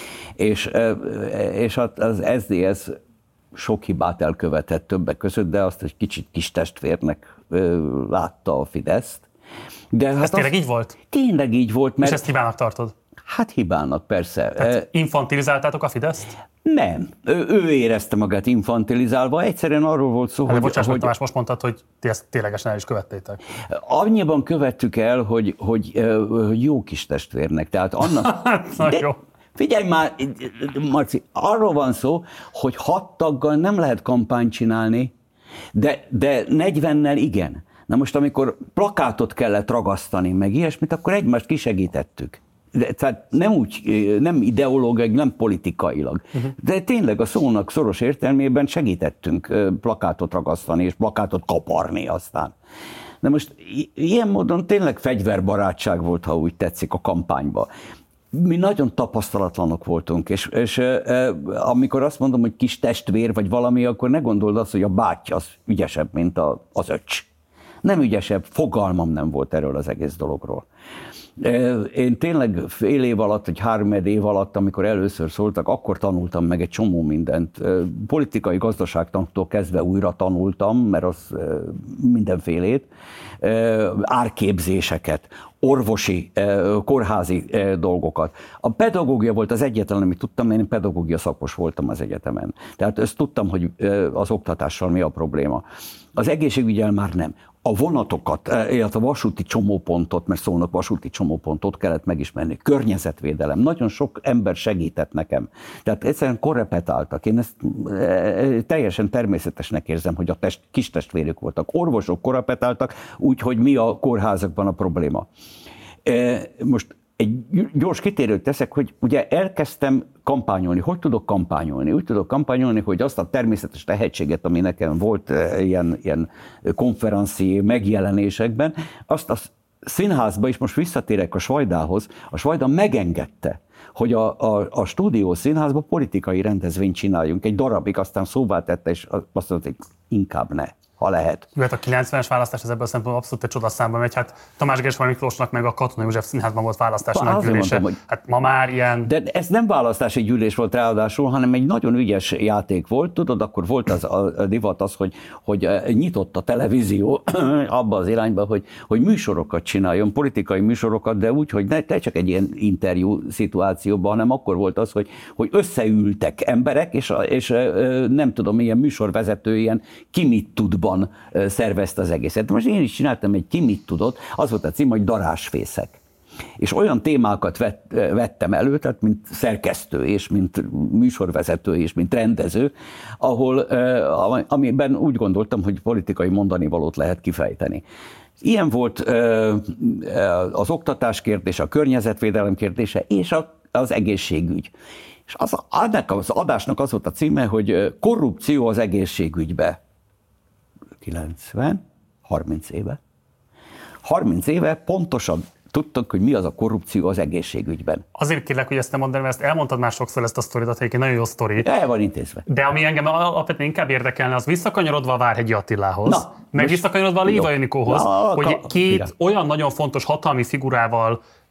És, ö, és az es zé es sok hibát elkövetett többek között, de azt egy kicsit kis testvérnek ö, látta a Fideszt. De ez hát tényleg az, így volt? Tényleg így volt. Mert, és ezt hibának tartod? Hát hibának, persze. Tehát infantilizáltátok a Fideszt? Nem. Ő, ő érezte magát infantilizálva. Egyszerűen arról volt szó, hát, hogy... Bocsáss, hogy Tamás, most mondtad, hogy ti ezt ténylegesen el is követtétek. Annyiban követtük el, hogy, hogy, hogy jó kis testvérnek. Tehát annak... Na de, jó. Figyelj már, Marci, arról van szó, hogy hat taggal nem lehet kampányt csinálni, de, de negyvennel igen. Na most, amikor plakátot kellett ragasztani, meg ilyesmit, akkor egymást kisegítettük. De, tehát nem úgy, nem ideológiai, nem politikailag. Uh-huh. De tényleg a szónak szoros értelmében segítettünk plakátot ragasztani, és plakátot kaparni aztán. De most ilyen módon tényleg fegyverbarátság volt, ha úgy tetszik, a kampányba. Mi nagyon tapasztalatlanok voltunk, és, és e, amikor azt mondom, hogy kis testvér vagy valami, akkor ne gondold azt, hogy a bátyja az ügyesebb, mint a, az öcs. Nem ügyesebb, fogalmam nem volt erről az egész dologról. E, én tényleg fél év alatt, vagy három év alatt, amikor először szóltak, akkor tanultam meg egy csomó mindent. E, politikai gazdaságtantól kezdve újra tanultam, mert az e, mindenfélét, e, árképzéseket, orvosi, kórházi dolgokat. A pedagógia volt az egyetlen, amit tudtam, én pedagógia szakos voltam az egyetemen. Tehát ezt tudtam, hogy az oktatással mi a probléma. Az egészségügyel már nem. A vonatokat, illetve a vasúti csomópontot, mert Szolnok vasúti csomópontot kellett megismerni. Környezetvédelem. Nagyon sok ember segített nekem. Tehát egyszerűen korrepetáltak. Én ezt teljesen természetesnek érzem, hogy a test, kis testvérük voltak. Orvosok korrepetáltak, úgyhogy mi a kórházakban a probléma. Most egy gyors kitérőt teszek, hogy ugye elkezdtem kampányolni. Hogy tudok kampányolni? Úgy tudok kampányolni, hogy azt a természetes tehetséget, ami nekem volt ilyen, ilyen konferenci megjelenésekben, azt a színházba, és most visszatérek a Svajdához, a Svajda megengedte, hogy a, a, a stúdió színházba politikai rendezvényt csináljunk. Egy darabig, aztán szóvá tette, és azt mondta, hogy inkább ne, ha lehet. Jöhet a kilencvenes választás, ez ebből a szempontból abszolút egy csodaszámba megy. Hát Tamás Gershon Miklósnak meg a Katona József Színházban volt választási nagygyűlése. Hogy... Hát ma már ilyen... De ez nem választási gyűlés volt ráadásul, hanem egy nagyon ügyes játék volt. Tudod, akkor volt az a divat az, hogy, hogy nyitott a televízió abba az irányba, hogy, hogy műsorokat csináljon, politikai műsorokat, de úgy, hogy ne, ne csak egy ilyen interjú szituációban, hanem akkor volt az, hogy, hogy összeültek emberek, és, és nem tudom, ilyen műsorvezető, ilyen ki mit tudban szervezte az egészet. Most én is csináltam egy ki mit tudott, az volt a cím, hogy darásfészek. És olyan témákat vett, vettem elő, tehát mint szerkesztő, és mint műsorvezető, és mint rendező, ahol, amiben úgy gondoltam, hogy politikai mondanivalót lehet kifejteni. Ilyen volt az oktatás kérdése, a környezetvédelem kérdése, és az egészségügy. És az, annak az adásnak az volt a címe, hogy korrupció az egészségügybe. kilencven, harminc éve. harminc éve pontosan tudtak, hogy mi az a korrupció az egészségügyben. Azért kérlek, hogy ezt nem mondd el, mert ezt elmondtad már sokszor ezt a sztoridat, egyébként nagyon jó sztori. El van intézve. De ami engem alapvetően inkább érdekelne, az visszakanyarodva a Várhegyi Attilához, Na, meg most... visszakanyarodva a Lévai Anikóhoz, hogy két igen. olyan nagyon fontos hatalmi figurával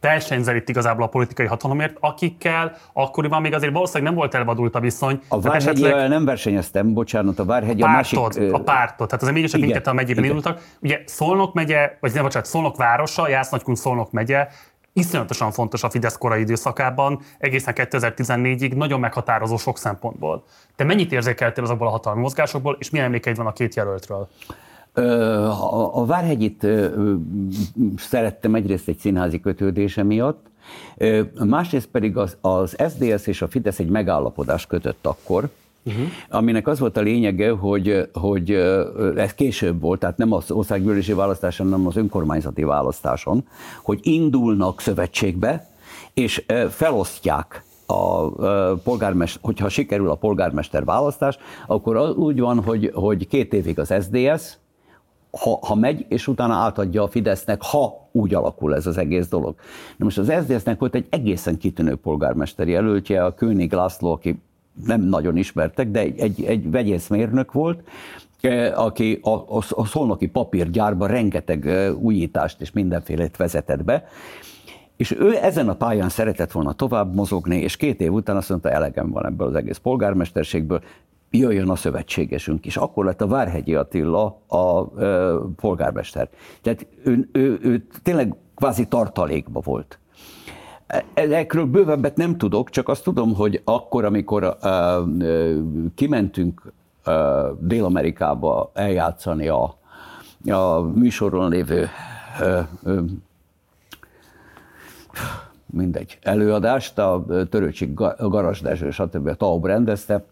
versenyzett igazából a politikai hatalomért, akikkel akkoriban még azért valószínűleg nem volt elvadult a viszony. A Várhegyi esetleg... nem versenyeztem, bocsánat, a Várhegy a, a másik... A pártot, tehát azért mégis mindketten a megyében indultak. Ugye Szolnok megye, vagy nem, bocsánat, Szolnok városa, Jász-Nagykun Szolnok megye, iszonyatosan fontos a Fidesz korai időszakában, egészen kétezer-tizennégyig nagyon meghatározó sok szempontból. Te mennyit érzékeltél azokból a hatalmi mozgásokból, és milyen emlékeid van a két jelöltről? A Várhegyit szerettem egyrészt egy színházi kötődése miatt, másrészt pedig az, az es zé dé es és a Fidesz egy megállapodást kötött akkor, uh-huh. aminek az volt a lényege, hogy, hogy ez később volt, tehát nem az országgyűlési választáson, hanem az önkormányzati választáson, hogy indulnak szövetségbe, és felosztják a polgármester, hogyha sikerül a polgármester választás, akkor úgy van, hogy, hogy két évig az es zé dé es, Ha, ha megy, és utána átadja a Fidesznek, ha úgy alakul ez az egész dolog. Na most az es zé dé esnek volt egy egészen kitűnő polgármester jelöltje, a König László, aki nem nagyon ismertek, de egy, egy, egy vegyészmérnök volt, aki a, a, a szolnoki papírgyárban rengeteg újítást és mindenfélét vezetett be, és ő ezen a pályán szeretett volna tovább mozogni, és két év után azt mondta, elegem van ebből az egész polgármesterségből, jöjjön a szövetségesünk, és akkor lett a Várhegyi Attila a, a polgármester. Tehát ő, ő, ő tényleg kvázi tartalékba volt. Ezekről bővebbet nem tudok, csak azt tudom, hogy akkor, amikor uh, uh, kimentünk uh, Dél-Amerikába eljátszani a, a műsoron lévő uh, uh, mindegy előadást, a Törőcsik, Garas Dezső, stb. A Taub rendezte,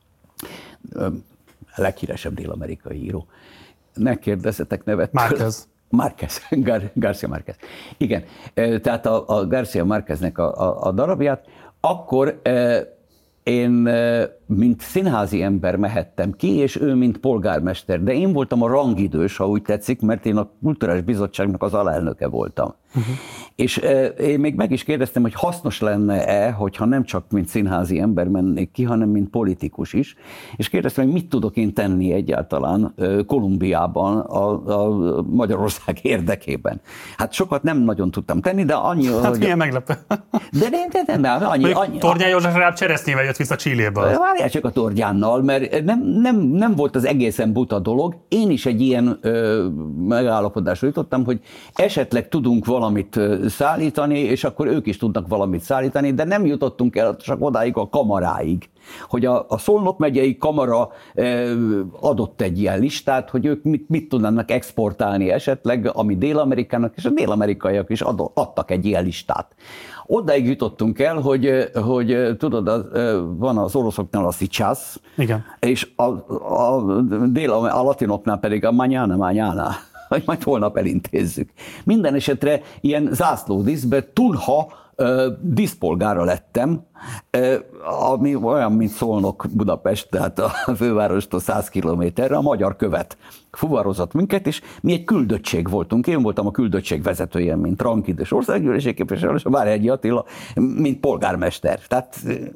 a leghíresebb dél-amerikai író. Megkérdezzetek nevet. Márquez. Márquez, Gar- García Márquez. Igen, tehát a, a García Márqueznek a, a, a darabját, akkor én, mint színházi ember mehettem ki, és ő, mint polgármester, de én voltam a rangidős, ha úgy tetszik, mert én a Kulturális Bizottságnak az alelnöke voltam. Uh-huh. És én még meg is kérdeztem, hogy hasznos lenne-e, hogyha nem csak mint színházi ember mennék ki, hanem mint politikus is, és kérdeztem, hogy mit tudok én tenni egyáltalán Kolumbiában a, a Magyarország érdekében. Hát sokat nem nagyon tudtam tenni, de annyi... Hát hogy... milyen meglepő. De nem, de nem, nem annyi... annyi Tornyán József rább cseresznyével jött vissza Chiléből. Várjál csak a Torgyánnal, mert nem, nem, nem volt az egészen buta dolog. Én is egy ilyen ö, megállapodásra jutottam, hogy esetleg tudunk valamit szállítani, és akkor ők is tudnak valamit szállítani, de nem jutottunk el csak odáig a kamaráig. Hogy a, a Szolnok megyei kamara eh, adott egy ilyen listát, hogy ők mit, mit tudnának exportálni esetleg, ami Dél-Amerikának, és a dél-amerikaiak is adott, adtak egy ilyen listát. Odáig jutottunk el, hogy, hogy tudod, az, van az oroszoknál a szicsász, igen. És a, a, dél, a latinoknál pedig a mañana, mañana, hogy majd holnap elintézzük. Minden esetre ilyen zászlódíszbe tunha díszpolgára lettem, ami olyan, mint Szolnok Budapest, tehát a fővárostól száz kilométerre, a magyar követ fuvarozott minket, és mi egy küldöttség voltunk. Én voltam a küldöttség vezetője, mint rangidős országgyűlési képviselő, és a Várhegyi Attila, mint polgármester. Tehát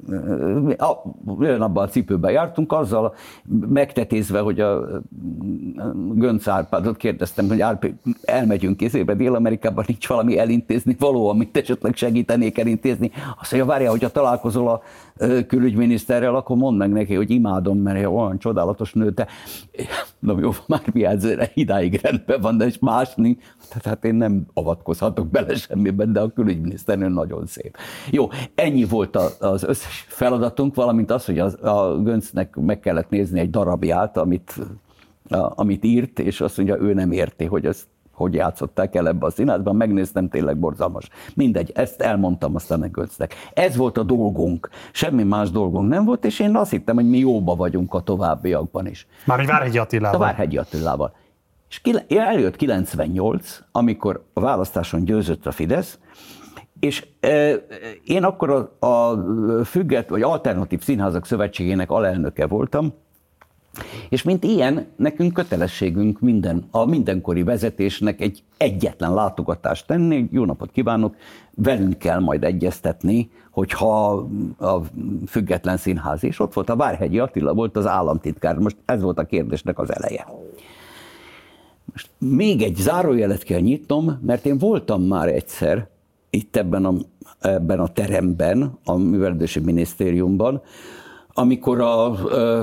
abban a cipőben jártunk, azzal megtetézve, hogy a Göncz Árpádot kérdeztem, hogy Árpi, elmegyünk kézébe Dél-Amerikában, nincs valami elintézni való, amit esetleg segítenék elintézni. Azt mondja, várjál, hogyha találkozol a külügyminiszterrel, akkor mondd meg neki, hogy imádom, mert olyan csodálatos nő, te... Na jó, már mi ezzel idáig rendben van, de és más nincs. Tehát én nem avatkozhatok bele semmiben, de a külügyminiszternő nagyon szép. Jó, ennyi volt az összes feladatunk, valamint az, hogy a, a Göncnek meg kellett nézni egy darabját, amit, a, amit írt, és azt mondja, ő nem érti, hogy ezt hogy játszották el ebbe a színházban, megnéztem, tényleg borzalmas. Mindegy, ezt elmondtam aztán a Göncnek. Ez volt a dolgunk, semmi más dolgunk nem volt, és én azt hittem, hogy mi jóba vagyunk a továbbiakban is. Már egy Várhegyi Attilával. A Várhegyi Attilával. És eljött kilencvennyolc, amikor a választáson győzött a Fidesz, és e, én akkor a, a Függet, vagy Alternatív Színházak Szövetségének alelnöke voltam, és mint ilyen, nekünk kötelességünk minden, a mindenkori vezetésnek egy egyetlen látogatást tenni, jó napot kívánok, velünk kell majd egyeztetni, hogyha a Független Színház, és ott volt a Várhegyi Attila, volt az államtitkár, most ez volt a kérdésnek az eleje. Most még egy zárójelet kell nyitnom, mert én voltam már egyszer itt ebben a, ebben a teremben, a Művelődési Minisztériumban, amikor a,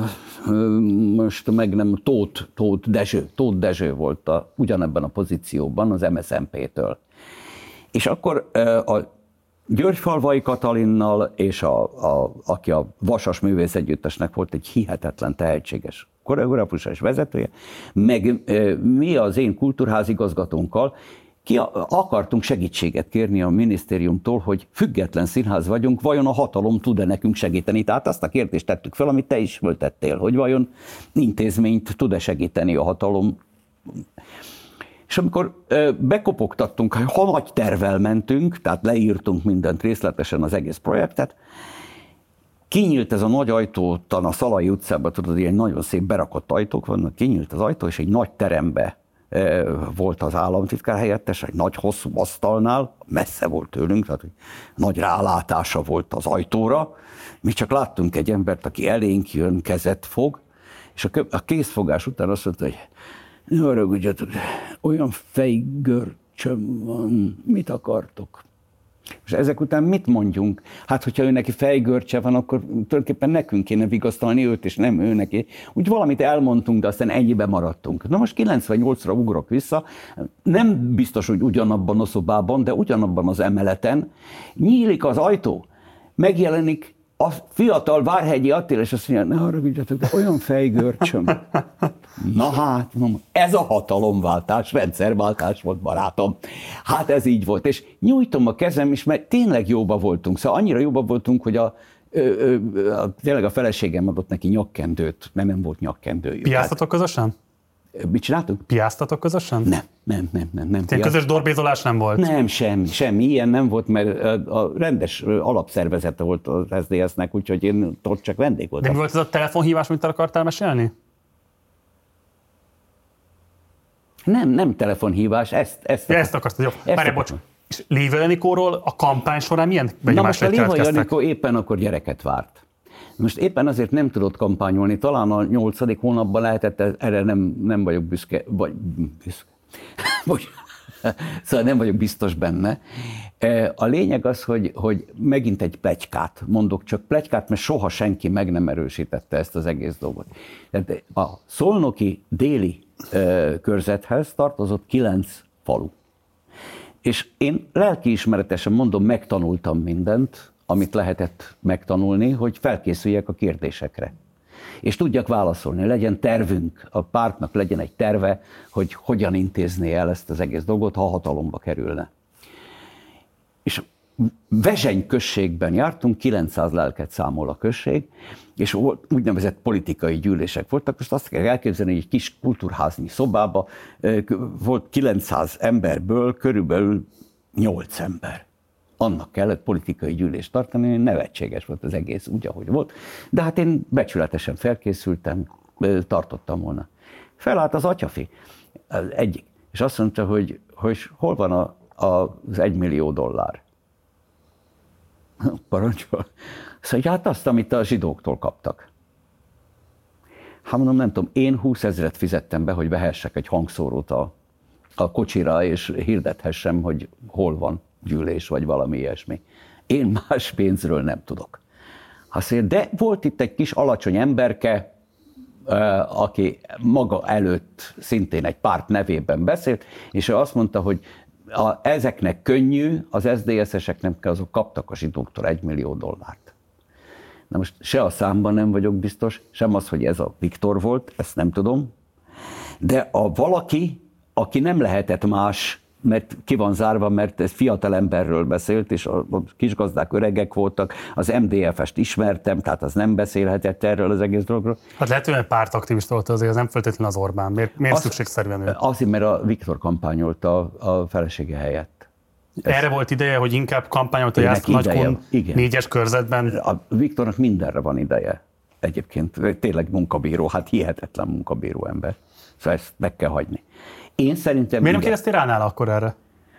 most meg nem, Tóth, Tóth Dezső, Tóth Dezső volt a, ugyanebben a pozícióban az em es zé em pé-től. És akkor a Györgyfalvai Katalinnal, és a, a, aki a Vasas Művészegyüttesnek volt egy hihetetlen tehetséges koreográfus és vezetője, meg mi az én kultúrházigazgatónkkal ki akartunk segítséget kérni a minisztériumtól, hogy független színház vagyunk, vajon a hatalom tud-e nekünk segíteni? Tehát azt a kérdést tettük fel, amit te is föltettél, hogy vajon intézményt tud-e segíteni a hatalom? És amikor bekopogtattunk, ha nagy tervvel mentünk, tehát leírtunk mindent részletesen, az egész projektet, kinyílt ez a nagy ajtó, a Szalai utcában, tudod, ilyen nagyon szép berakott ajtók vannak, kinyílt az ajtó, és egy nagy terembe volt az államtitkár helyettes, egy nagy hosszú asztalnál, messze volt tőlünk, tehát nagy rálátása volt az ajtóra. Mi csak láttunk egy embert, aki elénk jön, kezet fog, és a kézfogás után azt mondta, hogy ne haragudjatok, olyan fejgörcsöm van, mit akartok? És ezek után mit mondjunk? Hát, hogyha ő neki fejgörcse van, akkor tulajdonképpen nekünk kéne vigasztalni őt, és nem ő neki. Úgy valamit elmondtunk, de aztán ennyibe maradtunk. Na most kilencvennyolcra ugrok vissza, nem biztos, hogy ugyanabban a szobában, de ugyanabban az emeleten nyílik az ajtó, megjelenik a fiatal Várhegyi Attila, és azt mondja, ne haragudjatok, de olyan fejgörcsöm. Na hát, ez a hatalomváltás, rendszerváltás volt, barátom. Hát ez így volt, és nyújtom a kezem is, mert tényleg jóba voltunk. Szóval annyira jóba voltunk, hogy a, ö, ö, a, tényleg a feleségem adott neki nyakkendőt, mert nem volt nyakkendőjük. Piáztatok közösen? Mit csináltunk? Piáztatok közösen? Nem, nem, nem, nem. nem Ilyen közös dorbézolás nem volt? Nem, semmi, semmi. Ilyen nem volt, mert a rendes alapszervezete volt az es zé dé es-nek, úgyhogy én ott csak vendég voltam. De mi volt ez a telefonhívás, amit el akartál mesélni? Nem, nem telefonhívás, ezt... Ezt, ja, ezt akartad, jó. Várj, bocs. És Léva Janikóról a kampány során milyen benyomást keletkeztek? Na most a Léva Janikó éppen akkor gyereket várt. Most éppen azért nem tudott kampányolni, talán a nyolcadik hónapban lehetett, erre nem, nem vagyok büszke, vagy büszke, szóval nem vagyok biztos benne. A lényeg az, hogy, hogy megint egy pletykát mondok, csak pletykát, mert soha senki meg nem erősítette ezt az egész dolgot. Tehát a szolnoki déli körzethez tartozott kilenc falu. És én lelkiismeretesen mondom, megtanultam mindent, amit lehetett megtanulni, hogy felkészüljek a kérdésekre. És tudjak válaszolni, legyen tervünk, a pártnak legyen egy terve, hogy hogyan intézné el ezt az egész dolgot, ha hatalomba kerülne. És Vezseny községben jártunk, kilencszáz lelket számol a község, és úgynevezett politikai gyűlések voltak. Most azt kell elképzelni, hogy egy kis kultúrháznyi szobába volt kilencszáz emberből körülbelül nyolc ember. Annak kellett politikai gyűlést tartani, nevetséges volt az egész úgy, ahogy volt. De hát én becsületesen felkészültem, tartottam volna. Felállt az atyafi, az egyik, és azt mondta, hogy, hogy hol van a, a, az egymillió dollár. Parancsol. Szóval hát azt, amit a zsidóktól kaptak. Hát mondom, nem tudom, én húszezret fizettem be, hogy vehessek egy hangszórót a, a kocsira, és hirdethessem, hogy hol van gyűlés, vagy valami ilyesmi. Én más pénzről nem tudok. Azt, de volt itt egy kis alacsony emberke, aki maga előtt szintén egy párt nevében beszélt, és ő azt mondta, hogy a, ezeknek könnyű, az es zé dé es-eseknek azok kaptak a zsidóktól egy millió dollárt. Na most se a számban nem vagyok biztos, sem az, hogy ez a Viktor volt, ezt nem tudom, de a valaki, aki nem lehetett más, mert ki van zárva, mert ez fiatal emberről beszélt, és a kisgazdák öregek voltak, az em dé ef-est ismertem, tehát az nem beszélhetett erről az egész dologról. Hát lehet, hogy egy pártaktivista volt azért, az nem feltétlenül az Orbán. Miért, miért az, szükségszerűen ő? Azért, mert a Viktor kampányolt a, a felesége helyett. Erre ez volt ideje, hogy inkább kampányolt a Jászló Nagykun négyes körzetben? A Viktornak mindenre van ideje. Egyébként tényleg munkabíró, hát hihetetlen munkabíró ember. Szóval ezt meg kell hagyni. Én szerintem... Miért nem kérdeztél rá nála akkor erre?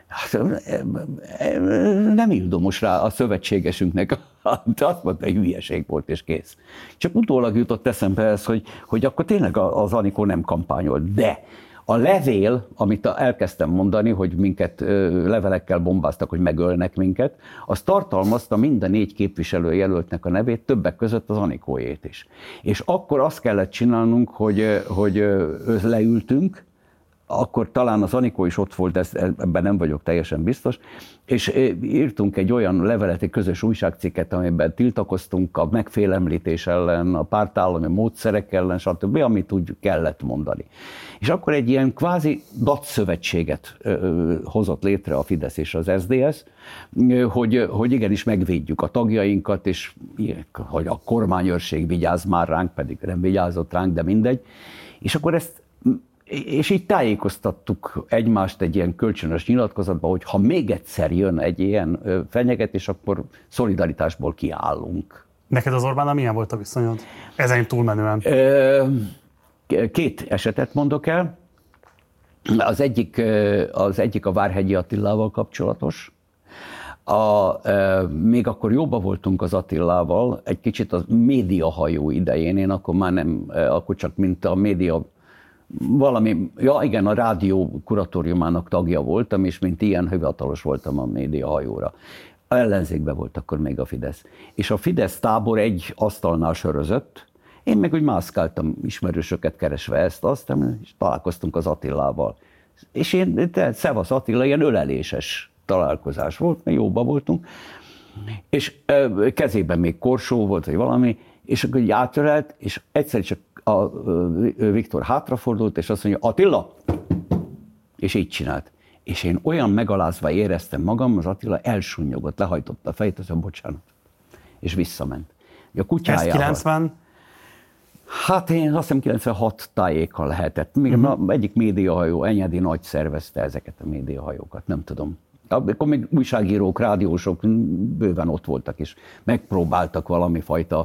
Nem ildomos rá a szövetségesünknek. Azt mondta, hogy hülyeség volt, és kész. Csak utólag jutott eszembe ez, hogy, hogy akkor tényleg az Anikó nem kampányolt. De A levél, amit elkezdtem mondani, hogy minket levelekkel bombáztak, hogy megölnek minket, az tartalmazta minden négy képviselőjelöltnek a nevét, többek között az Anikójét is. És akkor azt kellett csinálnunk, hogy, hogy leültünk, akkor talán az Anikó is ott volt, ebben nem vagyok teljesen biztos, és írtunk egy olyan levelet, egy közös újságcikket, amiben tiltakoztunk a megfélemlítés ellen, a pártállami módszerek ellen, stb., amit úgy kellett mondani. És akkor egy ilyen kvázi datszövetséget hozott létre a Fidesz és az es zé dé es, hogy, hogy igenis megvédjük a tagjainkat, és hogy a kormányőrség vigyáz már ránk, pedig nem vigyázott ránk, de mindegy. És akkor ezt És így tájékoztattuk egymást egy ilyen kölcsönös nyilatkozatban, hogy ha még egyszer jön egy ilyen fenyegetés, akkor szolidaritásból kiállunk. Neked az Orbánnal milyen volt a viszonyod? Ezen túlmenően. Két esetet mondok el. Az egyik, az egyik a Várhegyi Attilával kapcsolatos. A, e, még akkor jobban voltunk az Attilával, egy kicsit a médiahajó idején, én akkor már nem, akkor csak mint a média valami, ja igen, a rádió kuratóriumának tagja voltam, és mint ilyen hivatalos voltam a médiahajóra. A ellenzékben volt akkor még a Fidesz. És a Fidesz tábor egy asztalnál sörözött, én meg úgy mászkáltam ismerősöket keresve ezt, azt, és találkoztunk az Attilával. És én, te, szevasz Attila, ilyen öleléses találkozás volt, mert jóba voltunk, és e, kezében még korsó volt, vagy valami, és akkor így átölelt, és egyszer csak a Viktor hátrafordult, és azt mondja, Attila! És így csinált. És én olyan megalázva éreztem magam, az Attila elsúnyogott, lehajtotta a fejét, azt mondja, bocsánat. És visszament. A kutyájával. Ez kilencven? Hát én azt hiszem kilencvenhat tájékkal lehetett. Még uh-huh. egyik médiahajó, Enyedi Nagy szervezte ezeket a médiahajókat, nem tudom. Akkor még újságírók, rádiósok bőven ott voltak, és megpróbáltak valami fajta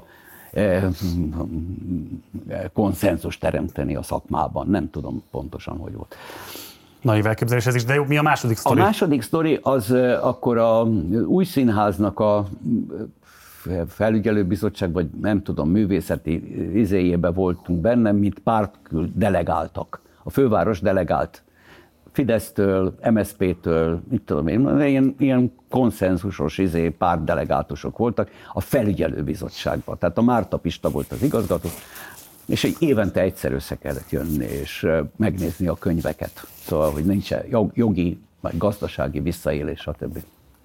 konszenzus teremteni a szakmában. Nem tudom pontosan, hogy volt. Naiv elképzelés ez is, de jó, mi a második sztori? A második sztori az akkor a új színháznak a felügyelőbizottság, vagy nem tudom, művészeti izéjében voltunk benne, mint pártkül delegáltak. A főváros delegált Fidesztől, em es zé pé-től, mit tudom én, ilyen, ilyen konszenzusos izé, pártdelegátusok voltak a felügyelőbizottságban. Tehát a Márta Pista volt az igazgató, és egy évente egyszer össze kellett jönni, és megnézni a könyveket. Szóval, hogy nincs jogi, vagy gazdasági visszaélés, stb.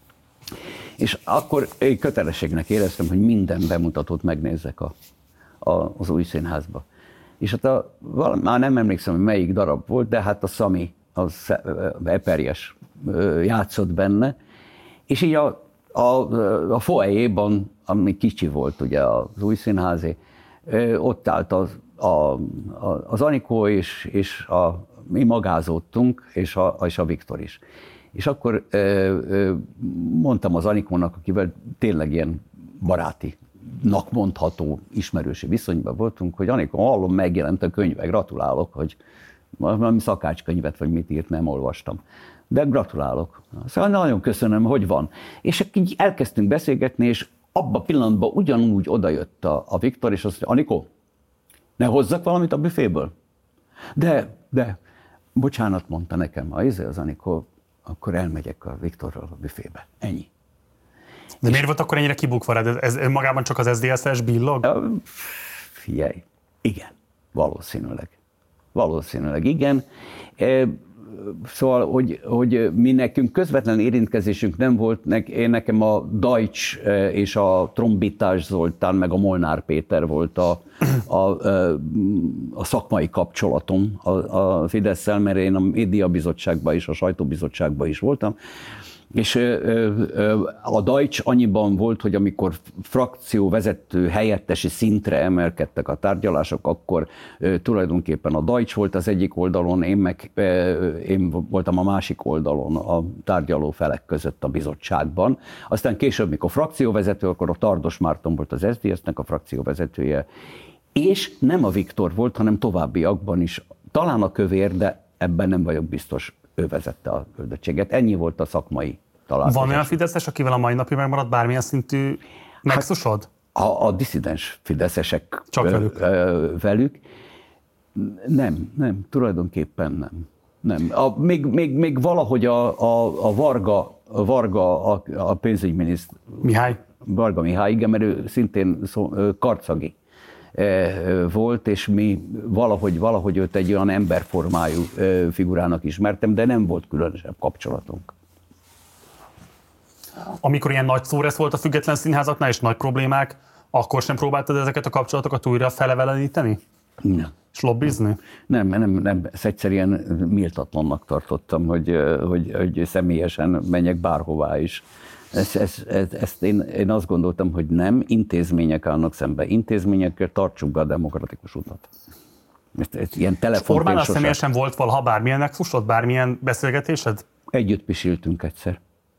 És akkor én kötelességnek éreztem, hogy minden bemutatót megnézzek a, a, az új színházba. És hát a, valami, már nem emlékszem, hogy melyik darab volt, de hát a Szami, az Eperjes játszott benne, és így a, a, a foajéban, ami kicsi volt ugye az új színházé, ott állt az, a, a, az Anikó és, és a, mi magázódtunk, és a, és a Viktor is. És akkor ö, ö, mondtam az Anikónak, akivel tényleg ilyen barátinak mondható ismerősi viszonyban voltunk, hogy Anikó, hallom, megjelent a könyve, gratulálok, hogy valami szakácskönyvet, vagy mit írt, nem olvastam. De gratulálok. Szóval nagyon köszönöm, hogy van. És így elkezdtünk beszélgetni, és abban a pillanatban ugyanúgy odajött a, a Viktor, és azt mondja, Anikó, ne hozzak valamit a büféből? De, de, bocsánat, mondta nekem, ha ez az Anikó, akkor elmegyek a Viktorral a büfébe. Ennyi. De és miért volt akkor ennyire kibukva rád? Ez magában csak az es zé dé es-es billog? Figyelj, igen, valószínűleg. Valószínűleg igen. Szóval, hogy, hogy mi nekünk közvetlen érintkezésünk nem volt, én nekem a Deutsch és a Trombitás Zoltán, meg a Molnár Péter volt a, a, a szakmai kapcsolatom a, a Fidesz-szel, mert én a médiabizottságban és a sajtóbizottságban is voltam. És a Deutsch annyiban volt, hogy amikor frakcióvezető helyettesi szintre emelkedtek a tárgyalások, akkor tulajdonképpen a Deutsch volt az egyik oldalon, én meg én voltam a másik oldalon a tárgyaló felek között a bizottságban. Aztán később, mikor frakcióvezető, akkor a Tardos Márton volt az es zé dé es-nek a frakcióvezetője, és nem a Viktor volt, hanem továbbiakban is. Talán a Kövér, de ebben nem vagyok biztos. Ő vezette a küldöttséget. Ennyi volt a szakmai találkozás. Van olyan fideszes, akivel a mai napig megmaradt bármilyen szintű nexusod? Hát a, a disszidens fideszesek Csak velük. velük. Nem, nem, tulajdonképpen nem. nem. A, még, még, még valahogy a, a, a Varga, a, Varga, a, a pénzügyminiszter... Mihály? Varga Mihály, igen, mert ő szintén szó, karcagi volt, és mi valahogy, valahogy őt egy olyan emberformájú figurának ismertem, de nem volt különösebb kapcsolatunk. Amikor ilyen nagy szóresz volt a független színházaknál, és nagy problémák, akkor sem próbáltad ezeket a kapcsolatokat újra feleveleníteni? Nem. És lobbizni? Nem, nem, nem, ezt egyszerűen méltatlannak tartottam, hogy, hogy, hogy személyesen menjek bárhová is. Ezt, ezt, ezt én, én azt gondoltam, hogy nem, intézmények állnak szembe. Intézményekkel tartsuk be a demokratikus utat. Ezt, ezt ilyen telefon. Orbánnal személyesen volt valaha bármilyen nexusod, bármilyen beszélgetésed? Együtt pisiltünk egyszer.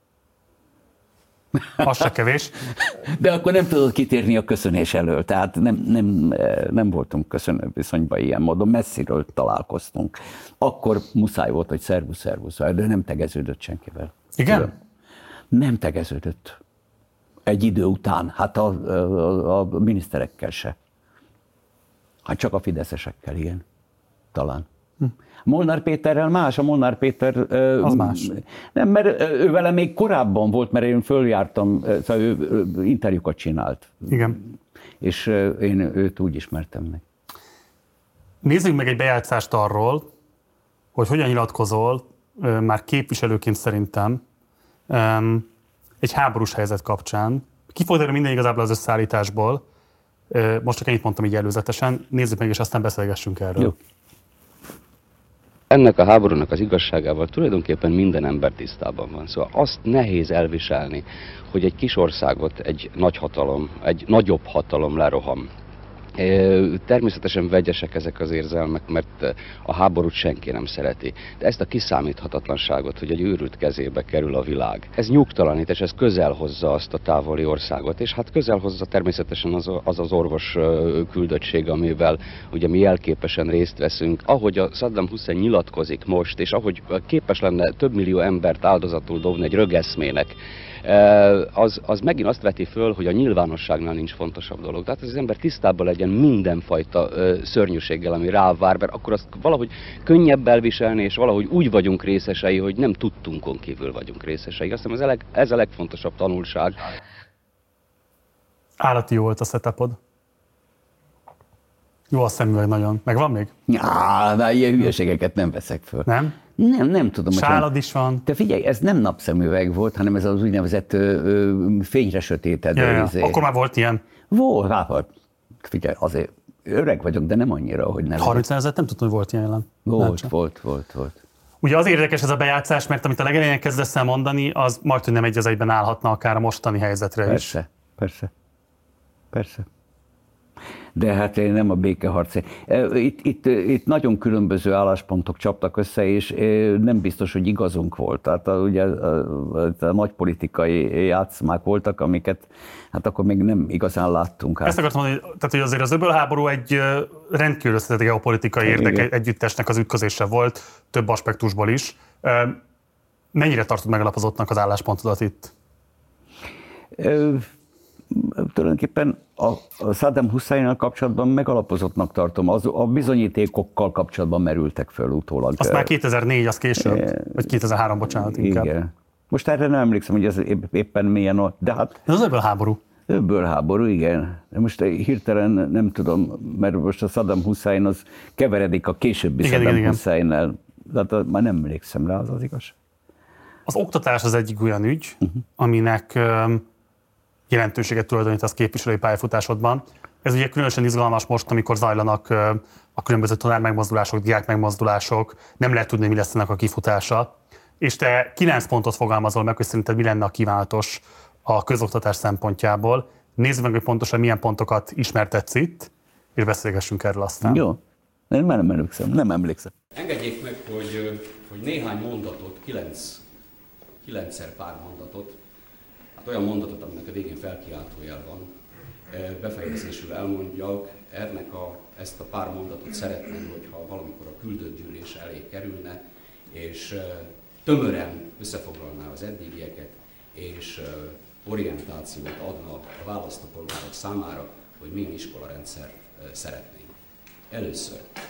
Az se kevés. De akkor nem tudod kitérni a köszönés elől, tehát nem, nem, nem voltunk köszönő viszonyban ilyen módon, messziről találkoztunk. Akkor muszáj volt, hogy szervusz, szervusz, de nem tegeződött senkivel. Igen? Tudom. Nem tegeződött. Egy idő után, hát a, a, a miniszterekkel se. Hát csak a fideszesekkel, igen. Talán. Hm. Molnár Péterrel más, a Molnár Péter... Az más. Nem, mert ő vele még korábban volt, mert én följártam, szóval ő, ő interjúkat csinált. Igen. És én őt úgy ismertem meg. Nézzük meg egy bejátszást arról, hogy hogyan nyilatkozol, már képviselőként szerintem, egy háborús helyzet kapcsán. Ki fog derülni minden igazából az összeállításból. Most csak ennyit mondtam így előzetesen. Nézzük meg, és aztán beszélgessünk erről. Jó. Ennek a háborúnak az igazságával tulajdonképpen minden ember tisztában van. Szóval azt nehéz elviselni, hogy egy kis országot egy nagy hatalom, egy nagyobb hatalom leroham. Természetesen vegyesek ezek az érzelmek, mert a háborút senki nem szereti. De ezt a kiszámíthatatlanságot, hogy egy őrült kezébe kerül a világ, ez nyugtalanít, és ez közel hozza azt a távoli országot. És hát közel hozza természetesen az az, az orvos küldöttség, amivel ugye mi jelképesen részt veszünk. Ahogy a Saddam Hussein nyilatkozik most, és ahogy képes lenne több millió embert áldozatul dobni egy rögeszmének, Az, az megint azt veti föl, hogy a nyilvánosságnál nincs fontosabb dolog. Tehát az ember tisztában legyen mindenfajta ö, szörnyűséggel, ami rávár, mert akkor azt valahogy könnyebb elviselni, és valahogy úgy vagyunk részesei, hogy nem tudtunkon kívül vagyunk részesei. Azt hiszem, ez a, leg, ez a legfontosabb tanulság. Állati jó volt a setupod. Jó a szemüveg nagyon. Megvan még? Á, de ilyen hülyeségeket nem veszek föl. Nem? Nem, nem tudom. Sálad is van. Te figyelj, ez nem napszemüveg volt, hanem ez az úgynevezett ö, ö, fényre sötétedő. Ja, ja. Izé. Akkor már volt ilyen? Volt, hát figyelj, azért öreg vagyok, de nem annyira, hogy nem. harminc ezret nem tudtam, hogy volt ilyen jelen. Volt, volt, volt, volt. Ugye az érdekes ez a bejátszás, mert amit a legelején kezdesz el mondani, az majd, hogy nem egy az egyben állhatna akár a mostani helyzetre persze, is. Persze, persze, persze. De hát nem a békeharc. Itt, itt, itt nagyon különböző álláspontok csaptak össze, és nem biztos, hogy igazunk volt. Tehát ugye a, a, a nagy politikai játszmák voltak, amiket hát akkor még nem igazán láttunk. Hát. Ezt akartam mondani, tehát, hogy azért az öbölháború egy rendkívül összetett geopolitikai érdeke együttesnek az ütközése volt, több aspektusból is. Mennyire tartod megalapozottnak az álláspontodat itt? Ö, Tulajdonképpen a, a Saddam Husseinnal kapcsolatban megalapozottnak tartom. Az, a bizonyítékokkal kapcsolatban merültek föl utólag. Azt már kétezer-négy, az később? E, vagy kétezer-három, bocsánat, inkább. Igen. Most erre nem emlékszem, hogy ez éppen milyen, de hát... Ez az öbölháború. Öbölháború, igen. De most hirtelen nem tudom, mert most a Saddam Hussein az keveredik a későbbi igen, Saddam Husseinnel. Tehát már nem emlékszem rá, az az igaz. Az oktatás az egyik olyan ügy, uh-huh. aminek jelentőséget tulajdonítasz képviselői pályafutásodban. Ez ugye különösen izgalmas most, amikor zajlanak a különböző tanár megmozdulások, diák megmozdulások, nem lehet tudni, mi lesz ennek a kifutása. És te kilenc pontot fogalmazol meg, hogy szerinted mi lenne a kívánatos a közoktatás szempontjából. Nézzük meg, hogy pontosan milyen pontokat ismertetsz itt, és beszélgessünk erről aztán. Jó. Én már nem emlékszem, nem emlékszem. Engedjék meg, hogy, hogy néhány mondatot, kilenc, kilencszer pár mondatot, hát olyan mondatot, aminek a végén felkiáltójel van, befejezésül elmondjak. Ennek a, ezt a pár mondatot szeretném, hogyha valamikor a küldöttgyűlés elé kerülne, és tömören összefoglalná az eddigieket, és orientációt adna a választópolgárok számára, hogy milyen iskolarendszer szeretnénk. Először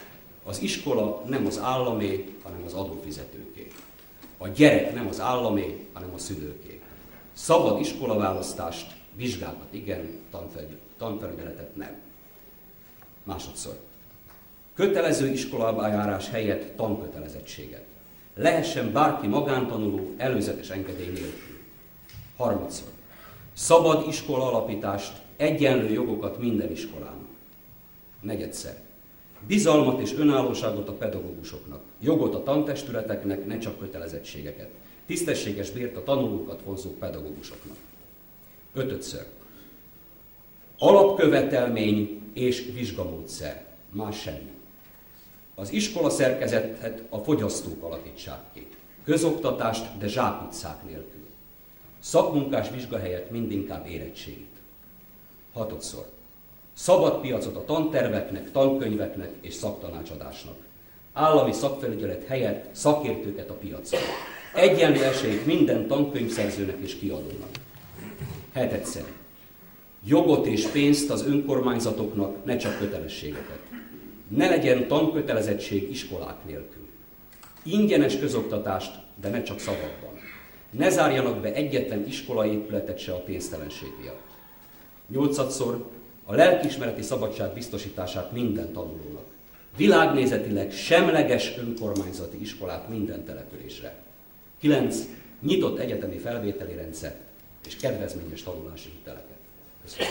Az iskola nem az államé, hanem az adófizetőké. A gyerek nem az államé, hanem a szülőké. Szabad iskolaválasztást, vizsgákat igen, tanfelügyeletet nem. Másodszor. Kötelező iskolába járás helyett tankötelezettséget. Lehessen bárki magántanuló előzetes engedély nélkül. Harmadszor. Szabad iskola alapítást, egyenlő jogokat minden iskolán. Negyedszer. Bizalmat és önállóságot a pedagógusoknak, jogot a tantestületeknek, ne csak kötelezettségeket. Tisztességes bért a tanulókat vonzó pedagógusoknak. Ötödször. Alapkövetelmény és vizsgamódszer. Más semmi. Az iskola szerkezetet a fogyasztók alakítsák ki. Közoktatást, de zsákutcák nélkül. Szakmunkás vizsga helyett mindinkább érettségit. Hatodszor. Szabad piacot a tanterveknek, tankönyveknek és szaktanácsadásnak. Állami szakfelügyelet helyett szakértőket a piacon. Egyenlő esélyt minden tankönyvszerzőnek és kiadónak. Hetedszer. Jogot és pénzt az önkormányzatoknak, ne csak kötelességeket. Ne legyen tankötelezettség iskolák nélkül. Ingyenes közoktatást, de ne csak szavakban. Ne zárjanak be egyetlen iskolaépületet se a pénztelenség miatt. Nyolcadszor a lelkiismereti szabadság biztosítását minden tanulónak. Világnézetileg semleges önkormányzati iskolát minden településre. Kilenc. Nyitott egyetemi felvételi rendszer és kedvezményes tanulási hiteleket. Köszönöm.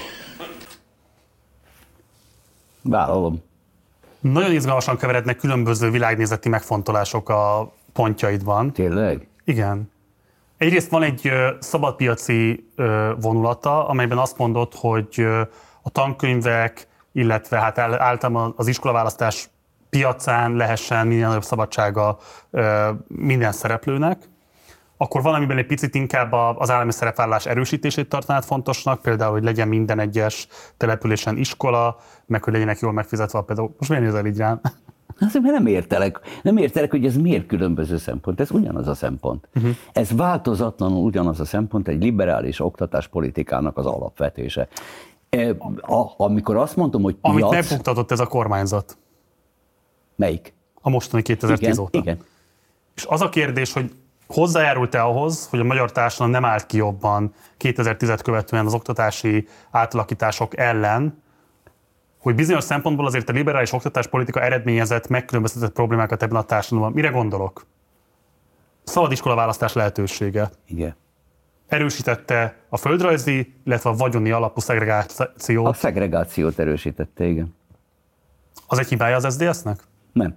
Vállalom. Nagyon izgalmasan keverednek különböző világnézeti megfontolások a pontjaidban. Tényleg? Igen. Egyrészt van egy ö, szabadpiaci ö, vonulata, amelyben azt mondod, hogy ö, a tankönyvek, illetve hát általában az iskolaválasztás piacán lehessen minél nagyobb szabadsága ö, minden szereplőnek. Akkor valamiben egy picit inkább az állami szerepvállalás erősítését tartanád fontosnak, például, hogy legyen minden egyes településen iskola, meg hogy legyenek jól megfizetve a pedagógusok. Most miért nézel így rám? Azért, mert nem értelek. Nem értelek, hogy ez miért különböző szempont. Ez ugyanaz a szempont. Uh-huh. Ez változatlanul ugyanaz a szempont, egy liberális oktatáspolitikának az alapvetése. E, a, amikor azt mondom, hogy piac... Amit megbuktatott ez a kormányzat. Melyik? A mostani kétezer-tíz igen, óta. Igen. És az a kérdés, hogy hozzájárult-e ahhoz, hogy a magyar társadalom nem állt ki jobban kétezer-tízet követően az oktatási átalakítások ellen, hogy bizonyos szempontból azért a liberális oktatáspolitika eredményezett megkülönböztetett problémákat ebben a társadalomban. Mire gondolok? Szabad iskolaválasztás lehetősége. Igen. Erősítette a földrajzi, illetve a vagyoni alapú szegregációt. A szegregációt erősítette, igen. Az egy hibája az es zé dé es-nek? Nem.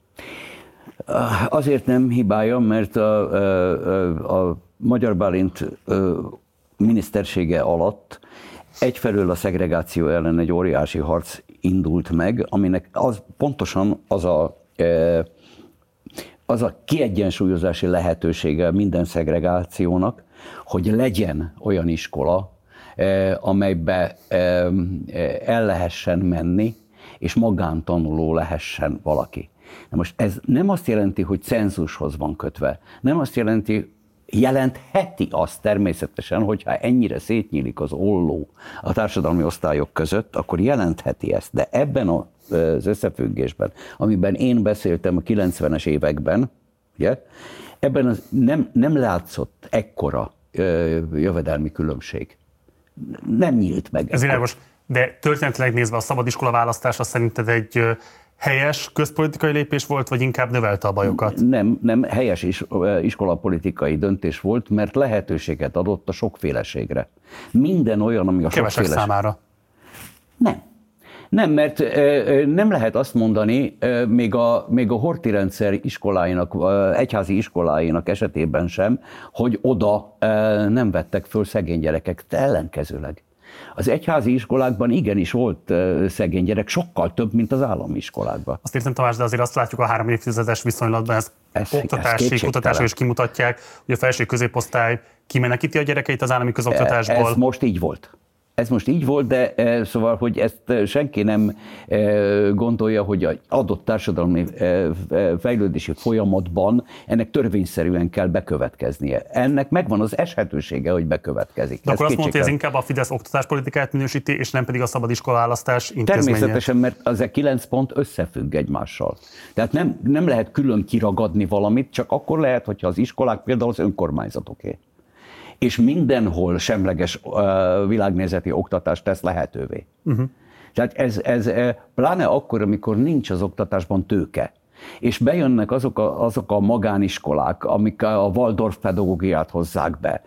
Azért nem hibája, mert a, a, a Magyar Bálint minisztersége alatt egyfelől a szegregáció ellen egy óriási harc indult meg, aminek az, pontosan az a, az a kiegyensúlyozási lehetősége minden szegregációnak, hogy legyen olyan iskola, amelybe el lehessen menni, és magántanuló lehessen valaki. Na most ez nem azt jelenti, hogy cenzushoz van kötve. Nem azt jelenti, jelentheti azt természetesen, hogyha ennyire szétnyílik az olló a társadalmi osztályok között, akkor jelentheti ezt. De ebben az összefüggésben, amiben én beszéltem a kilencvenes években, ugye, ebben az nem, nem látszott ekkora jövedelmi különbség. Nem nyílt meg. Ez világos, de történetileg nézve a szabad iskola választása szerinted egy helyes közpolitikai lépés volt, vagy inkább növelte a bajokat? Nem, nem helyes is, iskolapolitikai döntés volt, mert lehetőséget adott a sokféleségre. Minden olyan, ami a Kevesek sokféleség. számára? Nem. Nem, mert nem lehet azt mondani, még a, még a Horthy rendszer iskoláinak, egyházi iskoláinak esetében sem, hogy oda nem vettek föl szegény gyerekek, de ellenkezőleg. Az egyházi iskolákban igenis volt szegény gyerek, sokkal több, mint az állami iskolákban. Azt értem, Tamás, de azért azt látjuk a három évtizedes viszonylatban, ez, ez oktatási ez kutatások is kimutatják, hogy a felső középosztály kimenekíti a gyerekeit az állami közoktatásból. Ez most így volt. ez most így volt, de e, szóval, hogy ezt senki nem e, gondolja, hogy egy adott társadalmi e, fejlődési folyamatban ennek törvényszerűen kell bekövetkeznie. Ennek megvan az eshetősége, hogy bekövetkezik. De akkor azt mondta, hogy ez inkább a Fidesz oktatáspolitikát minősíti, és nem pedig a szabadiskola választás intézménye. Természetesen, mert az a kilenc pont összefügg egymással. Tehát nem, nem lehet külön kiragadni valamit, csak akkor lehet, hogyha az iskolák például az önkormányzatoké. És mindenhol semleges uh, világnézeti oktatást tesz lehetővé. Uh-huh. Tehát ez, ez pláne akkor, amikor nincs az oktatásban tőke, és bejönnek azok a, azok a magániskolák, amik a Waldorf pedagógiát hozzák be,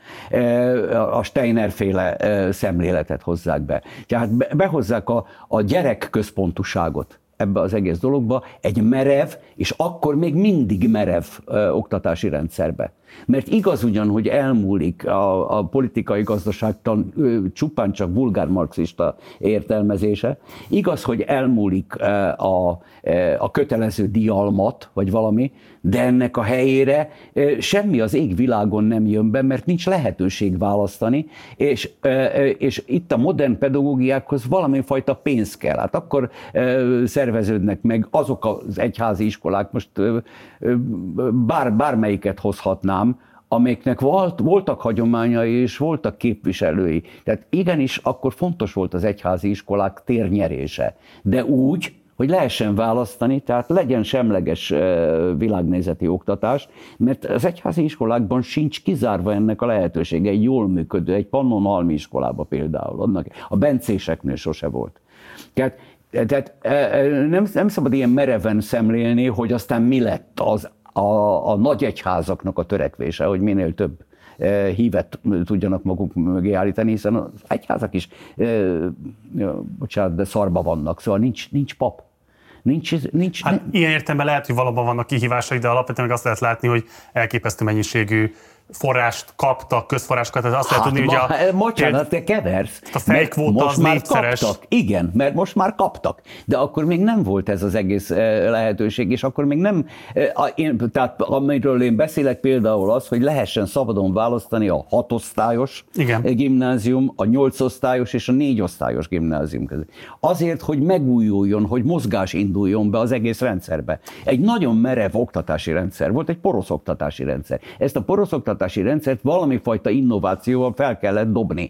a Steiner-féle szemléletet hozzák be. Tehát behozzák a, a gyerekközpontúságot ebbe az egész dologba, egy merev, és akkor még mindig merev ö, oktatási rendszerbe. Mert igaz ugyan, hogy elmúlik a, a politikai gazdaságtan ö, csupán csak vulgár marxista értelmezése, igaz, hogy elmúlik ö, a, ö, a kötelező dialmat, vagy valami, de ennek a helyére ö, semmi az égvilágon nem jön be, mert nincs lehetőség választani, és, ö, és itt a modern pedagógiákhoz valamifajta pénz kell. Hát akkor ö, szerveződnek meg azok az egyházi iskolák, most ö, ö, bár, bármelyiket hozhatnám, amelyeknek volt, voltak hagyományai és voltak képviselői. Tehát igenis akkor fontos volt az egyházi iskolák térnyerése. De úgy, hogy lehessen választani, tehát legyen semleges világnézeti oktatás, mert az egyházi iskolákban sincs kizárva ennek a lehetősége. Egy jól működő, egy Pannonhalmi iskolába például, annak a bencéseknél sose volt. Tehát, tehát nem, nem szabad ilyen mereven szemlélni, hogy aztán mi lett az A, a nagy egyházaknak a törekvése, hogy minél több e, hívet tudjanak maguk mögé állítani, hiszen az egyházak is, e, bocsánat, de szarba vannak, szóval nincs, nincs pap. Nincs, nincs, hát ilyen értelemben lehet, hogy valóban vannak kihívásai, de alapvetően meg azt lehet látni, hogy elképesztő mennyiségű forrást kaptak, közforrásokat, tehát azt hát lehet tudni, ma, hogy a... Bocsánat, te keversz. A fejkvóta az négyszeres. Kaptak. Igen, mert most már kaptak. De akkor még nem volt ez az egész lehetőség, és akkor még nem... Én, tehát amiről én beszélek például az, hogy lehessen szabadon választani a hatosztályos Igen. gimnázium, a nyolcosztályos és a négyosztályos gimnázium között. Azért, hogy megújuljon, hogy mozgás induljon be az egész rendszerbe. Egy nagyon merev oktatási rendszer volt, egy porosz oktatási rendszer. Ezt a porosz oktatási rendszert valami fajta innovációval fel kellett dobni.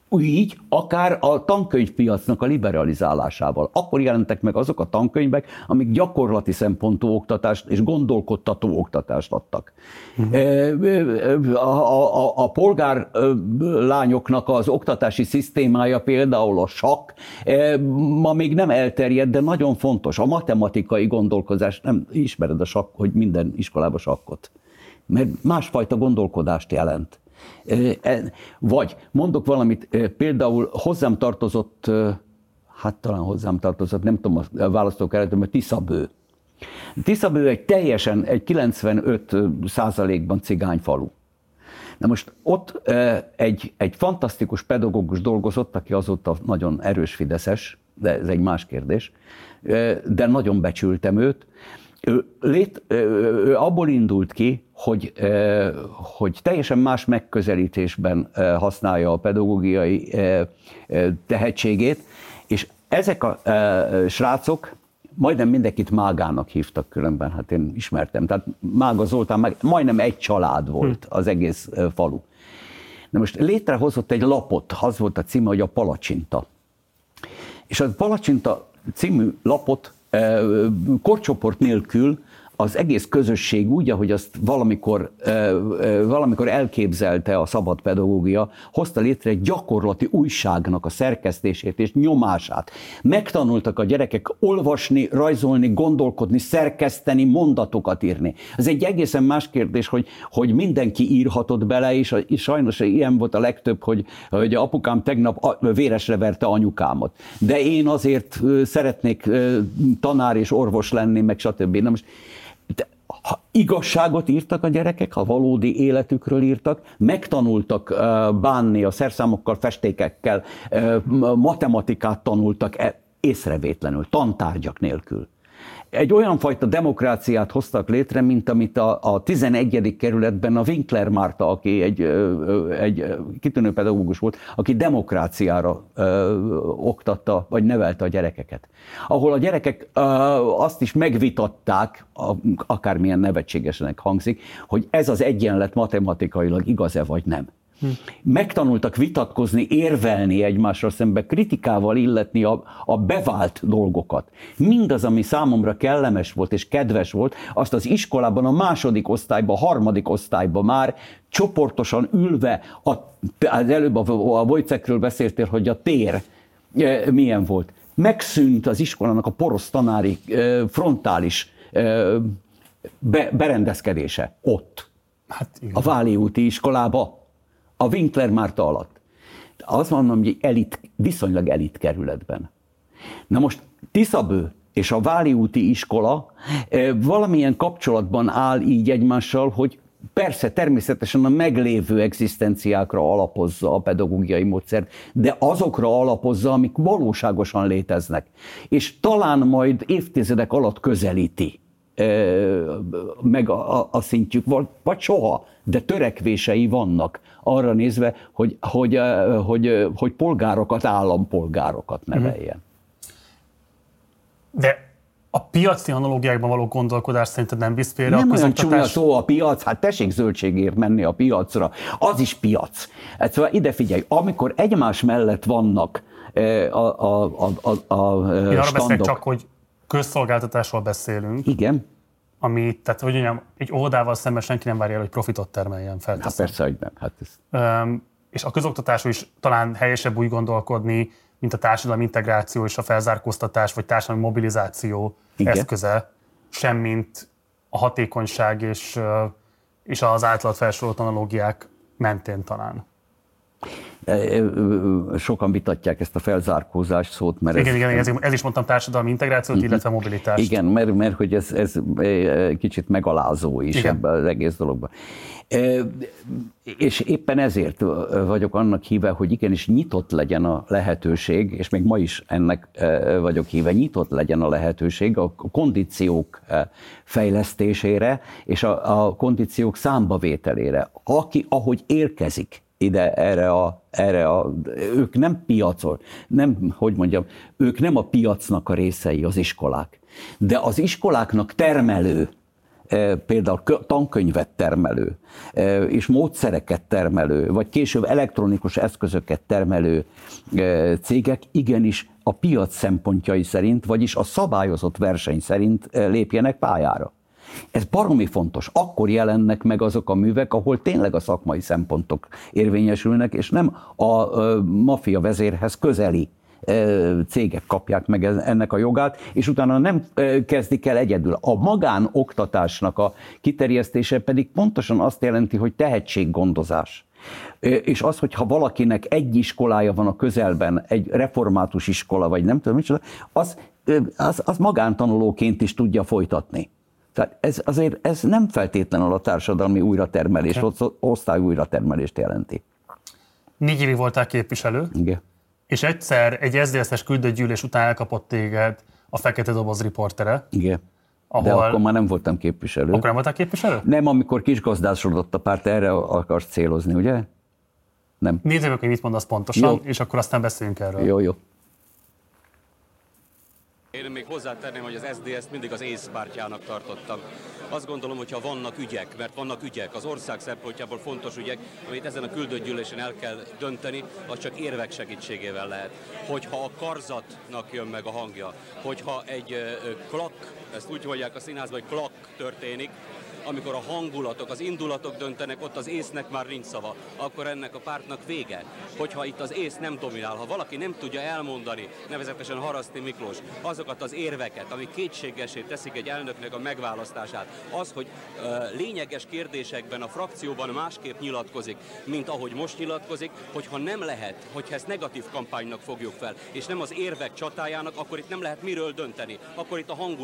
Így akár a tankönyvpiacnak a liberalizálásával. Akkor jelentek meg azok a tankönyvek, amik gyakorlati szempontú oktatást és gondolkodtató oktatást adtak. Uh-huh. A, a, a polgárlányoknak az oktatási szisztémája például a sakk, ma még nem elterjedt, de nagyon fontos. A matematikai gondolkozás, nem ismered a sakk, hogy minden iskolában sakkot. Mert másfajta gondolkodást jelent. Vagy mondok valamit, például hozzám tartozott, hát talán hozzám tartozott, nem tudom a választókerületben, mert Tiszabő. Tiszabő egy teljesen, egy kilencvenöt százalékban cigányfalu. Na most ott egy, egy fantasztikus pedagógus dolgozott, aki azóta nagyon erős fideszes, de ez egy más kérdés, de nagyon becsültem őt. Ő, lét, ő abból indult ki, hogy, hogy teljesen más megközelítésben használja a pedagógiai tehetségét, és ezek a srácok majdnem mindenkit Mágának hívtak különben, hát én ismertem. Tehát Mága Zoltán, meg majdnem egy család volt az egész falu. Na most létrehozott egy lapot, az volt a címe, hogy a Palacsinta. És a Palacsinta című lapot korcsoport nélkül az egész közösség úgy, ahogy azt valamikor, valamikor elképzelte a szabad pedagógia, hozta létre egy gyakorlati újságnak a szerkesztését és nyomását. Megtanultak a gyerekek olvasni, rajzolni, gondolkodni, szerkeszteni, mondatokat írni. Ez egy egészen más kérdés, hogy, hogy mindenki írhatott bele, és, és sajnos ilyen volt a legtöbb, hogy, hogy apukám tegnap véresre verte anyukámat. De én azért szeretnék tanár és orvos lenni, meg stb. Na most, ha igazságot írtak a gyerekek, ha valódi életükről írtak, megtanultak bánni a szerszámokkal, festékekkel, matematikát tanultak észrevétlenül, tantárgyak nélkül. egy olyan fajta demokráciát hoztak létre, mint amit a, a tizenegyedik kerületben a Winkler Márta, aki egy, egy kitűnő pedagógus volt, aki demokráciára ö, oktatta, vagy nevelte a gyerekeket. Ahol a gyerekek ö, azt is megvitatták, a, akármilyen nevetségesenek hangzik, hogy ez az egyenlet matematikailag igaz-e vagy nem. Hm. Megtanultak vitatkozni, érvelni egymásra szembe, kritikával illetni a, a bevált dolgokat. Mindaz, ami számomra kellemes volt és kedves volt, azt az iskolában, a második osztályban, a harmadik osztályban már csoportosan ülve, a, az előbb a, a Wojciechről beszéltél, hogy a tér e, milyen volt. Megszűnt az iskolának a porosz tanári e, frontális e, be, berendezkedése ott. Hát, a Váli úti iskolába. A Winkler Márta alatt. Azt mondom, hogy elit, viszonylag elit kerületben. Na most Tiszabő és a Váli úti iskola valamilyen kapcsolatban áll így egymással, hogy persze természetesen a meglévő egzisztenciákra alapozza a pedagógiai módszert, de azokra alapozza, amik valóságosan léteznek. És talán majd évtizedek alatt közelíti meg a, a, a szintjük, vagy, vagy soha, de törekvései vannak arra nézve, hogy, hogy, hogy, hogy polgárokat, állampolgárokat neveljen. De a piaci analógiákban való gondolkodás szerinted nem visz félre? Nem a olyan csúnya szó a piac, hát tessék zöldségért menni a piacra, az is piac. Hát szóval ide figyelj, amikor egymás mellett vannak a, a, a, a, a Én arra standok. beszélek csak, hogy közszolgáltatásról beszélünk. Igen. Ami, tehát hogy mondjam, egy óvodával szemben senki nem várja el, hogy profitot termeljen, felteszem. Hát persze, hogy nem. Hát ez... Üm, és a közoktatásról is talán helyesebb úgy gondolkodni, mint a társadalmi integráció és a felzárkóztatás, vagy társadalmi mobilizáció Igen. eszköze, semmint a hatékonyság és, és az általad felsorolt analógiák mentén talán. Sokan vitatják ezt a felzárkózás szót, mert igen, ez, igen, ez, ez is mondtam társadalmi integrációt, illetve mobilitást. Igen, mert, mert hogy ez, ez kicsit megalázó is igen. ebben az egész dologban. És éppen ezért vagyok annak híve, hogy igenis nyitott legyen a lehetőség, és még ma is ennek vagyok híve, nyitott legyen a lehetőség a kondíciók fejlesztésére és a, a kondíciók számbavételére. Aki, ahogy érkezik ide, erre a, erre a, ők nem piacon, nem, hogy mondjam, ők nem a piacnak a részei, az iskolák. De az iskoláknak termelő, például tankönyvet termelő, és módszereket termelő, vagy később elektronikus eszközöket termelő cégek igenis a piac szempontjai szerint, vagyis a szabályozott verseny szerint lépjenek pályára. Ez baromi fontos. Akkor jelennek meg azok a művek, ahol tényleg a szakmai szempontok érvényesülnek, és nem a maffia vezérhez közeli cégek kapják meg ennek a jogát, és utána nem kezdik el egyedül. A magánoktatásnak a kiterjesztése pedig pontosan azt jelenti, hogy tehetséggondozás. És az, hogyha valakinek egy iskolája van a közelben, egy református iskola, vagy nem tudom micsoda, az, az, az magántanulóként is tudja folytatni. Tehát ez azért ez nem feltétlenül a társadalmi újratermelés, osztály újratermelést jelenti. Négy évig voltál képviselő, igen. És egyszer egy es zé es-es küldött gyűlés után elkapott téged a Fekete Doboz riportere. Igen. Ahol... De akkor már nem voltam képviselő. Akkor nem voltál képviselő? Nem, amikor kisgazdásodott a párt, erre akarsz célozni, ugye? Nem. Nézzük meg, hogy mit mondasz pontosan, jó. És akkor aztán beszéljünk erről. Jó, jó. Én még hozzátenném, hogy az es zé dé es-t mindig az ész pártjának tartottam. Azt gondolom, hogyha vannak ügyek, mert vannak ügyek, az ország szempontjából fontos ügyek, amit ezen a küldött gyűlésen el kell dönteni, az csak érvek segítségével lehet. Hogyha a karzatnak jön meg a hangja, hogyha egy ö, klak, ezt úgy mondják a színházban, hogy klak történik, amikor a hangulatok, az indulatok döntenek, ott az észnek már nincs szava, akkor ennek a pártnak vége. Hogyha itt az ész nem dominál, ha valaki nem tudja elmondani, nevezetesen Haraszti Miklós, azokat az érveket, amik kétségesé teszik egy elnöknek a megválasztását, az, hogy ö, lényeges kérdésekben a frakcióban másképp nyilatkozik, mint ahogy most nyilatkozik, hogyha nem lehet, hogyha ezt negatív kampánynak fogjuk fel, és nem az érvek csatájának, akkor itt nem lehet miről dönteni, akkor itt a hangulat fog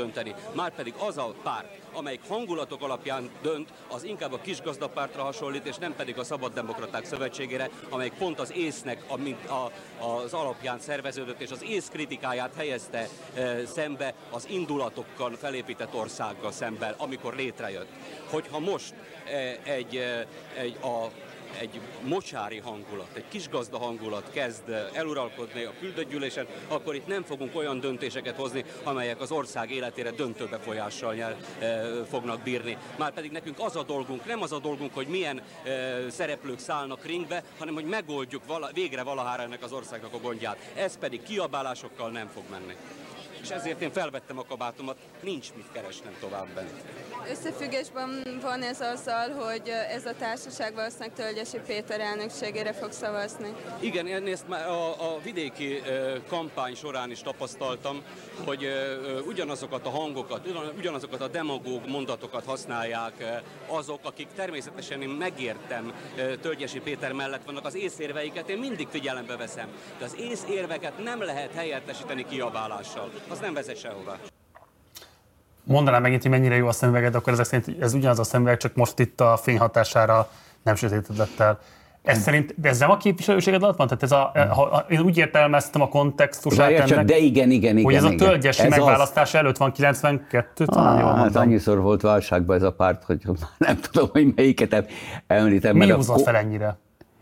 dönteni. Márpedig az a párt, amelyik hangulatok alapján dönt, az inkább a kisgazdapártra hasonlít, és nem pedig a Szabaddemokraták Szövetségére, amelyik pont az észnek a, a, az alapján szerveződött, és az ész kritikáját helyezte e, szembe az indulatokkal felépített országgal szemben, amikor létrejött. Hogyha most e, egy, e, egy a egy mocsári hangulat, egy kisgazda hangulat kezd eluralkodni a küldött gyűlésen, akkor itt nem fogunk olyan döntéseket hozni, amelyek az ország életére döntő befolyással nyel, e, fognak bírni. Márpedig nekünk az a dolgunk, nem az a dolgunk, hogy milyen e, szereplők szállnak ringbe, hanem hogy megoldjuk vala, végre valahára ennek az országnak a gondját. Ez pedig kiabálásokkal nem fog menni. És ezért én felvettem a kabátomat, nincs mit keresnem tovább bent. Összefüggésben van ez azzal, hogy ez a társaság valószínűleg Tölgyesi Péter elnökségére fog szavazni. Igen, én ezt már a, a vidéki e, kampány során is tapasztaltam, hogy e, ugyanazokat a hangokat, ugyanazokat a demagóg mondatokat használják e, azok, akik természetesen én megértem e, Tölgyesi Péter mellett vannak, az észérveiket én mindig figyelembe veszem, de az észérveket nem lehet helyettesíteni kiabálással. Az nem vezet sehová. Mondanám megint, hogy mennyire jó a szemüveged, akkor ezek szerint ez ugyanaz a szemüveg, csak most itt a fény hatására nem sötétedett el. Ez szerint, de ez nem a képviselőséged alatt van? Tehát ez a, ha, én úgy értelmeztem a kontextusát ennek, csak, de igen, igen, igen. hogy ez igen. a Tölgyesi megválasztás az... előtt van kilencvenkettő, talán jól mondom. Hát annyiszor volt válságban ez a párt, hogy nem tudom, hogy melyiket említem. Mi húzott fel ennyire?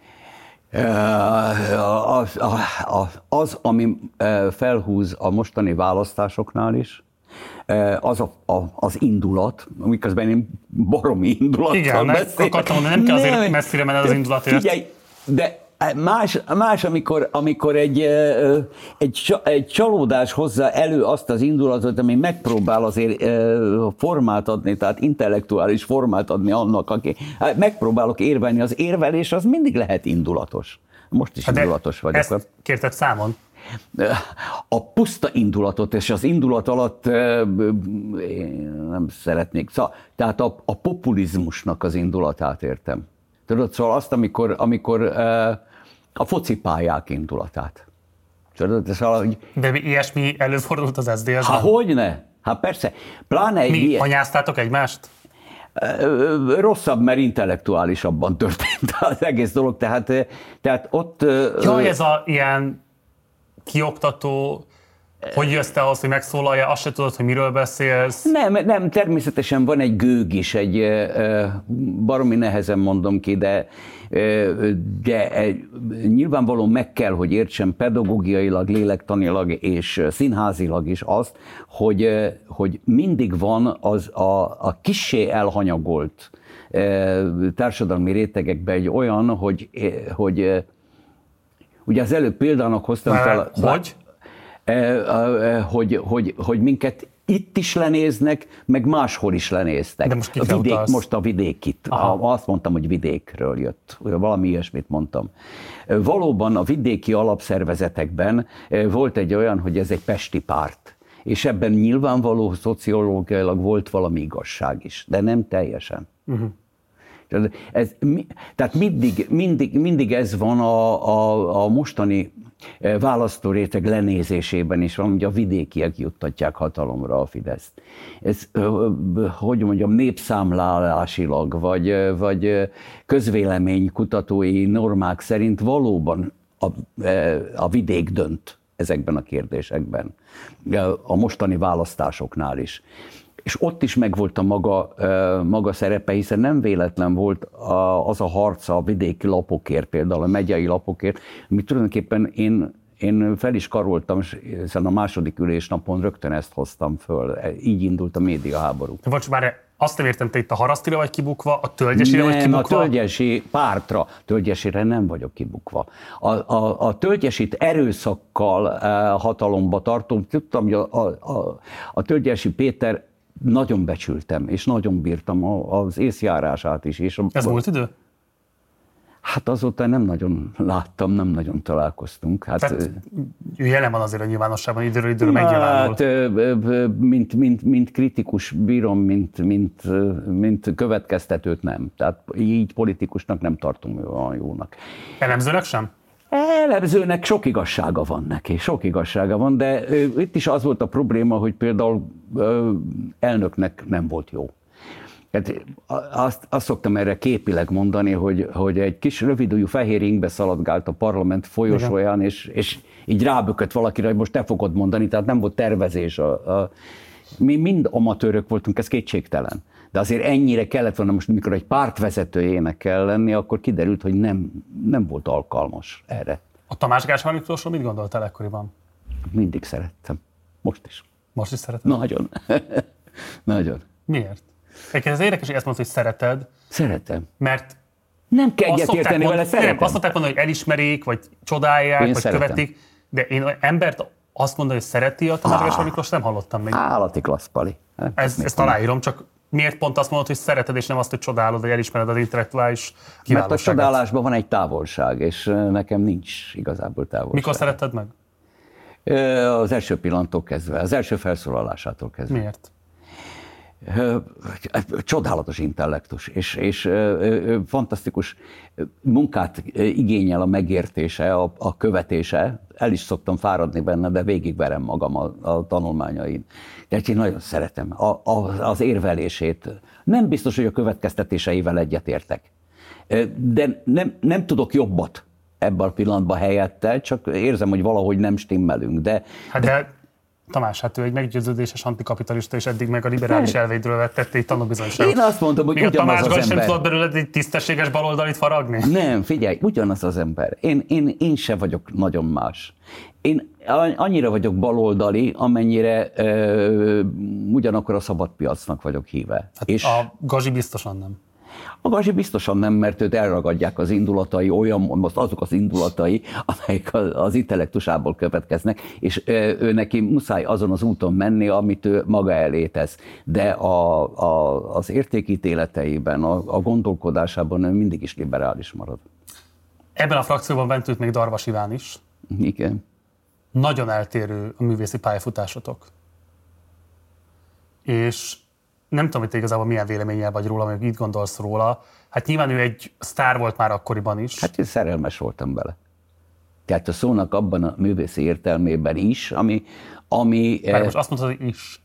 Az, az, ami felhúz a mostani választásoknál is, az a, a, az indulat, miközben én baromi indulattal igen, beszélek. Igen, akartam mondani, nem kell azért nem, messzire menni az indulatért. Figyelj, de más, más amikor, amikor egy, egy, egy csalódás hozza elő azt az indulatot, ami megpróbál azért formát adni, tehát intellektuális formát adni annak, aki megpróbálok érvelni. Az érvelés az mindig lehet indulatos. Most is hát indulatos vagyok. Ezt kérted számon? A puszta indulatot, és az indulat alatt én nem szeretnék, szóval, tehát a, a populizmusnak az indulatát értem. Tudod, szóval azt, amikor, amikor a focipályák indulatát. Tudod, szóval, hogy... De ilyesmi előfordult az es zé dé-ben? Há, hogyne? Hát persze. Pláne egy Mi? ilyen... Anyáztátok egymást? Rosszabb, mert intellektuálisabban történt az egész dolog, tehát, tehát ott... Jaj, ez a ilyen kioktató, hogy jössz te ahhoz, hogy megszólalja, azt se tudod, hogy miről beszélsz? Nem, nem, természetesen van egy gőg is, egy baromi nehezen mondom ki, de, de nyilvánvalóan meg kell, hogy értsem pedagógiailag, lélektanilag és színházilag is azt, hogy, hogy mindig van az a, a kissé elhanyagolt társadalmi rétegekben egy olyan, hogy, hogy ugye az előbb példának hoztam fel... Hogy? Hogy, hogy, hogy minket itt is lenéznek, meg máshol is lenéztek. De most, a vidék, most a vidékit. Aha. Azt mondtam, hogy vidékről jött. Valami ilyesmit mondtam. Valóban a vidéki alapszervezetekben volt egy olyan, hogy ez egy pesti párt. És ebben nyilvánvaló szociológiailag volt valami igazság is, de nem teljesen. Uh-huh. Ez, tehát mindig, mindig, mindig ez van a, a, a mostani választóréteg lenézésében is van, hogy a vidékiek juttatják hatalomra a Fideszt. Ez, hogy mondjam, népszámlálásilag, vagy, vagy közvéleménykutatói normák szerint valóban a, a vidék dönt ezekben a kérdésekben, a mostani választásoknál is. És ott is megvolt a maga, maga szerepe, hiszen nem véletlen volt az a harca a vidéki lapokért, például a megyei lapokért, amit tulajdonképpen én, én fel is karoltam, hiszen a második ülésnapon rögtön ezt hoztam föl. Így indult a médiaháború. Vagy már azt nem értem, te itt a Harasztira vagy kibukva, a Tölgyesire vagy kibukva? Nem, a Tölgyesi pártra, Tölgyesire nem vagyok kibukva. A, a, a Tölgyesit erőszakkal hatalomba tartom. Tudtam, hogy a, a, a Tölgyesi Péter nagyon becsültem, és nagyon bírtam az észjárását is. És Ez volt idő? Hát azóta nem nagyon láttam, nem nagyon találkoztunk. Hát, Tehát ő jelen van azért a nyilvánosságban, időről időről megnyilvánul. Hát, mint, mint, mint kritikus bírom, mint, mint, mint következtetőt nem. Tehát így politikusnak nem tartom olyan jónak. Elemzőnek sem? Elemzőnek sok igazsága van neki, sok igazsága van, de ö, itt is az volt a probléma, hogy például ö, elnöknek nem volt jó. Hát azt, azt szoktam erre képileg mondani, hogy, hogy egy kis rövidújú fehér ingbe szaladgált a parlament folyosóján, és, és így rábökött valakire, hogy most te fogod mondani, tehát nem volt tervezés. A, a, mi mind amatőrök voltunk, ez kétségtelen. De azért ennyire kellett volna most, amikor egy pártvezetőjének kell lenni, akkor kiderült, hogy nem, nem volt alkalmas erre. A Tamás Gáspár Miklósról mit gondoltál ekkoriban? Mindig szerettem. Most is. Most is szeretem? Nagyon. Nagyon. Miért? Egyébként ez érdekes, hogy ezt mondod, hogy szereted. Szeretem. Mert nem kell egyetérteni vele, szeretem. Nem, azt szokták mondani, hogy elismerik, vagy csodálják, én vagy szeretem. követik, de én embert azt mondani, hogy szereti a Tamás Gáspár Miklós, nem hallottam még. Állati klassz, Pali. Hát, ez, ezt aláírom, csak miért pont azt mondod, hogy szereted, és nem azt, hogy csodálod, vagy elismered az intellektuális kiválóságát? Mert a csodálásban van egy távolság, és nekem nincs igazából távolság. Mikor szeretted meg? Az első pillanattól kezdve, az első felszólalásától kezdve. Miért? Csodálatos intellektus, és, és fantasztikus munkát igényel a megértése, a, a követése. El is szoktam fáradni benne, de végigverem magam a, a tanulmányain. Tehát én nagyon szeretem a, a, az érvelését. Nem biztos, hogy a következtetéseivel egyetértek, de nem, nem tudok jobbat ebben a pillanatban helyette, csak érzem, hogy valahogy nem stimmelünk. De, hát de, de Tamás, hát ő egy meggyőződéses antikapitalista, és eddig meg a liberális elveidről vettette egy tanúbizonyságot. Én azt mondom, hogy még ugyanaz a Tamás az sem ember. tudott belőled egy tisztességes baloldalit faragni? Nem, figyelj, ugyanaz az ember. Én, én, én sem vagyok nagyon más. Én annyira vagyok baloldali, amennyire ö, ugyanakkor a szabadpiacnak vagyok híve. Hát és a Gazi biztosan nem. A Gazi biztosan nem, mert őt elragadják az indulatai, olyan, azok az indulatai, amelyek az intellektusából következnek, és ő neki muszáj azon az úton menni, amit ő maga elé tesz. De a, a, az értékítéleteiben, a, a gondolkodásában ő mindig is liberális marad. Ebben a frakcióban bent ült még Darvas Iván is. Igen. Nagyon eltérő a művészi pályafutásotok. És nem tudom, hogy te igazából milyen véleménnyel vagy róla, meg mit gondolsz róla. Hát nyilván ő egy sztár volt már akkoriban is. Hát én szerelmes voltam bele. Tehát a szónak abban a művészi értelmében is, ami... ami Már most azt mondtad, hogy is.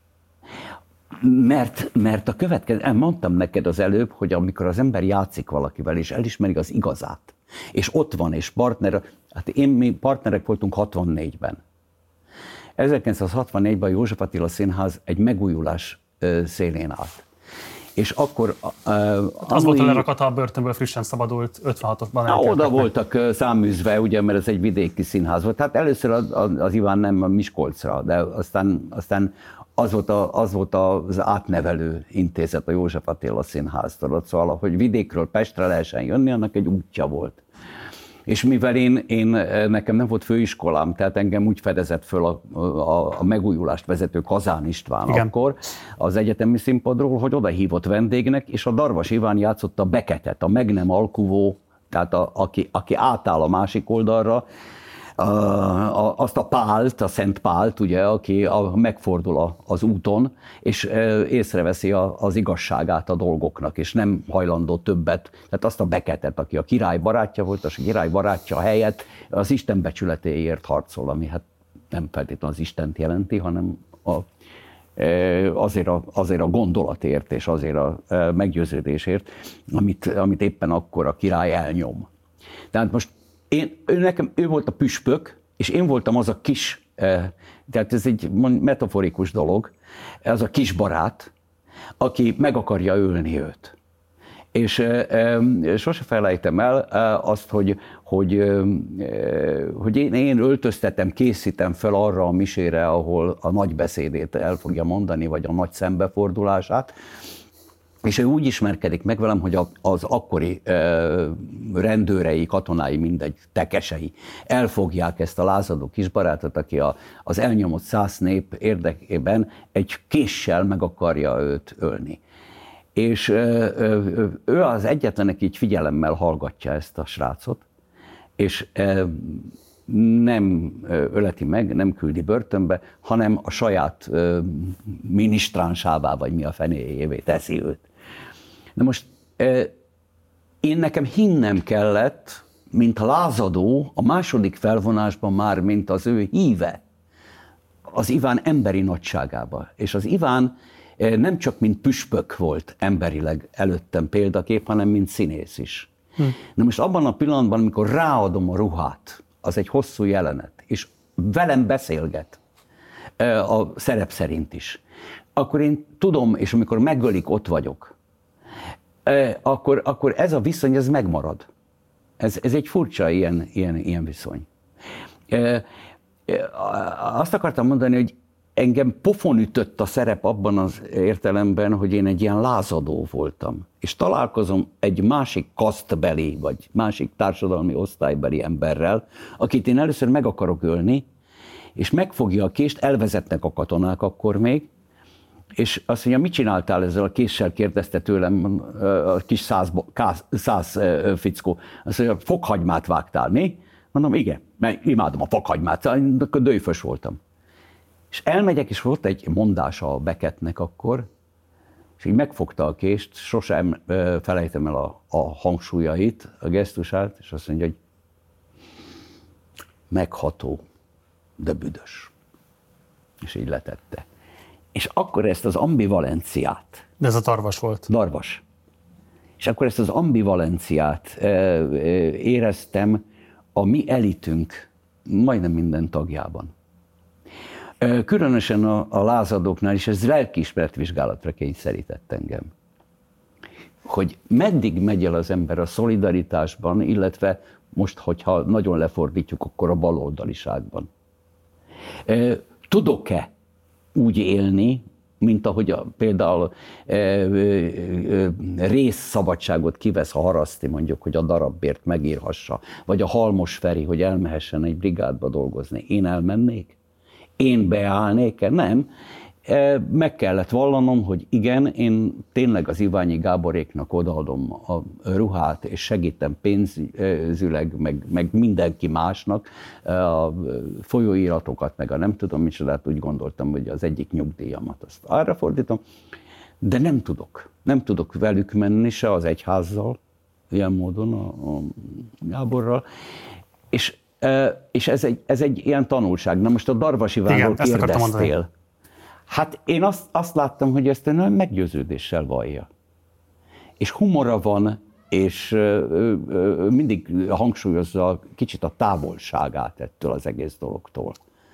Mert, mert a következő... Mondtam neked az előbb, hogy amikor az ember játszik valakivel, és elismeri az igazát, és ott van, és partner... Hát én, mi partnerek voltunk hatvannégyben. ezerkilencszázhatvannégyben a József Attila Színház egy megújulás szélén állt. És akkor... Uh, az amúgy, volt a lerakata a börtönből frissen szabadult, ötvenhatosban elkerültek. Oda voltak száműzve, ugye, mert ez egy vidéki színház volt. Tehát először az, az Iván nem a Miskolcra, de aztán, aztán az, volt a, az volt az átnevelő intézet a József Attila Színháztól. Szóval, hogy vidékről Pestre lehessen jönni, annak egy útja volt. És mivel én, én, nekem nem volt főiskolám, tehát engem úgy fedezett föl a, a, a megújulást vezető Kazán István igen. akkor az egyetemi színpadról, hogy oda hívott vendégnek, és a Darvas Iván játszotta a Beketet, a meg nem alkuvó, tehát a, aki, aki átáll a másik oldalra, a, a, azt a Pált, a Szent Pált, ugye, aki a, megfordul a, az úton, és e, észreveszi a, az igazságát a dolgoknak, és nem hajlandó többet. Tehát azt a Beketet, aki a király barátja volt, és a király barátja helyett az Isten becsületéért harcol, ami hát nem feltétlenül az Istent jelenti, hanem a, e, azért, a, azért a gondolatért, és azért a e, meggyőződésért, amit, amit éppen akkor a király elnyom. Tehát most Én, ő, nekem, ő volt a püspök, és én voltam az a kis, eh, tehát ez egy metaforikus dolog, az a kis barát, aki meg akarja ölni őt. És eh, eh, sose felejtem el eh, azt, hogy, hogy, eh, hogy én, én öltöztetem, készítem fel arra a misére, ahol a nagy beszédét el fogja mondani, vagy a nagy szembefordulását, és ő úgy ismerkedik meg velem, hogy az akkori rendőrei, katonái, mindegy, tekesei elfogják ezt a lázadó kisbarátot, aki a, az elnyomott szász nép érdekében egy késsel meg akarja őt ölni. És ő az egyetlen, aki így figyelemmel hallgatja ezt a srácot, és nem öleti meg, nem küldi börtönbe, hanem a saját minisztránsává, vagy mi a fenéjévé teszi őt. Na most én nekem hinnem kellett, mint lázadó, a második felvonásban már, mint az ő híve, az Iván emberi nagyságába. És az Iván nem csak mint püspök volt emberileg előttem példakép, hanem mint színész is. Hm. Na most abban a pillanatban, amikor ráadom a ruhát, az egy hosszú jelenet, és velem beszélget, a szerep szerint is, akkor én tudom, és amikor megölik, ott vagyok, akkor, akkor ez a viszony, ez megmarad. Ez, ez egy furcsa ilyen, ilyen, ilyen viszony. Azt akartam mondani, hogy engem pofon ütött a szerep abban az értelemben, hogy én egy ilyen lázadó voltam. És találkozom egy másik kasztbeli, vagy másik társadalmi osztálybeli emberrel, akit én először meg akarok ölni, és megfogja a kést, elvezetnek a katonák akkor még, és azt mondja, mit csináltál ezzel a késsel, kérdezte tőlem a kis száz, száz fickó. Azt mondja, fokhagymát vágtál, mi? Mondom, igen, mert imádom a fokhagymát, akkor dőfös voltam. És elmegyek, és volt egy mondása a Beckettnek akkor, és így megfogta a kést, sosem felejtem el a, a hangsúlyait, a gesztusát, és azt mondja, hogy megható, de büdös. És így letette. És akkor ezt az ambivalenciát... De ez a Darvas volt. Darvas. És akkor ezt az ambivalenciát éreztem a mi elitünk majdnem minden tagjában. Különösen a, a lázadóknál is ez lelkiismeret vizsgálatra kényszerített engem. Hogy meddig megy el az ember a szolidaritásban, illetve most, hogyha nagyon lefordítjuk, akkor a baloldaliságban. Tudok-e úgy élni, mint ahogy a, például e, e, e, részszabadságot kivesz a Haraszti, mondjuk, hogy a darabbért megírhassa, vagy a Halmos Feri, hogy elmehessen egy brigádba dolgozni. Én elmennék? Én beállnék-e? Nem. E, meg kellett vallanom, hogy igen, én tényleg az Iványi Gáboréknak odaadom a ruhát, és segítem pénzüleg, meg, meg mindenki másnak a folyóiratokat, meg a nem tudom micsodát, úgy gondoltam, hogy az egyik nyugdíjamat azt arra fordítom, de nem tudok. Nem tudok velük menni, se az egyházzal, ilyen módon a, a Gáborral, és, és ez, egy, ez egy ilyen tanulság. Na most a Darvas Ivánról kérdeztél. Hát én azt, azt láttam, hogy ezt nagyon meggyőződéssel vallja. És humora van, és ö, ö, mindig hangsúlyozza kicsit a távolságát ettől az egész dologtól.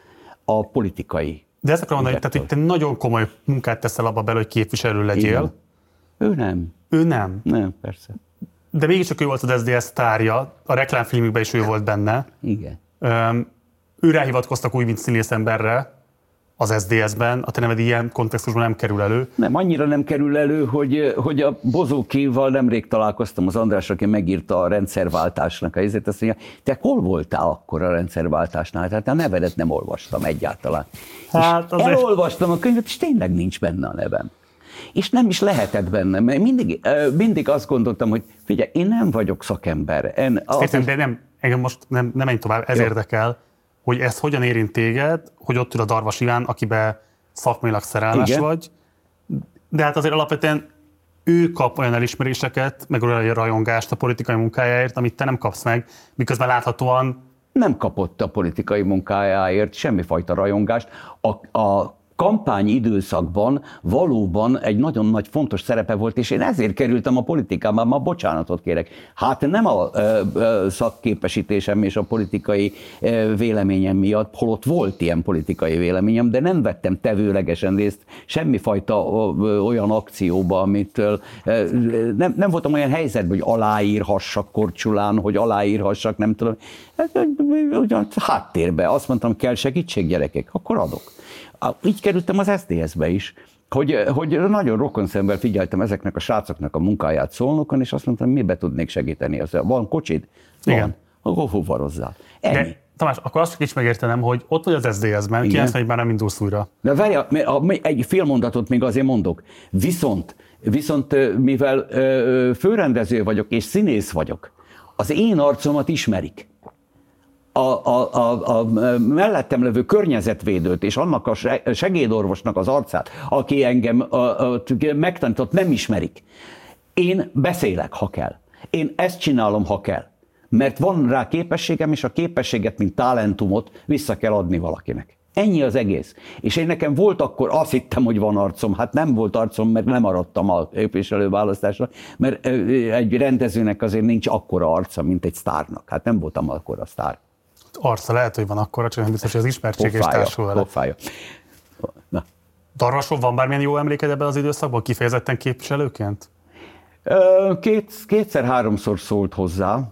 A politikai. De ezt akarom mondani, hogy te nagyon komoly munkát teszel abba bele, hogy képviselő legyél. Igen. Ő nem. Ő nem? Nem, persze. De mégiscsak ő volt az es zé es sztárja, a reklámfilmükben is ő volt benne. Igen. Üm, ő ráhivatkoztak úgy, mint színészemberre az es dé es-ben, a te neved ilyen kontextusban nem kerül elő. Nem, annyira nem kerül elő, hogy, hogy a Bozókival nemrég találkoztam, az András, aki megírta a rendszerváltásnak a izét, azt mondja, te hol voltál akkor a rendszerváltásnál? Tehát a nevedet nem olvastam egyáltalán. Hát és elolvastam a könyvet, és tényleg nincs benne a nevem. És nem is lehetett benne, mert mindig, mindig azt gondoltam, hogy figyelj, én nem vagyok szakember. Én Értem, de nem, engem most nem, nem menj tovább, ez jó. Érdekel, hogy ez hogyan érint téged, hogy ott ül a Darvas Iván, akibe szakmailag szerelmes Igen. vagy, de hát azért alapvetően ő kap olyan elismeréseket, meg olyan rajongást a politikai munkájáért, amit te nem kapsz meg, miközben láthatóan... Nem kapott a politikai munkájáért semmifajta rajongást. A, a kampány időszakban valóban egy nagyon nagy fontos szerepe volt, és én ezért kerültem a politikában, ma bocsánatot kérek. Hát nem a ö, ö, szakképesítésem és a politikai ö, véleményem miatt, holott volt ilyen politikai véleményem, de nem vettem tevőlegesen részt semmifajta ö, olyan akcióba, amitől ö, nem, nem voltam olyan helyzetben, hogy aláírhassak Korcsulán, hogy aláírhassak, nem tudom. Ugyan háttérbe azt mondtam, kell segítség, gyerekek, akkor adok. Így kerültem az es dé es-be is, hogy, hogy nagyon rokonszemben figyeltem ezeknek a srácoknak a munkáját Szolnokon, és azt mondtam, mibe tudnék segíteni. Az, van kocsid? Van. Igen. Akkor fuvarozzál. Ennyi. De, Tamás, akkor azt is megértenem, hogy ott vagy az es dé es-ben, kilencvenegyben már nem indulsz újra. De várjál, egy fél mondatot még azért mondok. Viszont, viszont mivel főrendező vagyok és színész vagyok, az én arcomat ismerik. A, a, a, a mellettem levő környezetvédőt és annak a segédorvosnak az arcát, aki engem a, a, megtanított, nem ismerik. Én beszélek, ha kell. Én ezt csinálom, ha kell. mert van rá képességem, és a képességet, mint talentumot vissza kell adni valakinek. Ennyi az egész. És én nekem volt akkor, azt hittem, hogy van arcom, hát nem volt arcom, mert nem maradtam a képviselőválasztásra, mert egy rendezőnek azért nincs akkora arca, mint egy sztárnak. Hát nem voltam akkora sztár. Arca lehet, hogy van akkora, csak nem biztos, hogy az ismertség és társul vele. Pofája. Na. Darvasról van bármilyen jó emléked ebben az időszakban, kifejezetten képviselőként? Két, kétszer-háromszor szólt hozzá,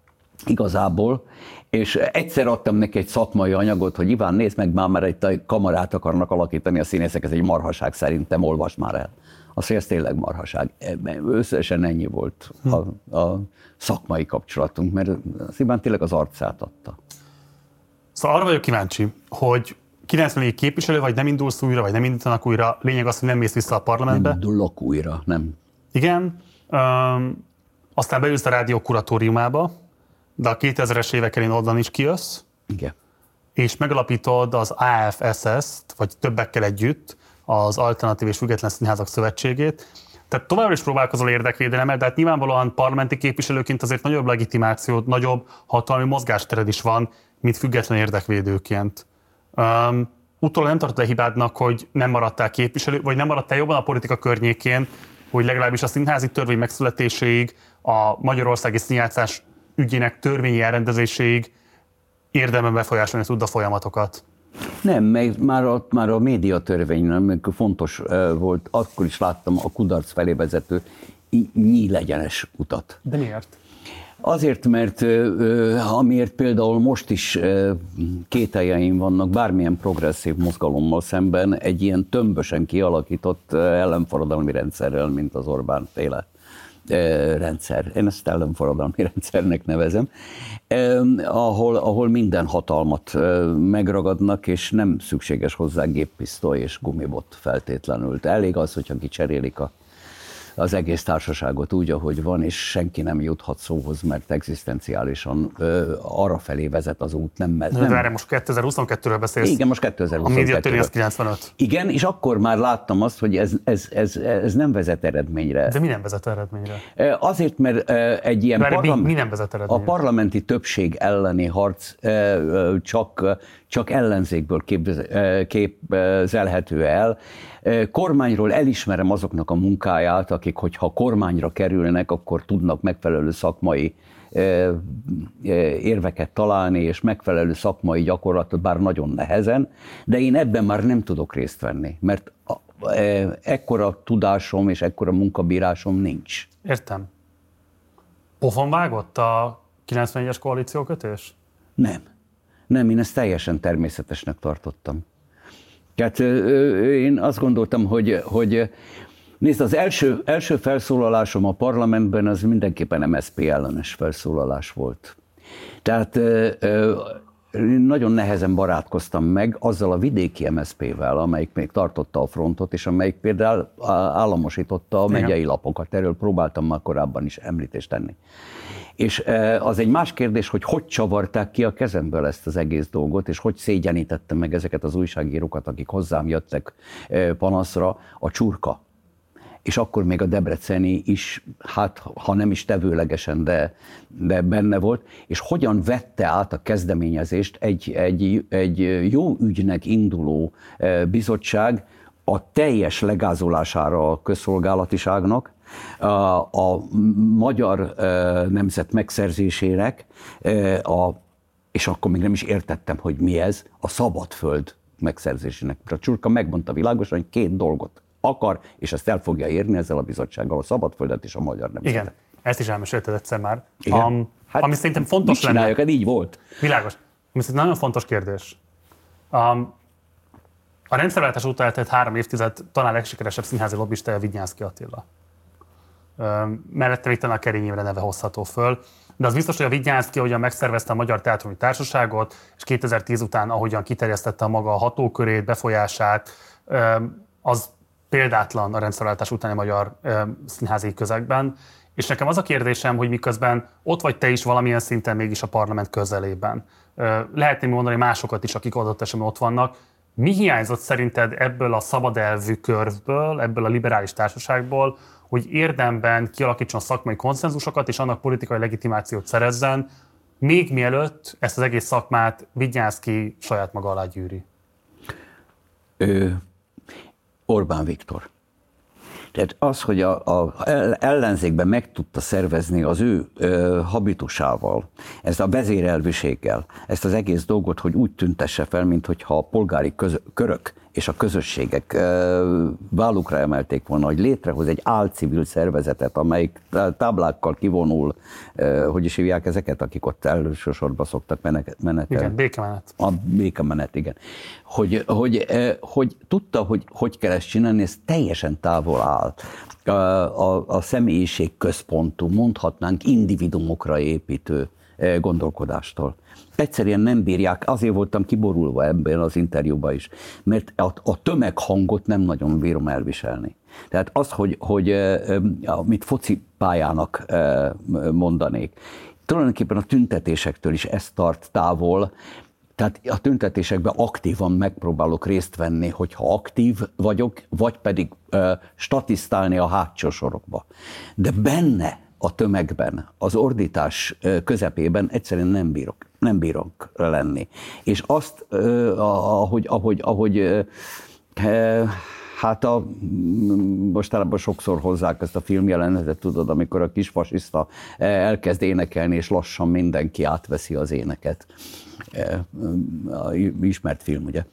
igazából, és egyszer adtam neki egy szakmai anyagot, hogy Iván, nézd meg, már, már egy kamarát akarnak alakítani a színészek, ez egy marhaság szerintem, olvasd már el. Azt, hogy ez tényleg marhaság. Összesen ennyi volt a, a szakmai kapcsolatunk, mert az Iván tényleg az arcát adta. Szóval arra vagyok kíváncsi, hogy kilencvennégy képviselő, vagy nem indulsz újra, vagy nem indítanak újra, lényeg az, hogy nem mész vissza a parlamentbe. Nem indulok újra, nem. Igen. Um, aztán beülsz a rádió kuratóriumába, de a kétezres évek elén onnan is kijössz. Igen. És megalapítod az á ef es es-t, vagy többekkel együtt, az Alternatív és Független Színházak Szövetségét. Tehát továbbra is próbálkozol érdekvédelemmel, de hát nyilvánvalóan parlamenti képviselőként azért nagyobb legitimációd, nagyobb hatalmi mozgástered is van, mint független érdekvédőként. Um, utólag nem tartod-e hibádnak, hogy nem maradtál képviselő, vagy nem maradtál jobban a politika környékén, hogy legalábbis a színházi törvény megszületéséig, a magyarországi színjátszás ügyének törvényi elrendezéséig érdemben befolyásolni tud a folyamatokat? Nem, meg már a, már a médiatörvény nem, fontos uh, volt, akkor is láttam a kudarc felé vezető nyílegyenes utat. De miért? Azért, mert uh, amiért például most is uh, kételjeim vannak bármilyen progresszív mozgalommal szemben egy ilyen tömbösen kialakított uh, ellenforradalmi rendszerrel, mint az Orbán féle rendszer. Én ezt ellenforradalmi rendszernek nevezem, eh, ahol, ahol minden hatalmat eh, megragadnak, és nem szükséges hozzá géppisztoly és gumibot feltétlenül. Elég az, hogyha kicserélik a, az egész társaságot úgy, ahogy van, és senki nem juthat szóhoz, mert egzisztenciálisan eh, arra felé vezet az út. Nem, nem. De erre most kétezer-huszonkettőről beszélsz. Igen, most kétezer-huszonkettőről. A médiatörvény az kilencvenöt. Igen, és akkor már láttam azt, hogy ez, ez, ez, ez nem vezet eredményre. De mi nem vezet eredményre? Azért, mert egy ilyen parlam- mi nem vezet eredményre? A parlamenti többség elleni harc csak, csak ellenzékből képzelhető el. Kormányról elismerem azoknak a munkáját, akik, hogyha kormányra kerülnek, akkor tudnak megfelelő szakmai érveket találni, és megfelelő szakmai gyakorlatot, bár nagyon nehezen, de én ebben már nem tudok részt venni, mert ekkora tudásom és ekkora munkabírásom nincs. Értem. Pofon vágott a kilencvenegyes koalíciókötés? Nem. Nem, én ezt teljesen természetesnek tartottam. Tehát én azt gondoltam, hogy, hogy nézd, az első, első felszólalásom a parlamentben az mindenképpen em es zé pé ellenes felszólalás volt. Tehát nagyon nehezen barátkoztam meg azzal a vidéki em es zé pével, amelyik még tartotta a frontot, és amelyik például államosította a megyei lapokat. Erről próbáltam már korábban is említést tenni. És az egy más kérdés, hogy hogy csavarták ki a kezemből ezt az egész dolgot, és hogy szégyenítettem meg ezeket az újságírókat, akik hozzám jöttek panaszra, a csurka. És akkor még a debreceni is, hát ha nem is tevőlegesen, de, de benne volt, és hogyan vette át a kezdeményezést egy, egy, egy jó ügynek induló bizottság a teljes legázolására a közszolgálatiságnak, a, a magyar nemzet megszerzésének, a, és akkor még nem is értettem, hogy mi ez, a szabadföld megszerzésének. A csurka megmondta világosan, hogy két dolgot akar, és ezt el fogja érni ezzel a bizottsággal, a szabadföldet és a magyar nemzetet. Igen, ezt is elmesélted egyszer már. Igen. Um, hát ami szerintem fontos lenne. Hát így volt. Világos. Ami szerintem nagyon fontos kérdés. Um, a rendszerváltás után eltelt három évtized talán legsikeresebb színházi lobbistája Vidnyánszky Attila. Um, mellette még talán a Kerény Imre neve hozható föl. De az biztos, hogy a Vidnyánszky, ahogyan megszervezte a Magyar Teátrumi Társaságot, és kétezer-tíz után ahogyan kiterjesztette a maga a hatókörét, befolyását, um, az példátlan a rendszerváltás utáni magyar ö, színházi közegben. És nekem az a kérdésem, hogy miközben ott vagy te is valamilyen szinten mégis a parlament közelében. Ö, lehetném mondani másokat is, akik adott esetben ott vannak. Mi hiányzott szerinted ebből a szabad elvű körből, ebből a liberális társaságból, hogy érdemben kialakítson szakmai konszenzusokat, és annak politikai legitimációt szerezzen, még mielőtt ezt az egész szakmát Vidnyánszky saját maga alá gyűri? Ő, Orbán Viktor. Tehát az, hogy a, a ellenzékben meg tudta szervezni az ő ö, habitusával, ezt a vezérelviséggel, ezt az egész dolgot, hogy úgy tüntesse fel, mintha a polgári köz, körök és a közösségek ö, vállukra emelték volna, hogy létrehoz egy álcivil szervezetet, amelyik táblákkal kivonul, ö, hogy is hívják ezeket, akik ott elsősorban szoktak menetelni. Igen, békemenet. A békemenet, igen. Hogy, hogy, hogy tudta, hogy hogy kell ezt csinálni, ez teljesen távol áll a, a, a személyiség központú, mondhatnánk individuumokra építő gondolkodástól. Egyszerűen nem bírják, azért voltam kiborulva ebben az interjúban is, mert a, a tömeghangot nem nagyon bírom elviselni. Tehát az, hogy, hogy amit focipályának mondanék, tulajdonképpen a tüntetésektől is ezt tart távol. Tehát a tüntetésekben aktívan megpróbálok részt venni, hogyha aktív vagyok, vagy pedig uh, statisztálni a hátsó sorokba. De benne a tömegben, az ordítás uh, közepében egyszerűen nem bírok, nem bírok lenni. És azt, uh, ahogy, ahogy, ahogy uh, uh, hát a, mostanában sokszor hozzák ezt a filmjelenetet, tudod, amikor a kis fasiszta elkezd énekelni, és lassan mindenki átveszi az éneket. Ismert film, ugye?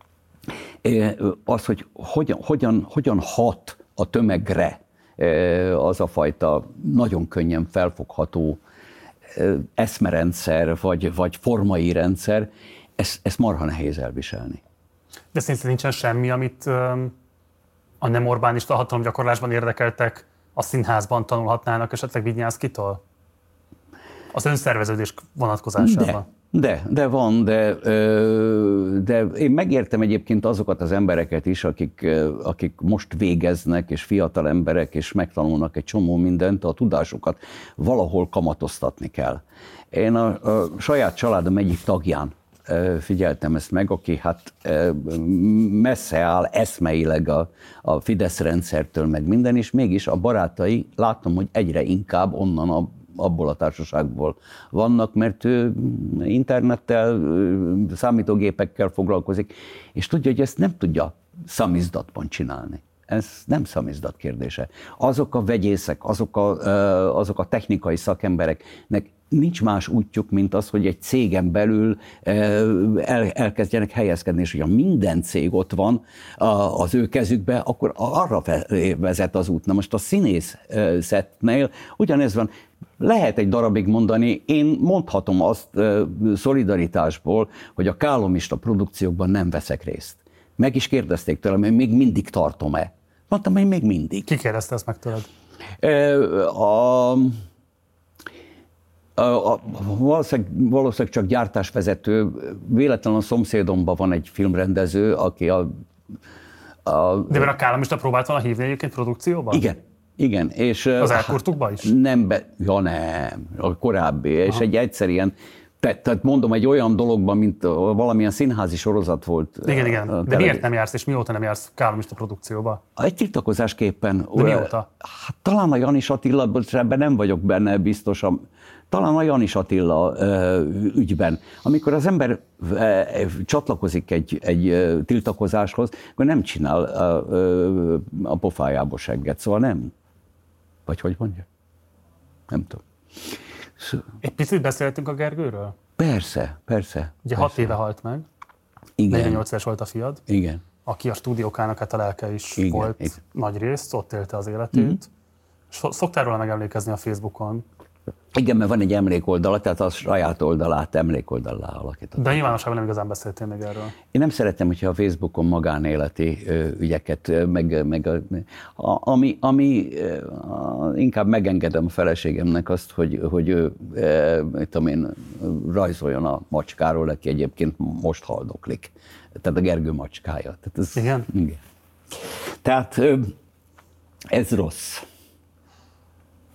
Az, hogy hogyan, hogyan, hogyan hat a tömegre az a fajta nagyon könnyen felfogható eszmerendszer, vagy, vagy formai rendszer, ezt, ezt marha nehéz elviselni. De szinte nincsen semmi, amit a nem Orbánista hatalomgyakorlásban érdekeltek a színházban tanulhatnának esetleg Vidnyánszkytól? Az önszerveződés vonatkozásában. De, de, de van, de, de én megértem egyébként azokat az embereket is, akik, akik most végeznek, és fiatal emberek, és megtanulnak egy csomó mindent, a tudásukat valahol kamatoztatni kell. Én a, a saját családom egyik tagján figyeltem ezt meg, aki hát messze áll eszmeileg a, a Fidesz rendszertől, meg minden, és mégis a barátai, látom, hogy egyre inkább onnan a, abból a társaságból vannak, mert ő internettel, számítógépekkel foglalkozik, és tudja, hogy ezt nem tudja szamizdatban csinálni. Ez nem szamizdat kérdése. Azok a vegyészek, azok a, azok a technikai szakembereknek nincs más útjuk, mint az, hogy egy cégen belül el, elkezdjenek helyezkedni, és hogyha minden cég ott van az ő kezükbe, akkor arra vezet az út. Na most a színészetnél ugyanez van. Lehet egy darabig mondani, én mondhatom azt szolidaritásból, hogy a kálomista produkciókban nem veszek részt. Meg is kérdezték tőlem, hogy még mindig tartom-e. Mondtam, hogy még mindig. Ki kérdezte ezt meg tőled? A... A, a, valószínűleg, valószínűleg csak gyártásvezető. Véletlenül a szomszédomban van egy filmrendező, aki a... a De mert a kálomista próbált volna hívni egyébként produkcióban? Igen, igen. És, az elkurtukba is? Nem, be, ja nem, a korábbi. Aha. És egy egyszerűen, tehát mondom, egy olyan dologban, mint valamilyen színházi sorozat volt. Igen, igen. De miért nem jársz, és mióta nem jársz kálomista produkcióba? Egy tiltakozásképpen. De mióta? Hát talán a Janis Attila, ebben nem vagyok benne biztosan. Talán a Janis Attila ö, ügyben. Amikor az ember ö, csatlakozik egy, egy ö, tiltakozáshoz, akkor nem csinál ö, ö, a pofájába segget, szóval nem. Vagy hogy mondja? Nem tudom. Szóval... Egy picit beszéltünk a Gergőről? Persze, persze. Ugye persze. hat éve halt meg. Igen. negyvennyolc éves volt a fiad. Igen. Aki a stúdiókának hát a lelke is igen, volt igen. nagy részt, ott élte az életét. Mm-hmm. Szoktál róla megemlékezni a Facebookon? Igen, mert van egy emlékoldala, tehát a saját oldalát emlékoldallá alakított. De nyilvánosságban nem igazán beszéltél még erről. Én nem szeretem, hogyha a Facebookon magánéleti ö, ügyeket, meg, meg a, a, ami, ami a, inkább megengedem a feleségemnek azt, hogy, hogy ő, e, mit tudom én, rajzoljon a macskáról, aki egyébként most haldoklik. Tehát a Gergő macskája. Tehát ez, igen? Igen. Tehát ez rossz.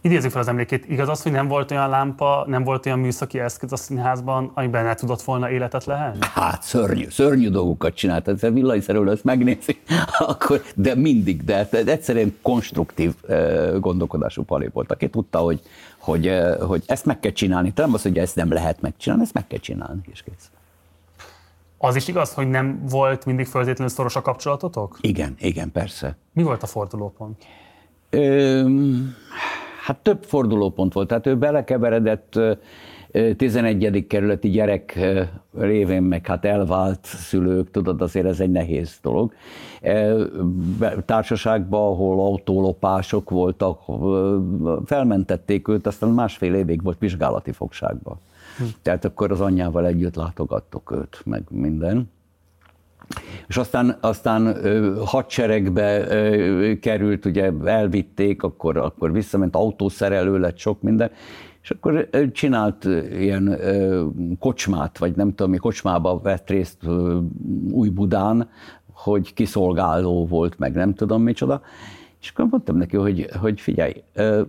Idézzük fel az emlékét. Igaz az, hogy nem volt olyan lámpa, nem volt olyan műszaki eszköz a színházban, amiben ne tudott volna életet lehelni? Hát szörnyű, szörnyű dolgokat csinált. Ez a villanyszerelő ezt megnézi, akkor, de mindig, de egyszerűen konstruktív gondolkodású Pali volt, aki tudta, hogy, hogy, hogy ezt meg kell csinálni. Nem az, hogy ezt nem lehet megcsinálni, ezt meg kell csinálni, és kész. Az is igaz, hogy nem volt mindig feltétlenül szoros a kapcsolatotok? Igen, igen, persze. Mi volt a fordulópont? Ö, hát több fordulópont volt. Tehát ő belekeveredett tizenegyedik kerületi gyerek révén, meg hát elvált szülők, tudod, azért ez egy nehéz dolog. Társaságban, ahol autólopások voltak, felmentették őt, aztán másfél évig volt vizsgálati fogságban. Hm. Tehát akkor az anyjával együtt látogattuk őt, meg minden. És aztán, aztán hadseregbe került, ugye elvitték, akkor, akkor visszament, autószerelő lett, sok minden, és akkor csinált ilyen kocsmát, vagy nem tudom mi, kocsmába vett részt Újbudán, hogy kiszolgáló volt, meg nem tudom micsoda, és akkor mondtam neki, hogy, hogy figyelj,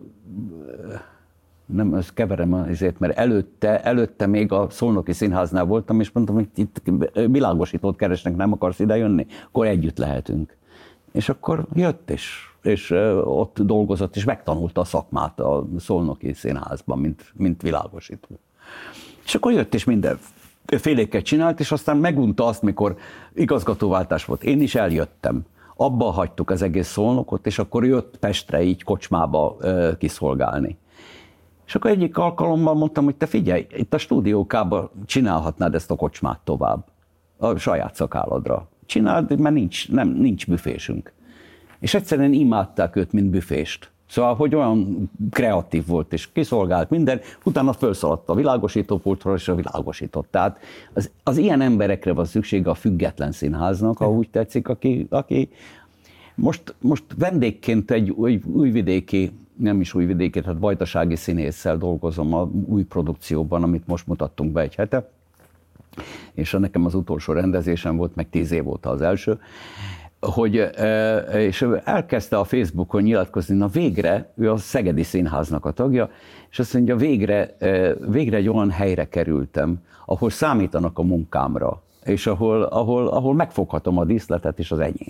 nem, ezt keverem azért, mert előtte, előtte még a Szolnoki Színháznál voltam, és mondtam, hogy itt világosítót keresnek, nem akarsz ide jönni? Akkor együtt lehetünk. És akkor jött, és, és ott dolgozott, és megtanulta a szakmát a Szolnoki Színházban, mint, mint világosító. És akkor jött, és minden féléket csinált, és aztán megunta azt, mikor igazgatóváltás volt. Én is eljöttem. Abba hagytuk az egész Szolnokot, és akkor jött Pestre így kocsmába kiszolgálni. És akkor egyik alkalommal mondtam, hogy te figyelj, itt a stúdiókában csinálhatnád ezt a kocsmát tovább, a saját szakálladra. Csináld, mert nincs, nem, nincs büfésünk. És egyszerűen imádták őt, mint büfést. Szóval, hogy olyan kreatív volt, és kiszolgált minden, utána felszaladt a világosítópultról, és a világosított. Tehát az, az ilyen emberekre van szüksége a független színháznak, ha úgy tetszik, aki, aki most, most vendégként egy új, újvidéki, nem is újvidéki, tehát vajdasági színésszel dolgozom a új produkcióban, amit most mutattunk be egy hete, és nekem az utolsó rendezésem volt, meg tíz év óta az első, hogy, és elkezdte a Facebookon nyilatkozni, na végre, ő a Szegedi Színháznak a tagja, és azt mondja, végre, végre egy olyan helyre kerültem, ahol számítanak a munkámra, és ahol, ahol, ahol megfoghatom a díszletet és az enyém.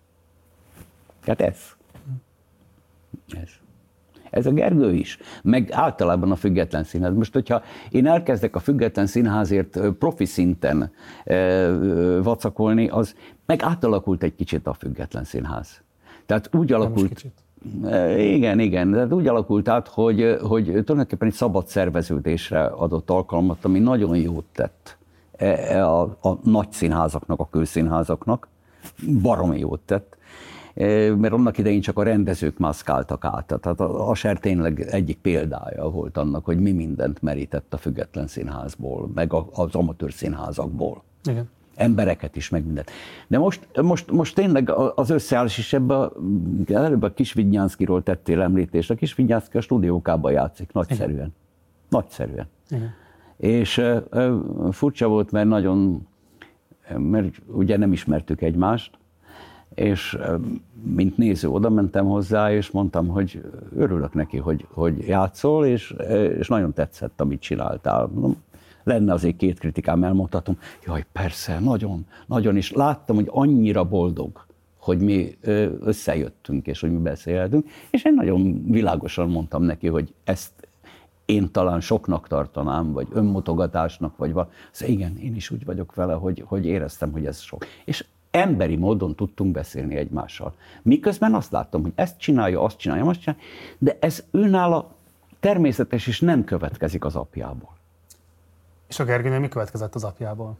Tehát ez. Ez. Ez a Gergő is, meg általában a független színház. Most, hogyha én elkezdek a független színházért profi szinten vacakolni, az meg átalakult egy kicsit a független színház. Tehát úgy alakult... Igen, igen, tehát úgy alakult át, hogy, hogy tulajdonképpen egy szabad szerveződésre adott alkalmat, ami nagyon jót tett a, a nagy színházaknak, a kőszínházaknak, baromi jót tett, mert annak idején csak a rendezők mászkáltak át. Tehát a Aser tényleg egyik példája volt annak, hogy mi mindent merített a független színházból, meg az amatőr színházakból. Igen. Embereket is, meg mindent. De most, most, most tényleg az összeállás is ebben, előbb a Kisvidnyánszkiról tettél említést, a Kisvidnyánszki a stúdiókában játszik, nagyszerűen. Igen. Nagyszerűen. Igen. És uh, furcsa volt, mert nagyon, mert ugye nem ismertük egymást, és mint néző oda mentem hozzá, és mondtam, hogy örülök neki, hogy, hogy játszol, és, és nagyon tetszett, amit csináltál. Lenne azért két kritikám, elmondhatom, jaj, persze, nagyon, nagyon, és láttam, hogy annyira boldog, hogy mi összejöttünk, és hogy mi beszélhetünk, és én nagyon világosan mondtam neki, hogy ezt én talán soknak tartanám, vagy önmutogatásnak, vagy valami. Szóval igen, én is úgy vagyok vele, hogy, hogy éreztem, hogy ez sok. És emberi módon tudtunk beszélni egymással. Miközben azt láttam, hogy ezt csinálja, azt csinálja, azt csinálja, de ez őnála természetes és nem következik az apjából. És a Gergőnél mi következett az apjából?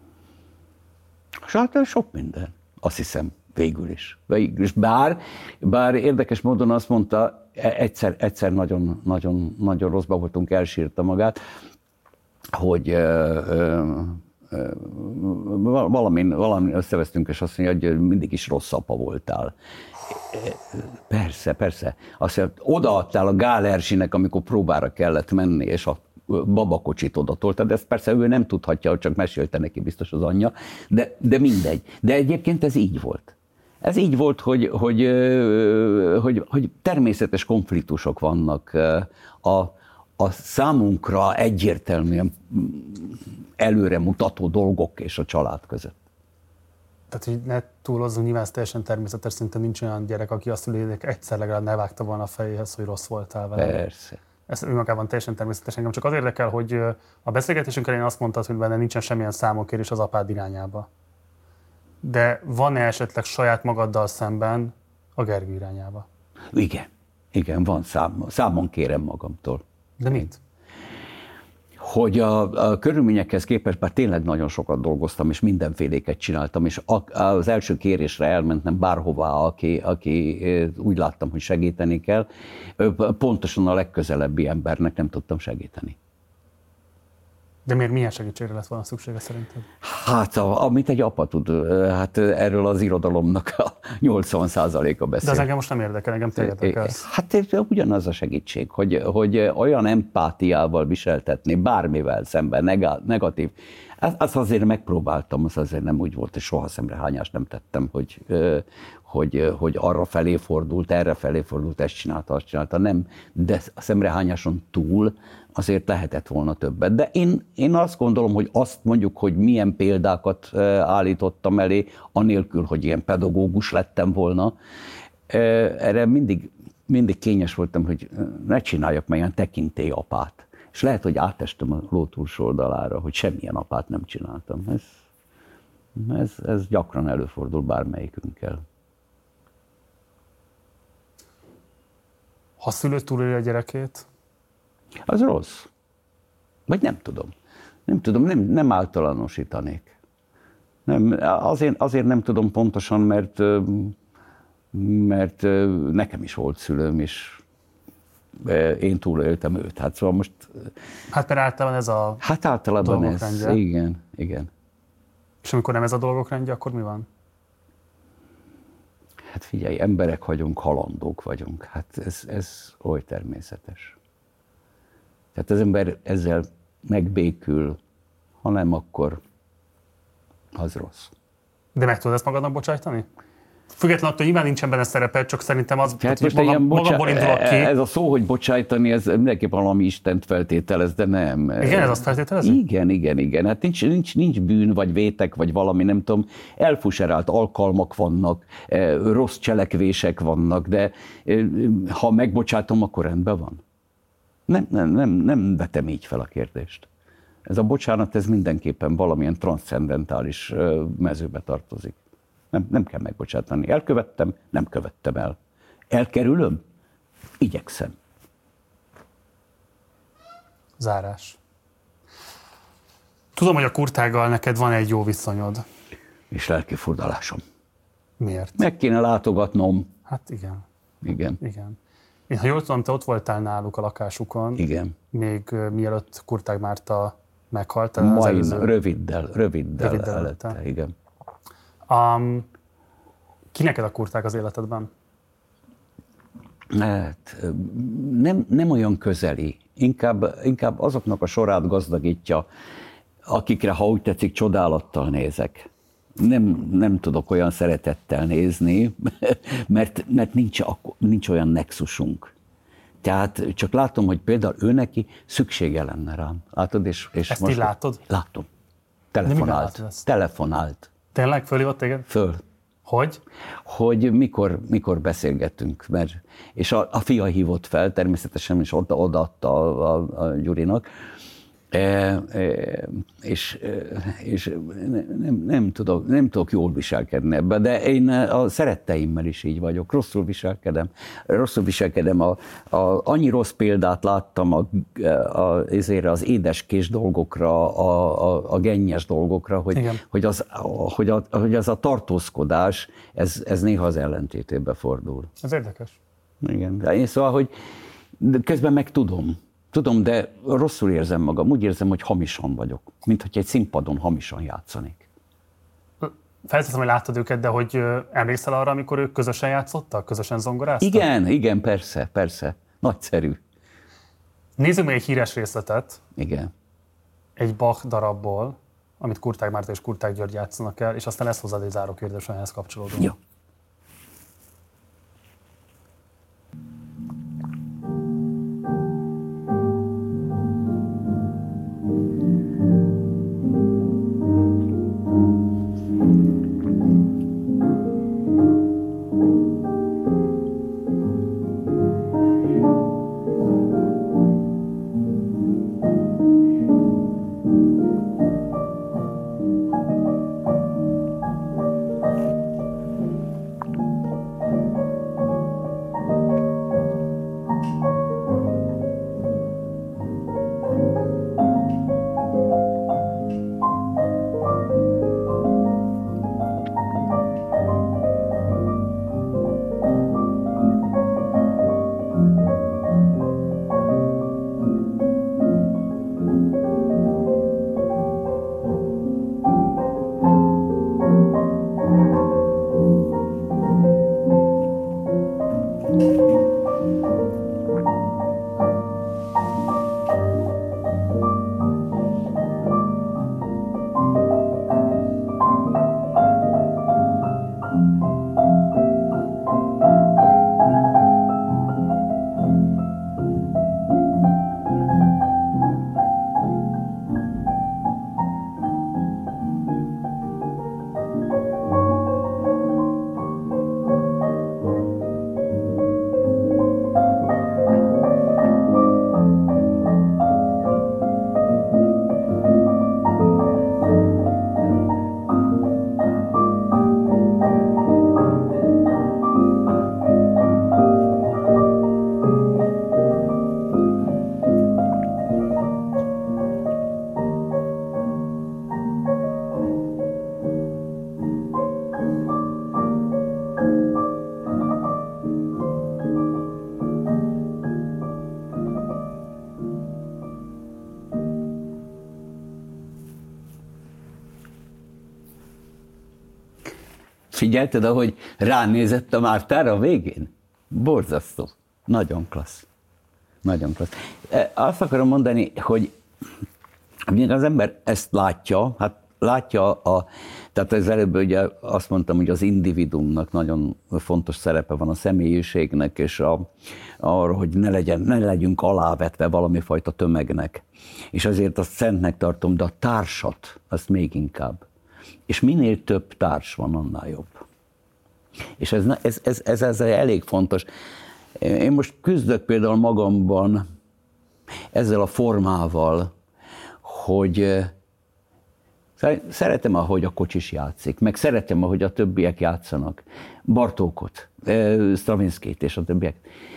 Hát sok minden, azt hiszem, végül is. Végül is. Bár, bár érdekes módon azt mondta, egyszer, egyszer nagyon, nagyon, nagyon rosszba voltunk, elsírta magát, hogy ö, ö, valamin, valamin összevesztünk, és azt mondja, hogy mindig is rossz apa voltál. Persze, persze. Azt mondja, odaadtál a Gál Erzsinek, amikor próbára kellett menni, és a babakocsit odatoltad, de ezt persze ő nem tudhatja, hogy csak mesélte neki biztos az anyja, de, de mindegy. De egyébként ez így volt. Ez így volt, hogy, hogy, hogy, hogy természetes konfliktusok vannak a, a számunkra egyértelműen előre mutató dolgok és a család között. Tehát, hogy ne túlozzunk, nyilván ez teljesen természetes, szinte nincs olyan gyerek, aki azt ülének egyszer legalább ne vágta volna a fejéhez, hogy rossz voltál vele. Persze. Ez önmagában teljesen természetes. Engem csak az érdekel, hogy a beszélgetésünk elején azt mondtad, hogy benne nincsen semmilyen számonkérés az apád irányába. De van-e esetleg saját magaddal szemben a Gergő irányába? Igen, igen, van szám, számon kérem magamtól. De mit? Hogy a, a körülményekhez képest, bár tényleg nagyon sokat dolgoztam, és mindenféléket csináltam, és a, az első kérésre elmentem bárhová, aki, aki úgy láttam, hogy segíteni kell, pontosan a legközelebbi embernek nem tudtam segíteni. De miért milyen segítségre lett volna szüksége szerinted? Hát, a, amit egy apa tud, hát erről az irodalomnak a nyolcvan százaléka beszél. De ez engem most nem érdekel, engem te érdekelsz. Hát ez ugyanaz a segítség, hogy, hogy olyan empátiával viseltetni bármivel szemben, negatív. Azt azért megpróbáltam, az azért nem úgy volt, és soha szemrehányást nem tettem, hogy, hogy, hogy arra felé fordult, erre felé fordult, ezt csinálta, azt csinálta, nem. De a szemrehányáson túl azért lehetett volna többet. De én, én azt gondolom, hogy azt mondjuk, hogy milyen példákat állítottam elé, anélkül, hogy ilyen pedagógus lettem volna, erre mindig, mindig kényes voltam, hogy ne csináljak meg ilyen tekintélyapát. És lehet, hogy átestem a ló túlsó oldalára, hogy semmilyen apát nem csináltam. Ez, ez, ez gyakran előfordul bármelyikünkkel. Ha szülő túlélje a gyerekét? Az rossz. Vagy nem tudom. Nem tudom, nem, nem általánosítanék. Nem, azért, azért nem tudom pontosan, mert, mert nekem is volt szülőm, és én túléltem őt. Hát szóval most... Hát mert általában ez a Hát általában ez, rendje. igen, igen. És amikor nem ez a dolgok rendje, akkor mi van? Hát figyelj, emberek vagyunk, halandók vagyunk. Hát ez, ez oly természetes. Tehát az ember ezzel megbékül, ha nem, akkor az rossz. De meg tudod ezt magadnak bocsájtani? Függetlenül attól, hogy nyilván nincsen benne szerepe, csak szerintem az, hát hogy magam, bocsá... magamból indulok ki. Ez a szó, hogy bocsájtani, ez mindenképpen valami Istent feltételez, de nem. Igen, ez azt feltételezi? Igen, igen, igen. Hát nincs, nincs, nincs bűn, vagy vétek, vagy valami, nem tudom. Elfuserált alkalmak vannak, rossz cselekvések vannak, de ha megbocsátom, akkor rendben van. Nem, nem, nem, nem vetem így fel a kérdést. Ez a bocsánat, ez mindenképpen valamilyen transzcendentális mezőbe tartozik. Nem, nem kell megbocsátani. Elkövettem, nem követtem el. Elkerülöm? Igyekszem. Zárás. Tudom, hogy a kurtággal neked van egy jó viszonyod. És lelki furdalásom. Miért? Meg kéne látogatnom. Hát igen. Igen. Igen. Én, ha jól tudom, te ott voltál náluk a lakásukon. Igen. Még uh, mielőtt Kurtág Márta meghalt. Majd előző... röviddel, röviddel, röviddel előtte, igen. Um, ki neked a Kurtág az életedben? Hát, nem, nem olyan közeli. Inkább, inkább azoknak a sorát gazdagítja, akikre, ha úgy tetszik, csodálattal nézek. Nem, nem tudok olyan szeretettel nézni, mert, mert nincs, nincs olyan nexusunk. Tehát csak látom, hogy például ő neki szüksége lenne rám. Látod? És, és Ezt most így látod? Látom. Telefonált. Telefonált. Tényleg? Fölhívott téged? Föl. Hogy? Hogy mikor, mikor beszélgettünk, mert, és a, a fia hívott fel, természetesen is oda, odaadta a, a, a Gyurinak, e, e, és, és nem, nem, tudok, nem tudok jól viselkedni ebbe, de én a szeretteimmel is így vagyok, rosszul viselkedem, rosszul viselkedem, a, a, annyi rossz példát láttam a, a, ezért az édeskés dolgokra, a, a, a gennyes dolgokra, hogy, hogy, az, hogy, a, hogy az a tartózkodás, ez, ez néha az ellentétébe fordul. Ez érdekes. Igen, de én szóval, hogy közben meg tudom, Tudom, de rosszul érzem magam. Úgy érzem, hogy hamisan vagyok. Mint hogy egy színpadon hamisan játszanék. Felteszem, hogy láttad őket, de hogy emlékszel arra, amikor ők közösen játszottak, közösen zongoráztak? Igen, igen, persze, persze. Nagyszerű. Nézzük meg egy híres részletet. Igen. Egy Bach darabból, amit Kurtág Márta és Kurtág György játszanak el, és aztán lesz hozzád egy záró kérdés, ehhez kapcsolódóan. Jó. Figyelted, ahogy ránézett a Mártára a végén? Borzasztó. Nagyon klassz. Nagyon klassz. Azt akarom mondani, hogy még az ember ezt látja, hát látja, a, tehát az előbb ugye azt mondtam, hogy az individuumnak nagyon fontos szerepe van, a személyiségnek, és a, arra, hogy ne, legyen, ne legyünk alávetve valami fajta tömegnek. És azért azt szentnek tartom, de a társat, azt még inkább. És minél több társ van, annál jobb. És ez, ez, ez, ez, ez elég fontos. Én most küzdök például magamban ezzel a formával, hogy szeretem, ahogy a kocsis játszik, meg szeretem, ahogy a többiek játszanak. Bartókot, Stravinskijt és a többiek.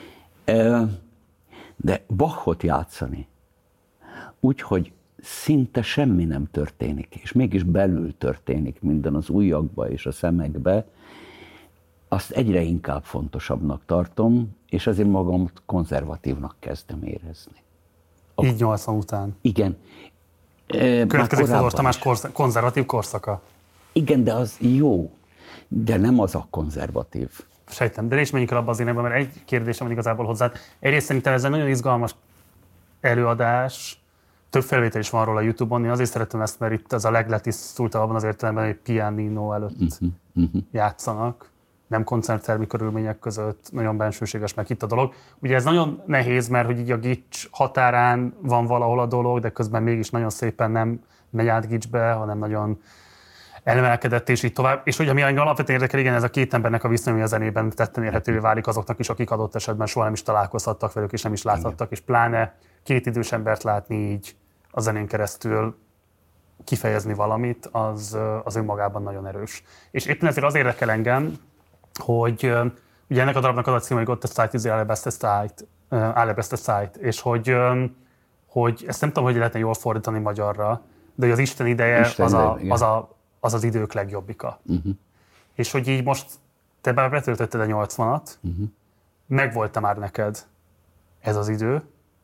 De Bachot játszani, úgyhogy szinte semmi nem történik, és mégis belül történik minden az ujjakba és a szemekbe, azt egyre inkább fontosabbnak tartom, és azért magam konzervatívnak kezdem érezni. A... Így nyolcvan után. Igen. Következik Fodor Tamás korsz- konzervatív korszaka. Igen, de az jó, de nem az a konzervatív. Sejtem, de is menjünk el abba az irányba, mert egy kérdésem van igazából hozzád. Egyrészt szerintem ez egy nagyon izgalmas előadás, több felvétel is van róla a YouTube-on, én azért szeretem ezt, mert itt az a legletisztultabb abban az értelemben, hogy pianino előtt uh-huh, uh-huh. játszanak, nem koncerttermi körülmények között, nagyon bensőséges meg itt a dolog. Ugye ez nagyon nehéz, mert hogy így a gics határán van valahol a dolog, de közben mégis nagyon szépen nem megy át gicsbe, hanem nagyon elemelkedett, és így tovább. És hogy ami alapvetően érdekel, igen, ez a két embernek a viszonya a zenében tetten érhetővé válik azoknak is, akik adott esetben soha nem is találkozhattak velük, és nem is láthattak, és pláne két idős embert látni így a zenén keresztül kifejezni valamit, az, az önmagában nagyon erős. És éppen ezért az érdekel engem, hogy ugye ennek a darabnak az a címe, hogy Gott ist Zeit, diese allerbeste Zeit, allerbeste Zeit, és hogy, hogy ezt nem tudom, hogy lehetne jól fordítani magyarra, de hogy az Isten ideje Isten az, a, az, a, az az idők legjobbika. Uh-huh. És hogy így most te bár betöltötted a nyolcvanat, uh-huh. megvolt-e már neked ez az idő,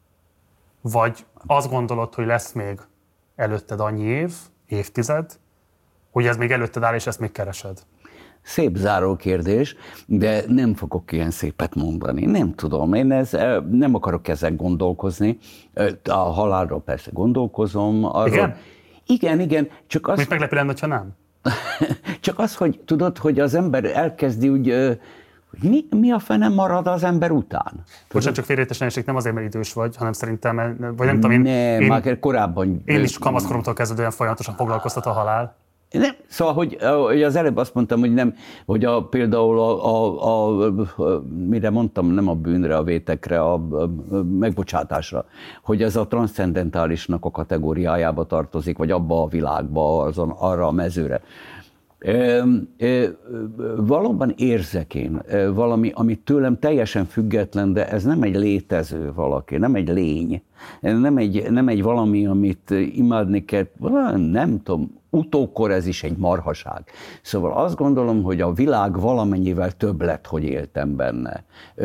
vagy azt gondolod, hogy lesz még előtted annyi év, évtized, hogy ez még előtted áll, és ezt még keresed? Szép záró kérdés, de nem fogok ilyen szépet mondani. Nem tudom, én ez, nem akarok ezen gondolkozni. A halálról persze gondolkozom. Arról... Igen? Igen, igen. Csak az... Mit meglepő lenne, ha nem? Csak az, hogy tudod, hogy az ember elkezdi úgy, hogy mi, mi a fene marad az ember után? Bocsánat, csak félreértésnek, nem azért, mert idős vagy, hanem szerintem, vagy nem tudom, én... Nem, én, már korábban... Én is kamaszkoromtól kezdődően folyamatosan foglalkoztat a halál. Nem, szóval, hogy, hogy az előbb azt mondtam, hogy nem, hogy a, például a, a, a, mire mondtam, nem a bűnre, a vétekre, a, a megbocsátásra, hogy ez a transzcendentálisnak a kategóriájába tartozik, vagy abba a világba, azon, arra a mezőre. E, e, valóban érzek én valami, amit tőlem teljesen független, de ez nem egy létező valaki, nem egy lény, nem egy, nem egy valami, amit imádni kell, nem tudom, utókor ez is egy marhaság. Szóval azt gondolom, hogy a világ valamennyivel több lett, hogy éltem benne.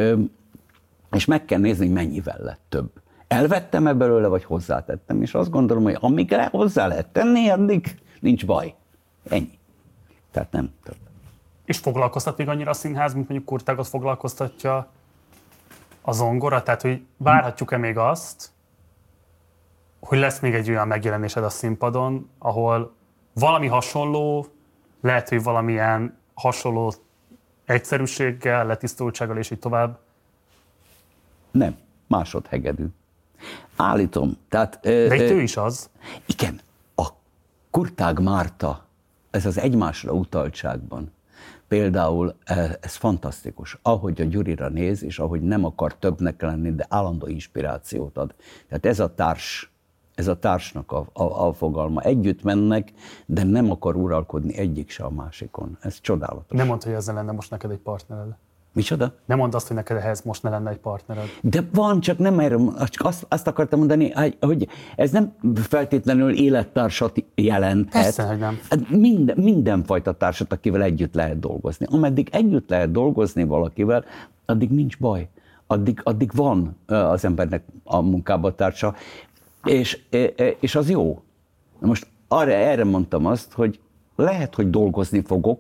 És meg kell nézni, hogy mennyivel lett több. Elvettem-e belőle, vagy hozzátettem, és azt gondolom, hogy amíg hozzá lehet tenni, addig nincs baj. Ennyi. Tehát nem több. És foglalkoztat még annyira a színház, mint mondjuk Kurtágot foglalkoztatja a zongora? Tehát, hogy várhatjuk-e még azt, hogy lesz még egy olyan megjelenésed a színpadon, ahol valami hasonló, lehet, hogy valamilyen hasonló egyszerűséggel, letisztultsággal és így tovább? Nem, másodhegedű. Állítom. Tehát, De itt ő is az. Igen. A Kurtág Márta, ez az egymásra utaltságban. Például ez fantasztikus, ahogy a Gyurira néz, és ahogy nem akar többnek lenni, de állandó inspirációt ad. Tehát ez a társ, ez a társnak a, a, a fogalma. Együtt mennek, de nem akar uralkodni egyik se a másikon. Ez csodálatos. Nem mondd, hogy ezzel lenne most neked egy partnered. Micsoda? Nem mondd azt, hogy neked ehhez most ne lenne egy partnered. De van, csak nem erről, csak azt, azt akartam mondani, hogy ez nem feltétlenül élettársat jelenthet. Persze, hogy nem. Minden, mindenfajta társat, akivel együtt lehet dolgozni. Ameddig együtt lehet dolgozni valakivel, addig nincs baj. Addig, addig van az embernek a munkába társa, és, és az jó. Most arra, erre mondtam azt, hogy lehet, hogy dolgozni fogok,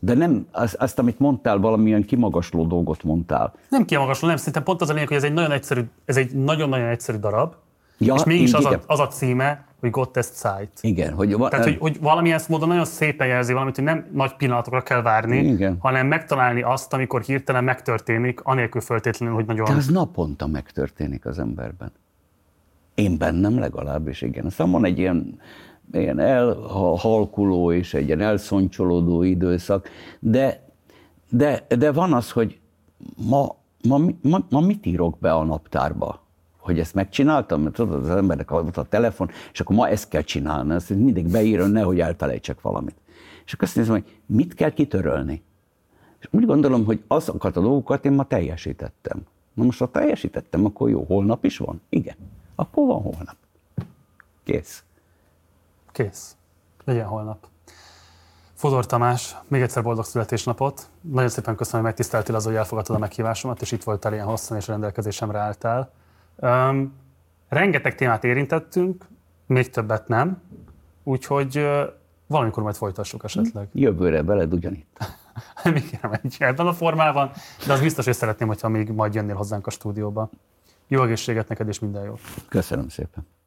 De nem, azt, azt, amit mondtál, valamilyen kimagasló dolgot mondtál. Nem kimagasló, nem, szerintem pont az a lényeg, hogy ez egy nagyon egyszerű, ez egy nagyon-nagyon egyszerű darab, ja, és mégis az igen. a, az a címe, hogy Gottes Zeit. Igen. Hogy, Tehát, hogy, hogy valamilyen módon nagyon szépen jelzi valamit, hogy nem nagy pillanatokra kell várni, igen. hanem megtalálni azt, amikor hirtelen megtörténik, anélkül feltétlenül, hogy nagyon... De az naponta megtörténik az emberben. Én bennem legalábbis, igen. Aztán van egy ilyen, ilyen elhalkuló és egy ilyen elszoncsolódó időszak, de, de, de van az, hogy ma, ma, ma, ma mit írok be a naptárba? Hogy ezt megcsináltam, mert tudod, az embernek volt a telefon, és akkor ma ezt kell csinálni, ezt mindig beírom, nehogy elfelejtsek valamit. És akkor azt nézem, hogy mit kell kitörölni. És úgy gondolom, hogy azokat a dolgokat én ma teljesítettem. Na most, ha teljesítettem, akkor jó, holnap is van? Igen. Akkor van holnap. Kész. Kész. Legyen holnap. Fodor Tamás, még egyszer boldog születésnapot. Nagyon szépen köszönöm, hogy megtiszteltél az, hogy elfogadtad a meghívásomat, és itt voltál ilyen hosszan, és rendelkezésemre álltál. Um, rengeteg témát érintettünk, még többet nem, úgyhogy uh, valamikor majd folytassuk esetleg. Jövőre veled ugyanitt. Még kérem egy ebben a formában, de az biztos, hogy szeretném, hogyha még majd jönnél hozzánk a stúdióba. Jó egészséget neked és minden jót. Köszönöm szépen.